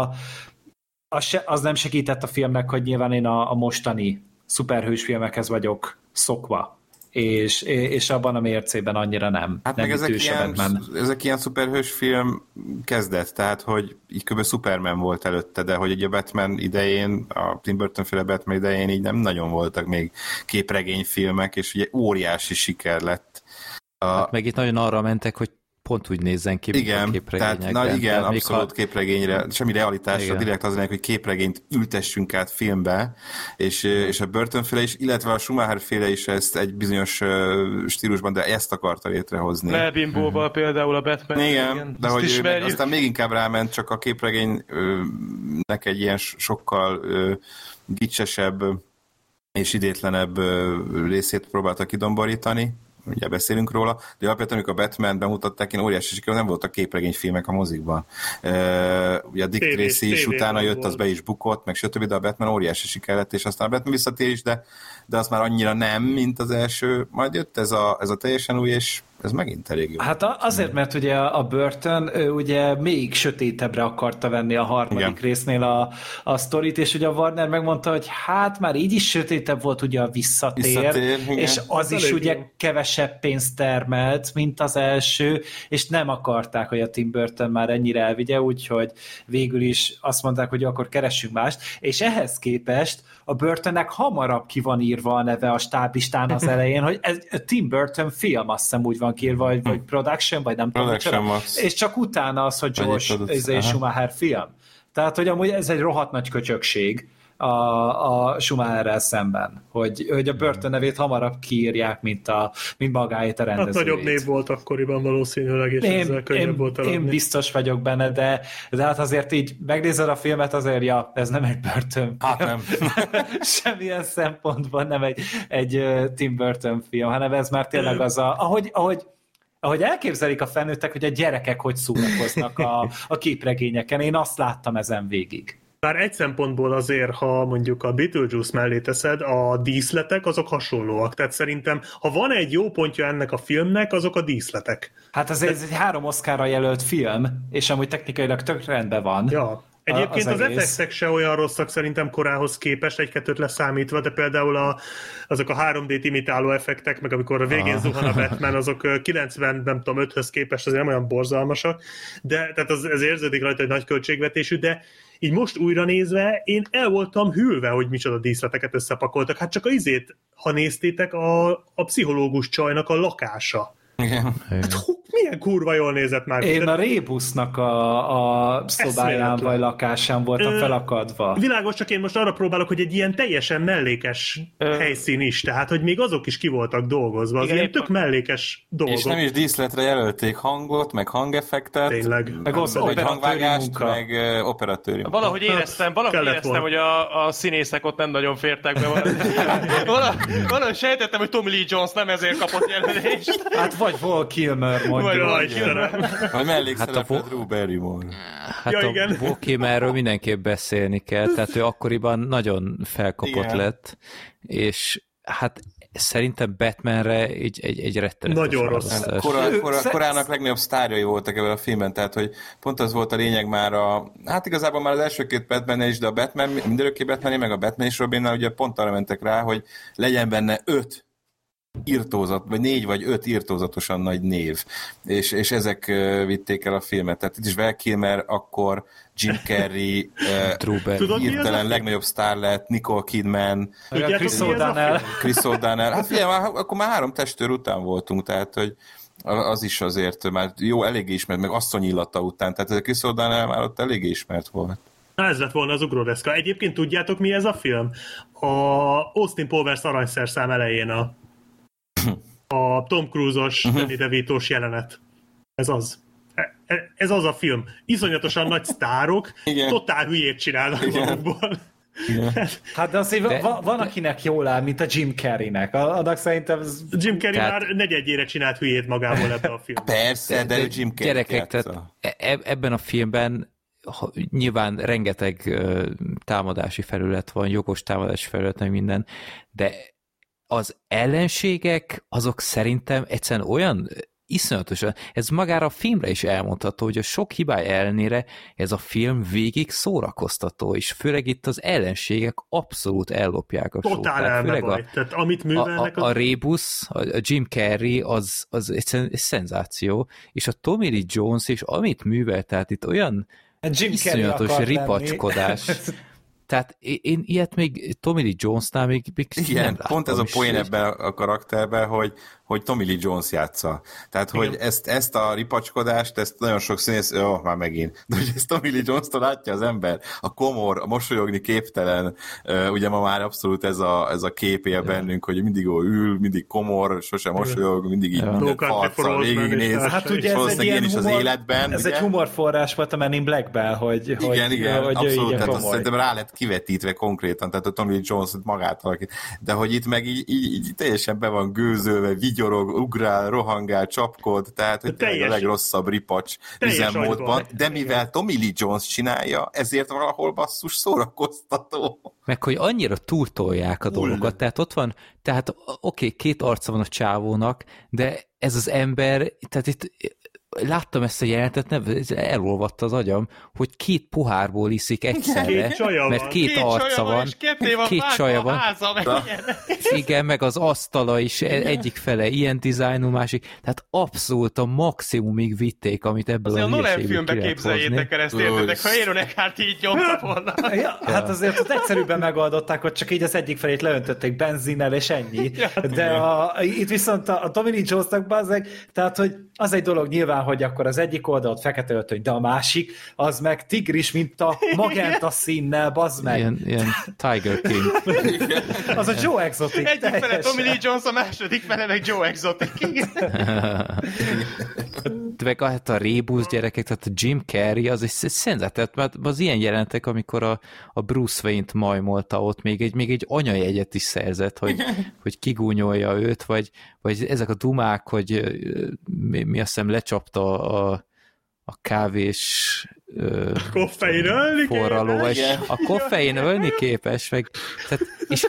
az nem segített a filmnek, hogy nyilván én a mostani szuperhős filmekhez vagyok szokva, és abban a mércében annyira nem. Hát nem meg ezek ilyen szuperhős film kezdet, tehát hogy így kb. Superman volt előtte, de hogy a Batman idején, a Tim Burton-féle Batman idején így nem nagyon voltak még képregényfilmek, és ugye óriási siker lett. Hát meg itt nagyon arra mentek, hogy pont úgy nézzen ki, igen, mint a képregényekben. Tehát, igen, abszolút képregényre, semmi realitásra, igen. Direkt az lenne, hogy képregényt ültessünk át filmbe, és a Burton-féle is, illetve a Schumacher-féle is ezt egy bizonyos stílusban, de ezt akarta létrehozni. Melbimbóval például a Batman. Igen, de hogy aztán még inkább ráment, csak a képregénynek egy ilyen sokkal gicsesebb és idétlenebb részét próbálta kidomborítani. Ugye beszélünk róla, de alapvetően, amikor a Batman bemutatták, én óriási siker, nem voltak képregényfilmek a mozikban. Ugye a Dick Tracy is utána jött, az be is bukott, meg stb., de a Batman óriási siker lett, és aztán a Batman visszatér is, de az már annyira nem, mint az első. Majd jött ez a teljesen új, és ez megint elég jó. Hát azért, mert ugye a Burton ugye még sötétebbre akarta venni a harmadik résznél a sztorit, és ugye a Warner megmondta, hogy hát már így is sötétebb volt ugye a visszatér és az is ugye jó. Kevesebb pénzt termelt, mint az első, és nem akarták, hogy a Tim Burton már ennyire elvigye, úgyhogy végül is azt mondták, hogy akkor keressünk mást, és ehhez képest a Burtonnek hamarabb ki van írva a neve a stáblistán az elején, hogy ez a Tim Burton film, azt hiszem úgy van kiírva, vagy production, vagy nem tudom. És csak utána az, hogy George Schumacher film. Tehát, hogy amúgy ez egy rohadt nagy köcsökség a Schumacherrel szemben, hogy a Burton nevét hamarabb kiírják, mint magáét a rendezőjét. Hát nagyobb név volt akkoriban valószínűleg, és ezzel könnyebb volt eladni. Én biztos vagyok benne, de hát azért így megnézed a filmet, azért ez nem egy Burton hát nem. Semmilyen szempontban nem egy Tim Burton film, hanem ez már tényleg az ahogy elképzelik a felnőttek, hogy a gyerekek hogy szórakoznak a képregényeken. Én azt láttam ezen végig. Bár egy szempontból azért, ha mondjuk a Beetlejuice mellé teszed, a díszletek azok hasonlóak. Tehát szerintem, ha van egy jó pontja ennek a filmnek, azok a díszletek. Hát ez egy 3 Oscarra jelölt film, és amúgy technikailag tök rendben van. Ja. Egyébként az effektek se olyan rosszak szerintem korához képest, egy-kettőt leszámítva, de például azok a 3D-t imitáló effektek, meg amikor a végén zuhan a Batman, azok 95-höz képest azért nem olyan borzalmasak, de tehát ez érződik rajta egy nagy költségvetésű, de így most újra nézve én el voltam hűlve, hogy micsoda díszleteket összepakoltak. Hát csak ha néztétek, a pszichológus csajnak a lakása. Igen. Hát milyen kurva jól nézett már. Én a Rébusnak a szobáján vagy lakásán voltam felakadva. Világos, csak én most arra próbálok, hogy egy ilyen teljesen mellékes helyszín is, tehát hogy még azok is ki voltak dolgozva, az ilyen tök mellékes dolgok. És nem is díszletre jelölték hangot, meg hangeffektet, tényleg. Meg vagy hangvágást, meg operatőri munka. Valahogy éreztem, hogy a színészek ott nem nagyon fértek be. Valahogy sejtettem, hogy Tommy Lee Jones nem ezért kapott jelölést. Hát vagy Val Kilmer mondjuk. Vagy mellékszerepet Drew Barrymore. Hát a Val Kilmerről mindenképp beszélni kell, tehát ő akkoriban nagyon felkapott lett, és hát szerintem Batmanre egy rettenetes nagyon rossz. Korának legnagyobb sztárjai voltak ebben a filmben, tehát hogy pont az volt a lényeg már hát igazából már az első 2 Batman is, de a Batman, mindörökké Batman, meg a Batman és Robinnál ugye pont arra mentek rá, hogy legyen benne 5 irtózat, vagy 4 vagy 5 irtózatosan nagy név, és ezek vitték el a filmet. Tehát itt is Val Kilmer, akkor Jim Carrey, hirtelen legnagyobb sztár lett, Nicole Kidman, Chris O'Donnell. Hát figyelj, akkor már 3 testőr után voltunk, tehát hogy az is azért már jó, eléggé ismert, meg asszony illata után, tehát a Chris O'Donnell már ott eléggé ismert volt. Na ez lett volna az ugródeszka. Egyébként tudjátok, mi ez a film? A Austin Powers aranyszerszám elején a Tom Cruise-os, Danny DeVito-s jelenet. Ez az. Ez az a film. Iszonyatosan nagy sztárok, totál hülyét csinálnak magukból. Hát de azért van akinek jól áll, mint a Jim Carreynek. Annak szerintem... Jim Carrey már negyedjére csinált hülyét magából ebben a filmben. Persze, de Jim Carrey gyerekek, tehát ebben a filmben nyilván rengeteg támadási felület van, jogos támadási felület, meg minden, de az ellenségek, azok szerintem egyszerűen olyan iszonyatosan, ez magára a filmre is elmondható, hogy a sok hibája ellenére ez a film végig szórakoztató, és főleg itt az ellenségek abszolút ellopják a sót. Totál elmebaj. Tehát amit művelnek... A Rebus, a Jim Carrey, az egyszerűen egy szenzáció, és a Tommy Lee Jones, és amit művel, tehát itt olyan iszonyatos ripacskodás. Tehát én ilyet még Tommy Lee Jonesnál még igen, nem láttam. Pont ez a poén ebben a karakterben, hogy Tommy Lee Jones játsza. Tehát, hogy ezt a ripacskodást, ezt nagyon sok színész, már megint, de hogy ezt Tommy Lee Jones-tól látja az ember, a komor, a mosolyogni képtelen, ugye ma már abszolút ez a kép él bennünk, hogy mindig ül, mindig komor, sosem mosolyog, mindig így harccal végignéz. Hát ugye ez egy ilyen is humor, az életben. Ez ugye? Egy humorforrás volt a Men in Blackben, hogy igen, hogy abszolút, tehát azt szerintem rá lett kivetítve konkrétan, tehát a Tommy Lee Jones magát alakít. De hogy itt meg így teljesen be van gőzölve, vigyorog, ugrál, rohangál, csapkod, tehát hogy a legrosszabb ripacs üzemmódban, de mivel Tommy Lee Jones csinálja, ezért valahol basszus szórakoztató. Meg hogy annyira túltolják a dolgokat, tehát ott van, tehát oké, két arca van a csávónak, de ez az ember, tehát itt láttam ezt a jelenetet, elolvadt az agyam, hogy két pohárból iszik egyszerre, mert két arca van, két csaja van, igen, meg az asztala is egyik fele ilyen dizájnú, másik, tehát abszolút a maximumig vitték, amit ebből azért a hülyeségből ki filmbe képzeljétek el ezt, értetek, ha Aaron Eckhart így nyomta volna. Ja, hát azért ott egyszerűbben megoldották, hogy csak így az egyik felét leöntötték benzinnel, és ennyi. De itt viszont a Tommy Lee Jones-nak tehát, hogy az egy dolog nyilván, hogy akkor az egyik oldalt fekete öltöny, de a másik, az meg tigris, mint a magenta színnel, bazd meg. Ilyen Tiger King. Az a Joe Exotic. Egyik fele Tommy Lee Jones, a második fele meg Joe Exotic. Meg hát a Rebus gyerekek, tehát a Jim Carrey, az egy szenzát, mert az ilyen jelentek, amikor a Bruce Wayne-t majmolta ott, még egy anyajegyet is szerzett, hogy kigúnyolja őt, vagy ezek a dumák, hogy mi azt hiszem lecsapta a kávés koffein ölni forraló, és a koffein ölni képes, meg, tehát, és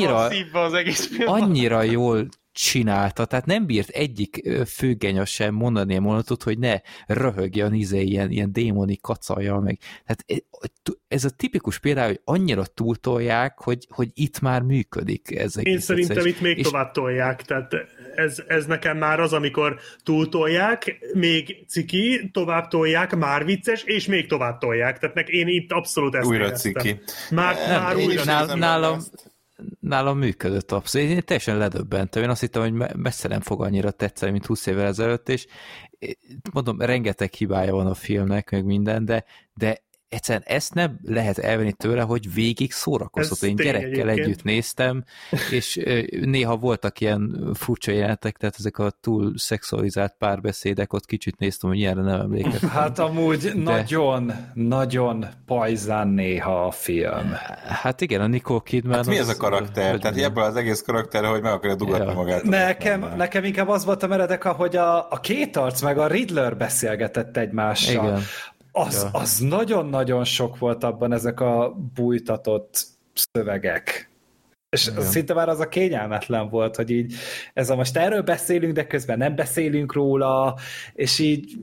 annyira jól csinálta, tehát nem bírt egyik főgenya sem mondani ilyen mondatot, hogy ne röhögjön ilyen démoni kacalja meg. Tehát ez a tipikus például, hogy annyira túltolják, hogy itt már működik ez. Én szerintem itt még tovább tolják, tehát ez nekem már az, amikor túltolják, még ciki, tovább tolják, már vicces, és még tovább tolják. Tehát én itt abszolút ezt újra éreztem. Ciki. Már újra nálam működött abszolút. Én teljesen ledöbbentem. Én azt hittem, hogy messze nem fog annyira tetszeni, mint 20 évvel ezelőtt, és mondom, rengeteg hibája van a filmnek, meg minden, de egyszerűen ezt nem lehet elvenni tőle, hogy végig szórakozott. Én gyerekkel együtt néztem, és néha voltak ilyen furcsa jelenetek, tehát ezek a túl szexualizált párbeszédek, ott kicsit néztem, hogy ilyenre nem emlékeztem. Hát amúgy nagyon pajzán néha a film. Hát igen, a Nicole Kidman... Hát mi ez a karakter? Tehát ebből az egész karakter, hogy meg akarja dugatni magát. Nekem inkább az volt a meredek, hogy a két arc meg a Riddler beszélgetett egymással. Igen. Az nagyon-nagyon sok volt abban ezek a bújtatott szövegek. És szinte már az a kényelmetlen volt, hogy így most erről beszélünk, de közben nem beszélünk róla, és így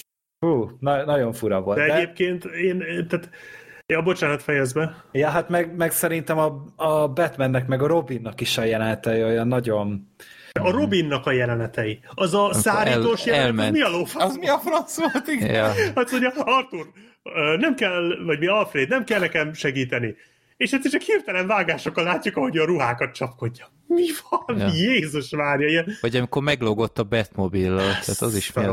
nagyon fura volt. De egyébként bocsánat, fejezd be. Ja, hát meg szerintem a Batmannek, meg a Robinnak is a jelenetei olyan nagyon... A Robinnak a jelenetei. Az a szárítós jelenet, az mi a lófasz? Az mi a franc volt? Ja. Hát mondja, Arthur, nem kell, vagy mi Alfred, nem kell nekem segíteni. És egyszer csak hirtelen vágásokkal látjuk, ahogy a ruhákat csapkodja. Mi van? Ja. Jézus várja ilyen. Vagy amikor meglógott a Batmobile-lal, tehát az is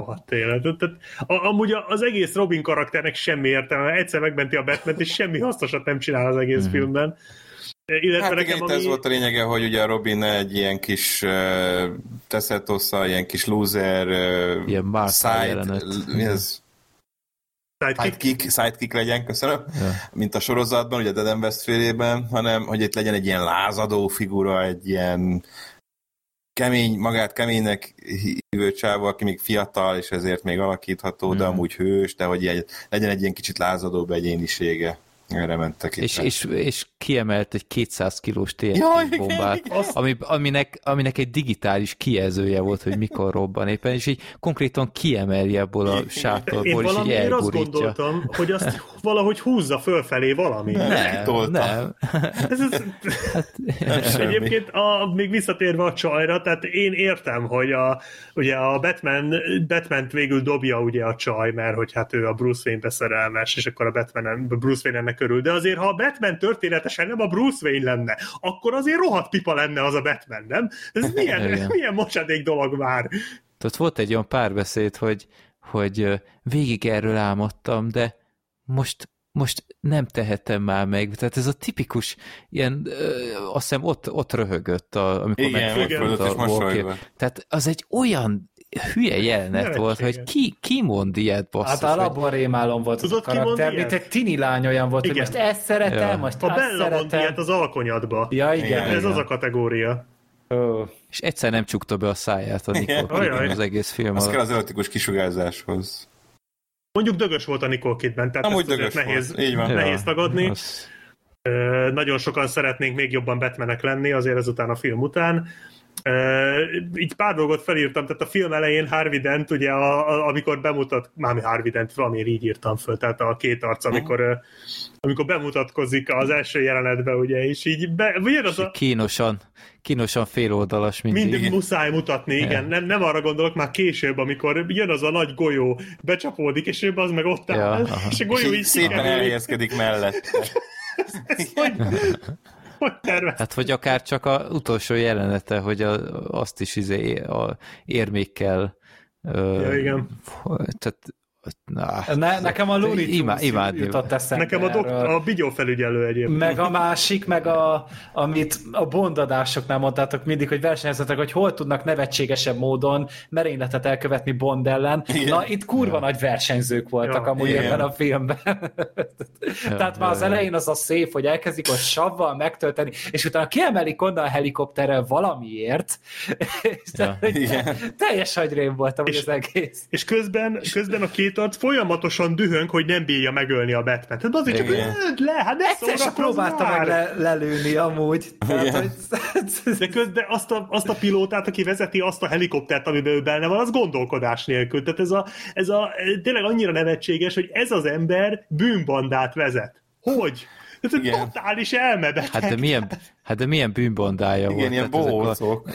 amúgy az egész Robin karakternek semmi értelme. Egyszer megmenti a Batmant, és semmi hasznosat nem csinál az egész filmben. Hát nekem, ez volt a lényege, hogy ugye a Robin egy ilyen kis teszetosza, ilyen kis loser ilyen side, mi ez? sidekick legyen, köszönöm, mint a sorozatban, ugye a Dead West-félében, hanem hogy itt legyen egy ilyen lázadó figura, egy ilyen magát keménynek hívő csávó, aki még fiatal, és ezért még alakítható, de amúgy hős, de hogy legyen egy ilyen kicsit lázadóbb egyénisége. Erre mentek itt. És kiemelt egy 200 kilós TNT bombát, aminek egy digitális kijelzője volt, hogy mikor robban éppen, és így konkrétan kiemeli ebből a sátorból, és így elgurítja. Én azt gondoltam, hogy azt valahogy húzza fölfelé valami. Nem. Egyébként még visszatérve a csajra, tehát én értem, hogy ugye a Batman-t végül dobja ugye a csaj, mert hogy hát ő a Bruce Wayne-be szerelmes, és akkor a Bruce Wayne ennek körül. De azért, ha a Batman történetesen nem a Bruce Wayne lenne, akkor azért rohadt pipa lenne az a Batman, nem? Ez milyen mocsadék dolog már. Tehát volt egy olyan párbeszéd, hogy végig erről álmodtam, de most nem tehetem már meg. Tehát ez a tipikus ilyen, azt hiszem ott röhögött, amikor megfordult a Walker. Tehát az egy olyan hülye jelenet volt, hogy ki mond ilyet, basszus. Hát alapban rémálom volt az a karakter, mint egy tini lány olyan volt, hogy most ezt szeretem, most azt szeretem. A Bella mond ilyet az alkonyatba. Ja, igen. Ez az a kategória. És egyszer nem csukta be a száját a Nicole Kidman az egész film alatt. Az kell az erotikus kisugárzáshoz. Mondjuk dögös volt a Nicole Kidman, tehát amúgy ezt nehéz tagadni. Nagyon sokan szeretnénk még jobban Batmanek lenni, azért ezután a film után. Így pár dolgot felírtam, tehát a film elején Harvey Dent, ugye amikor bemutat, Harvey Dent, valamiért így írtam föl, tehát a két arc, amikor bemutatkozik az első jelenetben, ugye, és így kínosan féloldalas mindig muszáj mutatni, igen. Nem arra gondolok, már később, amikor jön az a nagy golyó, becsapódik, és ő az meg ott áll, és a golyó így szépen elhelyezkedik mellette. Hát, vagy akár csak az utolsó jelenete, hogy azt is a érmékkel igen. Tehát nekem a Looney Tunes jutott eszembe. Nekem a bigyófelügyelő egyébként. Meg a másik, amit a Bond-adásoknál mondtátok mindig, hogy versenyeztetek, hogy hol tudnak nevetségesebb módon merényletet elkövetni Bond ellen. Igen. Na, itt kurva nagy versenyzők voltak amúgy ebben a filmben. Tehát már az elején az a szép, hogy elkezdik ott savval megtölteni, és utána kiemelik onnan a helikopterrel valamiért. Teljes agyrém voltam, hogy az egész. És közben a két arc folyamatosan dühönk, hogy nem bírja megölni a Batman. Tehát azért csak hát ne egyszer próbálta meg lelőni amúgy. De közben azt a pilótát, aki vezeti azt a helikoptert, amiben ő benne van, az gondolkodás nélkül. Tehát ez a tényleg annyira nevetséges, hogy ez az ember bűnbandát vezet. Hogy? Ez egy totális elmebeteg. Hát de milyen bűnbandája volt. Ilyen bohócok.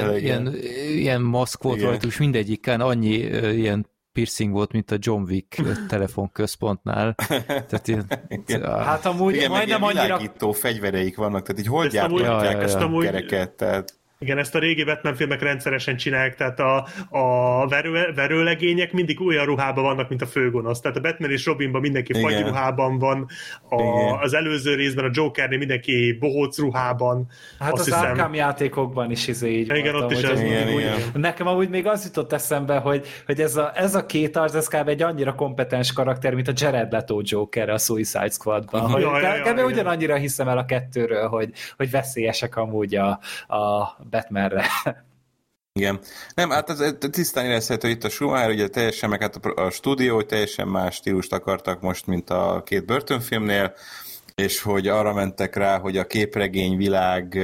Ilyen maszk volt rajta, és mindegyiken annyi ilyen piercing volt, mint a John Wick telefonközpontnál. Tehát hát amúgy majdnem annyira... világító fegyvereik vannak, tehát így hogy gyártják ezt a kereket, tehát... Igen, ezt a régi Batman filmek rendszeresen csinálják, tehát a verőlegények mindig olyan ruhában vannak, mint a főgonosz. Tehát a Batman és Robinban mindenki fagyi ruhában van, az előző részben a Jokernél mindenki bohóc ruhában. Hát azt az Arkham játékokban is így igen, ott is ez nekem amúgy még az jutott eszembe, hogy ez a két arc, ez kb. Egy annyira kompetens karakter, mint a Jared Leto Joker a Suicide Squadban. Kb. Ugyanannyira hiszem el a kettőről, hogy veszélyesek amúgy a Batmanre. Igen. Nem, hát ez tisztán érezhető itt a Schumacher, ugye teljesen, meg hát a stúdió teljesen más stílust akartak most, mint a két Burton-filmnél, és hogy arra mentek rá, hogy a képregényvilág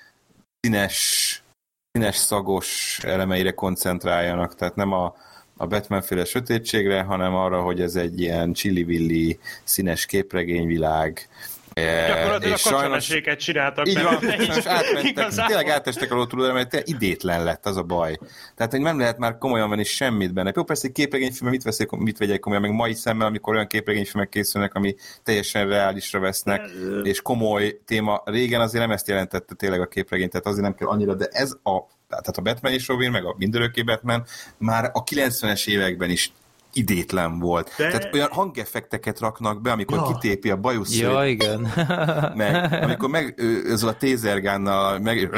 színes szagos elemeire koncentráljanak, tehát nem a Batman-féle sötétségre, hanem arra, hogy ez egy ilyen chili-villi színes képregényvilág. Gyakorlatilag a kacsameséket csináltak. Így van, tényleg átestek alól túl, mert tényleg idétlen lett, az a baj. Tehát, hogy nem lehet már komolyan venni semmit benne. Jó, persze egy képregényfilmben mit vegyek komolyan, meg mai szemmel, amikor olyan képregényfilmek készülnek, ami teljesen reálisra vesznek, és komoly téma. Régen azért nem ezt jelentette tényleg a képregény, tehát azért nem kell annyira, de tehát a Batman és Robin, meg a mindörökké Batman már a 90-es években is idétlen volt. Tehát olyan hangeffekteket raknak be, amikor kitépi a bajuszét. Ja, igen. Meg, amikor ezzel a tézergánnal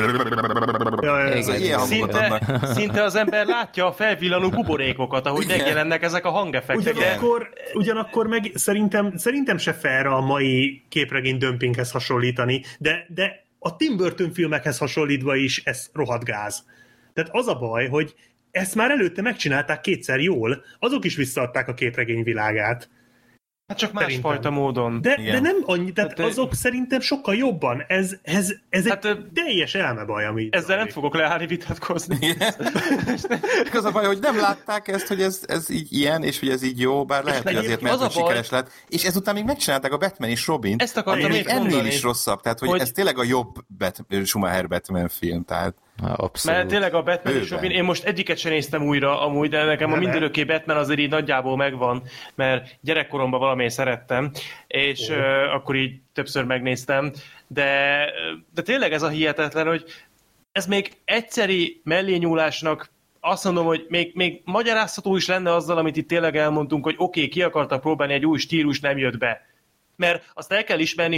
ilyen hangokat adnak. Szinte az ember látja a felvillanó buborékokat, ahogy megjelennek ezek a hangeffektek. Ugyanakkor meg szerintem se fair a mai képregény dömpinghez hasonlítani, de a Tim Burton filmekhez hasonlítva is ez rohadt gáz. Tehát az a baj, hogy ezt már előtte megcsinálták kétszer jól, azok is visszaadták a képregény világát. Hát csak másfajta módon. De nem annyi, tehát azok szerintem sokkal jobban. Ez hát, egy teljes elmebaj, ami... Ezzel nem fogok leállni vitatkozni. Az a baj, hogy nem látták ezt, hogy ez így ilyen, és hogy ez így jó, bár lehet, hogy azért, mert hogy sikeres lett. És ezután még megcsinálták a Batman és Robint, ezt akartam még ennél is rosszabb. Tehát, hogy ez tényleg a jobb Schumacher Batman film, tehát... Abszolút. Mert tényleg a Batman és Robin, én most egyiket sem néztem újra amúgy, de nekem a mindörökké Batman azért így nagyjából megvan, mert gyerekkoromban valamiért szerettem, és akkor így többször megnéztem, de tényleg ez a hihetetlen, hogy ez még egyszeri mellényúlásnak azt mondom, hogy még magyarázható is lenne azzal, amit itt tényleg elmondtunk, hogy oké, ki akartak próbálni egy új stílus, nem jött be. Mert azt el kell ismerni,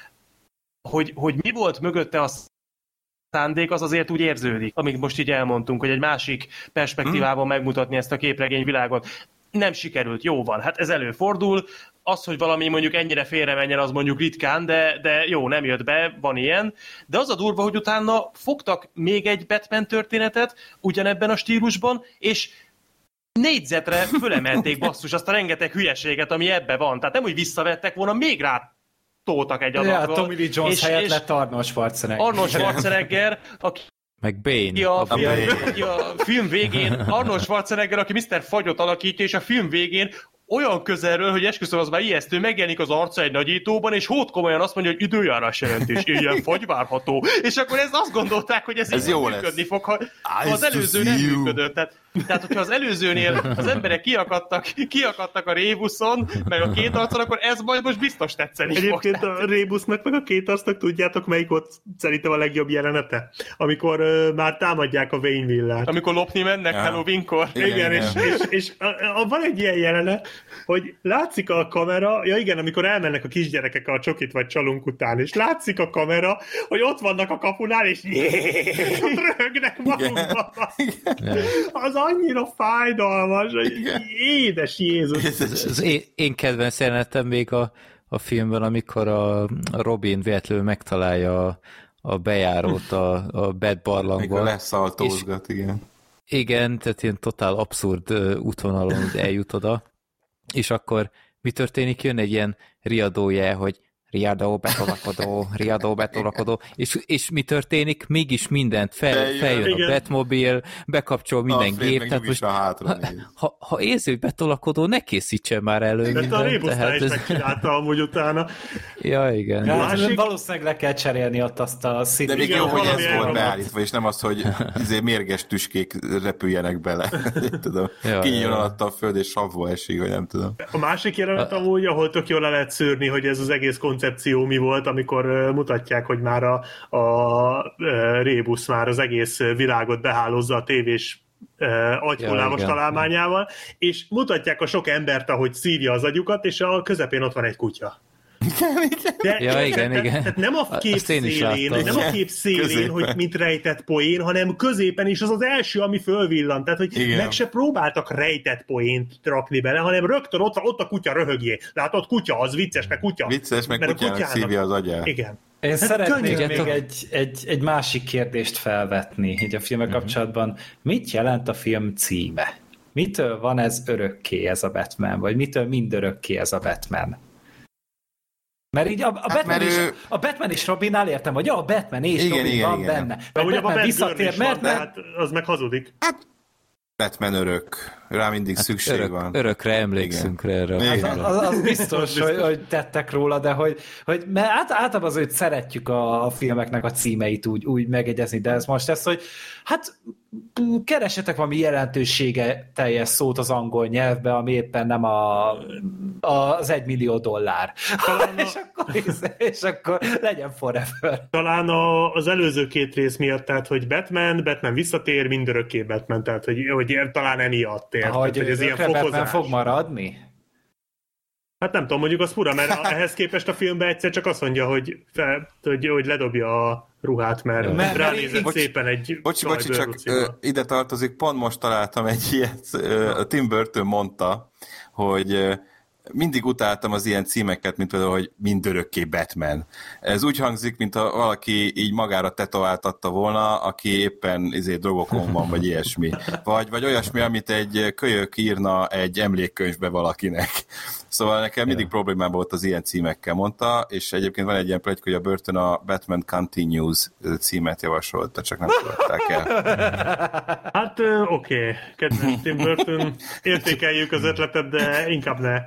hogy mi volt mögötte az szándék, az azért úgy érződik, amit most így elmondtunk, hogy egy másik perspektívában megmutatni ezt a képregény világot. Nem sikerült, jó van, hát ez előfordul. Az, hogy valami mondjuk ennyire félre menjen, az mondjuk ritkán, de jó, nem jött be, van ilyen. De az a durva, hogy utána fogtak még egy Batman történetet ugyanebben a stílusban, és négyzetre fölemelték basszus azt a rengeteg hülyeséget, ami ebbe van. Tehát nem úgy visszavettek volna, még rá toltak egy adatról. Ja, Tommy Lee Jones helyett lett Arnold Schwarzenegger. Arnold Schwarzenegger, aki meg Bane. A film végén Arnold Schwarzenegger, aki Mr. Fagyot alakítja, és a film végén olyan közelről, hogy esküszöm, az már ijesztő, megjelenik az arca egy nagyítóban, és hódkomolyan azt mondja, hogy időjárás jelentés, ilyen fagy várható. És akkor ezt azt gondolták, hogy ez így működni fog, ha az előző nem működött. Tehát, hogyha az előzőnél az emberek kiakadtak a Rébuszon, meg a két arcon, akkor ez majd most biztos tetszeni fog. Egyébként a Rébusznak, meg a két arcnak tudjátok, melyik volt szerintem a legjobb jelenete? Amikor már támadják a Wayne Villát. Amikor lopni mennek Halloweenkor. Igen. És van egy ilyen jelenet, hogy látszik a kamera, amikor elmennek a kisgyerekek a csokit vagy csalunk után, és látszik a kamera, hogy ott vannak a kapunál, és röhögnek magukba. Az annyira fájdalmas, hogy édes Jézus. Az én kedvenc jelenetem még a filmben, amikor a Robin véletlenül megtalálja a bejárót a Bad barlangban. Mikor leszaltózgat, igen. Igen, tehát ilyen totál abszurd útvonalon eljut oda. És akkor mi történik? Jön egy ilyen riadójel, hogy riadó betolakodó, és mi történik? Mégis mindent feljön a Batmobil, bekapcsol minden gép. Tehát most, ha érzi, hogy betolakodó, ne készítsen már elő mindent. De a Rébusznál is megcsinálta amúgy utána. Ja, igen. Valószínűleg le kell cserélni ott azt a színet. De még jó, hogy ez volt beállítva, és nem az, hogy mérges tüskék repüljenek bele. Kinyíljon alatt a föld, és savva esik, vagy nem tudom. A másik jelenet amúgy, ahol tök jól le lehet szűrni, hogy ez az egész koncepció mi volt, amikor mutatják, hogy már a Rébusz már az egész világot behálózza a tévés agyhullámos találmányával, és mutatják a sok embert, ahogy szívja az agyukat, és a közepén ott van egy kutya. Igen. Tehát nem a kép szélén, hogy mint rejtett poén, hanem középen is az első, ami fölvillant. Tehát, hogy meg se próbáltak rejtett poént rakni bele, hanem rögtön ott a kutya röhögjé. Látod, kutya, az vicces, meg kutya. Vicces, meg kutyának szívja az agyát. Igen. Én szeretnék még egy másik kérdést felvetni így a filmek kapcsolatban. Mit jelent a film címe? Mitől van ez örökké ez a Batman? Vagy mitől mindörökké ez a Batman? Mert így a Batman és Robinnál értem, hogy a Batman és Robin van benne. De ugye Batman visszatér, mert hát az meg hazudik. Hát Batman örök. Rá mindig szükség van. Örökre emlékszünk erre. Az biztos, hogy tettek róla, de mert általában az, hogy szeretjük a filmeknek a címeit úgy megegyezni, de ez most ez, hogy hát keresetek valami jelentősége teljes szót az angol nyelvbe, ami éppen nem az $1 millió. és akkor legyen forever. Talán az előző két rész miatt, tehát, hogy Batman visszatér, mindörökké Batman, tehát, hogy talán emiatt miért. Hogy ez ilyen fokozás fog maradni? Hát nem tudom, mondjuk az fura, mert ehhez képest a filmben egyszer csak azt mondja, hogy ledobja a ruhát, mert ránézett szépen egy... Bocsi, csak ide tartozik, pont most találtam egy ilyet, Tim Burton mondta, hogy mindig utáltam az ilyen címeket, mint például, hogy Mindörökké Batman. Ez úgy hangzik, mintha valaki így magára tetováltatta volna, aki éppen drogokon van, vagy ilyesmi. Vagy olyasmi, amit egy kölyök írna egy emlékkönyvbe valakinek. Szóval nekem mindig problémám volt az ilyen címekkel, mondta, és egyébként van egy ilyen pletyka, hogy a Burton a Batman Continues címet javasolta, csak nem tudták el. Hát oké. Kedves Tim Burton, értékeljük az ötletet, de inkább ne.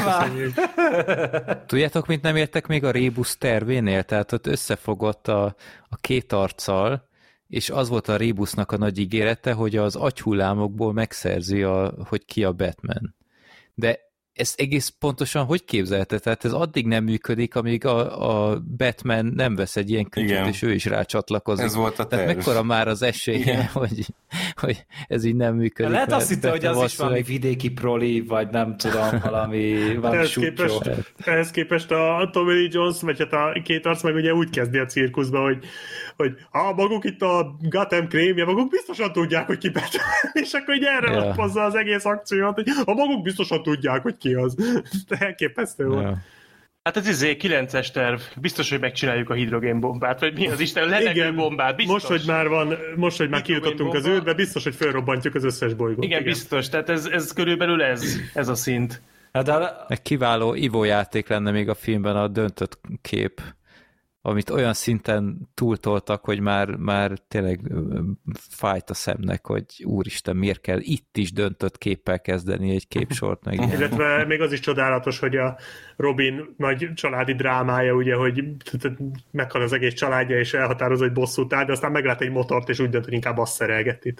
Tudjátok, mint nem értek még a Rébus tervénél? Tehát ott összefogott a két arccal, és az volt a Rébusnak a nagy ígérete, hogy az agyhullámokból megszerzi, hogy ki a Batman. De ezt egész pontosan hogy képzelte? Tehát ez addig nem működik, amíg a Batman nem vesz egy ilyen kütyüt, és ő is rácsatlakozik. Ez volt a terv. Tehát mekkora már az esélye, hogy ez így nem működik. Lehet azt hitte, hogy az is valami vidéki proli, vagy nem tudom, valami súcsó. Ehhez képest a Tommy Lee Jones, vagy hát a két arc meg ugye úgy kezdi a cirkuszba, hogy maguk itt a Gotham krémje, maguk biztosan tudják, hogy ki Batman, és akkor így erre lapozza az egész akciót, hogy maguk biztosan tudják, hogy ki az. Elképesztő volt. Hát ez 9-es terv. Biztos, hogy megcsináljuk a hidrogénbombát, vagy mi az Isten, levegő bombát, biztos. Most, hogy már kijutottunk az űrbe, biztos, hogy felrobbantjuk az összes bolygót. Igen, biztos. Tehát ez körülbelül ez a szint. Kiváló ivójáték lenne még a filmben a döntött kép, amit olyan szinten túltoltak, hogy már tényleg fájt a szemnek, hogy úristen, miért kell itt is döntött képpel kezdeni egy képsort. Meg illetve még az is csodálatos, hogy a Robin nagy családi drámája, ugye, hogy meghal az egész családja, és elhatározza, hogy bosszút áll, de aztán meglát egy motort, és úgy dönt, hogy inkább azt szerelgeti.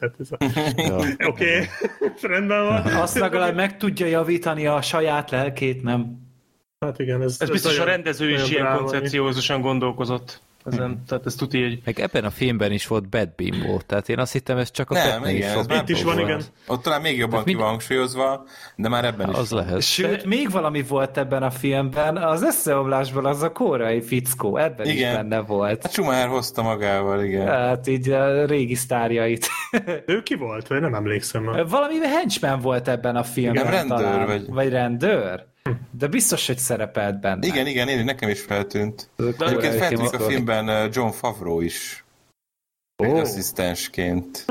Oké, rendben van. Azt legalább meg tudja javítani a saját lelkét, nem? Hát igen, ez biztos a rendező is ilyen koncepciózusan gondolkozott ezen, tehát ezt tudja, hogy... Meg ebben a filmben is volt Bad Bimbo, tehát én azt hittem, ez csak a kettő is sok. Itt is van, igen. Ott talán még jobban ki van hangsúlyozva, de már ebben is az lehet. Sőt, még valami volt ebben a filmben, az összeomlásban az a koreai fickó, ebben is benne volt. Hát Schumacher hozta magával, igen. Hát így a régi sztárjait. Ő ki volt? Vagy nem emlékszem. Valami henchman volt ebben a filmben. Igen, rendőr vagy rendőr. De biztos, hogy szerepelt benne. Igen, nekem is feltűnt. Egyébként feltűnik a filmben John Favreau is. Egy asszisztensként.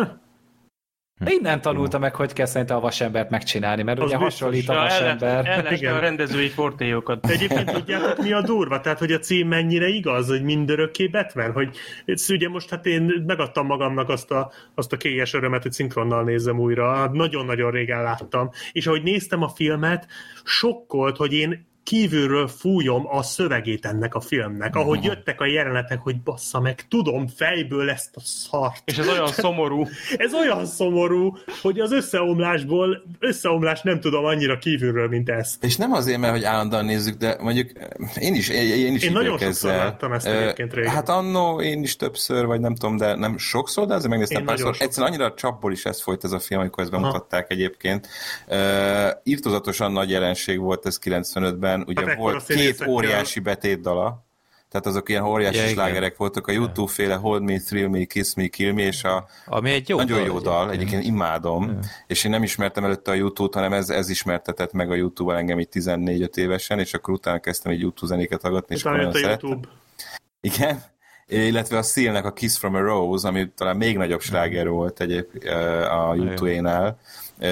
Innen tanulta meg, hogy kell szerintem a vasembert megcsinálni, mert az ugye hasonlít a vasember. Elleste a rendezői fortéjokat. Egyébként tudjátok, mi a durva? Tehát, hogy a cím mennyire igaz, hogy Mindörökké Batman? Hogy ugye most hát én megadtam magamnak azt a kélyes örömet, hogy szinkronnal nézzem újra. Nagyon-nagyon régen láttam. És ahogy néztem a filmet, sokkolt, hogy én kívülről fújom a szövegét ennek a filmnek, ahogy jöttek a jelenetek, hogy bassza meg, tudom fejből ezt a szart. És ez olyan szomorú. Ez olyan szomorú, hogy az összeomlást nem tudom annyira kívülről, mint ezt. És nem azért, mert hogy állandóan nézzük, de mondjuk én is nagyon sokszor láttam ezt egyébként régen. Hát annó én is többször, vagy nem tudom, de nem sokszor, de azért megnéztem párszor. Egyszerűen annyira csapból is ez folyt ez a film, amikor ezt bemutatták egyébként. Irtózatosan nagy jelenség volt ez 95-ben, ugye hát volt két óriási betétdala, tehát azok ilyen óriási slágerek voltak, a YouTube-féle Hold Me, Thrill Me, Kiss Me, Kill Me, és ami egy jó nagyon jó dal, egyébként imádom, és én nem ismertem előtte a YouTube-t, hanem ez ismertetett meg a YouTube-val engem így 14-5 évesen, és akkor utána kezdtem egy YouTube zenéket hallgatni, és akkor szerettem. Igen, illetve a Seal-nek a Kiss from a Rose, ami talán még nagyobb sláger volt a YouTube-énál,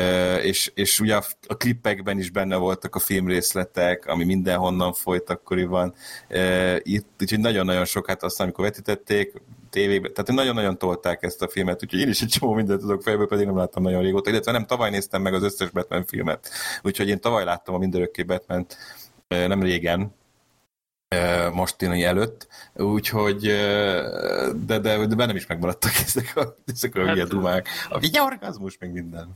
és ugye a klippekben is benne voltak a filmrészletek, ami mindenhonnan folyt akkoriban. Úgyhogy nagyon-nagyon sok, hát aztán amikor vetítették tévében, tehát nagyon-nagyon tolták ezt a filmet, úgyhogy én is egy csomó mindent tudok fejből, pedig nem láttam nagyon régóta, illetve nem, tavaly néztem meg az összes Batman filmet, úgyhogy én tavaly láttam a Mindörökké Batmant, nem régen, most tényleg előtt, úgyhogy de bennem is megmaradtak ezek a hülye dumák. A orgazmus, meg minden.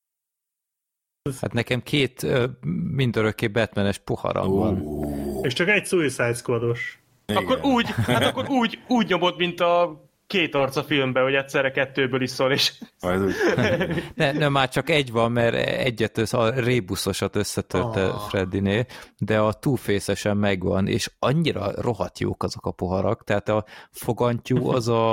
Hát nekem 2 Mindörökké Batmanes poharam van. És csak egy Suicide Squados. Akkor úgy nyomod, mint a két arc a filmben, hogy egyszerre kettőből is szól, és... Nem, már csak egy van, mert a rébuszosat összetörte Freddynél, de a Two-Face-esen megvan, és annyira rohadt jók azok a poharak, tehát a fogantyú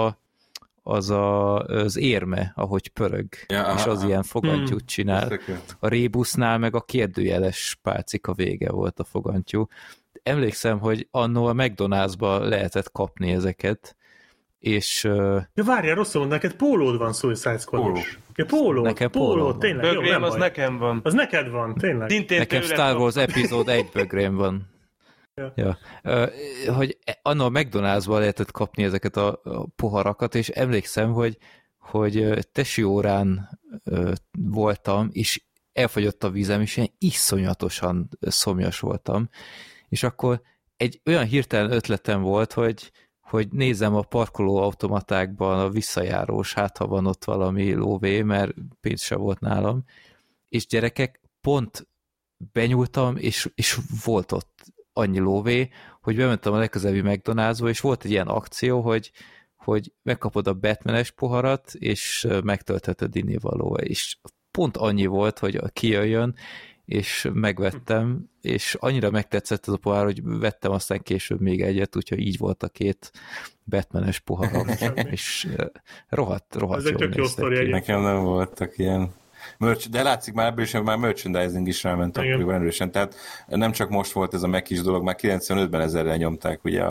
az érme, ahogy pörög, és az ilyen fogantyút csinál. A rébusznál meg a kérdőjeles pálcika vége volt a fogantyú. Emlékszem, hogy annól a McDonald'sba lehetett kapni ezeket, és... Ja, várjál, rosszul mondom, neked pólód van, Suicide Squad-os. Ja, pólód, tényleg, jó, nem az baj. Nekem van. Az neked van, tényleg. Nekem Star Wars epizód 1 bögrém van. Ja. Hogy annól a McDonald'sban lehetett kapni ezeket a poharakat, és emlékszem, hogy tesi órán voltam, és elfogyott a vízem, és ilyen iszonyatosan szomjas voltam, és akkor egy olyan hirtelen ötletem volt, hogy nézem a parkolóautomatákban a visszajárós, hát ha van ott valami lóvé, mert pénz se volt nálam, és gyerekek, pont benyúltam, és volt ott annyi lóvé, hogy bementem a legközelebbi McDonald'sba, és volt egy ilyen akció, hogy megkapod a Batman-es poharat, és megtöltheted innivalóval, és pont annyi volt, hogy kijöjjön, és megvettem, és annyira megtetszett ez a pohár, hogy vettem aztán később még egyet, úgyhogy így volt a két Batman-es poharam, és rohadt ez egy tök jó sztori. Nekem nem voltak ilyen de látszik már ebből is, hogy már merchandising is ráment akkoriban erősen, tehát nem csak most volt ez a Mac is dolog, már 95-ben ezerrel nyomták ugye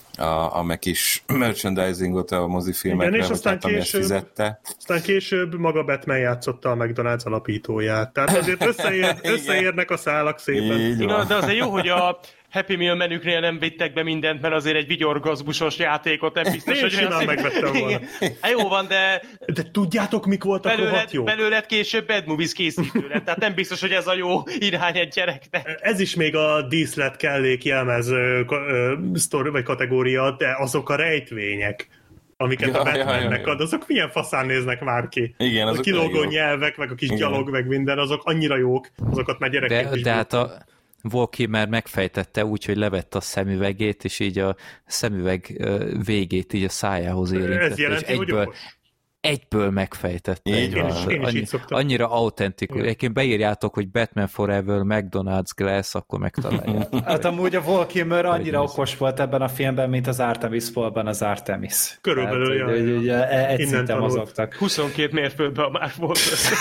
a Mac is merchandisingot a mozifilmekre, igen, és aztán aztán később maga Batman játszotta a McDonald's alapítóját. Tehát azért összeérnek a szálak szépen. Igen, de azért jó, hogy a Happy Meal menüknél nem vittek be mindent, mert azért egy vigyorgazbusos játékot nem biztos, hogy... Én megvettem volna. Jó van, de... De tudjátok, mik voltak rohadt jó? Belőled később Bad Movies készítő lett, tehát nem biztos, hogy ez a jó irány egy gyereknek. Ez is még a díszlet kellék jelmez sztori vagy kategória, de azok a rejtvények, amiket a Batmannek ad, azok milyen faszán néznek már ki. Igen, a kilógó nyelvek, meg a kis gyalog, meg minden, azok annyira jók, azokat már gyerekek is. De hát a Volki már megfejtette úgy, hogy levette a szemüvegét, és így a szemüveg végét így a szájához érintette. Ez jelenti, hogy egyből megfejtette. Én is így szoktam. Annyira autentikus. Egyébként beírjátok, hogy Batman Forever, McDonald's Glass, akkor megtaláljátok. Hát amúgy a Val Kilmer annyira okos volt ebben a filmben, mint az Artemis Fowl-ban az Artemis. Körülbelül, egy szinten mozogtak. 22 mérföldben már volt.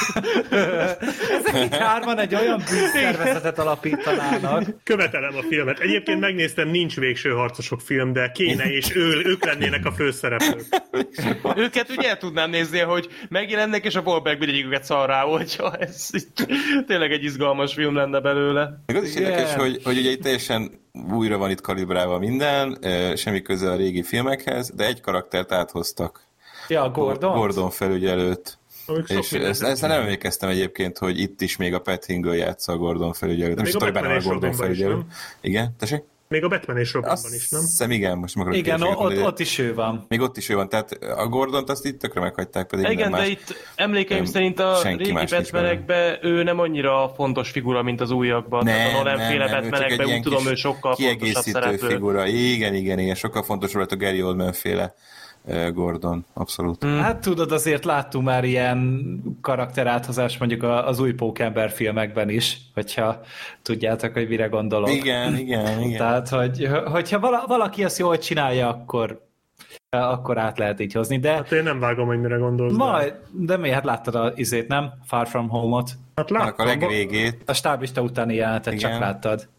Ezek itt hárman egy olyan bűnszervezetet alapítanának. Követelem a filmet. Egyébként megnéztem, nincs Végső harcosok film, de kéne, és ők lennének a főszereplők. Őket ugye el tudnám nézni, hogy megjelennek, és a Wahlberg mindegyiküket szarrá oltja. Ez tényleg egy izgalmas film lenne belőle. Meg az is érdekes, hogy ugye itt teljesen újra van itt kalibrálva minden, semmi köze a régi filmekhez, de egy karaktert áthoztak. Ja, Gordon felügyelőt. És ezt nem emlékeztem egyébként, hogy itt is még a Pat Hingle játsza a Gordon felügyelőt. Nem is tudom, hogy a Gordon felügyelő. Igen, tessék? Még a Batman és Robinban is, nem? Hiszem, igen, most meg igen, ott is ő van. Még ott is ő van, tehát a Gordont azt itt tökre meghagyták, pedig igen, de itt emlékeim szerint a régi Batmanekben ő nem annyira fontos figura, mint az újakban. Nem, a Nolan-féle Batmanekben úgy tudom, ő sokkal fontosabb szereplő. Figura. Igen, sokkal fontosabb volt a Gary Oldman-féle Gordon, abszolút. Hát tudod, azért láttunk már ilyen karakteráthozást mondjuk az új Pókember filmekben is, hogyha tudjátok, hogy mire gondolok. Igen. Tehát, hogyha valaki ezt jól csinálja, akkor át lehet így hozni, de... Hát én nem vágom, hogy mire gondolsz. De miért láttad az izét, nem? Far From Home-ot? Hát láttam. A legvégét. A stáblista utáni jelenetet csak láttad.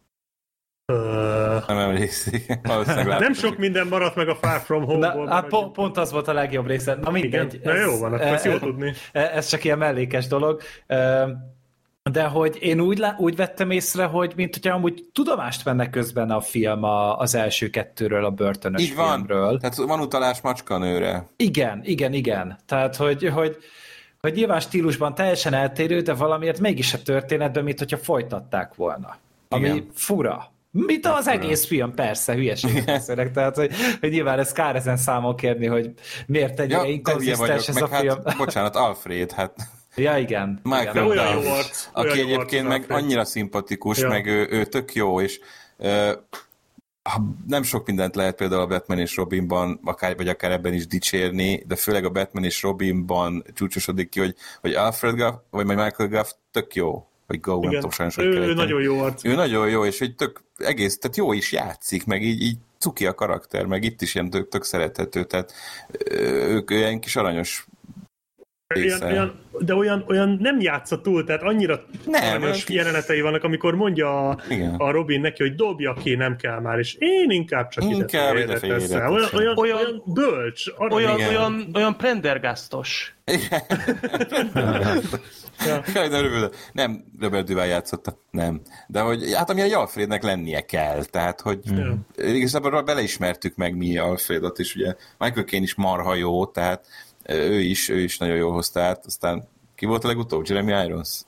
Nem emlékszik. Nem sok minden maradt meg a Far From Home-ból. Hát pont az volt a legjobb része. Na mindegy. Na jó van, ezt jó tudni. Ez csak ilyen mellékes dolog. De hogy én úgy vettem észre, hogy mint hogyha amúgy tudomást venne közben a film az első kettőről, a börtönös filmről. Van. Tehát van utalás macskanőre. Igen. Tehát, hogy nyilván stílusban teljesen eltérő, de valamiért mégis a történetben, mint hogyha folytatták volna. Ami igen. Fura. Mint az egész film, persze, hülyeséget beszélek, tehát hogy nyilván ez kár ezen számon kérni, hogy miért egy inkonzisztens ez a film. Hát, bocsánat, Alfred, hát... Ja, igen. Michael Douglas, aki egyébként meg annyira szimpatikus, meg ő tök jó, és nem sok mindent lehet például a Batman és Robinban, vagy akár ebben is dicsérni, de főleg a Batman és Robinban csúcsosodik ki, hogy Alfred Gough, vagy Michael Gough tök jó, vagy Gough, nem tudom sajnos, hogy ő nagyon jó arc. Ő nagyon jó, és hogy tehát jó is játszik, meg így cuki a karakter, meg itt is ilyen tök szerethető, tehát ők ilyen kis aranyos de olyan nem játsza túl, tehát annyira aranyos jelenetei vannak, amikor mondja a Robin neki, hogy dobja ki, nem kell már, és én inkább csak ide teszem. Olyan bölcs. Olyan Prendergastos. Nem Robert Duvall játszotta, nem. De hogy, hát ami a Alfrednek lennie kell, tehát hogy igazából beleismertük meg mi Alfredot, és ugye Michael Caine is marha jó, tehát ő is nagyon jól hozta át, aztán ki volt a legutóbb? Jeremy Irons?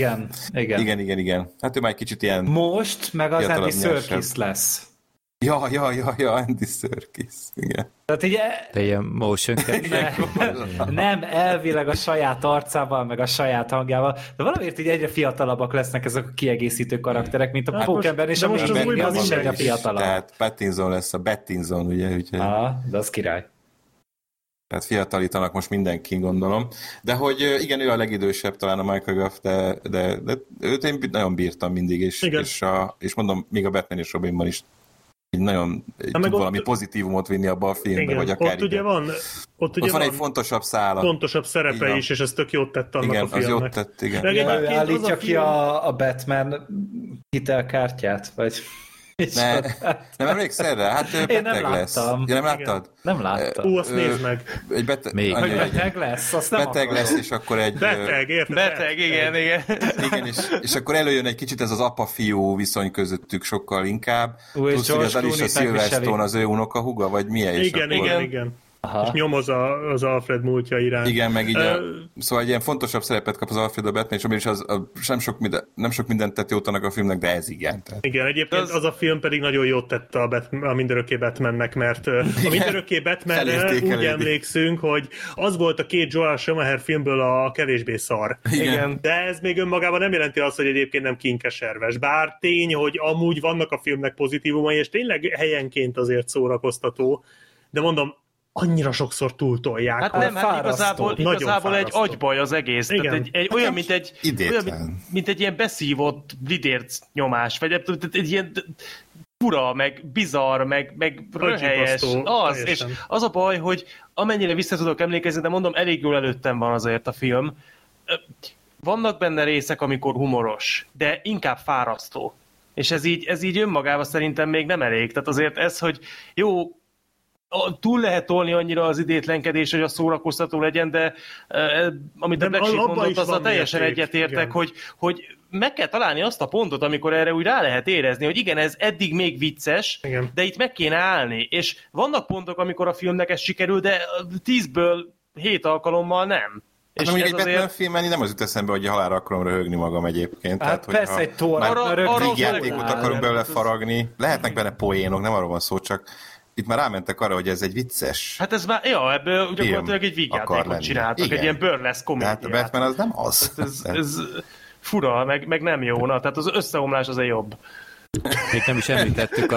Igen. Hát ő már egy kicsit ilyen... Most meg az Andy Serkis lesz. Ja, Andy Serkis, igen. Tehát így... De ilyen motion nem, elvileg a saját arcával, meg a saját hangjával, de valamiért így egyre fiatalabbak lesznek ezek a kiegészítő karakterek, mint a Pókember, és most az újban is egyre fiatalabb. Tehát Pattinson lesz a Bettinson, ugye? Úgyhogy... de az király. Tehát fiatalítanak most mindenkin, gondolom. De hogy igen, ő a legidősebb talán a Michael Gough, de őt én nagyon bírtam mindig, és mondom, még a Batman és Robinban is nagyon tud valami pozitívumot vinni abba a filmbe, igen, vagy akár ott van egy fontosabb szála. Fontosabb szerepe is, és ez tök jót tett annak a filmnek. Igen, az jót tett, igen. Ő állítja ki a Batman hitelkártyát, vagy... Nem emlékszel erre? Hát én nem láttam. Ja, nem láttad? Nem láttam. Azt nézd meg. Hogy beteg lesz, azt nem beteg lesz, és akkor egy... Beteg, igen. Igen, és akkor előjön egy kicsit ez az apa-fiú viszony közöttük sokkal inkább. Plusz, hogy az Alicia Silverstone az ő unokahuga, vagy milyen? Igen. Aha. És nyomoz az Alfred múltja iránt. Igen, meg így szóval egy ilyen fontosabb szerepet kap az Alfred a Batman, és ami is nem sok mindent tett jót annak a filmnek, de ez igen. Tehát. Igen, egyébként az a film pedig nagyon jót tett a Mindörökké Batmannek, mert a Mindörökké Batmanre úgy emlékszünk, hogy az volt a két Joel Schumacher filmből a kevésbé szar. Igen. De ez még önmagában nem jelenti azt, hogy egyébként nem kinkeserves. Bár tény, hogy amúgy vannak a filmnek pozitívumai, és tényleg helyenként azért szórakoztató, de mondom, annyira sokszor túltolják. Hát nem, igazából egy agybaj az egész. Tehát olyan, mint egy ilyen beszívott lidérc nyomás, vagy egy ilyen fura, meg bizarr, meg röhelyes. És az a baj, hogy amennyire vissza tudok emlékezni, de mondom, elég jól előttem van azért a film. Vannak benne részek, amikor humoros, de inkább fárasztó. És ez így önmagában szerintem még nem elég. Tehát azért ez, hogy jó, túl lehet tolni annyira az idétlenkedés, hogy a szórakoztató legyen, de amit a Black Sheep mondott, azzal teljesen egyetértek, hogy meg kell találni azt a pontot, amikor erre úgy rá lehet érezni, hogy igen, ez eddig még vicces, igen, de itt meg kéne állni. És vannak pontok, amikor a filmnek ez sikerül, de 10-ből 7 alkalommal nem. És mondjuk egy Batman filmen nem az jut eszembe, hogy halálra akarom röhögni magam egyébként. Hát tehát, persze egy játékot akarunk belőle faragni. Lehetnek benne poénok, nem arról van szó, csak itt már rámentek arra, hogy ez egy vicces. Hát ez már, ebből gyakorlatilag egy vígjátékot csináltak, igen, egy ilyen burlesque komédiát. Hát a Batman az nem az. Hát ez fura, meg nem jó, tehát az összeomlás azért jobb. Még nem is említettük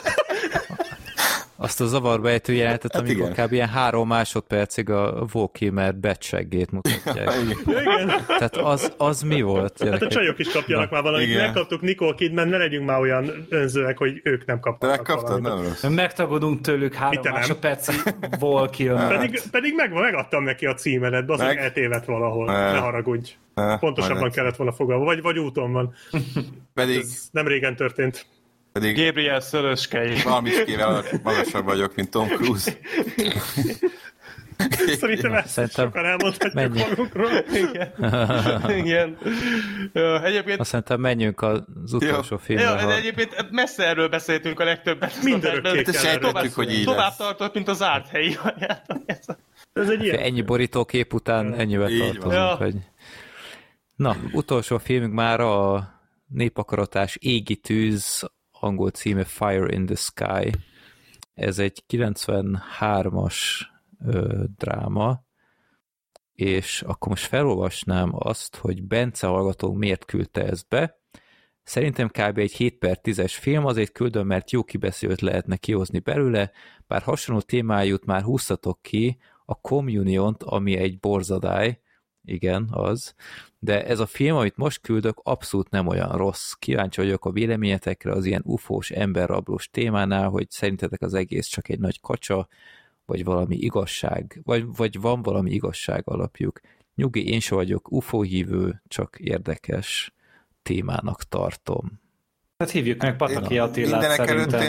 azt a zavarba ejtő jelenetet, hát amikor kb. Ilyen 3 másodpercig a Walkimer becsseggét mutatják. Igen. Tehát az mi volt? Gyerekek? Hát a csajok is kapjanak már valamit. Megkaptuk Nicole Kidman, ne legyünk már olyan önzőek, hogy ők nem kaptak. Megkaptad, nem rossz. Megtagadunk tőlük 3 másodperci Walkimer. Pedig megadtam neki a címedet, az eltévedt valahol. Ne haragudj. Pontosabban kellett volna fogalma. Vagy úton van. Pedig... Ez nem régen történt. Pedig Gabriel Szöröskei. Valamikével magasabb vagyok, mint Tom Cruise. Szerintem ezt sokan elmondhatjuk magunkról. Igen. Egyébként... Azt szerintem menjünk az utolsó filmre. De egyébként messze erről beszéltünk a legtöbbet. Mindörökké sejtettük, hogy így tovább tartott, mint az árt helyi. Ez egy ilyen. Ennyi borítókép után ennyivel tartozunk. Hogy... Na, utolsó filmünk már a népakaratás Égi tűz, angol címe Fire in the Sky. Ez egy 93-as dráma, és akkor most felolvasnám azt, hogy Bence hallgató miért küldte ezt be. Szerintem kb. Egy 7/10-es film, azért küldöm, mert jó kibeszélt lehetne kihozni belőle, bár hasonló témájút már húztatok ki, a Communion-t, ami egy borzadály, igen, az, de ez a film, amit most küldök, abszolút nem olyan rossz. Kíváncsi vagyok a véleményetekre az ilyen ufós, emberrablós témánál, hogy szerintetek az egész csak egy nagy kacsa, vagy valami igazság, vagy van valami igazság alapjuk. Nyugi, én sem vagyok UFO hívő, csak érdekes témának tartom. Hát hívjuk meg Pataki Attilát szerintem.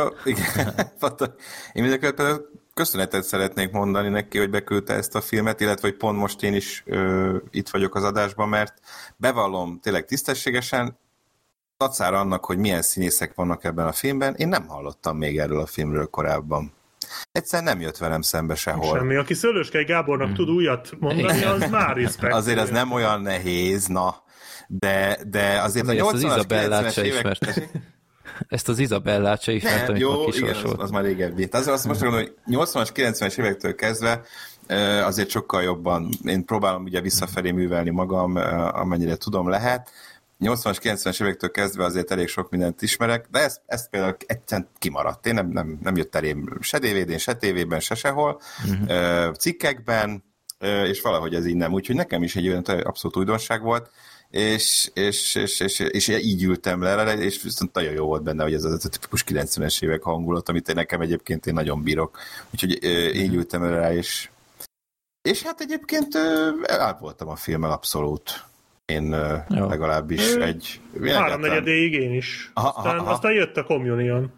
Én mindenek előtt köszönetet szeretnék mondani neki, hogy beküldte ezt a filmet, illetve hogy pont most én is itt vagyok az adásban, mert bevallom tényleg tisztességesen, dacára annak, hogy milyen színészek vannak ebben a filmben, én nem hallottam még erről a filmről korábban. Egyszerűen nem jött velem szembe sehol. Semmi. Aki Szőlőskei Gábornak tud újat mondani, az már respekt. Azért ez nem olyan nehéz, na. De azért a 80-as, 90-es évek... Ezt az Izabellát se ismert, amit jó, igen, az már régebbi. Azt most mondom, hogy 80-as, 90-es évektől kezdve azért sokkal jobban, én próbálom ugye visszafelé művelni magam, amennyire tudom lehet. 80-as, 90-es évektől kezdve azért elég sok mindent ismerek, de ez például egyszerűen kimaradt. Én nem jött elém se DVD-n, se tévében, se sehol, cikkekben, és valahogy ez így nem. Úgyhogy nekem is egy olyan abszolút újdonság volt, és így ültem le, és viszont nagyon jó volt benne, hogy ez a tipikus 90-es évek hangulat, amit nekem egyébként én nagyon bírok. Úgyhogy így ültem rá, és hát egyébként át voltam a filmmel abszolút. Én legalábbis egy... 3/4-ig én is. Aztán jött a Communion.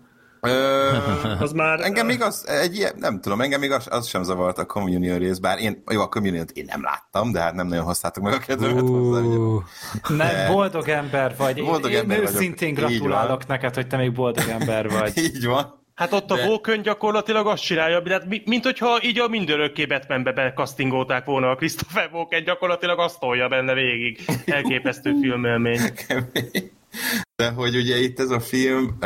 Az már... Engem még nem tudom, engem még az sem zavart a Communion rész, bár a Communion-t én nem láttam, de hát nem nagyon hoztátok meg a kedvemet hozzá. Boldog ember vagy. Én őszintén gratulálok neked, hogy te még boldog ember vagy. Így van. Hát ott a Vulcan gyakorlatilag azt csinálja, mint hogyha így a mindörökké Batmanbe bekasztingolták volna a Christopher Walken, gyakorlatilag azt tolja benne végig. Elképesztő filmélmény. De hogy ugye itt ez a film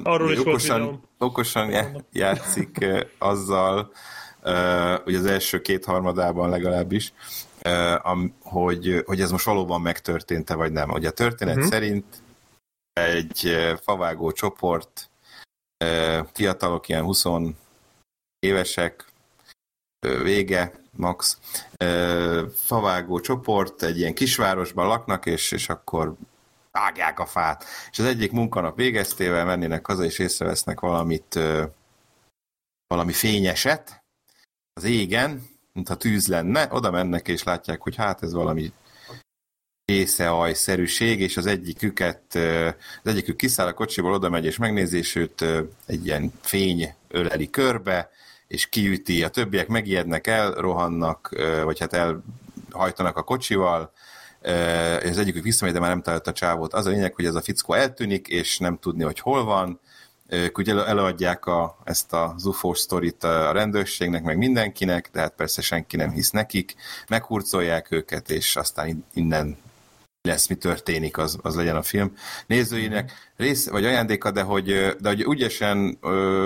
okosan játszik azzal, ugye az első 2/3 legalábbis, hogy ez most valóban megtörtént-e, vagy nem. Ugye a történet szerint egy favágó csoport, fiatalok, ilyen 20 évesek, vége, max, favágó csoport, egy ilyen kisvárosban laknak, és akkor vágják a fát. És az egyik munkanap végeztével mennének haza, és észrevesznek valami fényeset az égen, mintha tűz lenne, oda mennek, és látják, hogy hát ez valami részeajszerűség, és az egyikük kiszáll a kocsiból, oda megy, és megnézi, és őt egy ilyen fény öleli körbe, és kiüti, a többiek megijednek, elrohannak, vagy hát elhajtanak a kocsival, és az egyikük visszamegy, de már nem találta a csávót. Az a lényeg, hogy ez a fickó eltűnik, és nem tudni, hogy hol van, ők ugye előadják ezt az UFO sztorit a rendőrségnek, meg mindenkinek, de hát persze senki nem hisz nekik, meghurcolják őket, és aztán innen lesz, mi történik, az legyen a film nézőinek rész, vagy ajándéka, de hogy ügyesen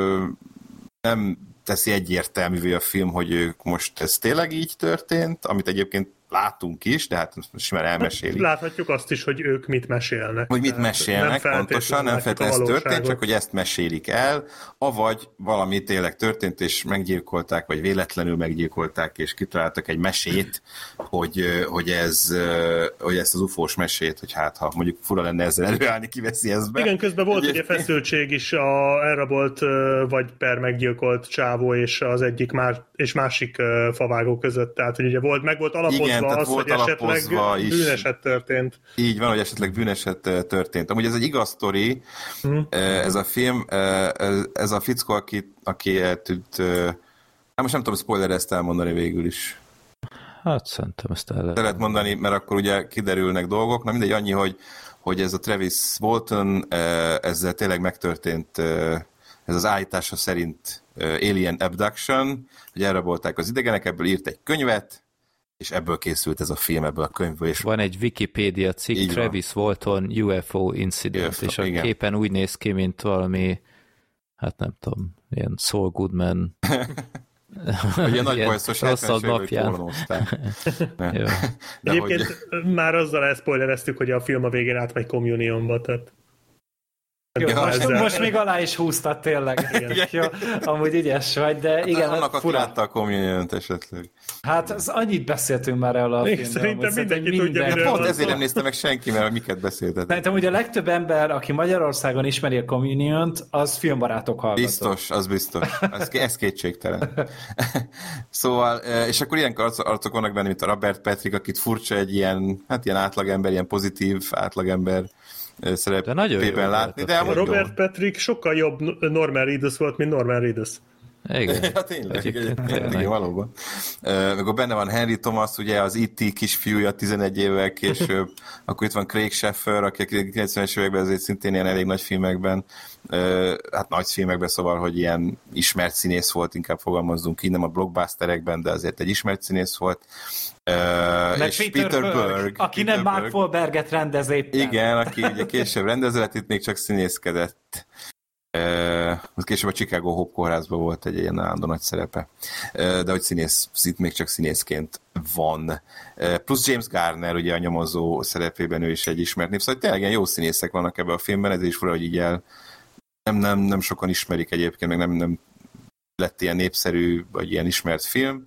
nem teszi egyértelművé a film, hogy ők most ez tényleg így történt, amit egyébként látunk is, de hát simán elmesélik. Láthatjuk azt is, hogy ők mit mesélnek. Hogy mit mesélnek, pontosan, nem feltétlenül ez történt, csak hogy ezt mesélik el, avagy valami tényleg történt, és meggyilkolták, vagy véletlenül meggyilkolták, és kitaláltak egy mesét, hogy ezt az ufós mesét, hogy hát, ha mondjuk fura lenne ezzel előállni, kiveszi ezt be. Igen, közben volt ugye feszültség is elrabolt, vagy meggyilkolt csávó, és az egyik másik favágó között, tehát hogy ugye meg volt alapozva, igen, az, hogy esetleg bűneset történt. Így van, hogy esetleg bűneset történt. Amúgy ez egy igaz sztori, ez a film, ez a fickó, aki eltűnt, most nem tudom spoiler ezt elmondani végül is. Hát szerintem ezt el lehet mondani, mert akkor ugye kiderülnek dolgok. Na mindegy, annyi, hogy ez a Travis Walton, ezzel tényleg megtörtént, ez az állítása szerint alien abduction, hogy elrabolták az idegenek, ebből írt egy könyvet, és ebből készült ez a film, ebből a könyvből. És van egy Wikipédia cikk, Travis Walton UFO Incident, UFO, és a igen. Képen úgy néz ki, mint valami, hát nem tudom, ilyen Saul Goodman ilyen nagybajszos rosszabb napján. Egyébként már azzal elszpoilereztük, hogy a film a végén átmegy Communionba, tehát Most még alá is húztad tényleg. Jó, amúgy ügyes vagy, de igen. Annak, aki látta a Communion-t esetleg. Hát az annyit beszéltünk már erről a filmről. Szerintem mindenki tudja, pont ezért nem néztem meg senki, mert miket beszéltetek. Szerintem ugye a legtöbb ember, aki Magyarországon ismeri a Communion-t, az filmbarátok hallgató. Biztos, az biztos. Ez kétségtelen. Szóval, és akkor ilyen arcok vannak benne, mint a Robert Patrick, akit furcsa egy ilyen átlagember, ilyen pozitív átlagember szerepében látni. De a Robert Patrick sokkal jobb Norman Reedus volt, mint Norman Reedus. Igen. Ja, tényleg, igen, valóban. Meg benne van Henry Thomas, ugye az E.T. kisfiúja, 11 évvel később, akkor itt van Craig Sheffer, aki a 90-es években azért szintén ilyen elég nagy filmekben, hát nagy filmekben, szóval, hogy ilyen ismert színész volt, inkább fogalmazzunk így, nem a blockbusterekben, de azért egy ismert színész volt. És Peter Berg, aki nem Mark Wahlberget rendez éppen. Igen, aki ugye később rendezett, itt még csak színészkedett. Később a Chicago Hope kórházban volt egy ilyen állandó nagy szerepe. De hogy színész, itt még csak színészként van. Plusz James Garner, ugye a nyomozó szerepében ő is egy ismert név. Szóval tényleg ilyen jó színészek vannak ebben a filmben, ez is fura, hogy így nem sokan ismerik egyébként, meg nem lett ilyen népszerű, vagy ilyen ismert film.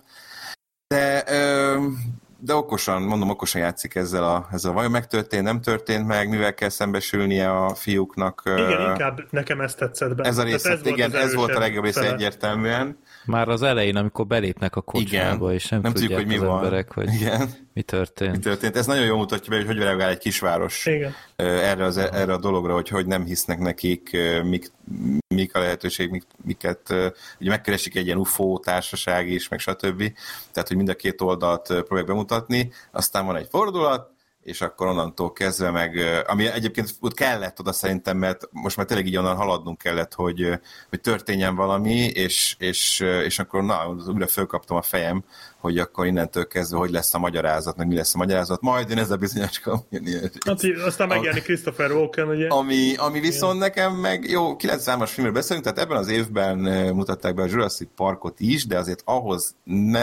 De okosan játszik ezzel vajon megtörtént, nem történt meg, mivel kell szembesülnie a fiúknak. Igen, inkább nekem ezt tetszett be. Ez a rész, ez volt a legjobb része egyértelműen. Már az elején, amikor belépnek a kocsmába, és nem tudják hogy mi az van. Emberek, hogy mi történt. Ez nagyon jól mutatja be, hogy reagál egy kisváros erre a dologra, hogy nem hisznek nekik, mik a lehetőség, miket, ugye megkeresik egy ilyen UFO társaság is, meg stb. Tehát, hogy mind a két oldalt próbálják bemutatni, aztán van egy fordulat, és akkor onnantól kezdve meg, ami egyébként ott kellett oda szerintem, mert most már tényleg így onnan haladnunk kellett, hogy történjen valami, és akkor újra fölkaptam a fejem, hogy akkor innentől kezdve, hogy lesz a magyarázat, meg mi lesz a magyarázat, majd én ez a bizonyos Communion. Aztán megjelenik Christopher Walken, ugye? Ami viszont nekem meg, jó, 93-as filmről beszélünk, tehát ebben az évben mutatták be a Jurassic Parkot is, de azért ahhoz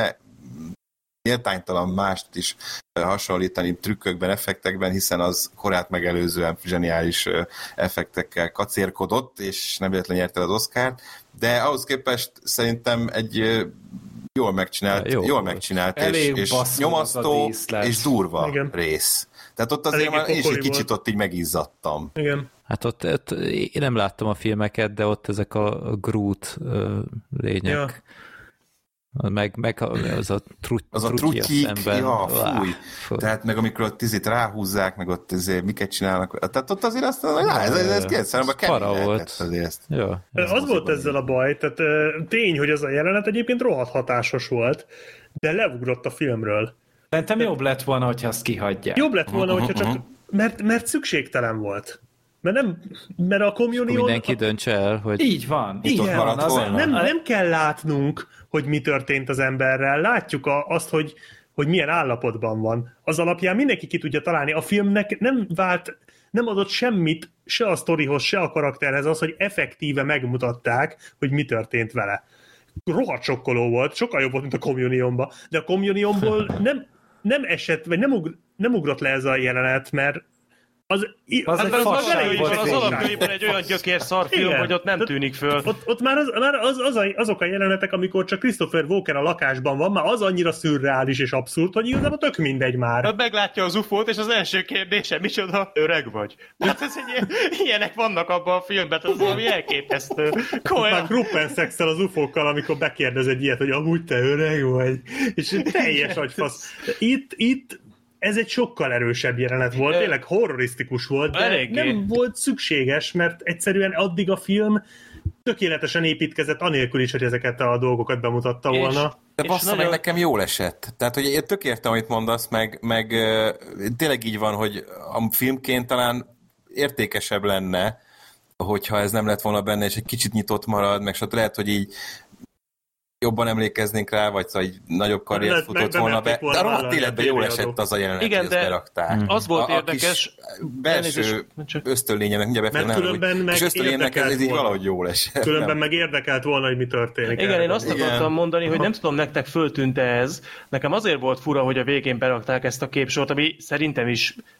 méltánytalan mást is hasonlítani trükkökben, effektekben, hiszen az korát megelőzően zseniális effektekkel kacérkodott, és nem véletlenül nyerte az Oscart, de ahhoz képest szerintem egy jól megcsinált és nyomasztó és durva igen. rész. Tehát ott azért már én is egy kicsit ott így megizzadtam. Igen. Hát ott én nem láttam a filmeket, de ott ezek a Groot lények. Ja. Meg az a trutyik, fúj. Tehát meg amikor ott ráhúzzák, meg ott miket csinálnak, tehát ott azért azt ez kétszerűen kemény volt. Ja. Az volt ezzel a baj, tehát tény, hogy ez a jelenet egyébként rohadt hatásos volt, de leugrott a filmről. Szerintem jobb lett volna, hogyha azt kihagyják. Jobb lett volna, hogyha csak... Mert szükségtelen volt. Mert a Communion... Mindenki döntse el, hogy... Így van. Nem kell látnunk, hogy mi történt az emberrel. Látjuk azt, hogy milyen állapotban van. Az alapján mindenki ki tudja találni. A filmnek nem adott semmit se a sztorihoz, se a karakterhez az, hogy effektíve megmutatták, hogy mi történt vele. Rohadt sokkoló volt, sokkal jobb volt, mint a Communionban. De a Communionból nem esett, vagy nem ugrott le ez a jelenet, mert az alapjában egy olyan gyökérszarfilm, hogy ott nem tűnik föl. Ott már azok a jelenetek, amikor csak Christopher Walken a lakásban van, már az annyira szürreális és abszurd, hogy igazából tök mindegy már. Hát meglátja az UFO-t, és az első kérdése, micsoda öreg vagy? Hát ez ilyenek vannak abban a filmben, ez valami elképesztő. Már gruppen szexel az UFO-kkal, amikor bekérdez egy ilyet, hogy amúgy te öreg vagy, és teljes agyfasz. Itt ez egy sokkal erősebb jelenet volt, tényleg horrorisztikus volt, de nem volt szükséges, mert egyszerűen addig a film tökéletesen építkezett, anélkül is, hogy ezeket a dolgokat bemutatta volna. De bassza meg nekem jól esett. Tehát, hogy én tök értem, amit mondasz, meg tényleg így van, hogy a filmként talán értékesebb lenne, hogyha ez nem lett volna benne, és egy kicsit nyitott marad, meg lehet, hogy így jobban emlékeznénk rá, vagy szóval egy nagyobb karriert futott volna be. De a rohadt életben jól esett az a jelenet, hogy ezt berakták. Az volt érdekes. Belső ösztönlényenek, mindjárt befejezem, és ösztönlénynek ez így valahogy jól esett. Különben meg érdekelt volna, hogy mi történik. Igen, én azt akartam mondani, hogy nem tudom, nektek föltűnt ez. Nekem azért volt fura, hogy a végén berakták ezt a képsort, ami szerintem is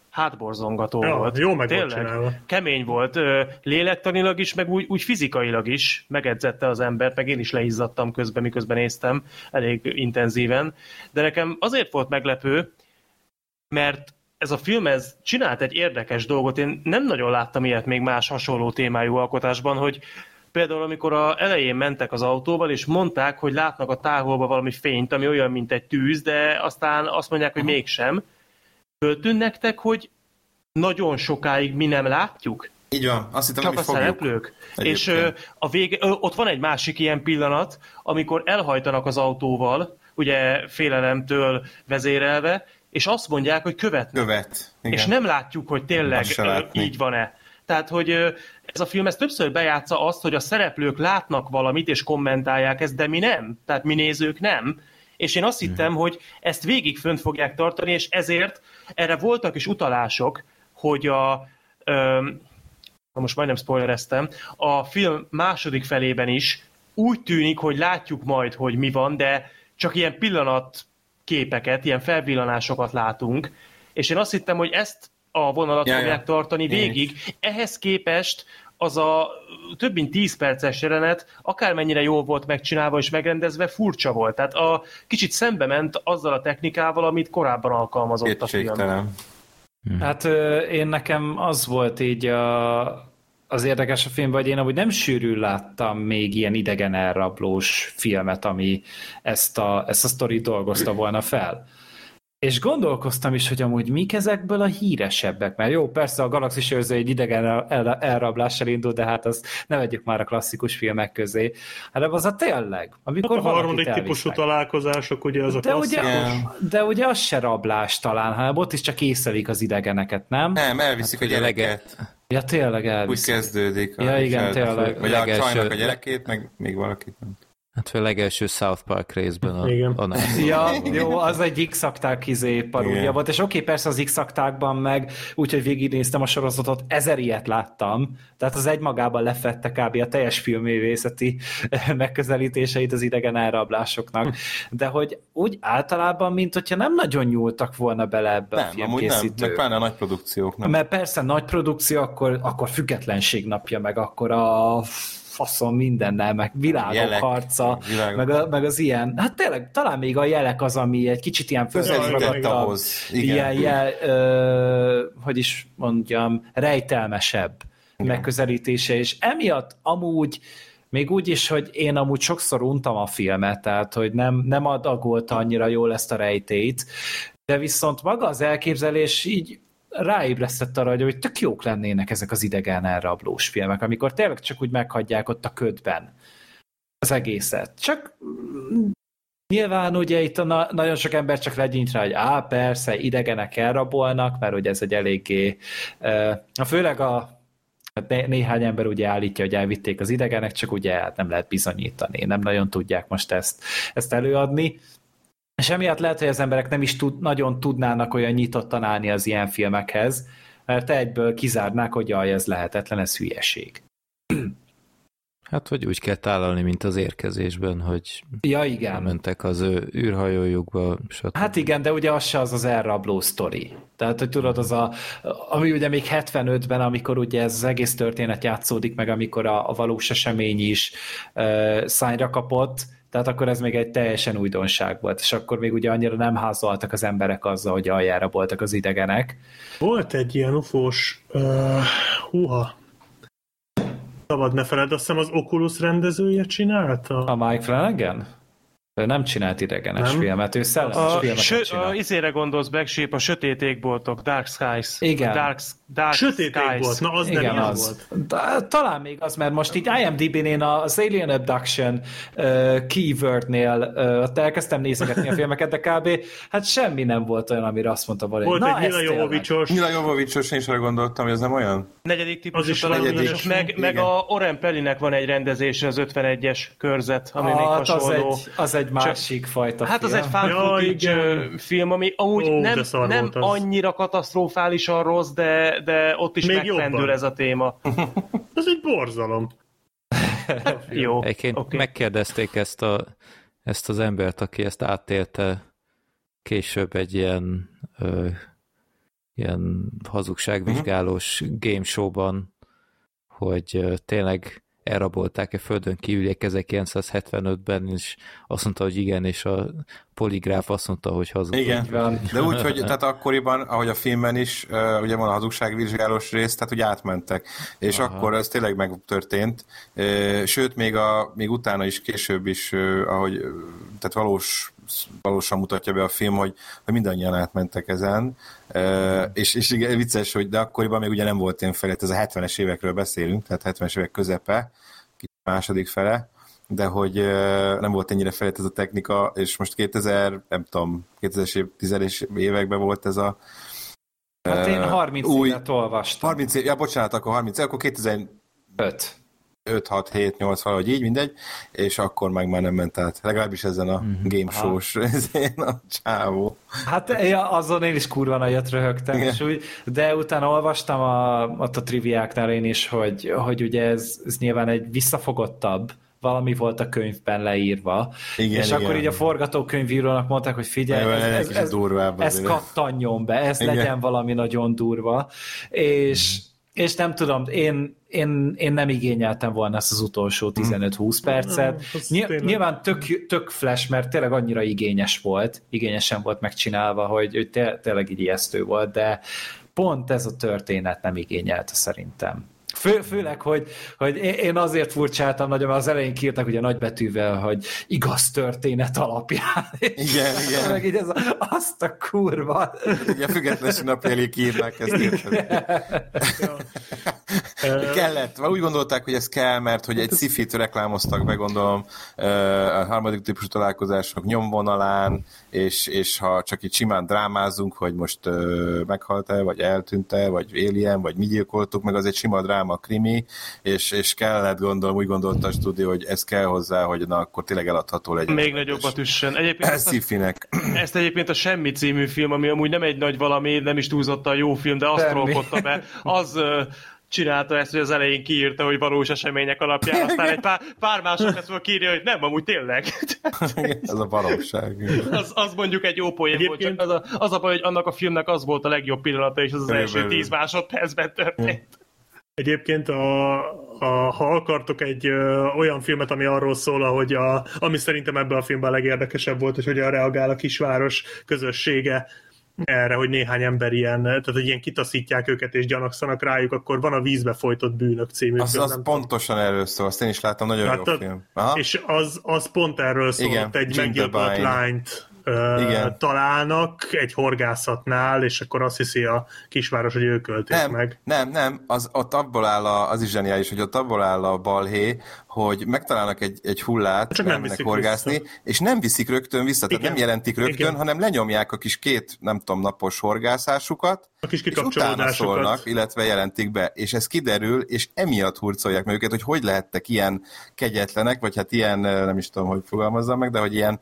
hátborzongató volt. Jó meg volt Tényleg, csinálva. kemény volt, lélektanilag is, meg úgy fizikailag is megedzette az embert, meg én is leizzadtam közben, miközben néztem elég intenzíven, de nekem azért volt meglepő, mert ez a film csinált egy érdekes dolgot, én nem nagyon láttam ilyet még más hasonló témájú alkotásban, hogy például amikor elején mentek az autóval, és mondták, hogy látnak a távolba valami fényt, ami olyan, mint egy tűz, de aztán azt mondják, hogy mégsem. Föltűnt nektek, hogy nagyon sokáig mi nem látjuk? Így van, azt hittem, csak nem a szereplők. És a vége, ott van egy másik ilyen pillanat, amikor elhajtanak az autóval, ugye félelemtől vezérelve, és azt mondják, hogy követnek. Igen. És nem látjuk, hogy tényleg így van-e. Tehát, hogy ez a film többször bejátsza azt, hogy a szereplők látnak valamit, és kommentálják ezt, de mi nem. Tehát mi nézők nem. És én azt hittem, hogy ezt végig fönt fogják tartani, és ezért erre voltak is utalások, hogy most majdnem spoilereztem, a film második felében is úgy tűnik, hogy látjuk majd, hogy mi van, de csak ilyen pillanatképeket, ilyen felvillanásokat látunk, és én azt hittem, hogy ezt a vonalat fogják tartani végig. Ehhez képest az a több mint 10 perces jelenet, akármennyire jól volt megcsinálva és megrendezve, furcsa volt. Tehát kicsit szembe ment azzal a technikával, amit korábban alkalmazott a film. Hát én nekem az volt így az érdekes a filmben, hogy én amúgy nem sűrűn láttam még ilyen idegen elrablós filmet, ami ezt a sztorit dolgozta volna fel. És gondolkoztam is, hogy amúgy mik ezekből a híresebbek, mert jó, persze a Galaxis őrző egy idegen elrablással indul, de hát azt ne vegyük már a klasszikus filmek közé, hanem az a tényleg, amikor hát a harmadik típusú találkozások, ugye az a klasszikus. De ugye az se rablás talán, hanem ott is csak észlelik az idegeneket, nem? Nem, elviszik hát, a gyereket. Ja, tényleg elviszik. Úgy kezdődik. Ja, igen, tényleg. Vagy a csajnak a gyerekét, meg még valakit nem. Hát a legelső South Park részben ja, jó, az egy X-akták paródia volt, és oké, persze az X-aktákban meg, úgyhogy végignéztem a sorozatot, 1000 ilyet láttam, tehát az egymagában lefette kb. A teljes filmművészeti megközelítéseit az idegen elrablásoknak, de hogy úgy általában, mint hogyha nem nagyon nyúltak volna bele ebbe a filmkészítők. Nem, meg pláne a nagy produkciók. Nem. Mert persze nagy produkció, akkor függetlenség napja, meg akkor a faszom mindennel, meg világok harca, meg az ilyen, hát tényleg, talán még a jelek az, ami egy kicsit ilyen földragadtabb, ilyen hogy is mondjam, rejtelmesebb megközelítése, és emiatt amúgy még úgy is, hogy én amúgy sokszor untam a filmet, tehát, hogy nem adagolta annyira jól ezt a rejtélyt, de viszont maga az elképzelés így ráébresztett arra, hogy tök jók lennének ezek az idegen elrablós filmek, amikor tényleg csak úgy meghagyják ott a ködben az egészet. Csak nyilván ugye itt nagyon sok ember csak legyint rá, hogy persze, idegenek elrabolnak, mert ugye ez egy eléggé, főleg néhány ember ugye állítja, hogy elvitték az idegenek, csak ugye hát nem lehet bizonyítani, nem nagyon tudják most ezt előadni. És emiatt lehet, hogy az emberek nem is nagyon tudnának olyan nyitottan állni az ilyen filmekhez, mert egyből kizárnák, hogy jaj, ez lehetetlen, ez hülyeség. Hát, hogy úgy kell tálalni, mint az Érkezésben, hogy igen. mentek az ő űrhajójukba. Hát igen, de ugye az se az elrabló sztori. Tehát, hogy tudod, ami ugye még 75-ben, amikor ugye ez az egész történet játszódik meg, amikor a valós esemény is szányra kapott, tehát akkor ez még egy teljesen újdonság volt, és akkor még ugye annyira nem házoltak az emberek azzal, hogy aljára voltak az idegenek. Volt egy ilyen ufós, szabad ne feled, azt hiszem az Oculus rendezője csinálta? A Mike Flanagan? Ő nem csinált idegenes filmet, ő szellemes filmeket csinált. Izére gondolsz, Backship, a Sötét égboltok, Dark Skies. Igen. Dark Sötét égbolt, na az igen, nem az volt. Talán még az, mert most itt IMDb-nél az Alien Abduction keywordnél elkezdtem nézegetni a filmeket, de kb. Hát semmi nem volt olyan, amire azt mondta valami. Volt egy Mila Jovovicsos, én is arra gondoltam, hogy ez nem olyan. Negyedik típusú találkozás, meg a Oren Pellinek van egy rendezése, az 51-es körzet, ami még hasonló. Az egy másik fajta hát film. Az egy fan footage film, ami amúgy nem annyira katasztrofálisan rossz, de ott is megpendül ez a téma. Ez egy borzalom. Jó. Megkérdezték ezt az embert, aki ezt átélte később egy ilyen ilyen hazugságvizsgálós game showban, hogy tényleg elrabolták-e földön kívüliek 1975-ben, és azt mondta, hogy igen, és a poligráf azt mondta, hogy hazudott. Igen, de úgy, hogy tehát akkoriban, ahogy a filmben is, ugye van a hazugságvizsgálós rész, tehát úgy átmentek, és akkor ez tényleg megtörtént, sőt, még utána is, később is, ahogy, tehát valósan mutatja be a film, hogy mindannyian átmentek ezen, és igen, vicces, hogy de akkoriban még ugye nem volt ilyen fejlett, ez a 70-es évekről beszélünk, tehát 70-es évek közepe, második fele, de hogy nem volt ennyire fejlett ez a technika, és most 2010-es években volt ez a hát én 30 évet olvastam. 30 év, ja bocsánat, akkor 30 év, akkor 2005. 5, 6, 7, 8, valahogy így, mindegy, és akkor meg már nem ment át. Legalábbis ezen a game show-s a csávó. Hát azon én is kurva nagyot röhögtem, és úgy, de utána olvastam ott a triviáknál én is, hogy ugye ez nyilván egy visszafogottabb, valami volt a könyvben leírva, igen, és igen. Akkor így a forgatókönyvírónak mondták, hogy figyelj, ez kattanjon be, ez igen. Legyen valami nagyon durva, és nem tudom, én nem igényeltem volna ezt az utolsó 15-20 percet. Nyilván tök flash, mert tényleg annyira igényesen volt megcsinálva, hogy tényleg így ijesztő volt, de pont ez a történet nem igényelte szerintem. Főleg, hogy én azért furcsáltam nagyon, mert az elején kiírtak ugye nagybetűvel, hogy igaz történet alapján. Igen. Meg így azt a kurva. Igen, függetlenség napja elé kiírnak ezt. Kellett. Úgy gondolták, hogy ez kell, mert hogy egy sci-fit reklámoztak be, gondolom, a harmadik típusú találkozások nyomvonalán, és ha csak így simán drámázunk, hogy most meghalt-e, vagy eltűnt-e, vagy alien, vagy mi gyilkoltuk, meg az egy sima dráma, krimi, és kellett, gondolom, úgy gondolta a stúdió, hogy ez kell hozzá, hogy na, akkor tényleg eladható legyen. Még nagyobbat üssen. Ezt egyébként a Semmi című film, ami amúgy nem egy nagy valami, nem is túlzottan jó film, de azt trollkodta be, az csinálta ezt, hogy az elején kiírta, hogy valós események alapján, aztán egy pár másodperc volt kiírja, hogy nem, amúgy tényleg. Ez a baromság. Az mondjuk egy jó poén volt, csak az a baj, hogy annak a filmnek az volt a legjobb pillanata, és az első 10 másodpercben történt. Egyébként, ha akartok egy olyan filmet, ami arról szól, ami szerintem ebben a filmben a legérdekesebb volt, és hogyan reagál a kisváros közössége erre, hogy néhány ember tehát hogy ilyen kitaszítják őket és gyanakszanak rájuk, akkor van a Vízbe folytott bűnök című film. Az pontosan erről szól, azt én is láttam, nagyon jó film. Aha. És az pont erről szólt, egy meggyilkolt lányt találnak egy horgászatnál, és akkor azt hiszi a kisváros, hogy ők ölték meg. Nem, ott abból áll az is zseniális, hogy ott abból áll a balhé, hogy megtalálnak egy hullát, mennek horgászni, vissza. És nem viszik rögtön vissza, tehát nem jelentik rögtön, hanem lenyomják a kis 2, nem tudom, napos horgászásukat, és utána szólnak, illetve jelentik be, és ez kiderül, és emiatt hurcolják meg őket, hogy lehettek ilyen kegyetlenek, vagy hát ilyen, nem is tudom, hogy fogalmazzam meg, de hogy ilyen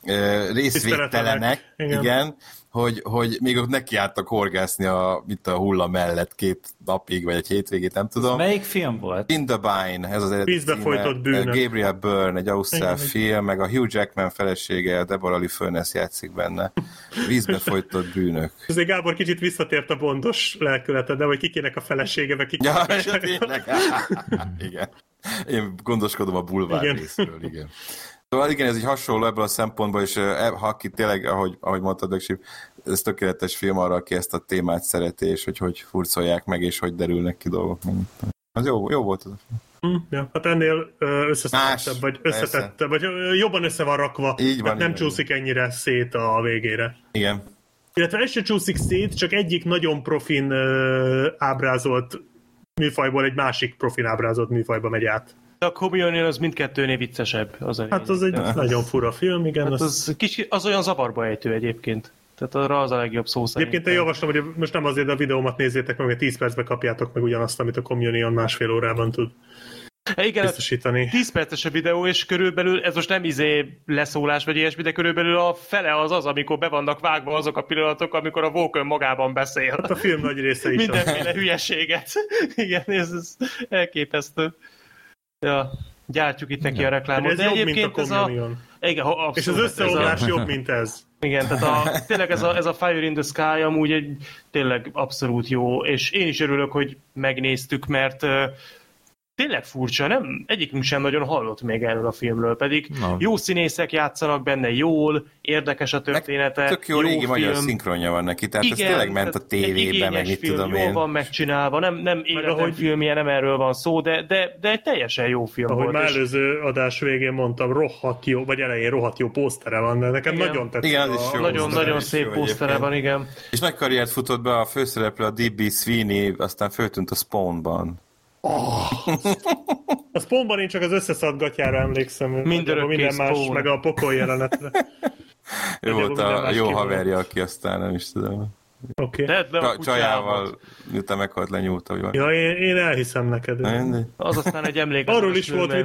részvételenek, igen, hogy még ott nekiálltak horgászni a hulla mellett 2 napig, vagy egy hétvégét, nem tudom. Ez melyik film volt? In the Bind, ez az eredeti Vízbe folytott bűnök. Gabriel Byrne, egy ausztrál film, meg a Hugh Jackman felesége, Deborah Lee Furness játszik benne. Vízbe folytott bűnök. Azért Gábor kicsit visszatért a bondos lelkületed, de hogy kikének a felesége, vagy ja, tényleg. Igen. Én gondoskodom a bulvár részről, igen. Szóval igen, ez így hasonló ebből a szempontból, és ha aki tényleg, ahogy mondtad, Dögsip, ez tökéletes film arra, aki ezt a témát szereti, és hogy furcolják meg, és hogy derülnek ki dolgok. Az jó volt az a film. Ja, hát ennél összeszedettebb, vagy összetettebb, vagy jobban össze van rakva, így van, nem csúszik ennyire szét a végére. Igen. Illetve ez se csúszik szét, csak egyik nagyon profin ábrázolt műfajból egy másik profin ábrázolt műfajba megy át. A Communion az mindkettőnél viccesebb. Hát az egy nagyon fura film, igen. Hát az olyan zavarba ejtő egyébként. Tehát arra az a legjobb szó szerint. Egyébként én javaslom, hogy most nem azért a videómat nézzétek meg, hogy 10 percbe kapjátok meg ugyanazt, amit a Communion másfél órában tud biztosítani. 10 perces a videó, és körülbelül, ez most nem leszólás vagy ilyesmi, de körülbelül a fele az, amikor be vannak vágva azok a pillanatok, amikor a Vulcan magában beszél. Hát a film nagy része is. Mindenféle hülyeséget. Igen, ez elképesztő. Ja, gyártjuk itt neki a reklámot. Ez jobb, mint a Communion. Igen, abszolút, és az összeomlás jobb, mint ez. Igen, tehát tényleg ez a Fire in the Sky amúgy egy tényleg abszolút jó, és én is örülök, hogy megnéztük, mert tényleg furcsa, nem? Egyikünk sem nagyon hallott még erről a filmről, pedig jó színészek játszanak benne jól, érdekes a története. Tök jó régi magyar szinkronja van neki, tehát igen, ez tényleg ment a tévébe, meg mit tudom én. Jól van megcsinálva, nem életemfilmje, nem erről van szó, de egy teljesen jó film ahogy volt. Ahogy már előző adás végén mondtam, rohadt jó, vagy elején rohadt jó pósztere van, de nekem igen. Nagyon tetszik. Igen, az is jó. Nagyon szép pósztere van, igen. És nagy karriert futott be a főszereplő, a D.B. Sweeney, aztán föltűnt a Spawnban. A Spawnban én csak az összeszadgatjára emlékszem. Minden más, Spawn. Meg a pokol jelenetre. Ő volt a jó haverja, aki aztán nem is tudom. Okay. Csajával, miután meghalt, lenyúlta. Hogy ja, én elhiszem neked. Az aztán egy emlék. Arról is volt,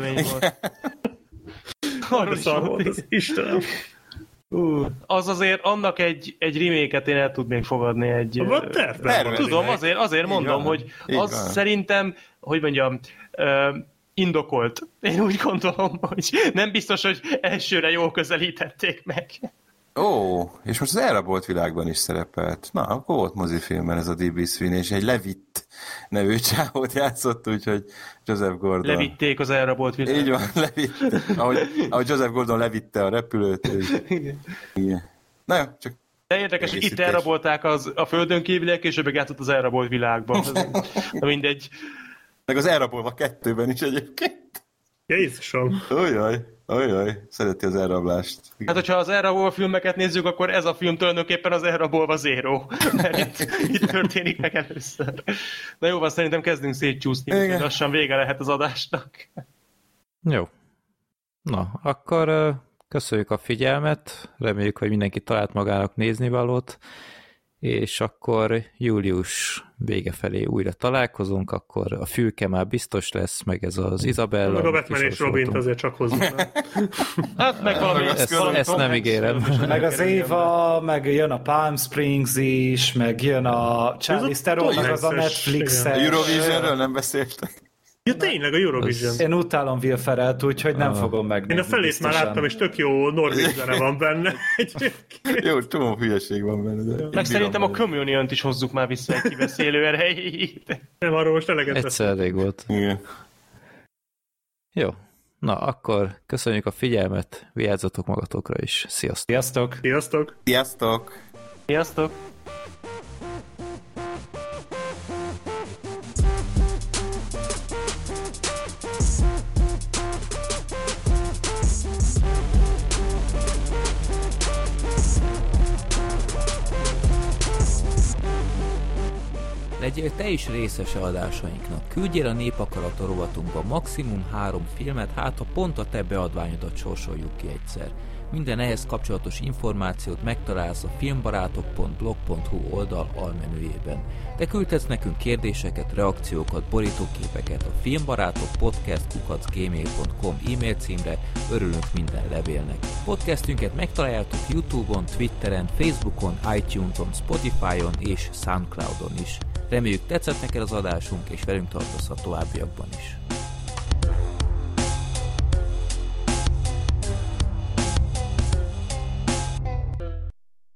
Arról is volt. Istenem. Az azért annak egy remake-et én el tudnék fogadni. Tudom, azért mondom, hogy az szerintem, hogy mondjam, indokolt. Én úgy gondolom, hogy nem biztos, hogy elsőre jól közelítették meg. És most az elrabolt világban is szerepelt. Na, akkor volt mozifilmben ez a D.B. Sweeney, és egy Levitt nevű csávót játszott, úgyhogy Joseph Gordon. Levitték az elrabolt világban. Így van, Levitt. Ahogy Joseph Gordon levitte a repülőt. Igen. Na jó, csak de érdekes, hogy itt elrabolták a földön kívüliek, és ő meg játszott az elrabolt világban. Na mindegy. Meg az elrabolva 2-ben is egyébként. Jézusom. Ajaj, szereti az elrablást. Hát, hogyha az elrabolva filmeket nézzük, akkor ez a film tulajdonképpen az elrabolva Zero. Mert itt történik meg először. Na jó, van, szerintem kezdünk szétcsúszni, hogy lassan vége lehet az adásnak. Jó. Na, akkor köszönjük a figyelmet, reméljük, hogy mindenki talált magának néznivalót, és akkor július vége felé újra találkozunk, akkor a Fülke már biztos lesz, meg ez az Izabella. Meg a Batman és Robint azért csak hozzuk. Hát meg valami... Ezt nem ígérem. Meg az Éva, meg jön a Palm Springs is, meg jön a Charlize Theronnak az a Netflix-es. A Eurovisionről nem beszéltek. Ja, tényleg, a Eurovision. Én utálom Will Ferrellt, úgyhogy nem fogom megnézni. Én a felét biztosan. Már láttam, és tök jó norvég zene van benne. Jó, csomó hülyeség van benne. De meg szerintem a Communion-t is hozzuk már vissza egy kibeszélő erejét. Nem, arról most eleget egyszer elég volt. Igen. Jó. Na, akkor köszönjük a figyelmet, vigyázzatok magatokra is. Sziasztok! Sziasztok! Sziasztok! Sziasztok! Sziasztok! Legyél te is részese adásainknak. Küldjél a Népakarata rovatunkba maximum 3 filmet, hát ha pont a te beadványodat sorsoljuk ki egyszer. Minden ehhez kapcsolatos információt megtalálsz a filmbarátok.blog.hu oldal almenüjében. Te küldhetsz nekünk kérdéseket, reakciókat, borítóképeket a filmbarátokpodcast@gmail.com e-mail címre, örülünk minden levélnek. Podcastünket megtaláljátok YouTube-on, Twitteren, Facebookon, iTunes-on, Spotify-on és Soundcloud-on is. Reméljük tetszett neked az adásunk, és velünk tartozhat továbbiakban is.